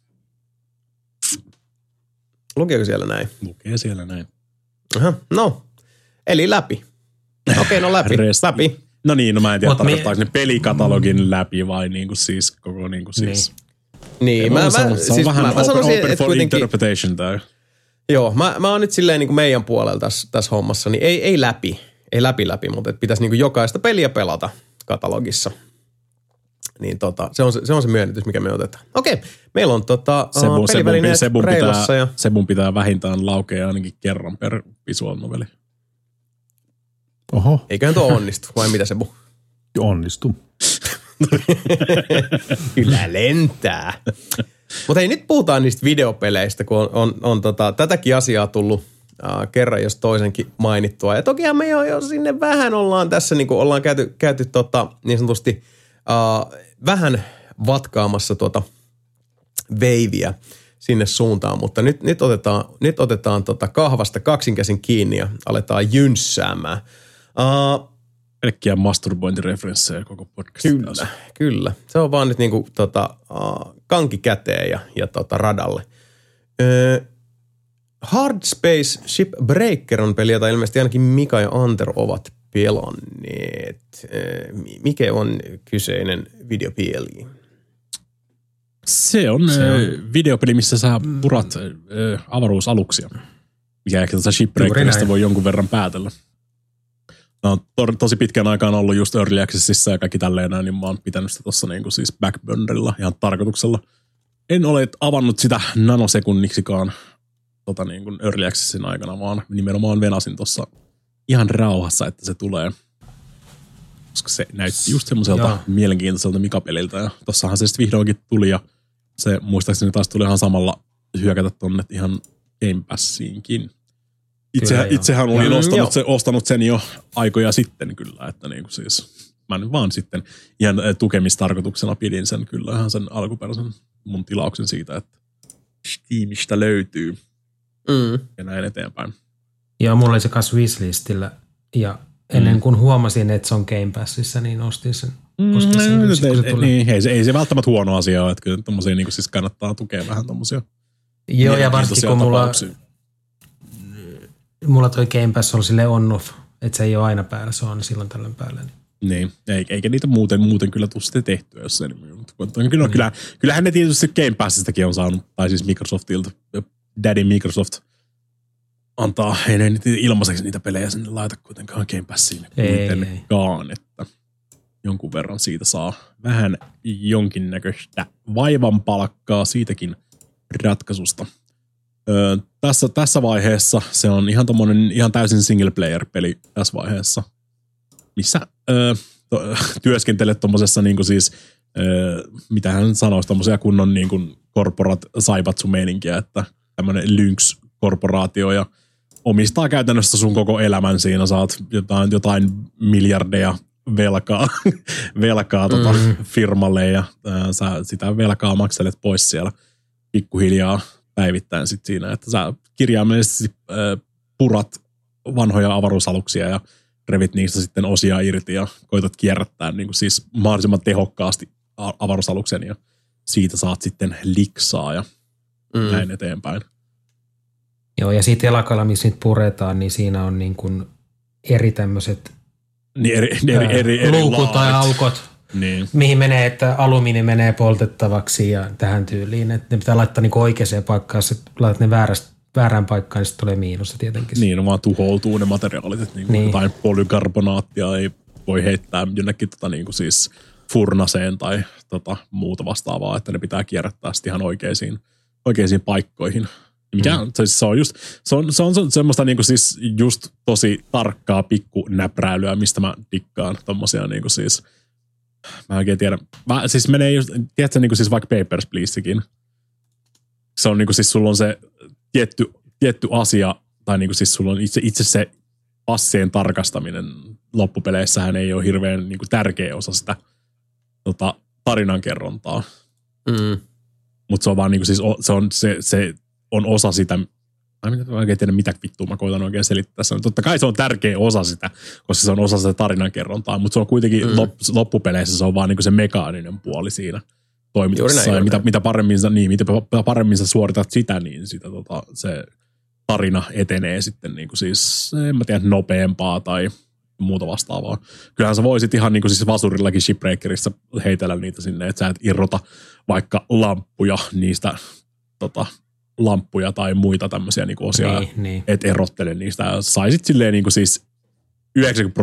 Lukeeko siellä näin? Lukee siellä näin. Aha, no, eli läpi. Okei, no läpi. No niin, no mä en tiedä, tarkoittaako ne pelikatalogin läpi vai niinku siis koko niinku siis. Niin, mä sanoisin, open for interpretation tää. Joo, mä oon nyt silleen niinku meidän puolella tässä hommassa, niin ei läpi. Ei läpi, mutta pitäisi niinku jokaista peliä pelata katalogissa. Niin se on se myönnytys, mikä me otetaan. Okei, meillä on pelivälineet reilassa. Sebun pitää vähintään laukea ainakin kerran per visual noveli. Oho. Eiköhän tuo onnistu, vai mitä Sebu? Onnistu. Kyllä lentää. Mutta hei, nyt puhutaan niistä videopeleistä, kun on tätäkin asiaa tullut kerran jos toisenkin mainittua. Ja tokihan me jo sinne vähän ollaan tässä, niin kuin ollaan käyty niin sanotusti vähän vatkaamassa veiviä sinne suuntaan, mutta nyt otetaan kahvasta kaksinkäsin kiinni ja aletaan jynssäämään. Pelkkiä masturbointireferenssejä koko podcastissa. Kyllä. Se on vaan nyt niinku kanki käteen ja radalle. Hard Space Shipbreaker on peli, jota ilmeisesti ainakin Mika ja Antero ovat pelanneet. Mikä on kyseinen videopeli? Se on videopeli, missä sä purat avaruusaluksia. Mikä ehkä tuossa Shipbreakerista voi jonkun verran päätellä. No, tosi pitkän aikaan ollut just Early Accessissa ja kaikki tälleen näin, niin mä oon pitänyt sitä tuossa niinku siis backburnerilla ihan tarkoituksella. En ole avannut sitä nanosekunniksikaan niin kuin Early Accessin aikana, vaan nimenomaan venasin tuossa ihan rauhassa, että se tulee. Koska se näytti just semmoiselta mielenkiintoiselta Mika-peliltä. Ja tossahan se sitten vihdoinkin tuli ja se muistaakseni taas tuli ihan samalla hyökätä tonne ihan Game Passiinkin. Itsehän olin ostanut sen jo aikoja sitten kyllä, että niin kuin siis mä nyt vaan sitten ihan tukemistarkoituksena pidin sen kyllä ihan sen alkuperäisen mun tilauksen siitä, että Steamista löytyy ja näin eteenpäin. Joo, mulla oli se kanssa wishlistillä ja ennen kuin huomasin, että se on Game Passissa, niin ostin sen. Ei se välttämättä huono asia ole, että kyllä tommosia niin siis kannattaa tukea vähän tommosia. Joo, ja varsinkin kun mulla toi Game Pass on silleen on-off, että se ei ole aina päällä, se on silloin tällöin päällä. Niin, eikä niitä muuten kyllä tule sitten tehtyä, jos se kyllähän ne tietysti Game Passistakin on saanut, tai siis Microsoftilta, Daddy Microsoft antaa, ei ne ilmaiseksi niitä pelejä sinne laita kuitenkaan Game Passiin kuitenkaan, että jonkun verran siitä saa vähän jonkinnäköistä vaivan palkkaa siitäkin ratkaisusta. Tässä vaiheessa se on ihan tommonen ihan täysin single player peli tässä vaiheessa, missä työskentele tommosessa niinku siis, mitä hän sanoisi, tommosia kunnon niinku korporat saibatsu meininkiä, että tämmönen Lynx-korporaatio ja omistaa käytännössä sun koko elämän siinä, saat jotain miljardeja velkaa firmalle ja sä sitä velkaa makselet pois siellä pikkuhiljaa päivittäin sit siinä, että sä kirjaimellisesti purat vanhoja avaruusaluksia ja revit niistä sitten osia irti ja koitat kierrättää niin kuin siis mahdollisimman tehokkaasti avaruusaluksen ja siitä saat sitten liksaa ja näin eteenpäin. Joo, ja siitä telakalla, missä niitä puretaan, niin siinä on niin kuin eri tämmöiset luukut tai aukot, niin. Mihin menee, että alumiini menee poltettavaksi ja tähän tyyliin. Että ne pitää laittaa niin oikeaan paikkaan, jos laitat ne väärään paikkaan, niin sitten tulee miinusta tietenkin. Niin, vaan tuhoutuu ne materiaalit, että niin. Jotain polykarbonaattia ei voi heittää jonnekin niin kuin siis furnaseen tai muuta vastaavaa, että ne pitää kierrättää sitten ihan oikeisiin paikkoihin. Se on semmoista niinku siis just tosi tarkkaa pikkunäpräilyä, mistä mä dikkaan tommosia niinku siis, mä en oikein tiedä. Siis menee just, tiedätkö niinku siis vaikka Papers, Pleasekin. Se on niinku siis sulla on se tietty asia, tai niinku siis sulla on itse se passien tarkastaminen loppupeleissähän ei ole hirveän niinku tärkeä osa sitä tarinankerrontaa. Mutta se on vaan niinku siis, se on osa sitä, mä en oikein tiedä mitä vittua mä koitan oikein selittää tässä. Totta kai se on tärkeä osa sitä, koska se on osa sitä tarinankerrontaa, mutta se on kuitenkin loppupeleissä se on vaan niinku se mekaaninen puoli siinä toimituksessa. Ja mitä paremmin sä suoritat sitä, niin sitä se tarina etenee sitten niinku siis, en mä tiedä, nopeampaa tai muuta vastaavaa. Kyllähän sä voisit ihan niinku siis vasurillakin Shipbreakerissa heitellä niitä sinne, että sä et irrota vaikka lamppuja niistä lamppuja tai muita tämmöisiä niinku osia, niin. Et erottele niistä. Saisit silleen niinku siis 90%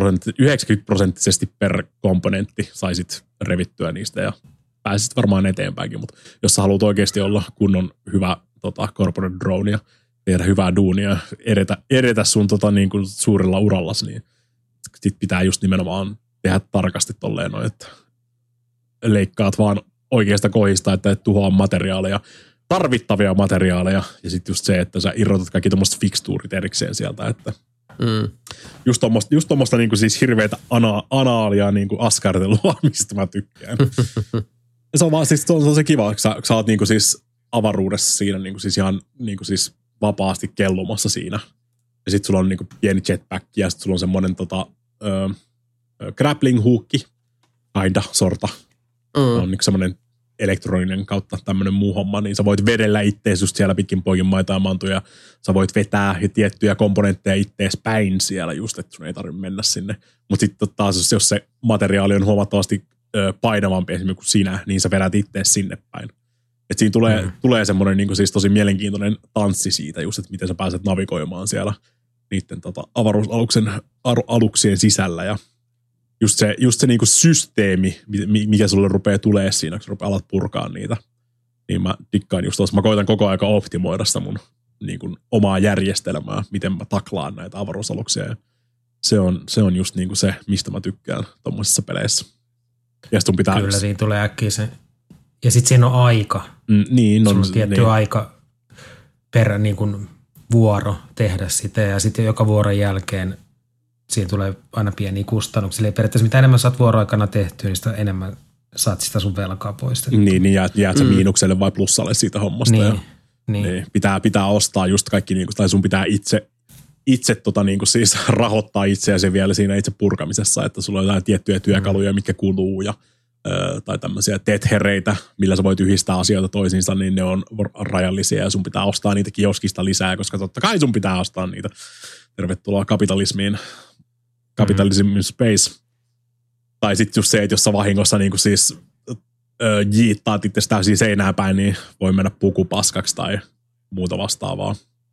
per komponentti saisit revittyä niistä ja pääsisit varmaan eteenpäinkin, mutta jos sä haluat oikeasti olla kunnon hyvä corporate drone ja tehdä hyvää duunia, edetä sun niinku suurilla urallasi, niin sit pitää just nimenomaan tehdä tarkasti tolleen noin, että leikkaat vaan oikeasta kohdista, että et tuhoa materiaaleja, tarvittavia materiaaleja, ja sitten just se, että sä irrotat kaikki tommoista fikstuurit erikseen sieltä, että just tommoista niinku siis hirveätä anaalia niinku askartelua, mistä mä tykkään. Se on vaan siis se on se kiva, kun sä oot niinku siis avaruudessa siinä niinku siis ihan niinku siis vapaasti kellumassa siinä. Ja sit sulla on niinku pieni jetpack, ja sit sulla on semmonen grappling hookki, kinda, sorta. On niinku semmonen elektroninen kautta tämmönen muu homma, niin sä voit vedellä ittees just siellä pitkin poikin maita ja mantuja. Sä voit vetää tiettyjä komponentteja ittees päin siellä just, että sun ei tarvitse mennä sinne. Mutta sitten taas, jos se materiaali on huomattavasti painavampi esimerkiksi kuin sinä, niin sä vedät ittees sinne päin. Että siinä tulee semmoinen niin siis tosi mielenkiintoinen tanssi siitä just, että miten sä pääset navigoimaan siellä niiden avaruusaluksen aluksien sisällä ja just se niinku systeemi, mikä sulle rupeaa tulee siinä, kun sä alat purkaa niitä. Niin mä dikkaan just tuossa. Mä koitan koko aika optimoida sitä mun niinku omaa järjestelmää, miten mä taklaan näitä avaruusaluksia. Ja se on just niinku se, mistä mä tykkään tommosissa peleissä. Ja sun pitää... Kyllä, siinä tulee äkkiä se. Ja sit siinä on aika. Niin. Sulla on tietty aika per niinku vuoro tehdä sitä. Ja sitten joka vuoron jälkeen siinä tulee aina pieniä kustannuksia. Eli periaatteessa mitä enemmän saat vuoroaikana tehtyä, niin sitä enemmän saat sitä sun velkaa poistettua. Niin jäät sä miinukselle vai plussalle siitä hommasta. Niin. Pitää ostaa just kaikki, niinku, tai sun pitää itse niinku siis rahoittaa itseäsi vielä siinä itse purkamisessa, että sulla on jotain tiettyjä työkaluja, mitkä kuluu tai tämmöisiä tethereitä, millä sä voit yhdistää asioita toisiinsa, niin ne on rajallisia ja sun pitää ostaa niitä kioskista lisää, koska totta kai sun pitää ostaa niitä. Tervetuloa kapitalismiin. Capitalism in space. Tai sitten just se, että jos sä vahingossa niin siis jiittaat itse täysin seinään päin, niin voi mennä puku paskaksi tai muuta vastaavaa.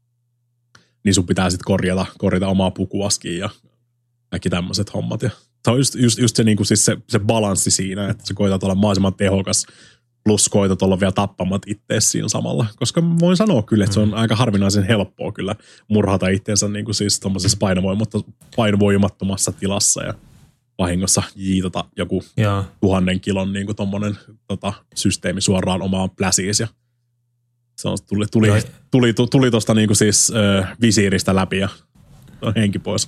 Niin sun pitää sitten korjata omaa pukuaskiin ja kaikki tämmöiset hommat. Ja se on just se, niin siis se balanssi siinä, että sä koetat olla mahdollisimman tehokas, plus koetat olla vielä tappamat ittees siinä samalla. Koska voin sanoa kyllä, että se on aika harvinaisen helppoa kyllä murhata itteensä niin kuin siis tommosessa painovoimattomassa tilassa. Ja vahingossa jiitata joku 1000 kilon niin kuin tommonen systeemi suoraan omaan pläsiisi. Se on, tuli tosta niin kuin siis visiiristä läpi ja on henki pois.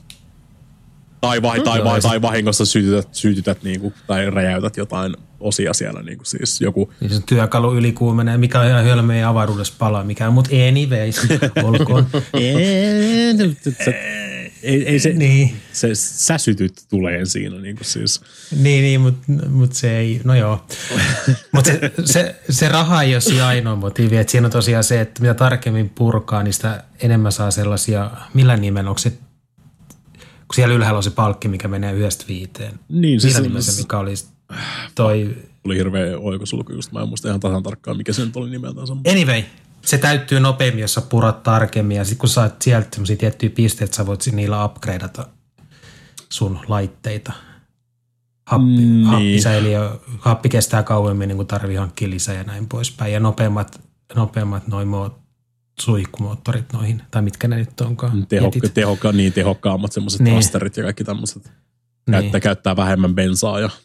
Tai vahingossa sytytät niinku, tai räjäytät jotain osia siellä. Niinku, siis joku. Niin se työkalu ylikuumenee, mikä on ihan hölmöä ja avaruudessa palaa mikään, mutta anyways, olkoon. Ei se, niin. Se säsytyt tulee siinä. Niinku, siis. Niin mutta se ei, no joo. Mutta se raha ei ole siinä ainoa motiivi, että siinä on tosiaan se, että mitä tarkemmin purkaa, niin sitä enemmän saa sellaisia, millä nimen, onko se kun siellä ylhäällä on se palkki, mikä menee 1-5. Niin, millä nimessä, mikä oli toi. Tuli hirveä oikosulku just, mä en muista ihan tasan tarkkaan, mikä sen oli nimeltään. Anyway, se täyttyy nopeammin, jos sä purat tarkemmin, ja sitten kun saat sieltä semmosia tiettyjä pisteitä, sä voit niillä upgradeata sun laitteita. Happi kestää kauemmin, niin kun tarvii hankkia lisää ja näin poispäin. Ja nopeammat noin suihkumoottorit noihin, tai mitkä ne nyt onkaan. Tehokkaammat semmoiset clusterit ja kaikki tämmöiset. Käyttää vähemmän bensaa ja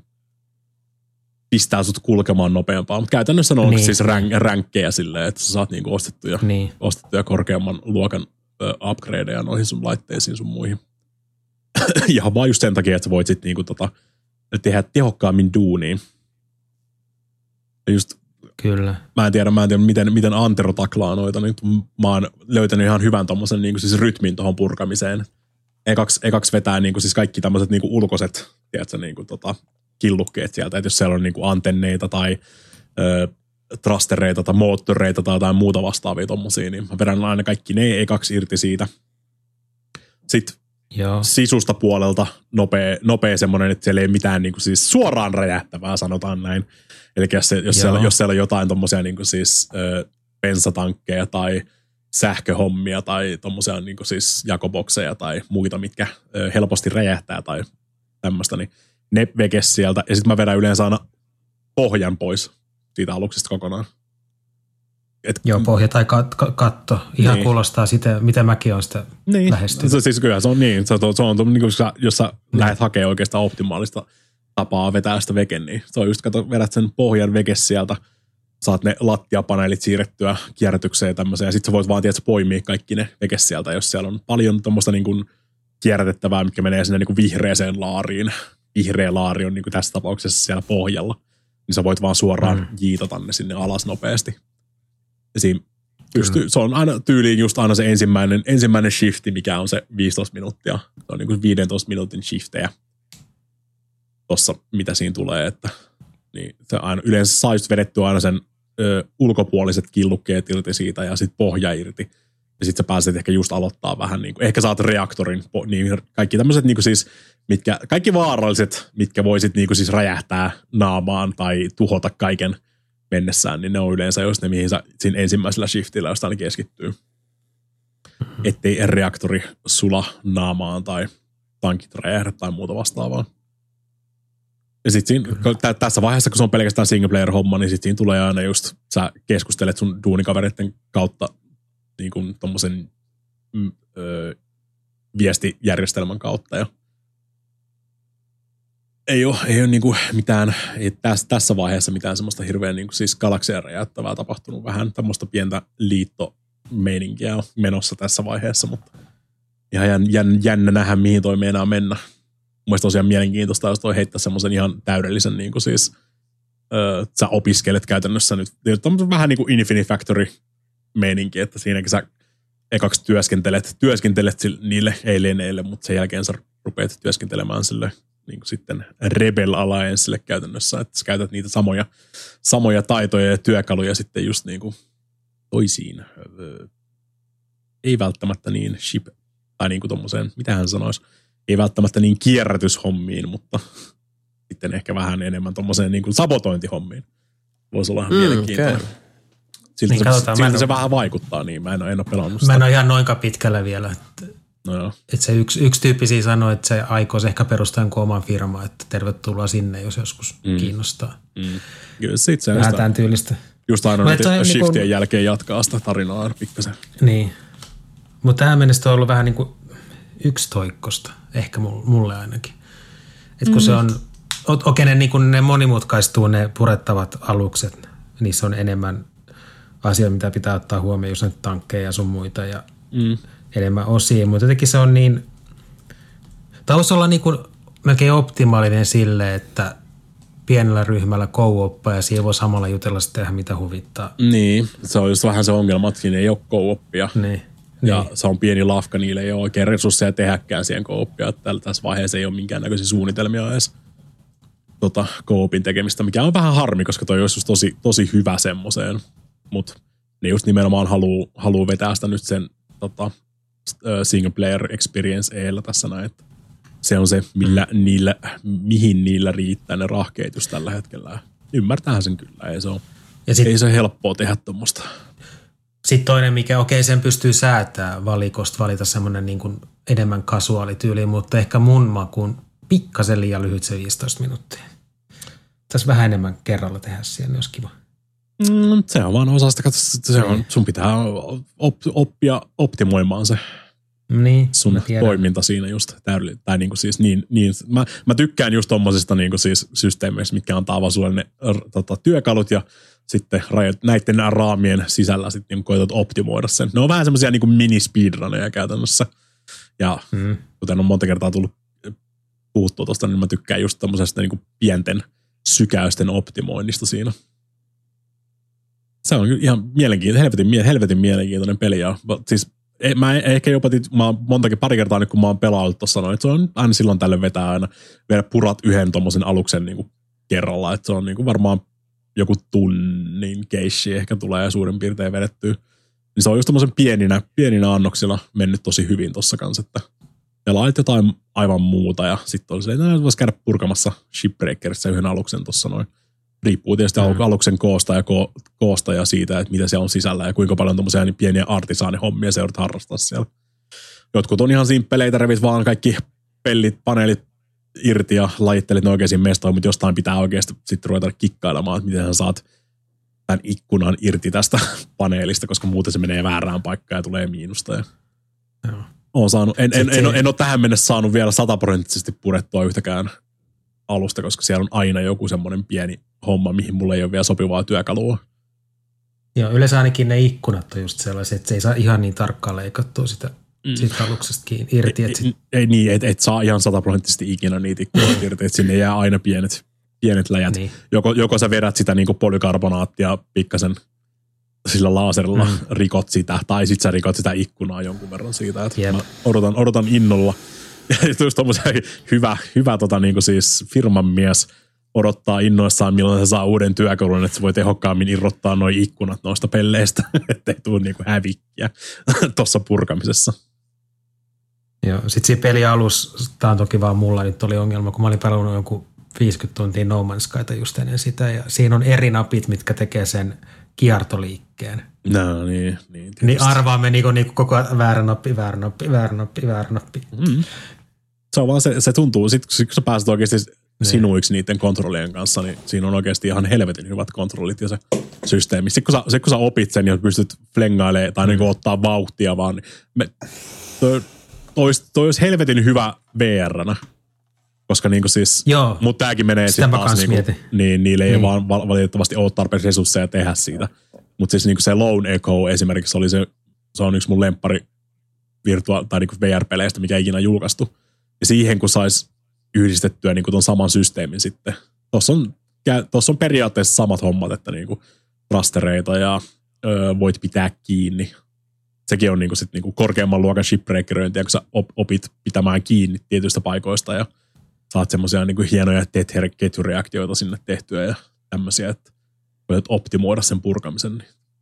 pistää sut kulkemaan nopeampaa. Mutta käytännössä ne on siis ränkkejä silleen, että sä saat niinku ostettuja korkeamman luokan upgradeja noihin sun laitteisiin sun muihin. Ja vaan just sen takia, että sä voit sit niinku tehdä tehokkaammin duunia. Ja just kyllä. Mä en tiedä miten Antero taklaa noita. Nyt mä oon löytänyt ihan hyvän tommosen niinku siis rytmin tohon purkamiseen. Ekaksi vetää niinku siis kaikki tämmöiset niinku ulkoiset, tiedätkö, niinku killukkeet sieltä. Että jos siellä on niinku antenneita tai thrustereita tai moottoreita tai jotain muuta vastaavia tommosia, niin mä vedän aina kaikki ne ekaksi irti siitä. Sitten sisusta puolelta nopea semmoinen, että siellä ei mitään niinku siis suoraan räjähtävää, sanotaan näin. Eli jos siellä on jotain tommosia niinku siis bensatankkeja tai sähköhommia tai tommosia niinku siis jakobokseja tai muita, mitkä helposti räjähtää tai tämmöistä, niin ne vekes sieltä. Ja sitten mä vedän yleensä aina pohjan pois siitä aluksesta kokonaan. Pohja tai katto. Ihan kuulostaa sitä, miten mäkin olen sitä lähestynyt. Siis kyllä se on niin. Se on niin kuin, jos sä lähdet hakemaan oikeastaan optimaalista tapaa vetää sitä veken, niin se on just, vedät sen pohjan vekes sieltä, saat ne lattiapaneelit siirrettyä kierrätykseen ja tämmöiseen, ja sit sä voit vaan poimia kaikki ne vekes sieltä, jos siellä on paljon tommoista niin kuin kierrätettävää, mikä menee sinne niin kuin vihreäseen laariin. Vihreä laari on niin kuin tässä tapauksessa siellä pohjalla, niin sä voit vaan suoraan jiitata ne sinne alas nopeasti. Se on aina tyyliin just aina se ensimmäinen shifti, mikä on se 15 minuuttia. Se on niin kuin 15 minuutin shiftejä tossa, mitä siinä tulee. Että, niin se aina, yleensä saa just vedettyä aina sen ulkopuoliset killukkeet irti siitä ja sitten pohja irti. Ja sitten sä pääset ehkä just aloittaa vähän, niin kuin, ehkä saat reaktorin, niin kaikki tämmöiset niin kuin siis, kaikki vaaralliset, mitkä voisit niin kuin siis räjähtää naamaan tai tuhota kaiken mennessään, niin ne on yleensä just ne, mihin sä siinä ensimmäisellä shiftillä jostain keskittyy. Ettei reaktori sula naamaan tai tankit räjähdä tai muuta vastaavaa. Ja sitten tässä vaiheessa, kun se on pelkästään single player homma, niin sitten siinä tulee aina just, sä keskustelet sun duunikavereiden kautta niin kuin tommosen viestijärjestelmän kautta ja ei ole niinku mitään, ei tässä vaiheessa mitään semmoista hirveän niinku siis galaksia räjäyttävää tapahtunut. Vähän tämmöistä pientä liittomeininkiä on menossa tässä vaiheessa, mutta ihan jännä nähdä, mihin toi meinaa mennä. Mielestäni tosiaan mielenkiintoista, jos toi heittää semmoisen ihan täydellisen niinku siis, sä opiskelet käytännössä nyt. Vähän niin kuin Infinity Factory meininki, että siinäkin sä ekaksi työskentelet niille alieneille, mutta sen jälkeen sä rupeat työskentelemään sille niin kuin sitten Rebel Alliancelle käytännössä, että sä käytät niitä samoja taitoja ja työkaluja sitten just niin kuin toisiin. Ei välttämättä niin ship, tai niin kuin tommoseen, mitä hän sanoisi, ei välttämättä niin kierrätyshommiin, mutta sitten ehkä vähän enemmän tommoseen niin kuin sabotointihommiin. Voisi olla ihan mielenkiintoinen. Okay. Siltä se vähän vaikuttaa, niin mä en ole pelannut sitä. Mä en ole ihan noinkaan pitkällä vielä. Että se yksi tyyppi siinä sanoi, että se aikoisi ehkä perustaa jonkun oman firman, että tervetuloa sinne, jos joskus kiinnostaa. Kyllä sit se vähän tämän tyylistä. Just aina niiden shiftien jälkeen jatkaa sitä tarinaa aina pikkasen. Niin. Mutta tähän mennessä on ollut vähän niin kuin yksitoikkosta, ehkä mulle ainakin. Että kun se on, ne, niin kun ne monimutkaistuu, ne purettavat alukset, niissä on enemmän asioita, mitä pitää ottaa huomioon, jos näitä tankkeja ja sun muita ja enemmän osia. Mutta jotenkin se on niin, taisi olla niin kuin melkein optimaalinen sille, että pienellä ryhmällä co-oppaa ja siinä voi samalla jutella sitten tehdä mitä huvittaa. Niin, se on just vähän se ongelma, että siinä ei ole co-oppia. Niin. Ja se on pieni lafka, niille ei ole oikein resursseja tehdäkään siihen co-oppia. Tässä vaiheessa ei ole minkäännäköisiä suunnitelmia edes co-opin tekemistä, mikä on vähän harmi, koska toi olisi just tosi hyvä semmoseen. Mutta ne just nimenomaan haluu vetää sitä nyt sen single player experience eellä tässä näin. Se on se, mihin niillä riittää ne rahkeet just tällä hetkellä. Ymmärtäähän sen kyllä, ei se ole helppoa tehdä tuommoista. Sitten toinen, mikä sen pystyy säätämään valikosta, valita semmoinen niin kuin enemmän kasuaalityyli, mutta ehkä mun makuun pikkasen liian lyhyt se 15 minuuttia. Tässä vähän enemmän kerralla tehdä siellä, niin olisi kiva. Se on vaan osa sitä, sun pitää oppia optimoimaan se. Niin, sun toiminta siinä just täydellinen. Tai niinku siis niin mä tykkään just tommosista niinku siis systeemeistä, mitkä antaa vaan sulle ne työkalut ja sitten näiden raamien sisällä sitten niinku koetat optimoida sen. Ne on vähän semmoisia niinku mini-speedrunneja käytännössä. Ja kuten on monta kertaa tullut puhuttua tosta, niin mä tykkään just tommosesta niinku pienten sykäysten optimoinnista siinä. Se on ihan helvetin mielenkiintoinen peli. Ja siis mä ehkä jopa, pari kertaa nyt kun mä oon pelaillut tossa noin, että se on aina silloin tällöin vielä purat yhden tommosen aluksen niinku kerralla, että se on niinku varmaan joku tunnin keissi ehkä tulee suurin piirtein vedettyä. Niin se on just tommosen pieninä annoksilla mennyt tosi hyvin tossa kanssa, että pelaat jotain aivan muuta ja sitten oli se, että voisi käydä purkamassa Shipbreakerissa yhden aluksen tossa noin. Riippuu tietysti aluksen koosta ja siitä, että mitä siellä on sisällä ja kuinka paljon tommosia niin pieniä artisaanihommia se joudut harrastaa siellä. Jotkut on ihan simppeleitä, revit vaan kaikki paneelit irti ja lajittelit ne oikeisiin mestoihin, mutta jostain pitää oikeasti sitten ruveta kikkailemaan, että miten sä saat tämän ikkunan irti tästä paneelista, koska muuten se menee väärään paikkaan ja tulee miinusta. Ja olen saanut, en ole tähän mennessä saanut vielä 100% purettua yhtäkään alusta, koska siellä on aina joku semmoinen pieni homma, mihin mulla ei ole vielä sopivaa työkalua. Joo, yleensä ainakin ne ikkunat on just sellaiset, että se ei saa ihan niin tarkkaan leikattua sitä aluksesta irti. Ei niin, et saa ihan 100% ikinä niitä ikkunoita irti, että sinne jää aina pienet läjät. Niin. Joko sä vedät sitä niinku polykarbonaattia pikkasen sillä laaserilla rikot sitä, tai sit sä rikot sitä ikkunaa jonkun verran siitä, että mä odotan innolla. Ja just tommosen hyvä niinku siis firman mies odottaa innoissaan, milloin se saa uuden työkalun, että se voi tehokkaammin irrottaa nuo ikkunat noista pelleistä, ettei tule niinku hävikkiä tuossa purkamisessa. Joo, sit siinä pelialussa, tää on toki vaan mulla nyt oli ongelma, kun mä olin pelannut jonkun 50 tuntia No Man's Skyta just ennen sitä, ja siinä on eri napit, mitkä tekee sen kiertoliikkeen. No niin. Niin arvaamme niinku koko ajan väärä nappi. Se on vaan se tuntuu, sit kun sä pääset oikeasti sinuiksi niiden kontrollien kanssa, niin siinä on oikeasti ihan helvetin hyvät kontrollit ja se systeemi. Sitten kun sä opit sen ja pystyt flengailemaan tai niinku ottaa vauhtia vaan, niin toi olisi helvetin hyvä VR-nä. Koska niinku siis, mutta tääkin menee sitten taas niin niille ei vaan valitettavasti ole tarpeeksi resursseja tehdä siitä. Mutta siis niinku se Lone Echo esimerkiksi oli se on yksi mun lemppari tai niinku VR-peleistä, mikä ikinä julkaistu. Ja siihen kun sais yhdistettyä niinku ton saman systeemin sitten. Tossa on periaatteessa samat hommat, että niinku rastereita ja voit pitää kiinni. Sekin on niinku sit niinku korkeamman luokan shipbreakeröintiä, kun sä opit pitämään kiinni tietyistä paikoista ja saat semmosia niinku hienoja ketjureaktioita sinne tehtyä ja tämmösiä, että voit optimoida sen purkamisen.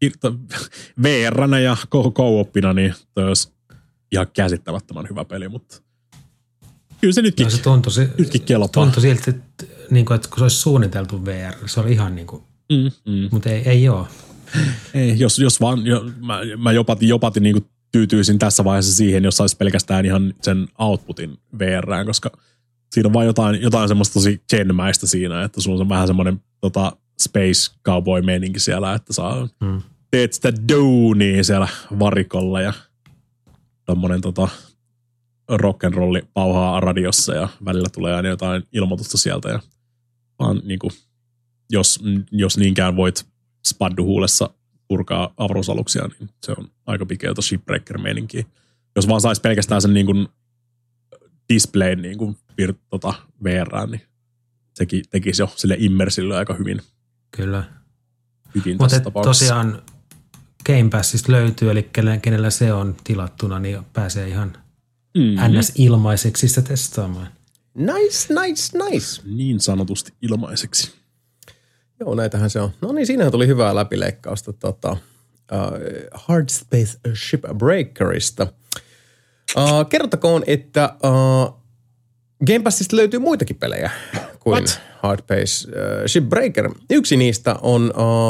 VR-nä ja co-oppina, niin toi olisi ihan käsittämättömän hyvä peli, mutta kyllä se nytkin kelpaa. Tuntui siltä, että kun se olisi suunniteltu VR, se oli ihan niin kuin, mutta ei ole. Ei, jos vaan, mä jopatin niin kuin tyytyisin tässä vaiheessa siihen, jos saisi pelkästään ihan sen outputin VRään, koska siinä on vaan jotain semmoista tosi genmäistä siinä, että sulla on vähän semmoinen space cowboy meininki siellä, että saa teet sitä duunia siellä varikolla ja tommonen rock'n'rolli pauhaa radiossa ja välillä tulee aina jotain ilmoitusta sieltä. Ja vaan niin kuin, jos niinkään voit spadduhuulessa purkaa avaruusaluksia, niin se on aika pikeätä shipbreaker-meininkiä. Jos vaan saisi pelkästään sen niin kuin displayn niin kuin VR:ään, niin sekin tekisi jo sille immersille aika hyvin. Kyllä. Hyvin mutta tässä tapauksessa. tosiaan Game Passista löytyy, eli kenellä se on tilattuna, niin pääsee ihan NS-ilmaiseksi sitä testaamaan. Nice. Niin sanotusti ilmaiseksi. Joo, näitähän se on. No niin, siinähän tuli hyvää läpileikkausta Hard Space Shipbreakerista. Kertokoon, että Game Passista löytyy muitakin pelejä kuin Hard Space Shipbreaker. Yksi niistä on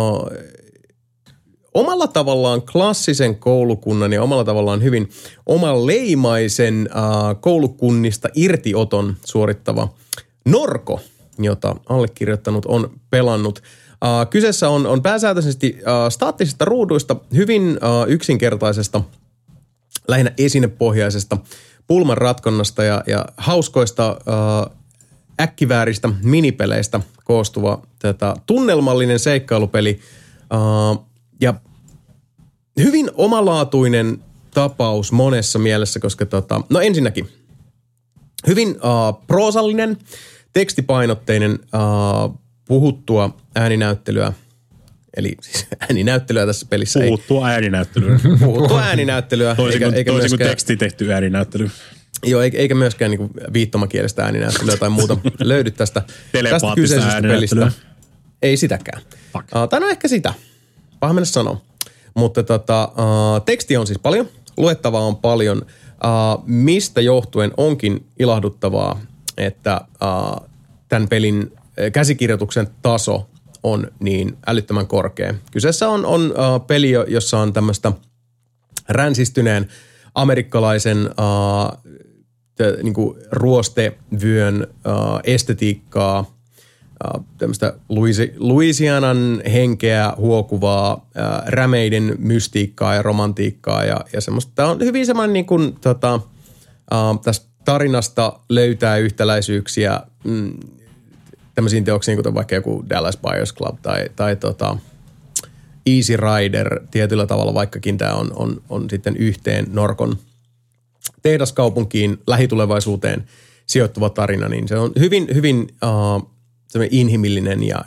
omalla tavallaan klassisen koulukunnan ja omalla tavallaan hyvin omaleimaisen koulukunnista irtioton suorittava Norco, jota allekirjoittanut on pelannut. Kyseessä on pääsääntöisesti staattisista ruuduista, hyvin yksinkertaisesta, lähinnä esinepohjaisesta pulman ratkonnasta ja hauskoista äkkivääristä minipeleistä koostuva tunnelmallinen seikkailupeli. Ja hyvin omalaatuinen tapaus monessa mielessä, koska no ensinnäkin hyvin proosallinen, tekstipainotteinen, puhuttua ääninäyttelyä, eli siis ääninäyttelyä tässä pelissä. Puhuttua ääninäyttelyä. Puhuttua ääninäyttelyä. Toisin kuin teksti tehty ääninäyttely. Joo, eikä myöskään niin viittomakielistä ääninäyttelyä tai muuta löydy tästä kyseisestä pelistä. Ei sitäkään. Tai no ehkä sitä. Paha mennä sanoa. Mutta tekstiä on siis paljon, luettavaa on paljon, mistä johtuen onkin ilahduttavaa, että tämän pelin käsikirjoituksen taso on niin älyttömän korkea. Kyseessä on peli, jossa on tämmöistä ränsistyneen amerikkalaisen niinku ruostevyön estetiikkaa, tämmöistä Louisianan henkeä huokuvaa, rämeiden mystiikkaa ja romantiikkaa ja semmoista. Tämä on hyvin semmoinen niin kuin tästä tarinasta löytää yhtäläisyyksiä tämmöisiin teoksiin, kuten vaikka joku Dallas Buyers Club tai Easy Rider tietyllä tavalla, vaikkakin tämä on sitten yhteen Norcon tehdaskaupunkiin lähitulevaisuuteen sijoittuva tarina, niin se on hyvin semmoinen inhimillinen ja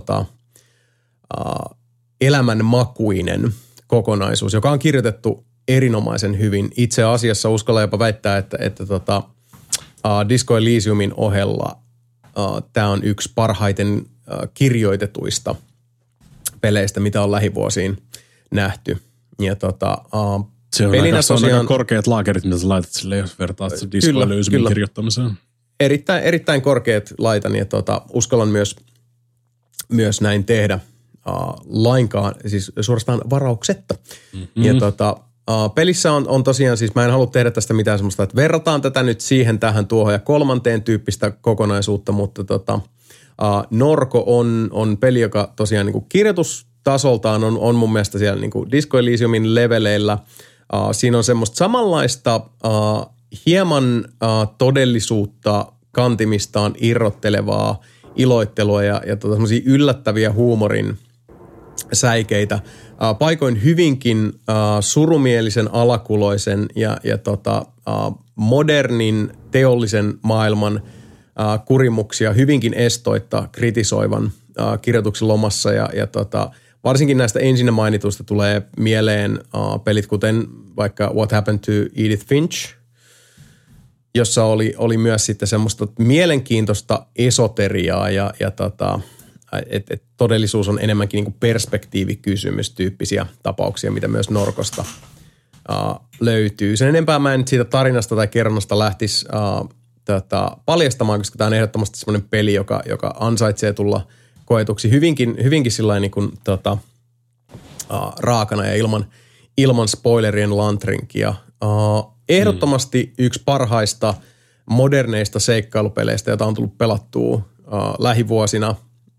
elämänmakuinen kokonaisuus, joka on kirjoitettu erinomaisen hyvin. Itse asiassa uskallan jopa väittää, että Disco Elysiumin ohella tämä on yksi parhaiten kirjoitetuista peleistä, mitä on lähivuosiin nähty. Ja se on aika korkeat laakerit, mitä sä laitat sille, jos vertaat Disco Elysiumin kirjoittamiseen. Erittäin korkeat laitan ja uskallan myös näin tehdä lainkaan, siis suorastaan varauksetta. Mm-hmm. Ja pelissä on tosiaan siis, mä en halua tehdä tästä mitään semmoista, että verrataan tätä nyt siihen, tähän, tuohon ja kolmanteen tyyppistä kokonaisuutta, mutta Norco on peli, joka tosiaan niin kuin kirjoitustasoltaan on mun mielestä siellä niin kuin Disco Elysiumin leveleillä. Siinä on semmoista samanlaista hieman todellisuutta kantimistaan irrottelevaa iloittelua ja semmoisia yllättäviä huumorin säikeitä. Paikoin hyvinkin surumielisen, alakuloisen ja modernin teollisen maailman kurimuksia hyvinkin estoitta kritisoivan kirjoituksen lomassa ja varsinkin näistä ensin mainituista tulee mieleen pelit kuten vaikka What Happened to Edith Finch, jossa oli myös sitten semmoista mielenkiintoista esoteriaa ja että todellisuus on enemmänkin niinku perspektiivikysymys tyyppisiä tapauksia, mitä myös Norcosta löytyy. Sen enempää mä en nyt siitä tarinasta tai kerronnasta lähtisi paljastamaan, koska tämä on ehdottomasti semmoinen peli, joka ansaitsee tulla koetuksi hyvinkin sillain niin kuin, raakana ja ilman spoilerien lantrinkia. Ehdottomasti yksi parhaista moderneista seikkailupeleistä, jota on tullut pelattua lähivuosina.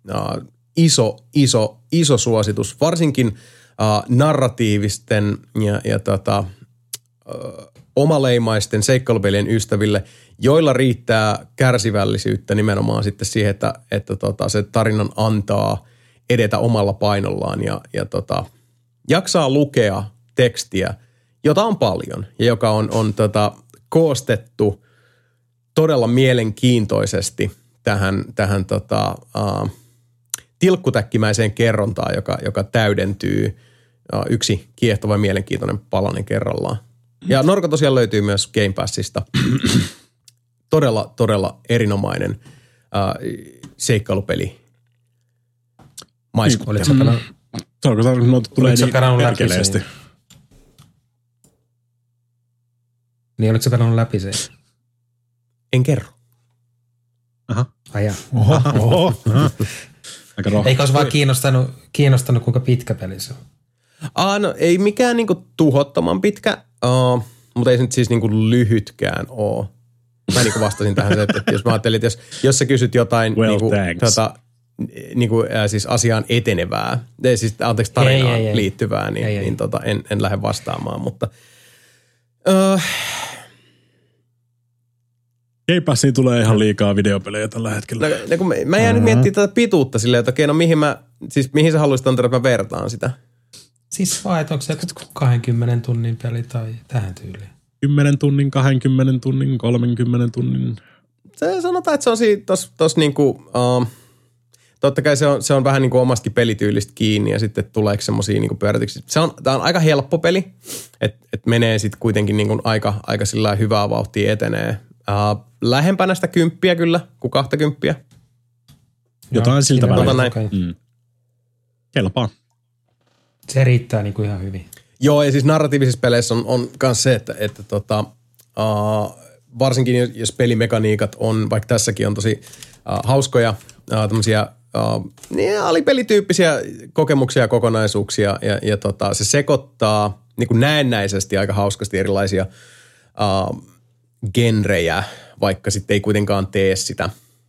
Iso suositus, varsinkin narratiivisten ja omaleimaisten seikkailupelien ystäville, joilla riittää kärsivällisyyttä nimenomaan sitten siihen, että se tarinan antaa edetä omalla painollaan ja jaksaa lukea tekstiä, jota on paljon ja joka on koostettu todella mielenkiintoisesti tähän tilkkutäkkimäiseen kerrontaan, joka täydentyy yksi kiehtova mielenkiintoinen palanen kerrallaan. Ja Norko tosiaan löytyy myös Game Passista. Todella, todella erinomainen seikkailupeli. Maiskuttelu. Tulee niin perkeleesti. Niin, oletko sä pelannut läpi se? En kerro. Aha. Aja. Oho. Aika rohkeasti. Eikä olisi vaan kiinnostanut, kuinka pitkä peli se on? No ei mikään niinku tuhottoman pitkä, mutta ei se nyt siis niinku lyhytkään ole. Mä niinku vastasin tähän, että jos mä ajattelin, että jos sä kysyt jotain siis asiaan etenevää, siis tarinaan liittyvää, niin en lähde vastaamaan, mutta Game Passiin tulee ihan liikaa videopelejä tällä hetkellä. Mä jään nyt miettimään tätä pituutta silleen, että okei, no mihin sä haluaisit antaa, että mä vertaan sitä? Siis vaan, että onko se 20 tunnin peli tai tähän tyyliin? 10 tunnin, 20 tunnin, 30 tunnin. Se sanotaan, että se on tossa niinku, totta kai se on vähän niinku omastakin pelityylistä kiinni ja sitten tuleeko semmosia niinku pyörityksiä. Tää on aika helppo peli, että menee sitten kuitenkin niinku aika sillä hyvää vauhtia etenee. Lähempänä sitä 10 kyllä, kuin 20. Jotain siltä välillä. Okay. Kelpaa. Se riittää niinku ihan hyvin. Joo, ja siis narratiivisissa peleissä on myös se, että varsinkin jos pelimekaniikat on, vaikka tässäkin on tosi hauskoja tämmöisiä alipelityyppisiä kokemuksia ja kokonaisuuksia, ja se sekoittaa niin kuin näennäisesti aika hauskasti erilaisia genrejä, vaikka sitten ei kuitenkaan tee sitä.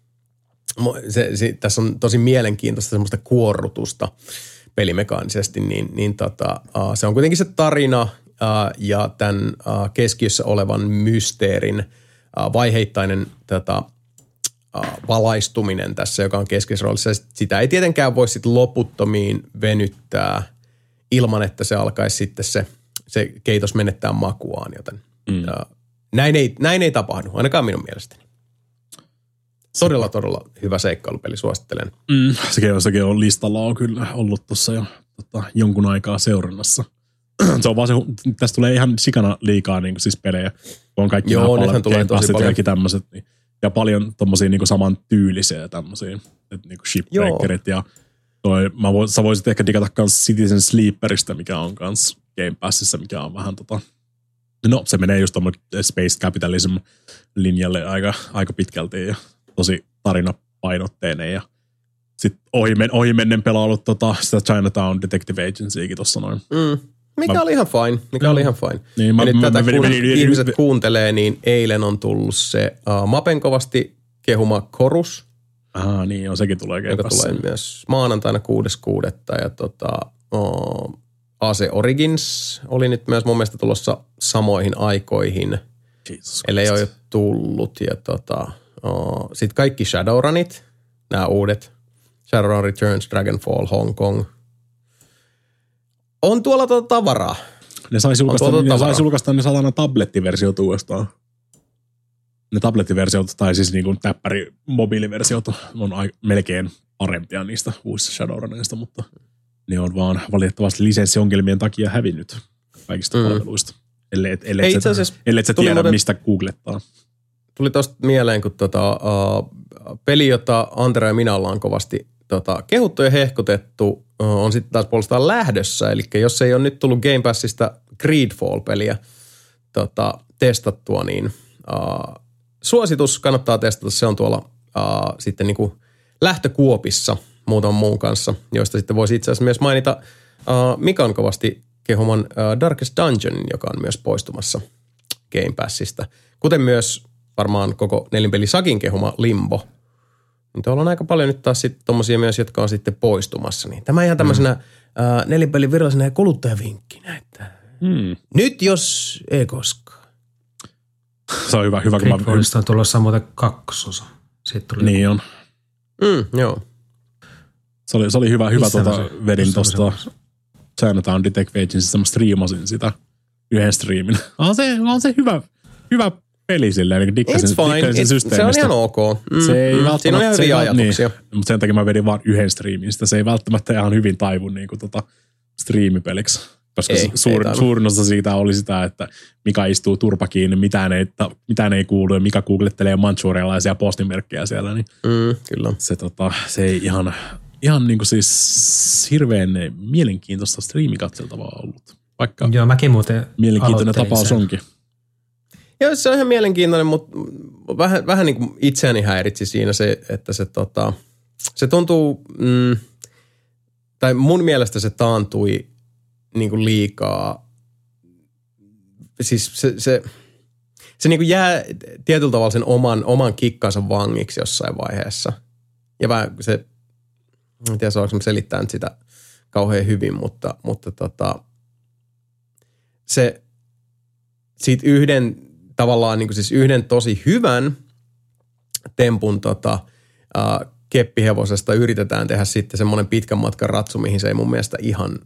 Tässä on tosi mielenkiintoista semmoista kuorrutusta pelimekaanisesti, niin se on kuitenkin se tarina ja tämän keskiössä olevan mysteerin vaiheittainen valaistuminen tässä, joka on keskeisessä roolissa. Sitä ei tietenkään voi sitten loputtomiin venyttää ilman, että se alkaisi sitten se keitos menettää makuaan, joten näin ei tapahdu, ainakaan minun mielestäni. Todella, todella hyvä seikkailupeli, suosittelen. Sekin on listalla on kyllä ollut tuossa jo jonkun aikaa seurannassa. Se on vaan tästä tulee ihan sikana liikaa niin siis pelejä. On kaikki nehän tulee tosi paljon. Ja tämmöiset. Niin, ja paljon tommosia niin saman tyylisiä tämmöisiä. Niin kuin Shipbreakerit ja sä voisit ehkä digata kans Citizen Sleeperistä, mikä on kans Game Passissa, mikä on vähän no se menee just tommoinen Space Capitalism linjalle aika pitkälti ja tosi tarinapainotteinen ja sitten ohimennen pelaillut sitä Chinatown Detective Agencykin tuossa noin. Mikä oli ihan fine. Niin, nyt tätä kun ihmiset kuuntelee, niin eilen on tullut se Mapen kovasti kehuma Chorus. Niin on, sekin tulee Game Passiin. Joka tulee myös maanantaina 6.6. ja AC Origins oli nyt myös mun mielestä tulossa samoihin aikoihin. Ellei ole jo tullut ja sitten kaikki Shadowrunit, nämä uudet Shadowrun Returns, Dragonfall, Hong Kong. On tuolla tavaraa. Ne saisi julkaista ne satana tablettiversiot uudestaan. Ne tablettiversiot tai siis niin kuin täppäri mobiiliversiot on melkein parempia niistä uusista Shadowrunneista, mutta ne on vaan valitettavasti lisenssiongelmien takia hävinnyt kaikista palveluista. Ellei sä tiedä, mistä googlettaa. Tuli tosta mieleen, kun peli, jota Antero ja minä ollaan kovasti kehuttu ja hehkutettu, on sitten taas puolestaan lähdössä. Eli jos ei ole nyt tullut Game Passista Greedfall-peliä testattua, niin suositus kannattaa testata. Se on tuolla sitten niinku lähtökuopissa muutaman muun kanssa, joista sitten voisi itse asiassa myös mainita Mikan kovasti kehuman Darkest Dungeon, joka on myös poistumassa Game Passista. Kuten myös varmaan koko nelinpelisakin kehuma Limbo. Niin tuolla on aika paljon nyt taas sitten tommosia myös, jotka on sitten poistumassa. Niin tämä ihan tämmöisenä nelinpelin virallisena kuluttajavinkkinä, että nyt jos ei koskaan. Se on hyvä kun mä... Gridfallista on tulossa muuten 2. Siitä tuli niin on. Joo. Se oli hyvä vedin tuosta Chinatown Detective Agencystä, mä striimasin sitä yhden striimin. On se hyvä peli silleen, niin dikkasin systeemistä. Se on ihan ok. Se ei välttämättä, siinä on ihan hyviä ajatuksia. Niin, mutta sen takia mä vedin vaan yhden striimin. Se ei välttämättä ihan hyvin taivu niin kuin striimipeliksi. Koska suurin osa siitä oli sitä, että mikä istuu turpa kiinni, mitään ei kuulu ja mikä googlettelee manchurialaisia postimerkkejä siellä. Niin kyllä. Se ei ihan niin kuin siis hirveän mielenkiintoista striimikatseltavaa ollut. Vaikka joo, mäkin muuten mielenkiintoinen tapaus onkin. Joo, se on ihan mielenkiintoinen, mutta vähän niin kuin itseäni häiritsi siinä se, että se tuntuu, tai mun mielestä se taantui niin kuin liikaa. Siis se niin kuin jää tietyllä tavalla sen oman kikkansa vangiksi jossain vaiheessa. Ja vähän se, en tiedä saanko mä selittää nyt sitä kauhean hyvin, mutta se siitä tavallaan niin kuin siis yhden tosi hyvän tempun keppihevosesta yritetään tehdä sitten semmoinen pitkän matkan ratsu, mihin se ei mun mielestä ihan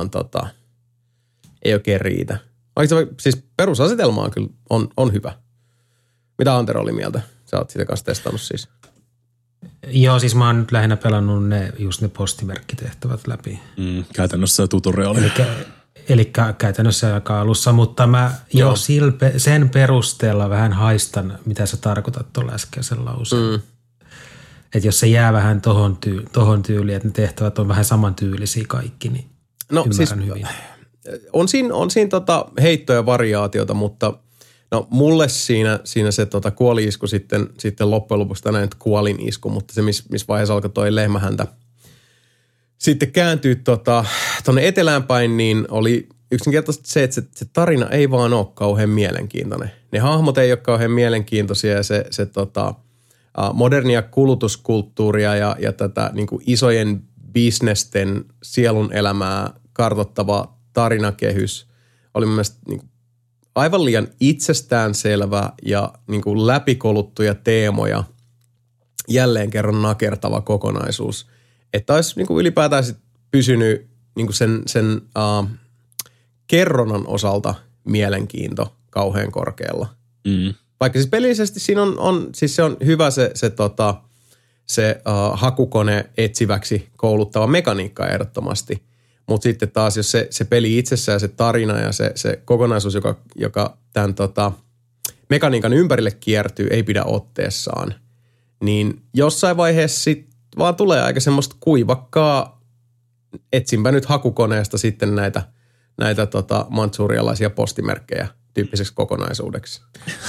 ei oikein riitä. Siis perusasetelma on kyllä on hyvä. Mitä Antero oli mieltä? Sä oot sitä kanssa testannut siis. Joo, siis mä oon nyt lähinnä pelannut just ne postimerkkitehtävät läpi. Käytännössä tutoriali. Eli käytännössä aika alussa, mutta mä jo sen perusteella vähän haistan, mitä sä tarkoitat tuolla äskeisen lauseen. Että jos se jää vähän tohon tyyliin, että ne tehtävät on vähän samantyylisiä kaikki, niin ymmärrän hyvin. On siinä heittoja ja variaatiota, mutta no mulle siinä se kuoli-isku sitten loppujen lopuksi tänään nyt kuolin isku, mutta se missä vaiheessa alkoi toi lehmähäntä sitten kääntyy tuonne etelään päin, niin oli yksinkertaisesti se, että se tarina ei vaan ole kauhean mielenkiintoinen. Ne hahmot ei ole kauhean mielenkiintoisia ja se modernia kulutuskulttuuria ja tätä niin kuin isojen bisnesten sielun elämää kartoittava tarinakehys oli mun mielestä niin kuin aivan liian itsestäänselvä ja niin kuin läpikoluttuja teemoja, jälleen kerran nakertava kokonaisuus. Että olisi niin kuin ylipäätään sit pysynyt niin kuin sen kerronnan osalta mielenkiinto kauhean korkealla. Vaikka siis pelillisesti siinä siis se on hyvä se hakukone etsiväksi kouluttava mekaniikka ehdottomasti. Mutta sitten taas, jos se peli itsessään, se tarina ja se kokonaisuus, joka tämän mekaniikan ympärille kiertyy, ei pidä otteessaan, niin jossain vaiheessa sitten vaan tulee aika semmoista kuivakkaa, etsinpä nyt hakukoneesta sitten näitä manchurialaisia postimerkkejä tyyppiseksi kokonaisuudeksi.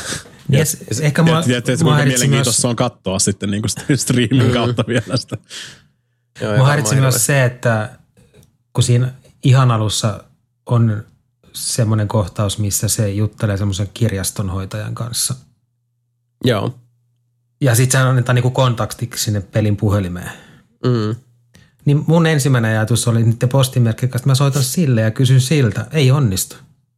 Ehkä mä mielenkiintoista on katsoa sitten niin kuin striimin kautta vielä sitä. Mä häiritsin myös se, että kun siinä ihan alussa on semmoinen kohtaus, missä se juttelee semmoisen kirjastonhoitajan kanssa. Joo. Ja sit sehän annetaan niinku kontaktiksi sinne pelin puhelimeen. Niin mun ensimmäinen ajatus oli niiden postimerkkien kanssa, että mä soitan sille ja kysyn siltä. Ei onnistu.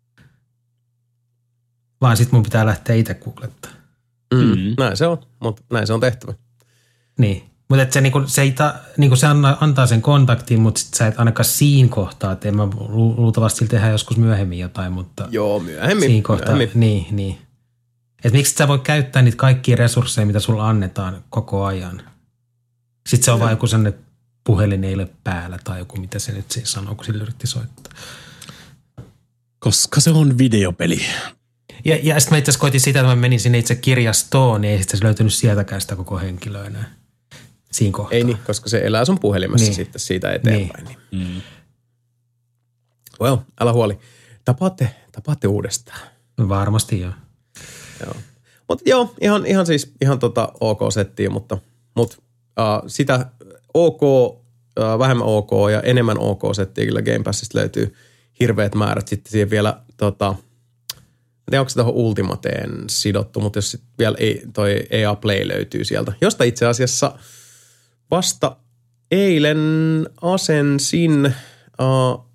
Vaan sit mun pitää lähteä itse googlettaa. Näin se on, mutta näin se on tehtävä. Niin. Mutta se antaa sen kontaktin, mutta sit sä et ainakaan siinä kohtaa, että en mä luultavasti tehdä joskus myöhemmin jotain, mutta... Joo, myöhemmin. Siinä kohtaa, niin. Että miksi sä voi käyttää niitä kaikkia resursseja, mitä sulla annetaan koko ajan. Sitten se on vaan joku sellainen puhelin ei ole päällä tai joku, mitä se nyt siis sanoo, kun sillä yritti soittaa. Koska se on videopeli. Ja sitten mä itse asiassa koitin sitä, että mä menin sinne itse kirjastoon, niin ei sitten löytynyt sieltäkään sitä koko henkilöä enää. Siinä kohtaa. Ei niin, koska se elää sun puhelimessa sitten siitä eteenpäin. Niin. Well, älä huoli. Tapaatte uudestaan. Varmasti joo. Mutta joo, ihan OK-settiä, mutta sitä OK, vähemmän OK ja enemmän OK-settiä kyllä Game Passista löytyy hirveät määrät. Sitten siihen vielä, en tiedä onko se tuohon Ultimateen sidottu, mutta jos sitten vielä toi EA Play löytyy sieltä, josta itse asiassa vasta eilen asensin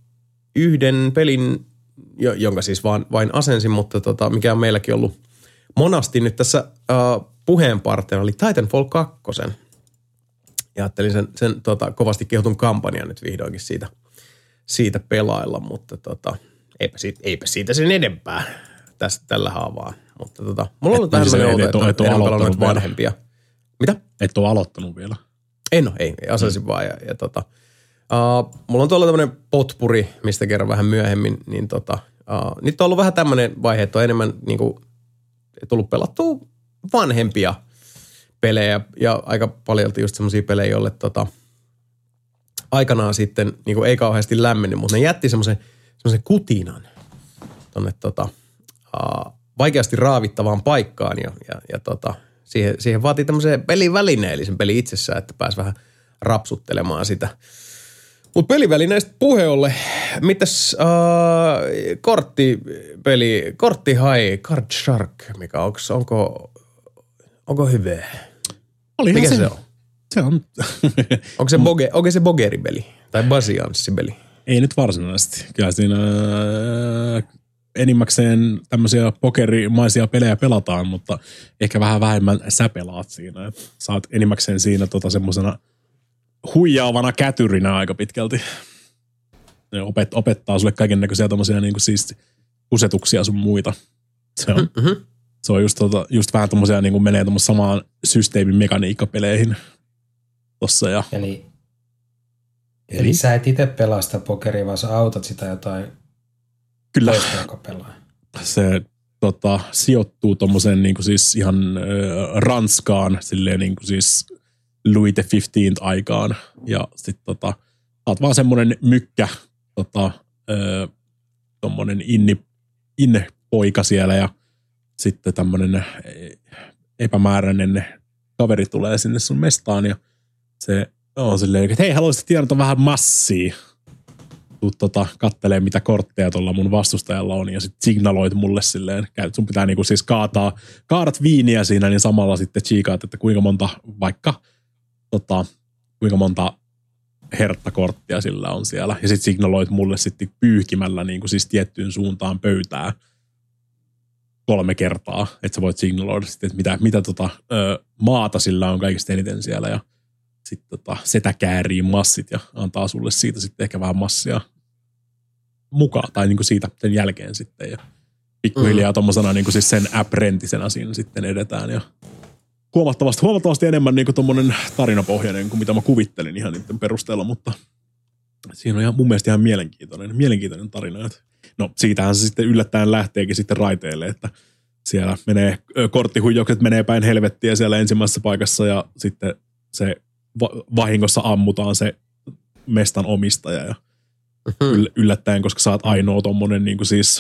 yhden pelin, jonka siis vain asensin, mutta mikä on meilläkin ollut monasti nyt tässä puheenpartena oli Titanfall 2. Ja ajattelin sen kovasti kehutun kampanjan nyt vihdoinkin siitä pelailla, mutta eipä siitä sen enempää tällä haavaa. Mutta mulla on ollut vähän sellainen outo, että en pelannut vanhempia. Mitä? Et ole aloittanut vielä. Ei asasin vaan. Mulla on tuolla tämmöinen potpuri, mistä kerran vähän myöhemmin, niin nyt on ollut vähän tämmöinen vaihe, että on enemmän niinku tullut pelattua vanhempia pelejä ja aika paljolti just semmosia pelejä, joille aikanaan sitten niinku ei kauheasti lämmennyt, mutta ne jätti semmoisen kutinan tonne vaikeasti raavittavaan paikkaan ja siihen vaatii tämmöisen pelivälineellisen peli itsessään, että pääsi vähän rapsuttelemaan sitä. Mutta pelivälineistä puheolle, mitäs korttihai, Card Shark, mikä onko hyvä? Olihan mikä se. Se on? Se on. Onko se bogeripeli tai basianssipeli? Ei nyt varsinaisesti. Kyllä siinä enimmäkseen tämmöisiä pokerimaisia pelejä pelataan, mutta ehkä vähän vähemmän sä pelaat siinä. Sä oot enimmäkseen siinä semmosena huijaavana kätyrinä aika pitkälti. Ne opettaa sulle kaikennäköisiä tommosia niinku siis kusetuksia sun muita. Se on just vähän tommosia niinku menee tommos samaan systeemin mekaniikkapeleihin tossa ja. Eli sä et itse pelaa sitä pokeria, vaan sä autat sitä jotain kyllä. Toista, joka pelaa. Se sijoittuu tommoseen niinku siis ihan Ranskaan, silleen niinku siis Louis XV aikaan. Ja sit oot vaan semmonen mykkä, tommonen inne-poika siellä ja sitten tämmönen epämääräinen kaveri tulee sinne sun mestaan ja se on silleen, että hei, haluaisit tienata vähän massia. Tuut kattelee, mitä kortteja tuolla mun vastustajalla on ja sit signaloit mulle silleen, sun pitää niinku siis kaadat viiniä siinä, niin samalla sitten chiikaat, että kuinka monta vaikka kuinka monta herttakorttia sillä on siellä. Ja sit signaloit mulle sitten pyyhkimällä niinku siis tiettyyn suuntaan pöytää 3 kertaa, että sä voit signaloida sitten, että mitä maata sillä on kaikista eniten siellä ja sitten setä käärii massit ja antaa sulle siitä sitten ehkä vähän massia mukaan tai niinku siitä sen jälkeen sitten ja pikkuhiljaa tommosena niinku siis sen apprenticenä siinä sitten edetään ja huomattavasti enemmän niinku tommonen tarinapohjainen kuin mitä mä kuvittelin ihan niiden perusteella, mutta siinä on ihan mun mielestä ihan mielenkiintoinen tarina. No siitähän se sitten yllättäen lähteekin sitten raiteille, että siellä menee korttihuijaukset menee päin helvettiä siellä ensimmäisessä paikassa ja sitten se vahingossa ammutaan se mestan omistaja ja yllättäen, koska sä oot ainoa tommonen niinku siis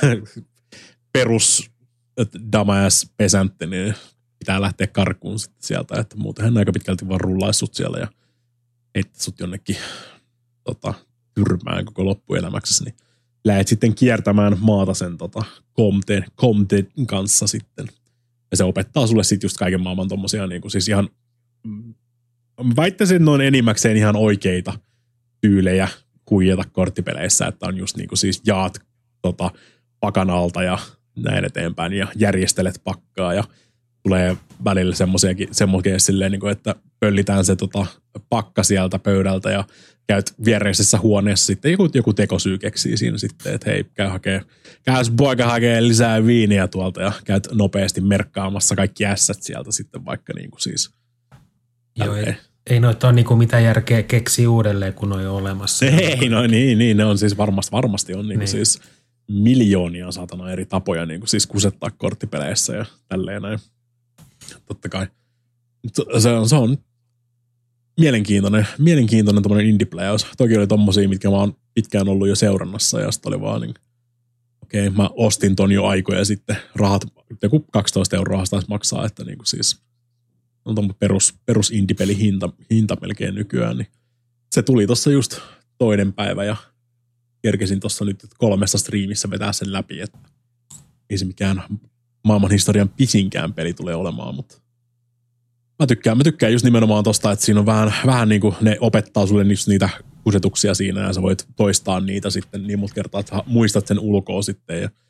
perus dumbass pesantti, niin pitää lähteä karkuun sitten sieltä, että muutenhan aika pitkälti vaan rullaisi sut siellä ja heittää sut jonnekin tyrmään koko loppuelämäksesi, niin lähet sitten kiertämään maata sen Comten kanssa sitten. Ja se opettaa sulle sitten just kaiken maailman tommosia niinku siis ihan, väittäisin noin enimmäkseen ihan oikeita tyylejä huijata korttipeleissä, että on just niinku siis jaat pakan alta ja näin eteenpäin ja järjestelet pakkaa ja tulee välillä semmoisia silleen, niin kuin, että pöllitään se pakka sieltä pöydältä ja käyt viereisessä huoneessa sitten joku tekosyy keksii siinä sitten, että hei, käy poika hakee lisää viiniä tuolta ja käyt nopeasti merkkaamassa kaikki ässät sieltä sitten vaikka niin kuin siis. Joo, ei noita ole niinku mitään järkeä keksiä uudelleen, kun on jo olemassa. Ei, no niin, ne on siis varmasti on niinku siis miljoonia saatana eri tapoja niinku siis kusettaa korttipeleissä ja tälleen näin. Totta kai. Se on mielenkiintoinen tommonen indie-pläjäys. Toki oli tommosia, mitkä mä oon pitkään ollut jo seurannassa ja sitten oli vaan niin, okei, mä ostin ton jo aikoja sitten. Rahat, joku 12 € taisi maksaa, että niinku siis on tommoinen perus indie-peli hinta melkein nykyään. Niin se tuli tossa just 2. päivä ja kerkesin tossa nyt 3 striimissä vetää sen läpi, että ei se mikään maailman historian pisinkään peli tulee olemaan, mutta mä tykkään just nimenomaan tosta, että siinä on vähän niin kuin ne opettaa sulle niitä kusetuksia siinä ja sä voit toistaa niitä sitten niin monta kertaa, että muistat sen ulkoa sitten ja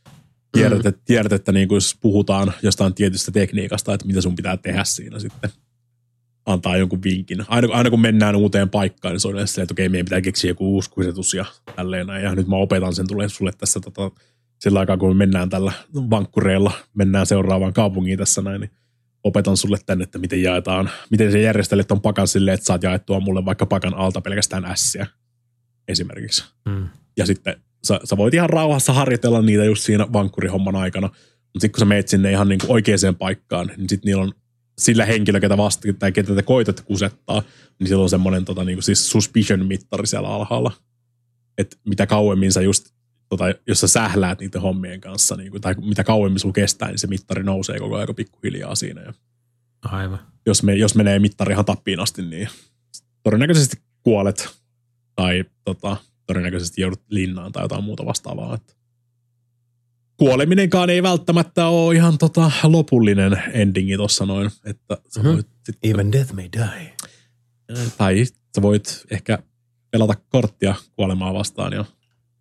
tiedät, että niin kuin jos puhutaan jostain tietystä tekniikasta, että mitä sun pitää tehdä siinä sitten. Antaa jonkun vinkin. Aina kun mennään uuteen paikkaan, niin se on yleensä silleen, että okei, meidän pitää keksiä joku uusi kusetus ja tälleen näin. Ja nyt mä opetan sen sulle tässä sillä aikaa, kun me mennään tällä vankkureilla, mennään seuraavaan kaupungiin tässä näin, niin opetan sulle tänne, että miten jaetaan, miten sä järjestelet ton pakan silleen, että saat jaettua mulle vaikka pakan alta pelkästään ässiä esimerkiksi. Ja sitten sä voit ihan rauhassa harjoitella niitä just siinä vankkurihomman aikana, mutta sitten kun sä meet sinne ihan niin kuin oikeaan paikkaan, niin sitten niillä on sillä henkilö, ketä vastaan tai ketä te koitatte kusettaa, niin sillä on semmoinen niin kuin siis suspicion-mittari siellä alhaalla. Että mitä kauemmin sä just, jos sä sähläät niiden hommien kanssa, niin kuin, tai mitä kauemmin sulla kestää, niin se mittari nousee koko ajan pikkuhiljaa siinä. Ja aivan. Jos menee mittari ihan tappiin asti, niin todennäköisesti kuolet tai todennäköisesti joudut linnaan tai jotain muuta vastaavaa. Että kuoleminenkaan ei välttämättä ole ihan lopullinen endingi tossa noin. Että sä voit sitten, even death may die. Tai sä voit ehkä pelata korttia kuolemaa vastaan ja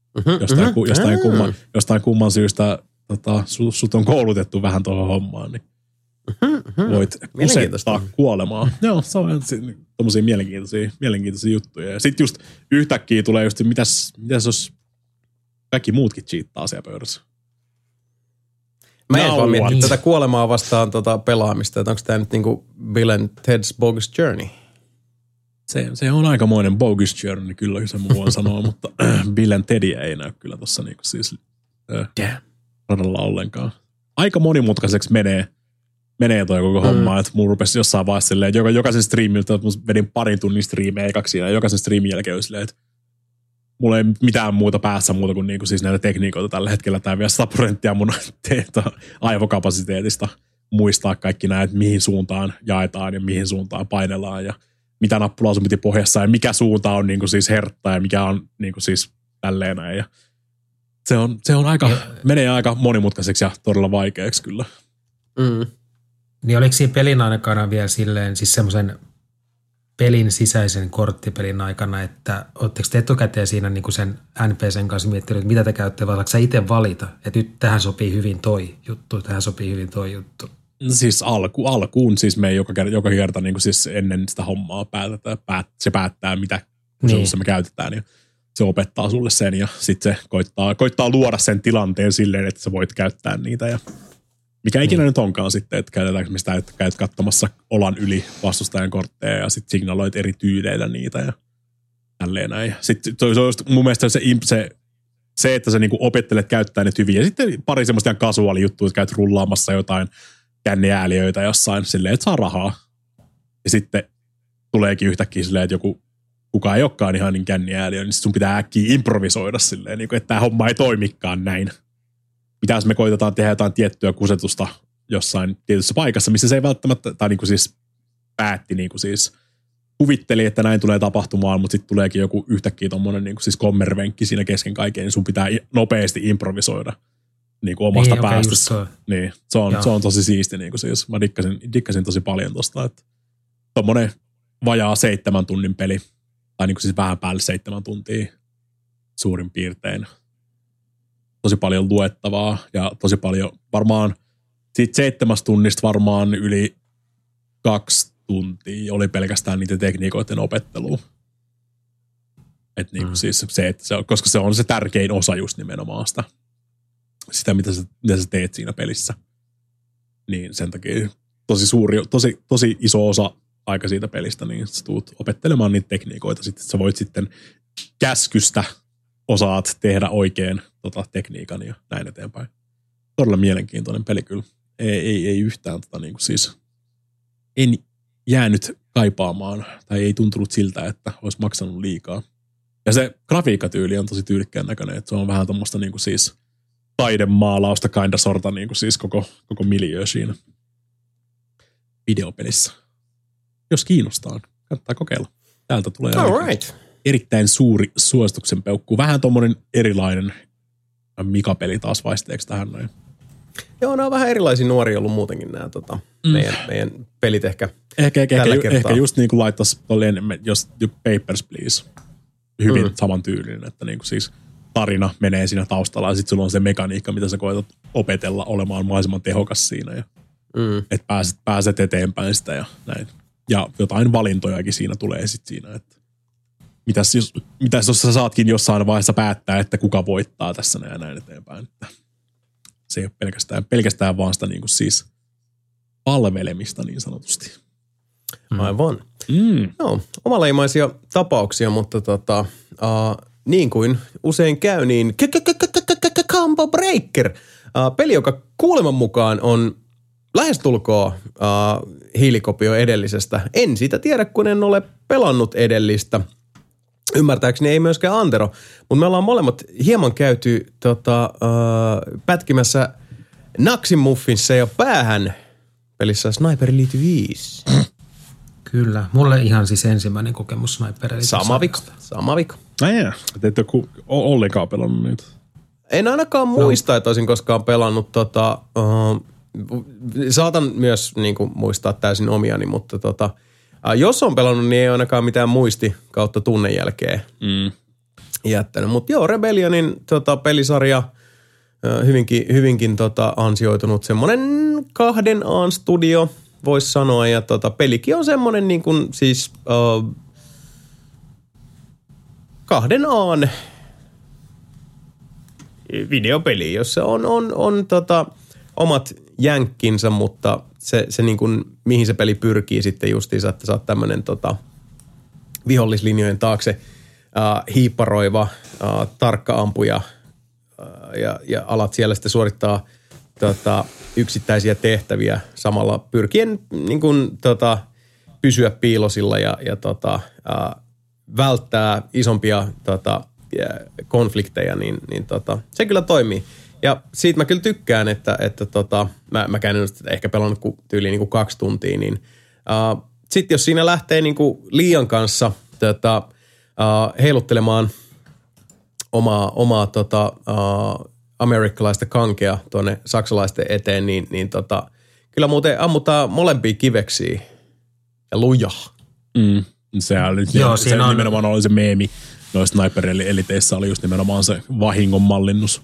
jostain kumman syystä sut on koulutettu vähän tuohon hommaan, niin voit kusettaa kuolemaa. Joo, se on tommosia mielenkiintoisia juttuja. Ja sit just yhtäkkiä tulee just, mitäs jos kaikki muutkin cheattaa siellä pöydässä. Mä en vaan miettinyt tätä kuolemaa vastaan pelaamista, että onko tämä nyt niinku Bill and Ted's Bogus Journey? Se on aikamoinen bogus journey, kyllä se voin sanoa, mutta Bill and Tedia ei näy kyllä tuossa niinku siis radalla ollenkaan. Aika monimutkaiseksi menee toi koko homma, että mulla rupesi jossain vaiheessa silleen, että jokaisen striimiltä, että vedin parin tunnin striimejä ekaksi ja jokaisen striimin jälkeen oli silleen, että mulla ei mitään muuta päässä muuta kuin niinku siis näitä tekniikoita tällä hetkellä. Tää vielä 100% mun aivokapasiteetista muistaa kaikki näitä, että mihin suuntaan jaetaan ja mihin suuntaan painellaan ja mitä nappulaa sun piti pohjassa ja mikä suunta on niinku siis hertta ja mikä on niinku siis tälleen näin. Ja se on menee aika monimutkaiseksi ja todella vaikeaksi kyllä. Niin oliko siinä pelin aikana vielä silleen, siis semmoisen pelin sisäisen korttipelin aikana, että ootteko te etukäteen siinä niin kuin sen NPCn kanssa miettinyt, että mitä te käytte, vai oletko sä itse valita, että nyt tähän sopii hyvin toi juttu, tähän sopii hyvin toi juttu? Siis alkuun siis me joka kerta niin kuin siis ennen sitä hommaa se päättää, mitä me käytetään ja se opettaa sulle sen ja sitten se koittaa luoda sen tilanteen silleen, että sä voit käyttää niitä ja mikä ikinä nyt onkaan sitten, että käytetäänkö me sitä, että käyt katsomassa olan yli vastustajan kortteja ja sitten signaloit eri tyyleillä niitä ja tälleen näin. Sitten se on mun mielestä se että sä niinku opettelet käyttää ne hyvin ja sitten pari semmoista ihan kasuaalijuttua, että käyt rullaamassa jotain känniääliöitä jossain silleen, että saa rahaa. Ja sitten tuleekin yhtäkkiä silleen, että kuka ei olekaan ihan niin känniääliö, niin sun pitää äkkiä improvisoida silleen, että tämä homma ei toimikaan näin. Mitä jos me koitetaan tehdä jotain tiettyä kusetusta jossain tietyssä paikassa, missä se ei välttämättä, tai niin kuin siis päätti niin kuin siis kuvitteli, että näin tulee tapahtumaan, mutta sitten tuleekin joku yhtäkkiä tommonen niin kuin siis kommervenkki siinä kesken kaiken, niin sun pitää nopeasti improvisoida niin kuin omasta päästä. Niin, se on tosi siisti. Niin kuin siis. Mä dikkasin tosi paljon tosta, että tommonen vajaa 7 tunnin peli, tai niin kuin siis vähän päälle 7 tuntia suurin piirtein. Tosi paljon luettavaa ja tosi paljon, varmaan siitä 7 tunnista varmaan yli 2 tuntia oli pelkästään niiden tekniikoiden opettelua. Et niin kuin siis se, että koska se on se tärkein osa just nimenomaan sitä mitä sä teet siinä pelissä. Niin sen takia tosi iso osa aika siitä pelistä, niin sä tuut opettelemaan niitä tekniikoita. Sitten sä voit sitten käskystä osaat tehdä oikein tekniikan ja näin eteenpäin. Todella mielenkiintoinen peli kyllä. Ei yhtään niin kuin siis en jäänyt kaipaamaan tai ei tuntunut siltä, että olisi maksanut liikaa. Ja se grafiikkatyyli on tosi tyylikkään näköinen, että se on vähän tommoista niin kuin siis taidemaalausta kinda sorta niin kuin siis koko miljöö siinä videopelissä. Jos kiinnostaa, kannattaa kokeilla. Täältä tulee erittäin suuri suosituksen peukku. Vähän tommonen erilainen Mika-peli taas vaisteeksi tähän näin. Joo, nämä on vähän erilaisia nuoria ollut muutenkin nämä meidän pelit ehkä Ehkä just niin kuin laittaisi jos Papers, Please hyvin saman tyylinen, että niin kuin siis tarina menee siinä taustalla ja sitten sulla on se mekaniikka, mitä sä koetat opetella olemaan mahdollisimman tehokas siinä ja että pääset eteenpäin sitä ja näin. Ja jotain valintojakin siinä tulee sitten siinä, että mitäs jos sä saatkin jossain vaiheessa päättää, että kuka voittaa tässä ja näin eteenpäin. Että se ei ole pelkästään vaan sitä niin kuin siis palvelemista niin sanotusti. Aivan. No, omaleimaisia tapauksia, mutta niin kuin usein käy, niin Combo Breaker, peli, joka kuuleman mukaan on lähestulkoon hiilikopio edellisestä. En sitä tiedä, kun en ole pelannut edellistä. Ymmärtääkseni ei myöskään Antero, mutta me ollaan molemmat hieman käyty pätkimässä Naksimuffinsa ja päähän pelissä Sniper Elite 5. Kyllä, mulle ihan siis ensimmäinen kokemus Sniper Elite. Sama vika. Te ette ole ollenkaan pelannut niitä. En ainakaan muista, että olisin koskaan pelannut saatan myös niin kuin, muistaa täysin omiani, mutta jos on pelannut, niin ei ainakaan mitään muisti kautta tunnen jälkeen jättänyt. Mutta joo, Rebellionin pelisarja hyvinkin ansioitunut. Semmoinen 2A studio, voisi sanoa. Ja pelikin on semmoinen niin kuin siis 2A videopeli, jossa on omat jänkkinsä, mutta se niin kuin, mihin se peli pyrkii sitten justiinsa, että sä oot tämmönen vihollislinjojen taakse hiipparoiva tarkka ampuja ja alat siellä sitten suorittaa yksittäisiä tehtäviä samalla pyrkien niin kuin, pysyä piilosilla ja välttää isompia konflikteja, niin se kyllä toimii. Ja siitä mä kyllä tykkään, että mä käyn ehkä pelannut tyyliin niin kuin 2 tuntia, niin sitten jos siinä lähtee niin kuin liian kanssa heiluttelemaan omaa amerikkalaista kankea tuonne saksalaisten eteen, niin kyllä muuten ammutaan molempia kiveksiä ja lujaa. Sehän nimenomaan oli se meemi noissa Sniper-eliteissä oli just nimenomaan se vahingon mallinnus.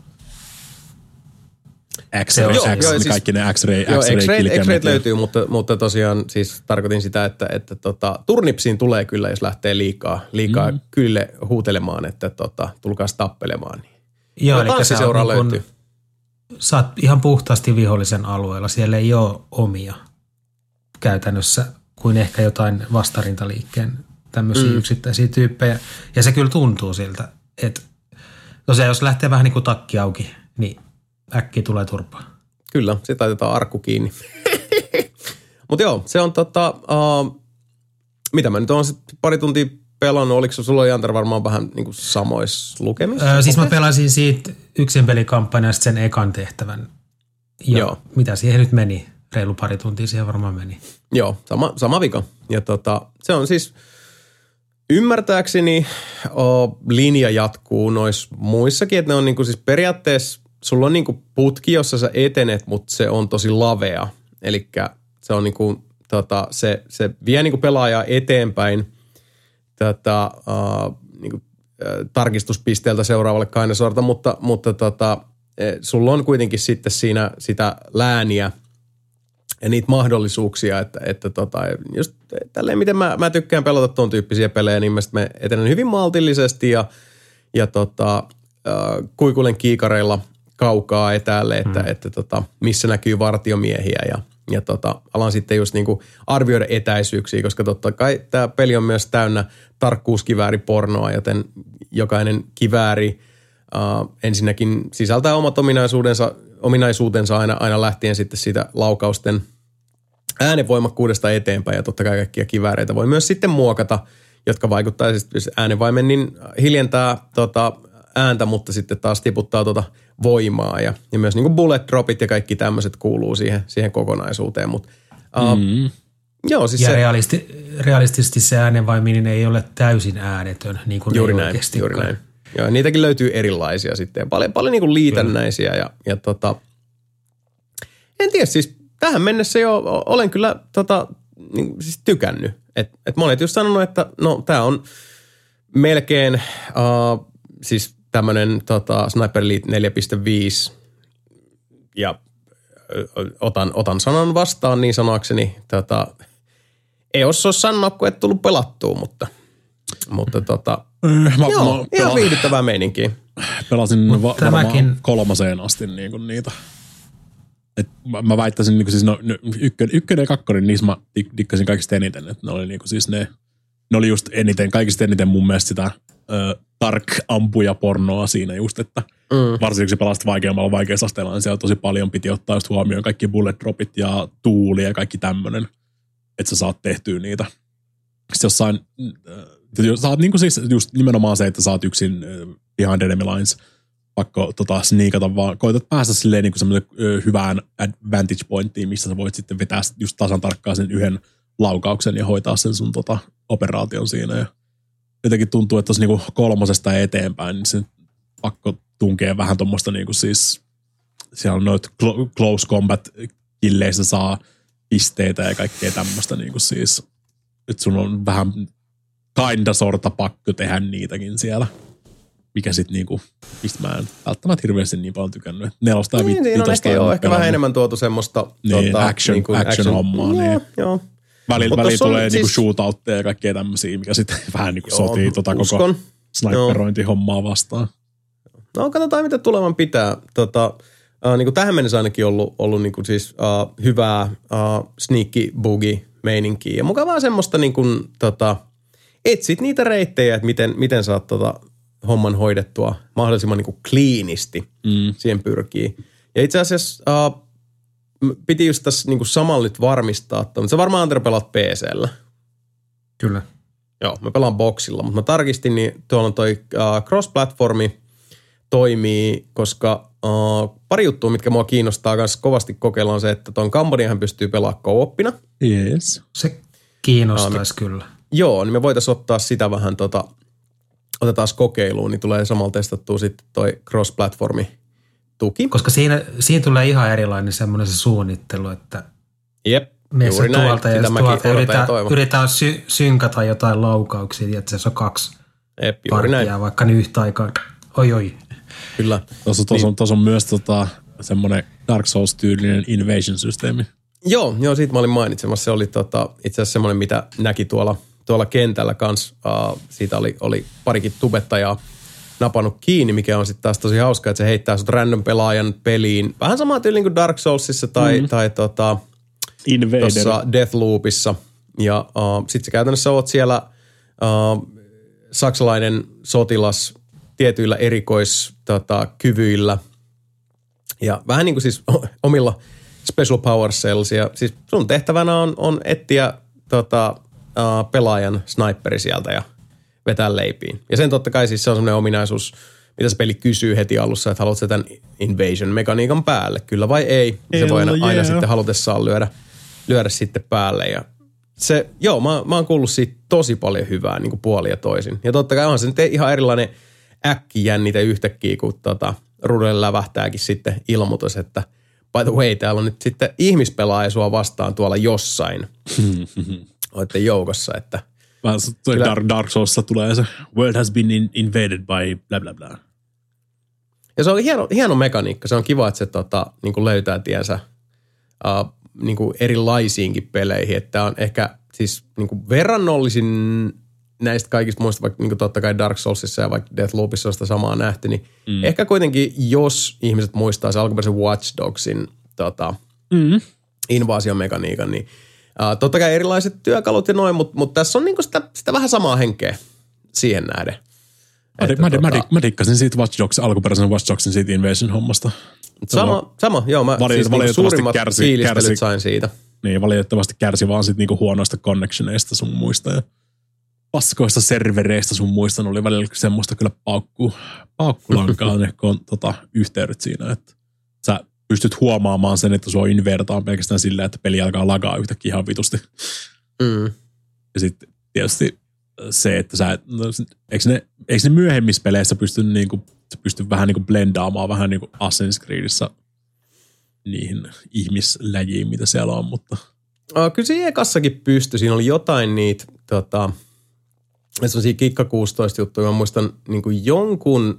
X-ray, kaikki ne X-ray löytyy, mutta tosiaan siis tarkoitin sitä, että turnipsiin tulee kyllä, jos lähtee liikaa kyllä huutelemaan, että tulkaas tappelemaan. Joo, eli se seuraa niin löytyy. Sä oot ihan puhtaasti vihollisen alueella. Siellä ei ole omia käytännössä kuin ehkä jotain vastarintaliikkeen tämmöisiä yksittäisiä tyyppejä. Ja se kyllä tuntuu siltä, että tosiaan jos lähtee vähän niin kuin takki auki, niin äkkiä tulee turpaa. Kyllä, se taitetaan arkku kiinni. Mutta joo, se on mitä mä nyt oon pari tuntia pelannut. Oliko sulla Janter varmaan vähän niin kuin samoissa lukemissa? Siis mä pelasin siitä yksin pelikampanjasta sen ekan tehtävän. Ja joo. Mitä siihen nyt meni? Reilu pari tuntia siihen varmaan meni. Joo, sama vika. Ja se on siis ymmärtääkseni linja jatkuu noissa muissakin, että ne on niinku siis periaatteessa sulla on niinku putki, jossa sä etenet, mutta se on tosi lavea. Elikkä se on niinku se vie niinku pelaajaa eteenpäin niinku, tarkistuspisteeltä seuraavalle kainesorta, mutta sulla on kuitenkin sitten siinä sitä lääniä ja niitä mahdollisuuksia, että just tälleen, miten mä tykkään pelata tuon tyyppisiä pelejä, niin mä etenen hyvin maltillisesti ja kuikulen kiikareilla kaukaa etäälle, että missä näkyy vartiomiehiä ja alan sitten just niinku arvioida etäisyyksiä, koska totta kai tämä peli on myös täynnä tarkkuuskivääripornoa, joten jokainen kivääri ensinnäkin sisältää omat ominaisuutensa aina lähtien sitten siitä laukausten äänenvoimakkuudesta eteenpäin ja totta kai kaikkia kivääreitä voi myös sitten muokata, jotka vaikuttaa siis äänenvaimen niin hiljentää ääntä, mutta sitten taas tiputtaa voimaa ja myös niin kuin bullet dropit ja kaikki tämmöiset kuuluu siihen kokonaisuuteen, mutta joo, siis ja realistisesti se äänenvaiminen ei ole täysin äänetön, niin kuin juuri näin. Joo, niitäkin löytyy erilaisia sitten. Paljon niin kuin liitännäisiä ja en tiedä, siis tähän mennessä jo olen kyllä niin, siis tykännyt. Et monet just sanonut, että no tää on melkein siis tämmönen Sniper Elite 4.5 ja otan sanan vastaan niin sanoakseni. Ei osaa sanoa, kun et tullut pelattua, mutta ihan viihdyttävää meininkiä. Pelasin varmaan 3 asti niinku niitä. Et mä väittäisin, niinku siis ykkönen ja kakkonen, niissä mä dikkasin kaikista eniten. Että ne oli niinku siis ne oli just kaikista eniten mun mielestä sitä tark-ampuja pornoa siinä just, että varsinkin kun se pelasit vaikeammalla vaikeusasteella, niin siellä tosi paljon piti ottaa just huomioon kaikki bullet dropit ja tuuli ja kaikki tämmönen, että sä saat tehtyä niitä. Sitten jossain, saat niinku siis just nimenomaan se, että saat yksin behind enemy lines, pakko sniikata vaan, koetat päästä silleen niinku semmoisen hyvään advantage pointtiin, missä sä voit sitten vetää just tasan tarkkaan sen yhden laukauksen ja hoitaa sen sun operaation siinä. Ja jotenkin tuntuu, että tuossa niinku 3 eteenpäin, niin se pakko tunkee vähän tuommoista niinku siis, siellä on noita close combat killeistä saa pisteitä ja kaikkea tämmöistä niinku siis, että sun on vähän kinda sorta pakko tehdä niitäkin siellä. Mikä sit niinku, mistä mä en välttämättä hirveästi niin paljon tykännyt. 4 ja 5. Niin on ehkä vähän enemmän tuotu semmoista niin, action-hommaa. Niin. Joo. Välillä tulee niinku shootoutteja ja kaikkea tämmöisiä, mikä sitten vähän niinku sotii koko sniperointihommaa vastaan. No katsotaan, mitä tulevan pitää. Niinku tähän mennessä ainakin ollut niinku siis hyvää sneaky boogie meininkiä. Ja mukavaa semmoista niinku, etsit niitä reittejä, että miten saat homman hoidettua mahdollisimman niinku cleanisti siihen pyrkii. Ja itse asiassa piti just tässä niinku samalla nyt varmistaa, että sä varmaan Antero pelaat PC:llä. Kyllä. Joo, mä pelaan boxilla, mutta mä tarkistin, niin tuolla on toi cross-platformi toimii, koska pari juttua, mitkä mua kiinnostaa myös kovasti kokeilla on se, että tuon Kambodiahan pystyy pelaamaan co-oppina. Yes. Se kiinnostaisi kyllä. Joo, niin me voitaisiin ottaa sitä vähän otetaan kokeiluun, niin tulee samalla testattua sitten toi cross-platformi tuki. Koska siinä tulee ihan erilainen semmoinen se suunnittelu, että juuri näin. Tuolta ja yritetään synkata jotain laukauksia, että se on 2 partiaa vaikka niin yhtä aikaa. Oi. Kyllä. Tuossa on myös semmoinen Dark Souls-tyylinen invasion-systeemi. Joo, siitä mä olin mainitsemassa. Se oli itse asiassa semmoinen, mitä näki tuolla kentällä kanssa. Siitä oli parikin tubettajaa napannut kiinni, mikä on sitten taas tosi hauska, että se heittää sut random pelaajan peliin. Vähän samaa tyyliin kuin Dark Soulsissa tai tuossa Deathloopissa. Ja sitten sä käytännössä oot siellä saksalainen sotilas tietyillä erikoiskyvyillä. Ja vähän niin kuin siis omilla special powers ja siis sun tehtävänä on etsiä pelaajan sniperi sieltä ja vetää leipiin. Ja sen totta kai siis se on semmoinen ominaisuus, mitä se peli kysyy heti alussa, että haluatko tämän invasion-mekaniikan päälle, kyllä vai ei. Se voi aina sitten halutessaan lyödä sitten päälle. Ja se, joo, mä oon kuullut siitä tosi paljon hyvää niin kuin puolin ja toisin. Ja totta kai on se nyt ihan erilainen äkkijännite yhtäkkiä, kun ruudulle lävähtääkin sitten ilmoitus, että by the way, täällä on nyt sitten ihmispelaaja sua vastaan tuolla jossain. Olette joukossa, että Dark Soulsissa tulee se world has been invaded by bla bla bla. Ja se on hieno mekaniikka. Se on kiva, että se niin kuin löytää tiensä niin kuin erilaisiinkin peleihin. Että on ehkä siis niin kuin verrannollisin näistä kaikista muista, vaikka niin kuin totta kai Dark Soulsissa ja vaikka Deathloopissa on sitä samaa nähty, niin ehkä kuitenkin, jos ihmiset muistaa se alkuperäisen Watch Dogsin invaasiomekaniikan, niin totta kai erilaiset työkalut ja noin, mutta tässä on niinku sitä vähän samaa henkeä siihen nähden. Mä dikkasin siitä alkuperäisen Watch Dogsin siitä Invasion-hommasta. Sama, joo. Mä siis suurimmat fiilistelyt sain siitä. Niin, valitettavasti kärsi vaan sit niinku huonoista connectioneista sun muista ja paskoista servereistä sun muista. Ne oli välillä semmoista kyllä paukkulankaan ne yhteydet siinä, että sä pystyt huomaamaan sen, että sua invertaan pelkästään sillä, että peli alkaa lagaa yhtäkkiä ihan vitusti. Ja sitten tietysti se, että eikö ne myöhemmissä peleissä pysty vähän niinku blendaamaan vähän niinku Assassin's Creedissä niihin ihmisläjiin, mitä siellä on, mutta kyllä siinä ekassakin pystyi. Siinä oli jotain niitä sellaisia Kikka 16 juttuja. Mä muistan niinku jonkun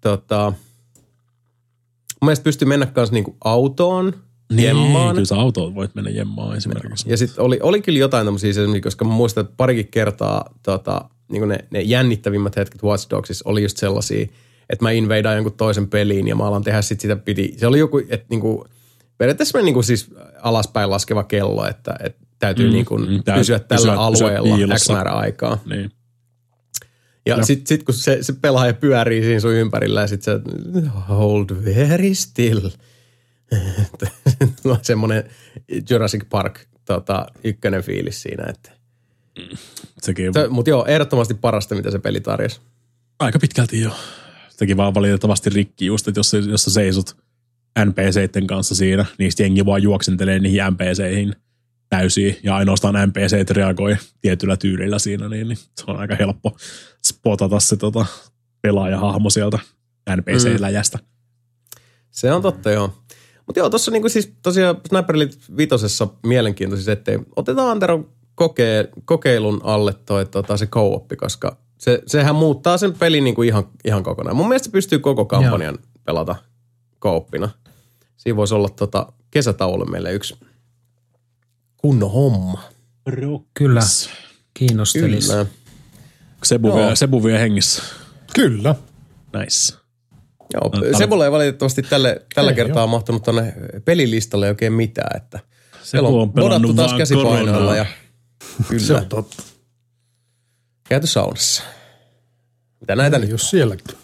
mun mielestä pystyy mennä kanssa niinku autoon, jemmaan. Kyllä sä autoon voit mennä jemmaan esimerkiksi. Ja sitten oli kyllä jotain tämmöisiä, koska mä muistan, että parikin kertaa niin ne jännittävimmät hetket Watch Dogsissa oli just sellaisia, että mä invadaan jonkun toisen peliin ja mä alan tehdä sit sitä se oli joku, että niinku, periaatteessa niinku siis alaspäin laskeva kello, että täytyy niinku pysyä tällä alueella X määrä aikaa. Niin. Ja sit kun se pelaaja pyörii siinä sun ympärillä ja sit se hold very still. Semmoinen Jurassic Park ykkönen fiilis siinä, että mutta joo, ehdottomasti parasta, mitä se peli tarjosi. Aika pitkälti joo. Sekin vaan valitettavasti rikki just, että jos sä seisot NPCiden kanssa siinä, niin jengi vaan juoksentelee niihin NPCihin täysiin ja ainoastaan NPCt reagoi tietyllä tyylillä siinä, niin se on aika helppo spotata se pelaajahahmo sieltä NPC-läjästä. Se on totta, joo. Mutta joo, tuossa niinku siis tosiaan Sniper Elite 5:ssa mielenkiintoisia, ettei otetaan Antero kokeilun alle se co-oppi, koska sehän muuttaa sen pelin niinku ihan kokonaan. Mun mielestä se pystyy koko kampanjan pelata co-oppina. Siinä voisi olla kesätauolle meille yksi kunnon homma. Kyllä, kiinnostelisi. Sebu vielä hengissä. Kyllä. Nice. Joo, Sebulla ei valitettavasti tällä kertaa mahtunut tuonne pelilistalle oikein mitään, että Sebu on pelannut taas käsipainoilla ja kyllä. Se on totta. Käyty saunassa. Mitä näitä nyt? Jos sielläkin.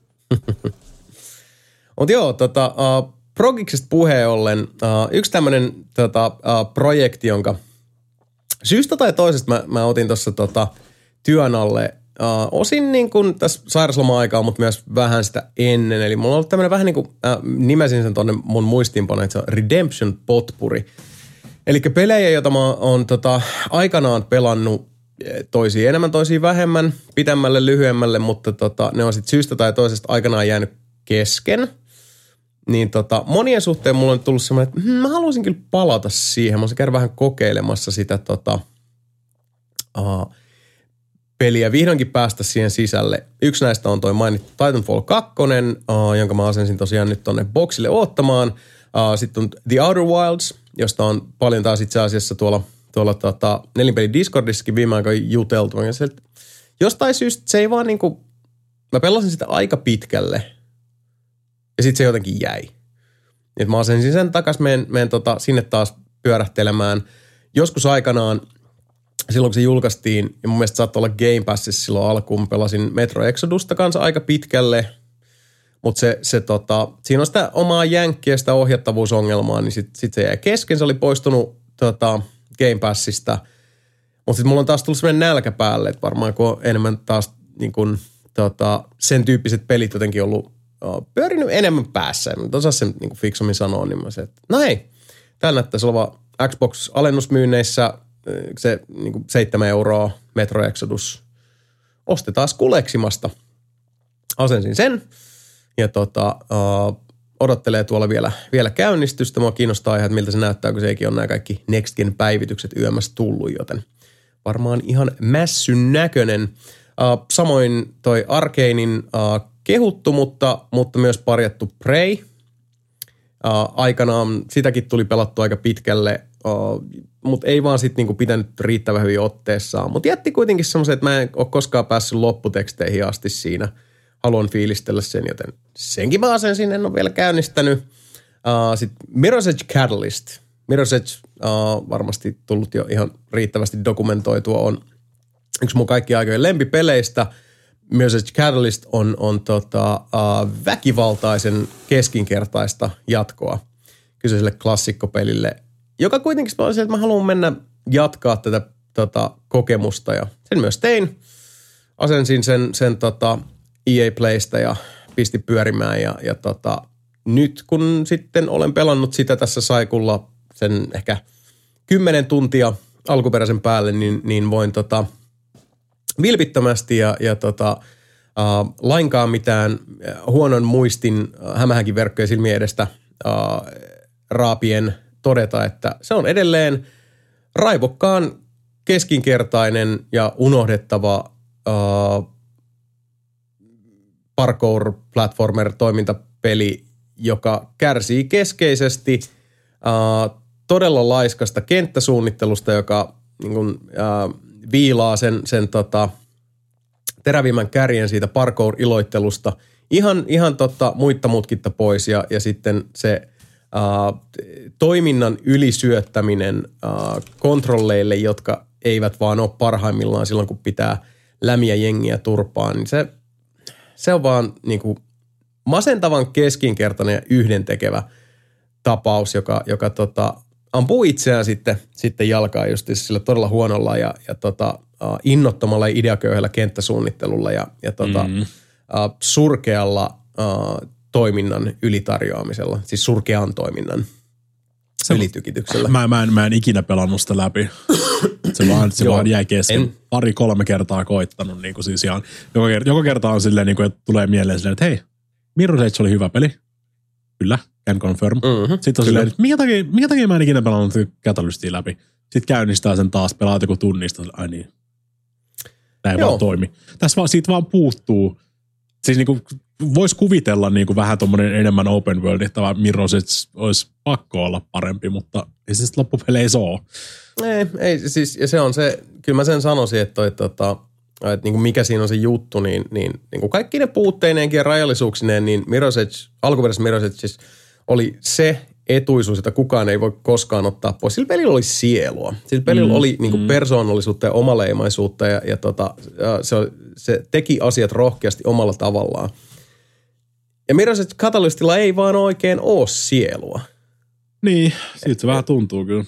Mutta joo, Progiksesta puheen ollen, yksi tämmöinen projekti, jonka syystä tai toisesta mä otin tuossa työn alle osin niin kuin tässä sairausloma-aikaa, mutta myös vähän sitä ennen. Eli mulla on ollut tämmöinen vähän niin kuin, nimesin sen tuonne mun muistiinpanoon, että se on Redemption Potpourri. Eli pelejä, joita mä oon aikanaan pelannut toisiin enemmän, toisiin vähemmän, pitemmälle, lyhyemmälle, mutta ne on sitten syystä tai toisesta aikanaan jäänyt kesken. Niin monien suhteen mulla on tullut semmoinen, että mä haluaisin kyllä palata siihen. Mä oon käydä vähän kokeilemassa sitä peliä, vihdoinkin päästä siihen sisälle. Yksi näistä on toi mainittu Titanfall 2, jonka mä asensin tosiaan nyt tonne boxille oottamaan. Sitten on The Outer Wilds, josta on paljon taas itse asiassa tuolla Nelinpelin Discordissakin viime aikoina juteltu. Jostain syystä se ei vaan niinku, mä pelasin sitä aika pitkälle ja sitten se jotenkin jäi. Et mä asensin sen takas, menen sinne taas pyörähtelemään. Joskus aikanaan, silloin kun se julkaistiin, ja mun mielestä saattoi olla Game Passissa silloin alkuun, pelasin Metro Exodusta kanssa aika pitkälle, mutta siinä on sitä omaa jänkkiä, sitä ohjattavuusongelmaa, niin sit se jäi kesken. Se oli poistunut Game Passista, mutta sitten mulla on taas tullut sellainen nälkä päälle, että varmaan kun on enemmän taas niin kun, sen tyyppiset pelit jotenkin ollut pyörinyt enemmän päässä. En osaa sen niin fiksummin sanoa, niin mä se, että no hei, täällä näyttäisi oleva Xbox-alennusmyynneissä se niin 7 € Metro Exodus. Ostetaan kuleksimasta. Asensin sen ja odottelee tuolla vielä käynnistystä. Mua kiinnostaa ihan, että miltä se näyttää, kun sekin on nämä kaikki Next Gen päivitykset yömässä tullut, joten varmaan ihan mässyn näköinen. Samoin toi Arkanein kehuttu, mutta myös parjattu Prey. Aikanaan sitäkin tuli pelattu aika pitkälle, mutta ei vaan sitten niinku pitänyt riittävän hyvin otteessaan. Mutta jätti kuitenkin semmoisen, että mä en ole koskaan päässyt lopputeksteihin asti siinä. Haluan fiilistellä sen, joten senkin mä asensin, en ole vielä käynnistänyt. Sitten Mirror's Edge Catalyst. Mirror's Edge varmasti tullut jo ihan riittävästi dokumentoitua, on yksi mun kaikki aikojen lempipeleistä. Mirror's Edge Catalyst on väkivaltaisen keskinkertaista jatkoa kyseiselle klassikkopelille, joka kuitenkin on se, että mä haluan mennä jatkaa tätä kokemusta ja sen myös tein. Asensin sen EA Playsta ja pisti pyörimään ja nyt kun sitten olen pelannut sitä tässä saikulla sen ehkä 10 tuntia alkuperäisen päälle, niin voin vilpittömästi ja lainkaan mitään huonon muistin hämähänkin verkkojen silmien edestä raapien todeta, että se on edelleen raivokkaan keskinkertainen ja unohdettava parkour-platformer-toimintapeli, joka kärsii keskeisesti todella laiskasta kenttäsuunnittelusta, joka niin kuin, viilaa sen terävimmän kärjen siitä parkour-iloittelusta ihan muitta mutkitta pois ja sitten se toiminnan ylisyöttäminen kontrolleille, jotka eivät vaan ole parhaimmillaan silloin, kun pitää lämiä jengiä turpaan, niin se on vaan niin kuin masentavan keskinkertainen ja yhdentekevä tapaus, joka ampuu itseään sitten jalkaan just sillä todella huonolla ja innottomalla ja ideaköyhällä kenttäsuunnittelulla ja surkealla toiminnan ylitarjoamisella, siis surkean toiminnan ylitykityksellä. Mä en ikinä pelannut sitä läpi. Se vaan jäi kesken. 2-3 kertaa koittanut. Niin kuin siis ihan, joka kerta on silleen, niin kuin, että tulee mieleen silleen, että hei, Mirror's Edge oli hyvä peli. Kyllä, can confirm. Sitten on silleen, että minkä takia mä en ikinä pelannut Catalystia läpi. Sitten käynnistää sen taas, pelaa joku tunnista. Ai niin. Tämä ei vaan toimi. Siitä vaan puuttuu. Siis niinku voisi kuvitella niinku vähän tommonen enemmän open world, että Mirror's Edge olisi pakko olla parempi, mutta ei se sitten loppupeleissä ole. Ei siis, ja se on se, kyllä mä sen sanoisin, että niinku mikä siinä on se juttu, niin niinku kaikki ne puutteineenkin ja rajallisuuksineen, niin alkuperäisessä Mirror's Edge siis oli se etuisuus, että kukaan ei voi koskaan ottaa pois. Sillä pelillä oli sielua. Sillä pelillä oli niinku persoonallisuutta ja omaleimaisuutta ja se teki asiat rohkeasti omalla tavallaan. Ja Mirror's Edge Catalystilla ei vaan oikein ole sielua. Niin, siitä se vähän tuntuu kyllä.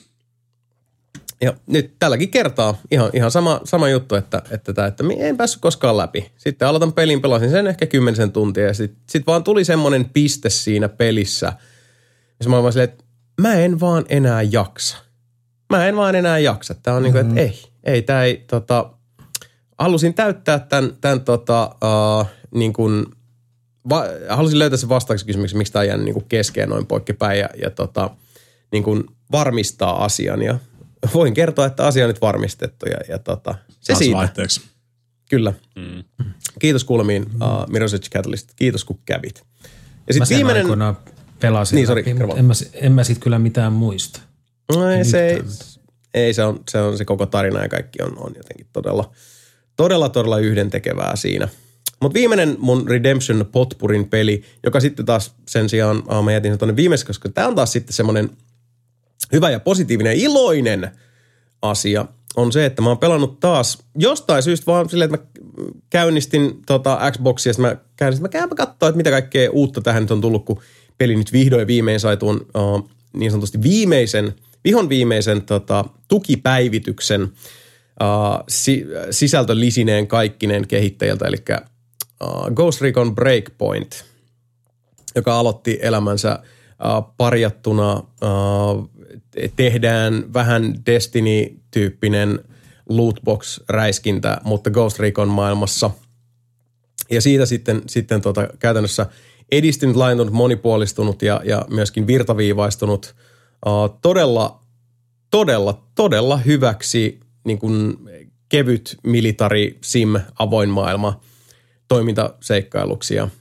Ja nyt tälläkin kertaa ihan sama juttu, että en päässyt koskaan läpi. Sitten aloitan pelin, pelasin sen ehkä 10 tuntia ja sit vaan tuli semmoinen piste siinä pelissä, missä mä olin silleen, että mä en vaan enää jaksa. Tää on niinku, että ei, tää ei, halusin täyttää tämän niin kuin, halusin löytää sen vastauksen kysymyksen, miksi tää on jäänyt niin kuin keskeen noin poikkipäin ja niin kuin varmistaa asian ja voin kertoa, että asia on nyt varmistettu ja se siitä. Vaihteeksi. Kyllä. Kiitos kuulemiin Mirror's Edge Catalyst. Kiitos kun kävit. Ja sitten viimeinen pelasin niin, läpi, mutta en mä sit kyllä mitään muista. No se on se koko tarina ja kaikki on jotenkin todella yhdentekevää siinä. Mutta viimeinen mun Redemption Potpurin peli, joka sitten taas sen sijaan, mä jätin sen tuonne viimeisessä, koska tää on taas sitten semmoinen hyvä ja positiivinen ja iloinen asia, on se, että mä oon pelannut taas jostain syystä vaan silleen, että mä käynnistin Xboxia ja mä käynpä katsoa, että mitä kaikkea uutta tähän nyt on tullut, kun peli nyt vihdoin viimein sai tuon niin sanotusti vihon viimeisen tukipäivityksen sisältölisineen kaikkineen kehittäjältä, eli Ghost Recon Breakpoint, joka aloitti elämänsä parjattuna, tehdään vähän Destiny-tyyppinen lootbox-räiskintä, mutta Ghost Recon maailmassa. Ja siitä sitten käytännössä edistynyt, laajentunut, monipuolistunut ja myöskin virtaviivaistunut todella hyväksi niin kuin kevyt military sim avoin maailma toimintaseikkailuksi. Ja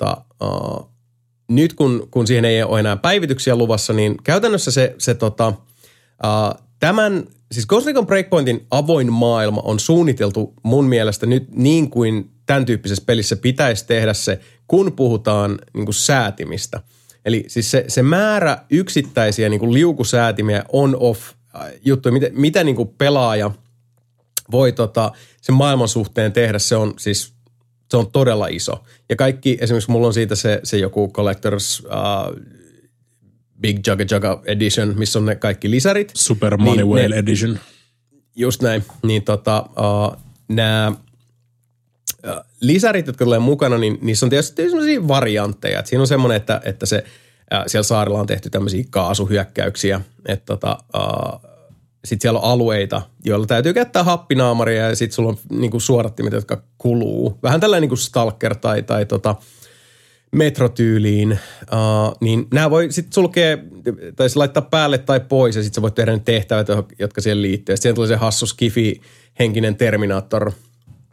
nyt kun siihen ei ole enää päivityksiä luvassa, niin käytännössä siis Ghost Recon Breakpointin avoin maailma on suunniteltu mun mielestä nyt niin kuin tämän tyyppisessä pelissä pitäisi tehdä se, kun puhutaan niin kuin säätimistä. Eli siis se määrä yksittäisiä niin kuin liukusäätimiä on-off juttuja, mitä niin kuin pelaaja voi sen maailman suhteen tehdä, se on todella iso. Ja kaikki, esimerkiksi mulla on siitä se joku Collector's Big Jugga Jugga Edition, missä on ne kaikki lisärit. Super Money Whale Edition. Just näin. Niin nämä lisärit, jotka tulee mukana, niin niissä on tietysti sellaisia variantteja. Et siinä on semmoinen, että siellä saarella on tehty tämmöisiä kaasuhyökkäyksiä, että sitten siellä on alueita, joilla täytyy käyttää happinaamaria ja sitten sulla on niinku suodattimet, jotka kuluu. Vähän tällainen niinku Stalker tai metrotyyliin. Niin nämä voi sitten sulkea tai laittaa päälle tai pois ja sitten sä voit tehdä ne tehtävät, jotka siihen liittyy. Sitten tulee se hassu skifi-henkinen Terminator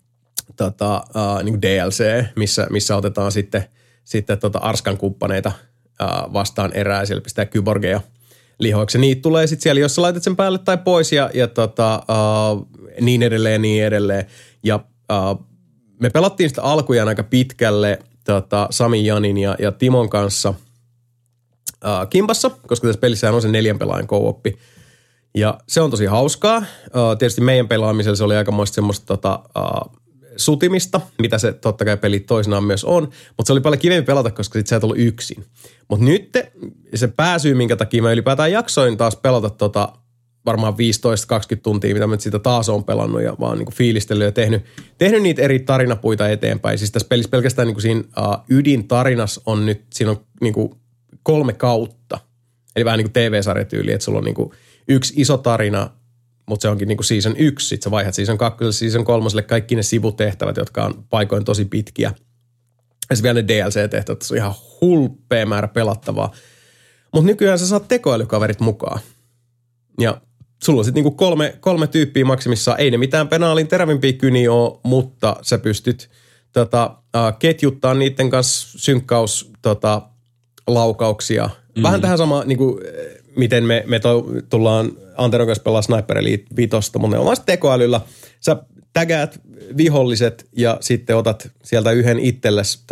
niin kuin DLC, missä otetaan sitten Arskan kumppaneita vastaan erää, siellä pistää kyborgeja lihoiksi. Niitä tulee sitten siellä, jos sä laitat sen päälle tai pois ja niin edelleen. Ja me pelattiin sitä alkujaan aika pitkälle Sami, Janin ja Timon kanssa kimpassa, koska tässä pelissä on se 4 pelaajan co-oppi. Ja se on tosi hauskaa. Tietysti meidän pelaamisella se oli aikamoista semmoista sutimista, mitä se totta kai pelit toisinaan myös on, mutta se oli paljon kivempi pelata, koska sit sä et ollut yksin. Mutta nyt se pääsyy, minkä takia mä ylipäätään jaksoin taas pelata varmaan 15-20 tuntia, mitä mä sitä taas on pelannut ja vaan niinku fiilistellyt ja tehnyt niitä eri tarinapuita eteenpäin. Siis tässä pelissä pelkästään niinku siinä ydintarinas on nyt, siinä on niinku 3 kautta. Eli vähän niin kuin TV-sarjatyyli, että sulla on niinku yksi iso tarina, mutta se onkin niinku season 1. Sitten sä vaihdat season 2, season 3 kaikki ne sivutehtävät, jotka on paikoin tosi pitkiä. Ja sitten vielä ne DLC-tehtävät, se on ihan hulppea määrä pelattavaa. Mutta nykyään sä saat tekoälykaverit mukaan. Ja sulla on sitten niinku 3 tyyppiä maksimissaan. Ei ne mitään penaalin terävimpiä kyniä ole, mutta sä pystyt ketjuttaa niiden kanssa synkkaus laukauksia. Vähän tähän sama, niinku, miten me tullaan Anteron kanssa pelaa Sniper Elite 5, mutta omassa tekoälyllä sä tägäät viholliset ja sitten otat sieltä yhden itsellesi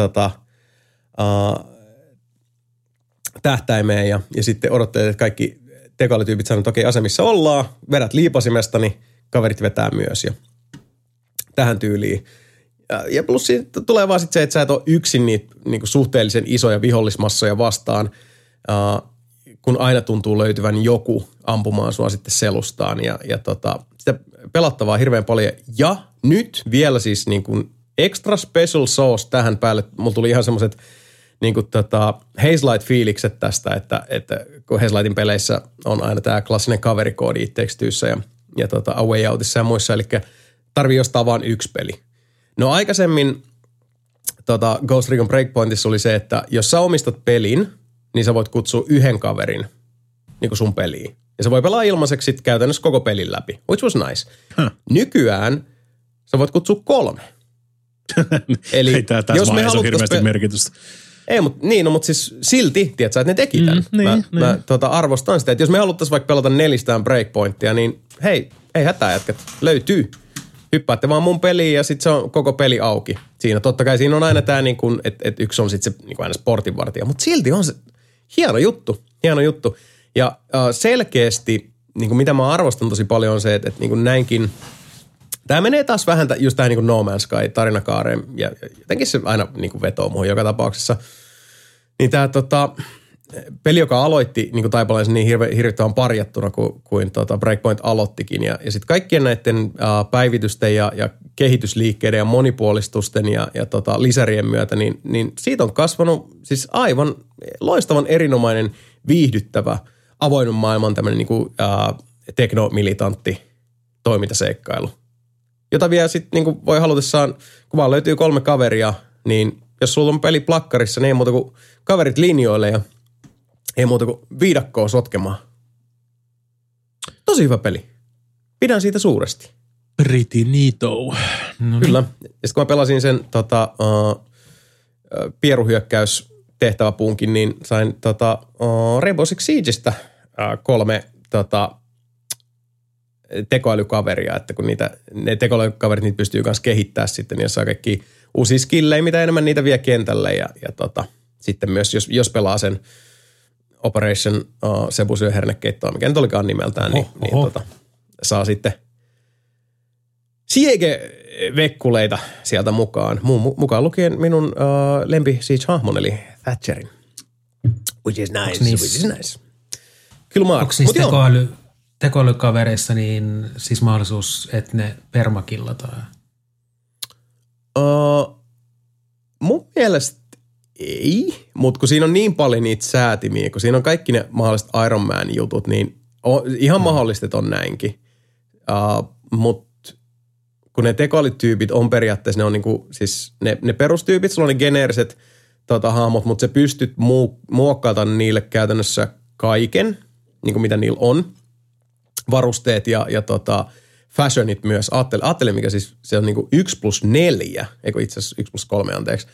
tähtäimeen ja sitten odottelet, että kaikki tekoälytyypit sanoo, että okei, asemissa ollaan, vedät liipasimesta, niin kaverit vetää myös ja tähän tyyliin. Ja plus siitä tulee vaan sitten se, että sä et ole yksin niitä niinku suhteellisen isoja vihollismassoja vastaan, kun aina tuntuu löytyvän joku ampumaan sua sitten selustaan ja sitä pelattavaa hirveän paljon. Ja nyt vielä siis niin kuin extra special sauce tähän päälle. Mulla tuli ihan semmoiset niin kuin Hazelight-fiilikset tästä, että kun Hazelightin peleissä on aina tämä klassinen kaverikoodi tekstyissä ja A Way Outissa ja muissa, eli tarvii jostain vaan yksi peli. No aikaisemmin Ghost Recon Breakpointissa oli se, että jos sä omistat pelin, niin sä voit kutsua yhden kaverin niin kuin sun peliin. Ja se voi pelaa ilmaiseksi sit käytännössä koko pelin läpi, which was nice. Nykyään sä voit kutsua 3. Eli ei tässä vaiheessa ole hirveästi merkitystä. Ei, mutta niin, no, mutta siis silti, tiedätkö, että ne teki tämän. Mä arvostan sitä, että jos me haluttaisiin vaikka pelata 4 Breakpointia, niin hei hätää jätkät, löytyy. Hyppäätte vaan mun peliin ja sitten se on koko peli auki. Siinä totta kai siinä on aina tämä, niin että yksi on sitten se niin aina sportinvartija, mutta silti on se hieno juttu. Ja selkeästi, niin kuin mitä mä arvostan tosi paljon on se, että niin kuin näinkin, tämä menee taas vähän just tähän niin kuin No Man's Sky tarinakaareen ja jotenkin se aina niin kuin vetoo muuhun joka tapauksessa. Niin tämä peli, joka aloitti niin kuin taipaleisen niin hirvittävän parjattuna kuin Breakpoint aloittikin. Ja sitten kaikkien näiden päivitysten ja kehitysliikkeiden ja monipuolistusten ja lisärien myötä, niin siitä on kasvanut siis aivan loistavan erinomainen, viihdyttävä, avoimen maailman tämmöinen niin kuin teknomilitantti toimintaseikkailu. Jota vielä sitten niin voi halutessaan, kun vaan löytyy 3 kaveria, niin jos sulla on peli plakkarissa, niin ei muuta kuin kaverit linjoille ja ei muuta kuin viidakkoa sotkemaan. Tosi hyvä peli. Pidän siitä suuresti. Pretty neato. No, kyllä. Ja sitten kun mä pelasin sen pieruhyökkäys tehtäväpunkin, niin sain Rainbow Six Siegestä 3 tekoälykaveria, että kun ne tekoälykaverit niitä pystyy myös kehittämään sitten, niin jos saa kaikki uusia skillejä, mitä enemmän niitä vie kentälle ja sitten myös jos pelaa sen Operation Sebusyön hernekeittoa, mikä nyt olikaan nimeltään, niin saa sitten siege-vekkuleita sieltä mukaan. Mukaan lukien minun lempi Siege-hahmon, eli Thatcherin. Which is nice. Kyllä mä onko niissä tekoälykavereissa niin siis mahdollisuus, että ne permakillataan? Mun mielestä ei, mutta kun siinä on niin paljon niitä säätimiä, kun siinä on kaikki ne mahdolliset Iron Man-jutut, niin ihan mahdollista, että on näinkin. Mutta kun ne tekoälytyypit on periaatteessa, ne on niinku, siis ne perustyypit, sulla on ne geneeriset hahmot, mutta sä pystyt muokkaamaan niille käytännössä kaiken, niin kuin mitä niillä on. Varusteet ja fashionit myös. Ajattele, mikä siis se on niinku 1+4, eikö itse asiassa 1+3, anteeksi,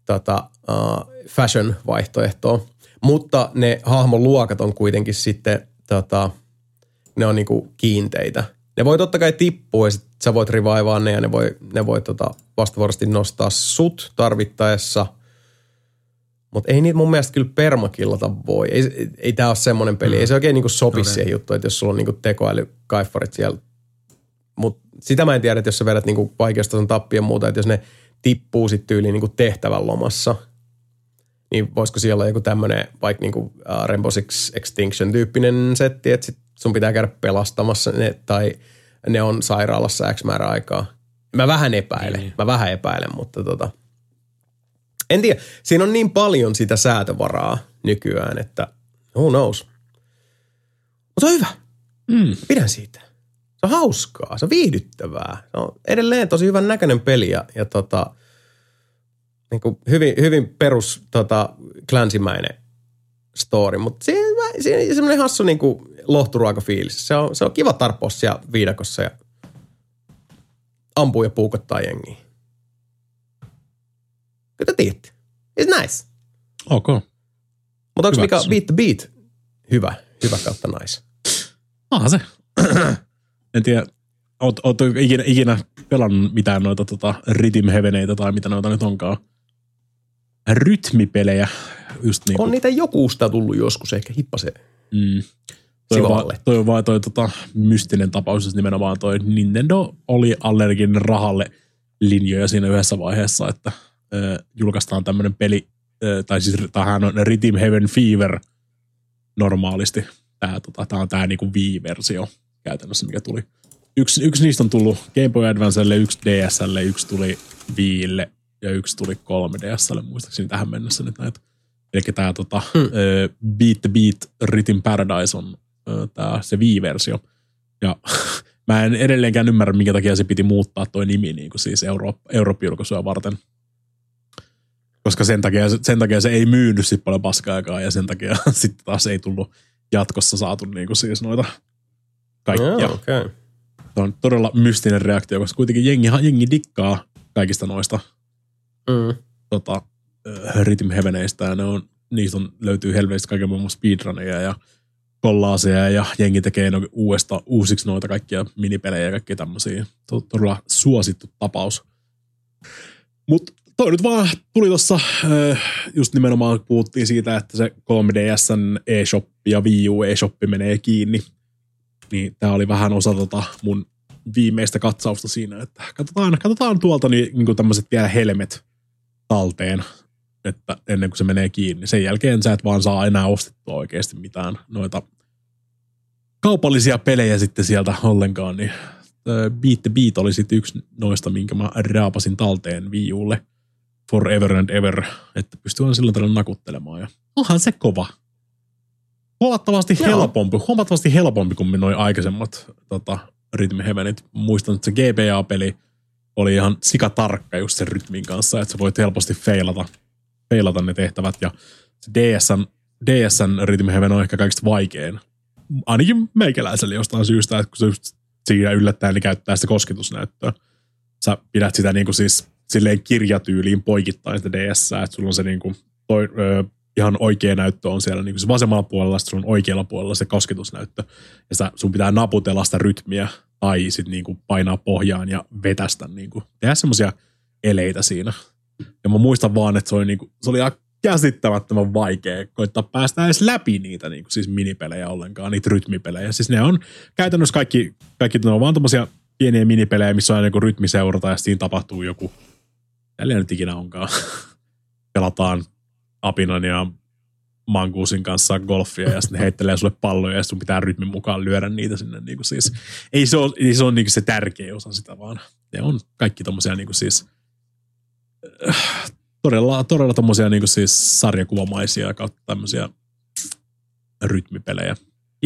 fashion-vaihtoehtoa. Mutta ne hahmon luokat on kuitenkin sitten, ne on niinku kiinteitä. Ne voi totta kai tippua ja sit sä voit rivaivaa ne ja ne voi vastavuoroisesti nostaa sut tarvittaessa. Mutta ei niitä mun mielestä kyllä permakillata voi. Ei tää ole semmoinen peli. Ei se oikein niinku sopi siihen juttuun, että jos sulla on niinku tekoälykaifarit siellä. Mutta sitä mä en tiedä, että jos sä vedät niinku vaikeustason tappia ja muuta, että jos ne tippuu sit tyyliin niinku tehtävän lomassa, niin voisiko siellä olla joku tämmönen vaikka niinku Rainbow Six Extinction-tyyppinen setti, että sit sun pitää käydä pelastamassa ne tai ne on sairaalassa X määrä aikaa. Mä vähän epäilen, mutta en tiedä. Siinä on niin paljon sitä säätövaraa nykyään, että who knows. Mutta se on hyvä. Pidän siitä. Se on hauskaa, se on viihdyttävää. Se on edelleen tosi hyvän näköinen peli ja niin kuin hyvin perus Clancy-mäinen story, mutta siinä on semmoinen hassu niin kuin lohturuoka fiilis. Se on kiva tarppoa siellä viidakossa ja ampuu ja puukottaa jengiä. Kyllä tiedätte. It's nice. Ok. Mutta onko mikä Beat the Beat hyvä kautta nice? Se. En tiedä, ootko ikinä pelannut mitään noita Rhythm Heaveneitä tai mitä noita nyt onkaan? Rytmipelejä. Just niin on niitä joku sitä tullut joskus, ehkä hippasee. Toi on vaan toi mystinen tapaus, jos nimenomaan toi Nintendo oli allerginen rahalle linjoja siinä yhdessä vaiheessa, että julkaistaan tämmönen peli, tai siis tämähän on Rhythm Heaven Fever normaalisti. Tää on tää niinku Wii-versio käytännössä, mikä tuli. Yksi niistä on tullut Game Boy Advancelle, yksi DS:lle, yksi tuli Wiille ja yksi tuli 3DS:lle, muistaakseni tähän mennessä nyt näitä. Eli tää Beat the Beat Rhythm Paradise on se Wii-versio. Ja mä en edelleenkään ymmärrä, minkä takia se piti muuttaa toi nimi niin kuin siis Eurooppa-julkaisua varten. Koska sen takia se ei myynyt sit paljon paskaakaan ja sen takia sitten taas ei tullut jatkossa saatu niin kuin siis noita kaikkia. Okay. Se on todella mystinen reaktio, koska kuitenkin jengi dikkaa kaikista noista Rhythm Heaveneistä ja löytyy helveistä kaiken muun muassa speedruneja ja kollaaseja ja jengi tekee uusiksi noita kaikkia minipelejä ja kaikkia tämmöisiä. Todella suosittu tapaus. Mutta toi nyt vaan tuli tossa, just nimenomaan puhuttiin siitä, että se 3DS:n eShop ja Wii U eShop menee kiinni. Niin tää oli vähän osa mun viimeistä katsausta siinä, että katsotaan tuolta niin tämmöiset vielä helmet talteen, että ennen kuin se menee kiinni. Sen jälkeen sä et vaan saa enää ostettua oikeasti mitään noita kaupallisia pelejä sitten sieltä ollenkaan, niin Beat the Beat oli sitten yksi noista, minkä mä raapasin talteen Wii Ulle forever and ever, että pystyy aina silloin tällä nakuttelemaan ja onhan se kova. Huomattavasti helpompi kuin noin aikaisemmat Rhythm Heavenit. Muistan, että se GBA-peli oli ihan sikatarkka just sen rytmin kanssa, että sä voit helposti feilata ne tehtävät. Ja se DS:n Rhythm Heaven on ehkä kaikista vaikein. Ainakin meikäläiselle jostain syystä, että kun se siinä yllättäen niin käyttää sitä kosketusnäyttöä. Sä pidät sitä niinku siis silleen kirjatyyliin poikittain sitä DS:ää, että sulla on se niinku ihan oikea näyttö on siellä niinku se vasemmalla puolella, sitten sulla on oikealla puolella se kosketusnäyttö. Ja sun pitää naputella sitä rytmiä tai sitten niinku painaa pohjaan ja vetästä niinku. Tehdä semmoisia eleitä siinä. Ja mä muistan vaan, että se oli ihan käsittämättömän vaikea koittaa päästä edes läpi niitä niinku siis minipelejä ollenkaan, niitä rytmipelejä. Siis ne on käytännössä kaikki ne on vaan tommosia pieniä minipelejä, missä on aina joku rytmi seurata ja siinä tapahtuu joku, tällä nyt ikinä onkaan, pelataan Apinan ja Manguusin kanssa golfia ja sitten heittelee sulle palloja ja sun pitää rytmin mukaan lyödä niitä sinne niinku siis. Ei se ole niinku se tärkeä osa sitä vaan. Ne on kaikki tommosia niinku siis todella tommosia niinku siis sarjakuvamaisia kautta tämmösiä rytmipelejä.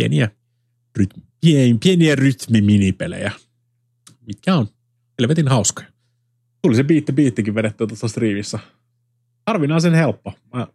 Pieniä rytmiminipelejä, mitkä on helvetin hauskoja. Tuli se biittikin vedettyä tuossa striimissä. Harvinaisen helppo. Mä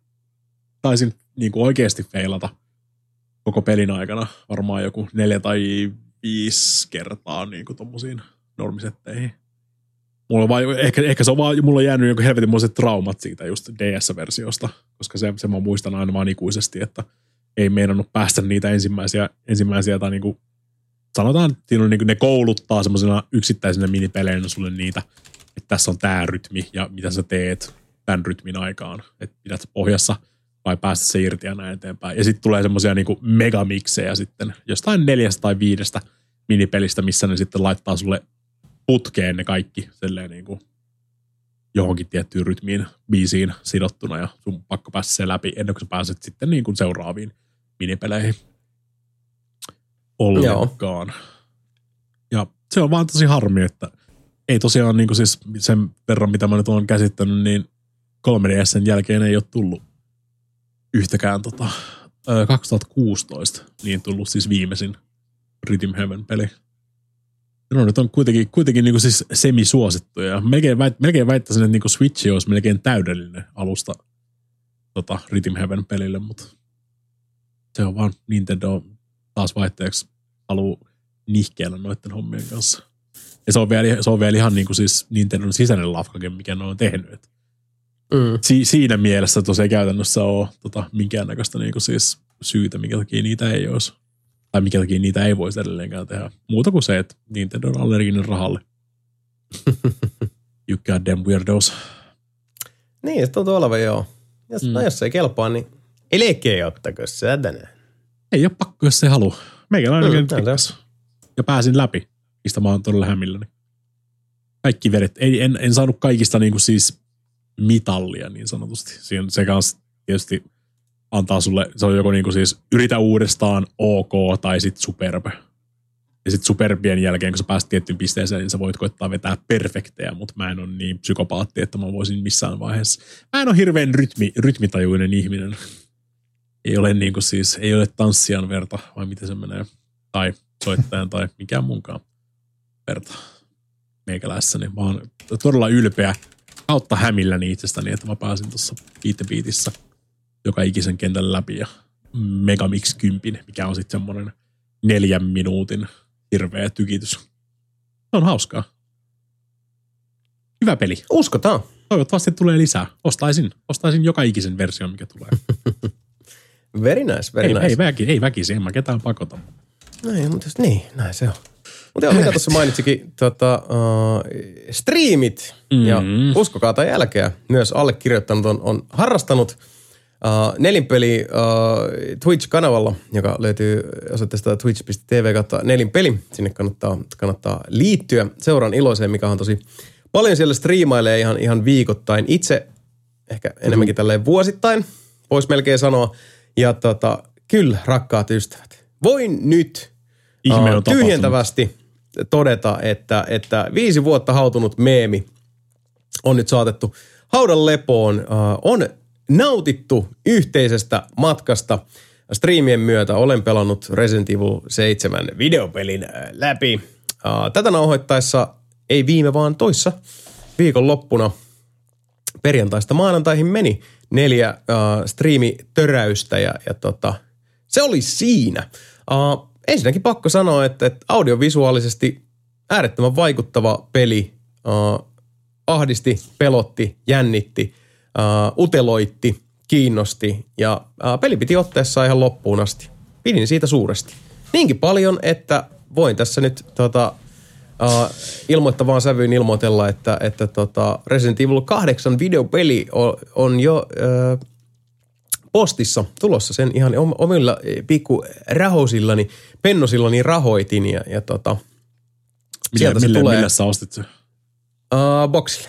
taisin niinku oikeasti feilata koko pelin aikana varmaan joku 4 tai 5 kertaa niin kuin tommosiin normisetteihin. Ehkä se on vaan, mulla on jäänyt joku helvetinmoiset traumat siitä just DS-versiosta, koska se mä muistan aina vaan ikuisesti, että ei meinannut päästä niitä ensimmäisiä tai niinku, sanotaan, että siinä on niinku, ne kouluttaa semmoisena yksittäisenä minipeleinä sulle niitä, että tässä on tää rytmi ja mitä sä teet tämän rytmin aikaan, että pidät pohjassa vai päästä se irti ja näin eteenpäin. Ja sitten tulee semmoisia niinku megamiksejä sitten jostain 4 tai 5 minipelistä, missä ne sitten laittaa sulle putkeen ne kaikki silleen niin kuin johonkin tiettyyn rytmiin, biisiin sidottuna ja sun pakko päästä sen läpi ennen kuin sä pääset sitten niin kuin seuraaviin minipeleihin ollenkaan. Ja se on vaan tosi harmi, että ei tosiaan niin kuin siis sen verran, mitä mä nyt olen käsittänyt, niin 3DS:n jälkeen ei ole tullut yhtäkään 2016 niin tullut siis viimeisin Rhythm Heaven-peli. No nyt on kuitenkin niin kuin siis semisuosittuja. Melkein väittäisin, että niin kuin Switch olisi melkein täydellinen alusta Rhythm Heaven pelille, mutta se on vaan Nintendo taas vaihteeksi haluaa nihkeellä noiden hommien kanssa. Ja se on vielä ihan niin kuin siis Nintendon sisäinen lafkake, mikä ne on tehnyt. Siinä mielessä tosiaan käytännössä ole minkäännäköistä niin kuin siis syytä, minkä takia niitä ei olisi. Tai mikä takia niitä ei voisi edelleenkään tehdä. Muuta kuin se, että Nintendo on allerginen rahalle. You goddamn weirdos. Niin, se tuntuu olevan joo. Jos ei kelpaa, niin elkeä ottako sä tänään. Ei ole pakko, jos ei halua. Meikäläinen nyt pikkas. Ja pääsin läpi, mistä mä oon todella hämilläni. Kaikki vedet. En saanut kaikista niinku siis mitallia niin sanotusti. Se kanssa tietysti antaa sulle, se on joko niinku siis yritä uudestaan OK tai sit superb. Ja sit superbien jälkeen, kun sä pääset tiettyyn pisteeseen, niin sä voit koittaa vetää perfektejä, mutta mä en ole niin psykopaatti, että mä voisin missään vaiheessa. Mä en ole hirveän rytmitajuinen ihminen. Ei ole niinku siis, ei ole tanssijan verta, vai miten se menee. Tai soittajan tai mikään munkaan verta meikäläissäni. Mä oon todella ylpeä kautta hämilläni itsestäni, että mä pääsin tuossa Beatissä joka ikisen kentän läpi ja Megamix 10, mikä on sitten semmoinen 4 minuutin hirveä tykitys. Se on hauskaa. Hyvä peli. Uskotaan. Toivottavasti tulee lisää. Ostaisin joka ikisen version, mikä tulee. Very nice, very nice. Ei väkisin, en mä ketään pakota. No, mutta niin, näin se on. Mutta joo, mikä tuossa mainitsikin, striimit ja uskokaa tai älkää, myös allekirjoittanut on harrastanut nelinpeli Twitch-kanavalla, joka löytyy osoitteesta twitch.tv/nelinpeli. Sinne kannattaa liittyä. Seuraan iloiseen, mikä on tosi paljon siellä striimailee ihan viikoittain. Itse ehkä enemmänkin tälleen vuosittain, voisi melkein sanoa. Ja kyllä, rakkaat ystävät, voin nyt tyhjentävästi todeta, että 5 vuotta hautunut meemi on nyt saatettu haudan lepoon. On nautittu yhteisestä matkasta. Striimien myötä olen pelannut Resident Evil 7 videopelin läpi. Tätä nauhoittaessa ei viime vaan toissa viikonloppuna perjantaista maanantaihin meni 4 striimitöräystä ja se oli siinä. Ensinnäkin pakko sanoa, että audiovisuaalisesti äärettömän vaikuttava peli. Ahdisti, pelotti, jännitti, uteloitti, kiinnosti ja peli piti otteessa ihan loppuun asti. Pidin siitä suuresti. Niinkin paljon, että voin tässä nyt ilmoittavaan sävyyn ilmoitella, että Resident Evil 8 videopeli on jo postissa tulossa. Sen ihan omilla pikku rahoisillani, pennosillani rahoitin ja sieltä se tulee. Millä sä ostit se? Boxille.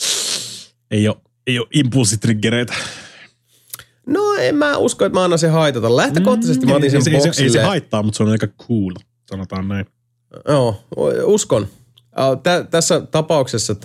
Ei ole impulssitriggereitä. No en mä usko, että mä annan sen haitata. Lähtökohtaisesti mä otin sen boxille. Ei se haittaa, mutta se on aika cool, sanotaan näin. Joo, uskon. Tässä tapauksessa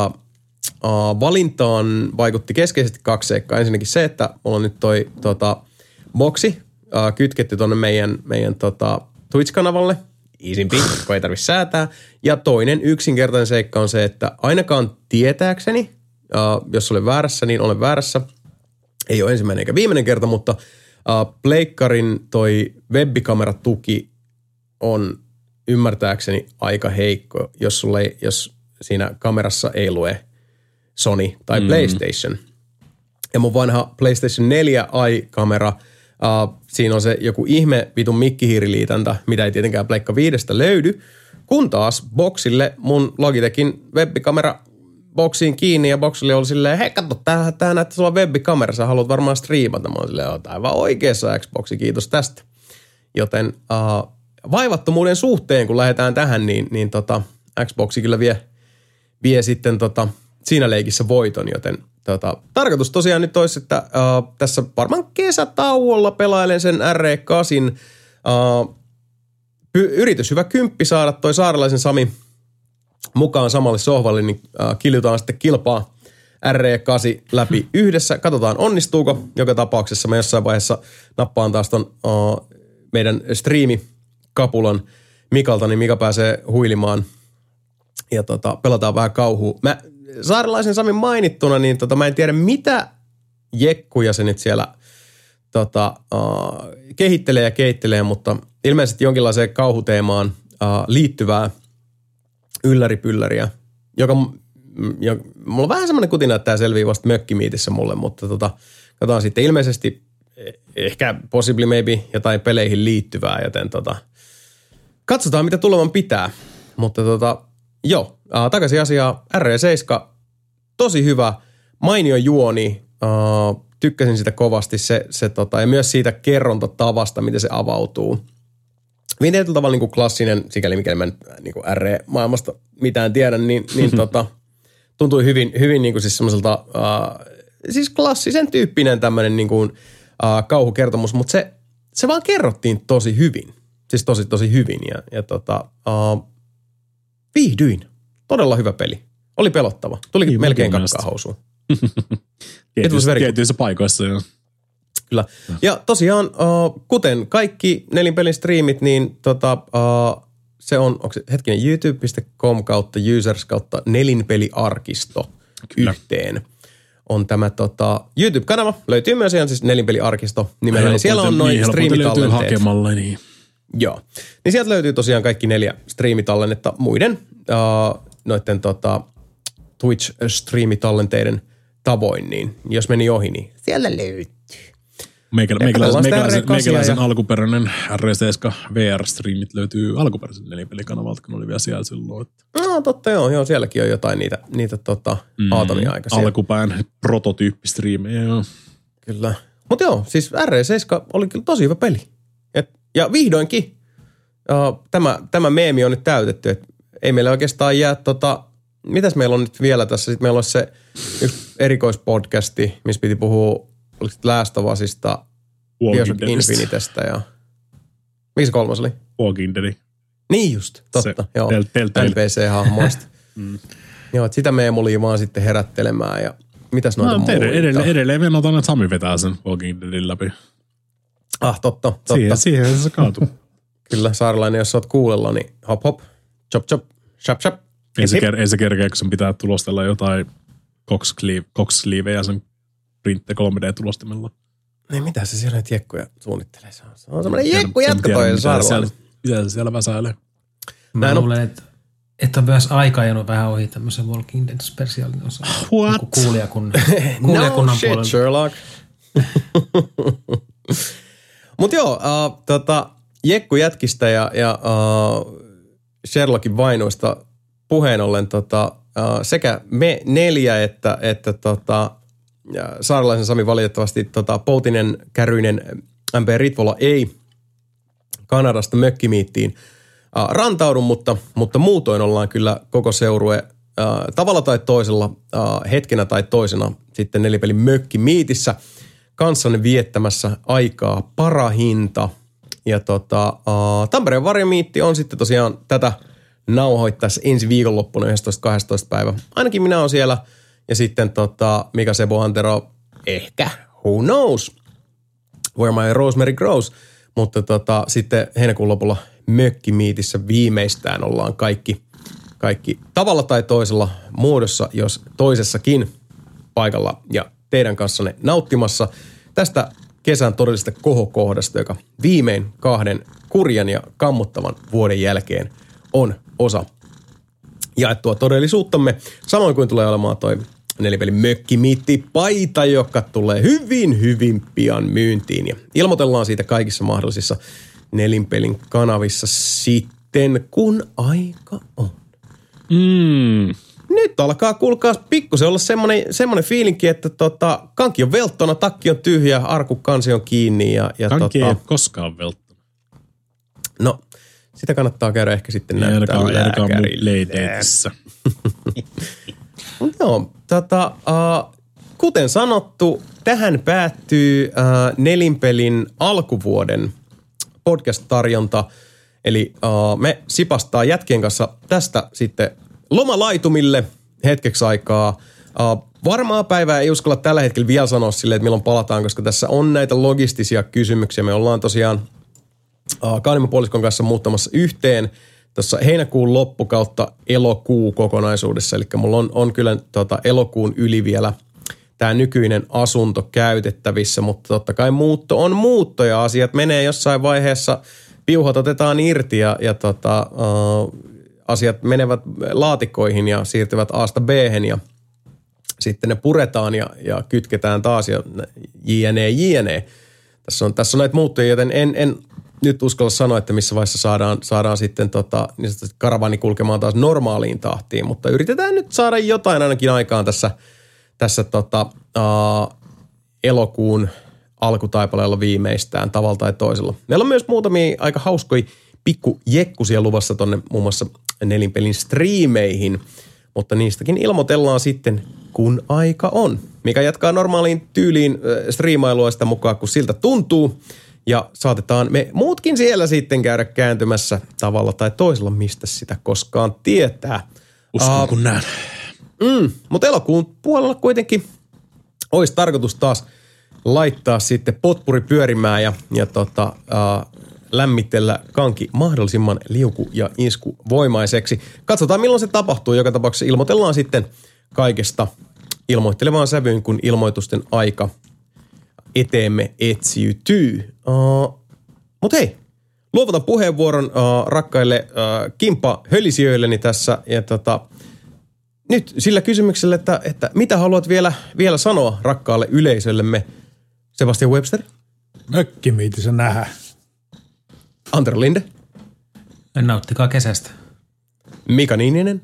valintaan vaikutti keskeisesti 2 seikkaa. Ensinnäkin se, että mulla on nyt toi boksi kytketty tonne meidän Twitch-kanavalle. Easympi, kun ei tarvitse säätää. Ja toinen yksinkertainen seikka on se, että ainakaan tietääkseni, jos olen väärässä, niin olen väärässä. Ei ole ensimmäinen eikä viimeinen kerta, mutta pleikkarin toi webbikamera-tuki on ymmärtääkseni aika heikko, jos siinä kamerassa ei lue Sony tai PlayStation. Ja mun vanha PlayStation 4i-kamera, siinä on se joku ihme vitun mikkihiiriliitäntä, mitä ei tietenkään Pleikka 5:stä löydy, kun taas boksille mun Logitechin webbikamera boksiin kiinni ja boksille oli silleen, hei katso, tää näyttää sulla webbikamera, sä haluat varmaan striimata. Mä oon silleen, oot aivan oikeassa Xboxi, kiitos tästä. Joten vaivattomuuden suhteen, kun lähdetään tähän, niin Xboxi kyllä vie sitten siinä leikissä voiton, joten tarkoitus tosiaan nyt olisi, että tässä varmaan kesätauolla pelailen sen RE8. Yritys hyvä kymppi saada toi Saarelaisen Sami mukaan samalle sohvalle, niin kiljutaan sitten kilpaa RE8 läpi yhdessä. Katsotaan onnistuuko. Joka tapauksessa mä jossain vaiheessa nappaan taas ton meidän striimikapulan Mikalta, niin Mika pääsee huilimaan ja pelataan vähän kauhua. Saarelaisen Samin mainittuna, niin mä en tiedä mitä jekkuja se nyt siellä kehittelee ja keittelee, mutta ilmeisesti jonkinlaiseen kauhuteemaan liittyvää ylläripylläriä, joka mulla on vähän semmoinen kutina, että tämä selvii vasta mökkimiitissä mulle, mutta katsotaan sitten ilmeisesti ehkä possibly maybe jotain peleihin liittyvää, joten katsotaan mitä tulevan pitää, mutta joo, takaisin asiaan. RE7, tosi hyvä, mainio juoni, tykkäsin sitä kovasti se ja myös siitä kerrontatavasta, miten se avautuu. Hyvin tietyllä tavalla niin kuin klassinen, sikäli mikäli mä niin kuin RE-maailmasta mitään tiedän, niin tuntui hyvin niin kuin siis semmoiselta, siis klassisen tyyppinen tämmöinen niin kuin kauhukertomus, mutta se vaan kerrottiin tosi hyvin. Siis tosi hyvin ja viihdyin. Todella hyvä peli. Oli pelottava. Tulikin niin, melkein kakkaa housuun. Tietyissä paikoissa, joo. Kyllä. Ja tosiaan, kuten kaikki nelinpelin striimit, niin se on, onko se hetkinen, youtube.com kautta users kautta nelinpeliarkisto yhteen. On tämä YouTube-kanava. Löytyy myös ihan siis nelinpeliarkisto nimellä. Niin siellä on noin striimitallenteet. Hakemalla, niin. Joo. Niin sieltä löytyy tosiaan kaikki 4 striimitallennetta muiden noiden Twitch-striimitallenteiden tavoin, niin jos meni ohi, niin siellä löytyy. Meikäläisen alkuperäinen RE7 VR-striimit löytyy alkuperäisen nelinpelikanavalta, kun oli vielä siellä silloin. No totta joo, sielläkin on jotain niitä aatomia aikaisia. Alkupään prototyyppistriimejä, joo. Kyllä. Mutta joo, siis RE7 oli kyllä tosi hyvä peli. Ja vihdoinkin tämä meemi on nyt täytetty, että ei meillä oikeastaan jää mitäs meillä on nyt vielä tässä? Sitten meillä on se yksi erikoispodcasti, missä piti puhua Last of Usista, Bioshock Infinitestä ja mikä se kolmas oli? Walking Dead. Niin just, totta. Joo, NPC-hahmoista. Joo, että sitä meemulia vaan sitten herättelemään ja mitäs noita muita? Edelleen vielä otan, että Sami vetää sen Walking Deadin läpi. Totta. Siihen se kaatuu. Kyllä, saarelainen, jos sä oot kuulella, niin hop, chop, shap. Ei se kerkeä, kun sen pitää tulostella jotain Cox-Sleeveja sen printte 3D-tulostimella. Niin mitä se siellä nyt jekkuja suunnittelee? Se on semmoinen jekku-jätkä toi saarelainen. Mitä se siellä väsäilee? Mä luulen, että on myös aika ajanut vähän ohi tämmöisen Walking Dead -spesiaalin osa. What? Kuulijakunnan no shit, puolella. Sherlock. Mut joo, jekku jätkistä ja Sherlockin vainoista puheen ollen sekä me 4 että saarelaisen Sami valitettavasti Poutinen, Käryinen, MP Ritvola ei Kanadasta mökkimiittiin rantaudu, mutta muutoin ollaan kyllä koko seurue tavalla tai toisella, hetkenä tai toisena sitten nelipelin mökkimiitissä kanssanne viettämässä aikaa parahinta. Ja Tampereen varjomiitti on sitten tosiaan tätä nauhoittaessa ensi viikonloppuna 11.12. päivä. Ainakin minä olen siellä. Ja sitten Mika Sebo Antero, ehkä, who knows, where my rosemary grows. Mutta sitten heinäkuun lopulla mökkimiitissä viimeistään ollaan kaikki tavalla tai toisella muodossa, jos toisessakin paikalla ja teidän kanssanne nauttimassa tästä kesän todellisesta kohokohdasta, joka viimein 2 kurjan ja kammottavan vuoden jälkeen on osa jaettua todellisuuttamme. Samoin kuin tulee olemaan toi Nelinpelin mökkimiitti-paita, joka tulee hyvin pian myyntiin. Ja ilmoitellaan siitä kaikissa mahdollisissa Nelinpelin kanavissa sitten, kun aika on. Nyt alkaa, kuulkaa, pikkusen olla semmoinen fiilinki, että kanki on velttona, takki on tyhjä, kansi on kiinni. Ja kanki ei koskaan velttona. No, sitä kannattaa käydä ehkä sitten näyttää lääkärille. Joo, kuten sanottu, tähän päättyy Nelinpelin alkuvuoden podcast-tarjonta. Eli me sipastaa jätkien kanssa tästä sitten lomalaitumille hetkeksi aikaa. Varmaa päivää ei uskalla tällä hetkellä vielä sanoa silleen, että milloin palataan, koska tässä on näitä logistisia kysymyksiä. Me ollaan tosiaan Kaanimapuoliskon kanssa muuttamassa yhteen tuossa heinäkuun loppukautta elokuu kokonaisuudessa. Eli mulla on kyllä elokuun yli vielä tämä nykyinen asunto käytettävissä, mutta totta kai muutto on muutto ja asiat menee jossain vaiheessa. Piuhat otetaan irti ja asiat menevät laatikoihin ja siirtyvät A:sta B:hen ja sitten ne puretaan ja kytketään taas ja jne. Tässä on näitä muuttuja, joten en nyt uskalla sanoa, että missä vaiheessa saadaan sitten niin karavani kulkemaan taas normaaliin tahtiin, mutta yritetään nyt saada jotain ainakin aikaan tässä elokuun alkutaipaleella viimeistään tavalla tai toisella. Meillä on myös muutamia aika hauskoja pikkujekkusia luvassa tonne muun muassa Nelinpelin striimeihin, mutta niistäkin ilmoitellaan sitten, kun aika on. Mikä jatkaa normaaliin tyyliin striimailua sitä mukaan, kun siltä tuntuu. Ja saatetaan me muutkin siellä sitten käydä kääntymässä tavalla tai toisella, mistä sitä koskaan tietää. Uskon kun näen. Mutta elokuun puolella kuitenkin olisi tarkoitus taas laittaa sitten potpuri pyörimään ja lämmitellä kanki mahdollisimman liuku- ja iskuvoimaiseksi. Katsotaan, milloin se tapahtuu. Joka tapauksessa ilmoitellaan sitten kaikesta ilmoittelevaan sävyyn, kun ilmoitusten aika eteemme etsiytyy. Mutta hei, luovutan puheenvuoron rakkaille kimppahölisijöilleni tässä. Ja nyt sillä kysymyksellä, että mitä haluat vielä sanoa rakkaalle yleisöllemme, Sebastian Webster? Mökkimiitissä nähdä. Antero Linde. Nauttikaa kesästä. Mika Niininen.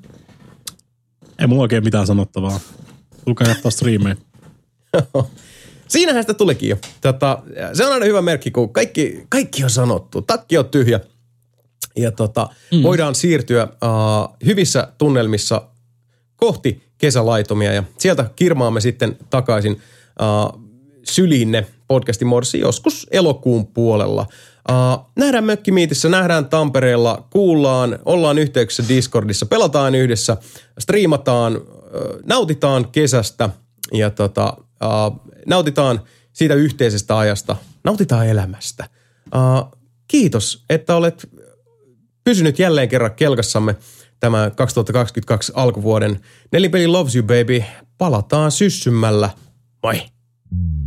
Ei mulla oikein mitään sanottavaa. Tulkaa katsoa striimejä. Siinähän sitä tulikin jo. Se on aina hyvä merkki, kun kaikki on sanottu. Takki on tyhjä. Ja voidaan siirtyä hyvissä tunnelmissa kohti kesälaitomia. Ja sieltä kirmaamme sitten takaisin syliinne podcastin muodossa joskus elokuun puolella. Nähdään Mökkimiitissä, nähdään Tampereella, kuullaan, ollaan yhteyksissä Discordissa, pelataan yhdessä, striimataan, nautitaan kesästä ja nautitaan siitä yhteisestä ajasta, nautitaan elämästä. Kiitos, että olet pysynyt jälleen kerran kelkassamme tämän 2022 alkuvuoden. Nelinpeli loves you baby. Palataan syssymällä. Moi!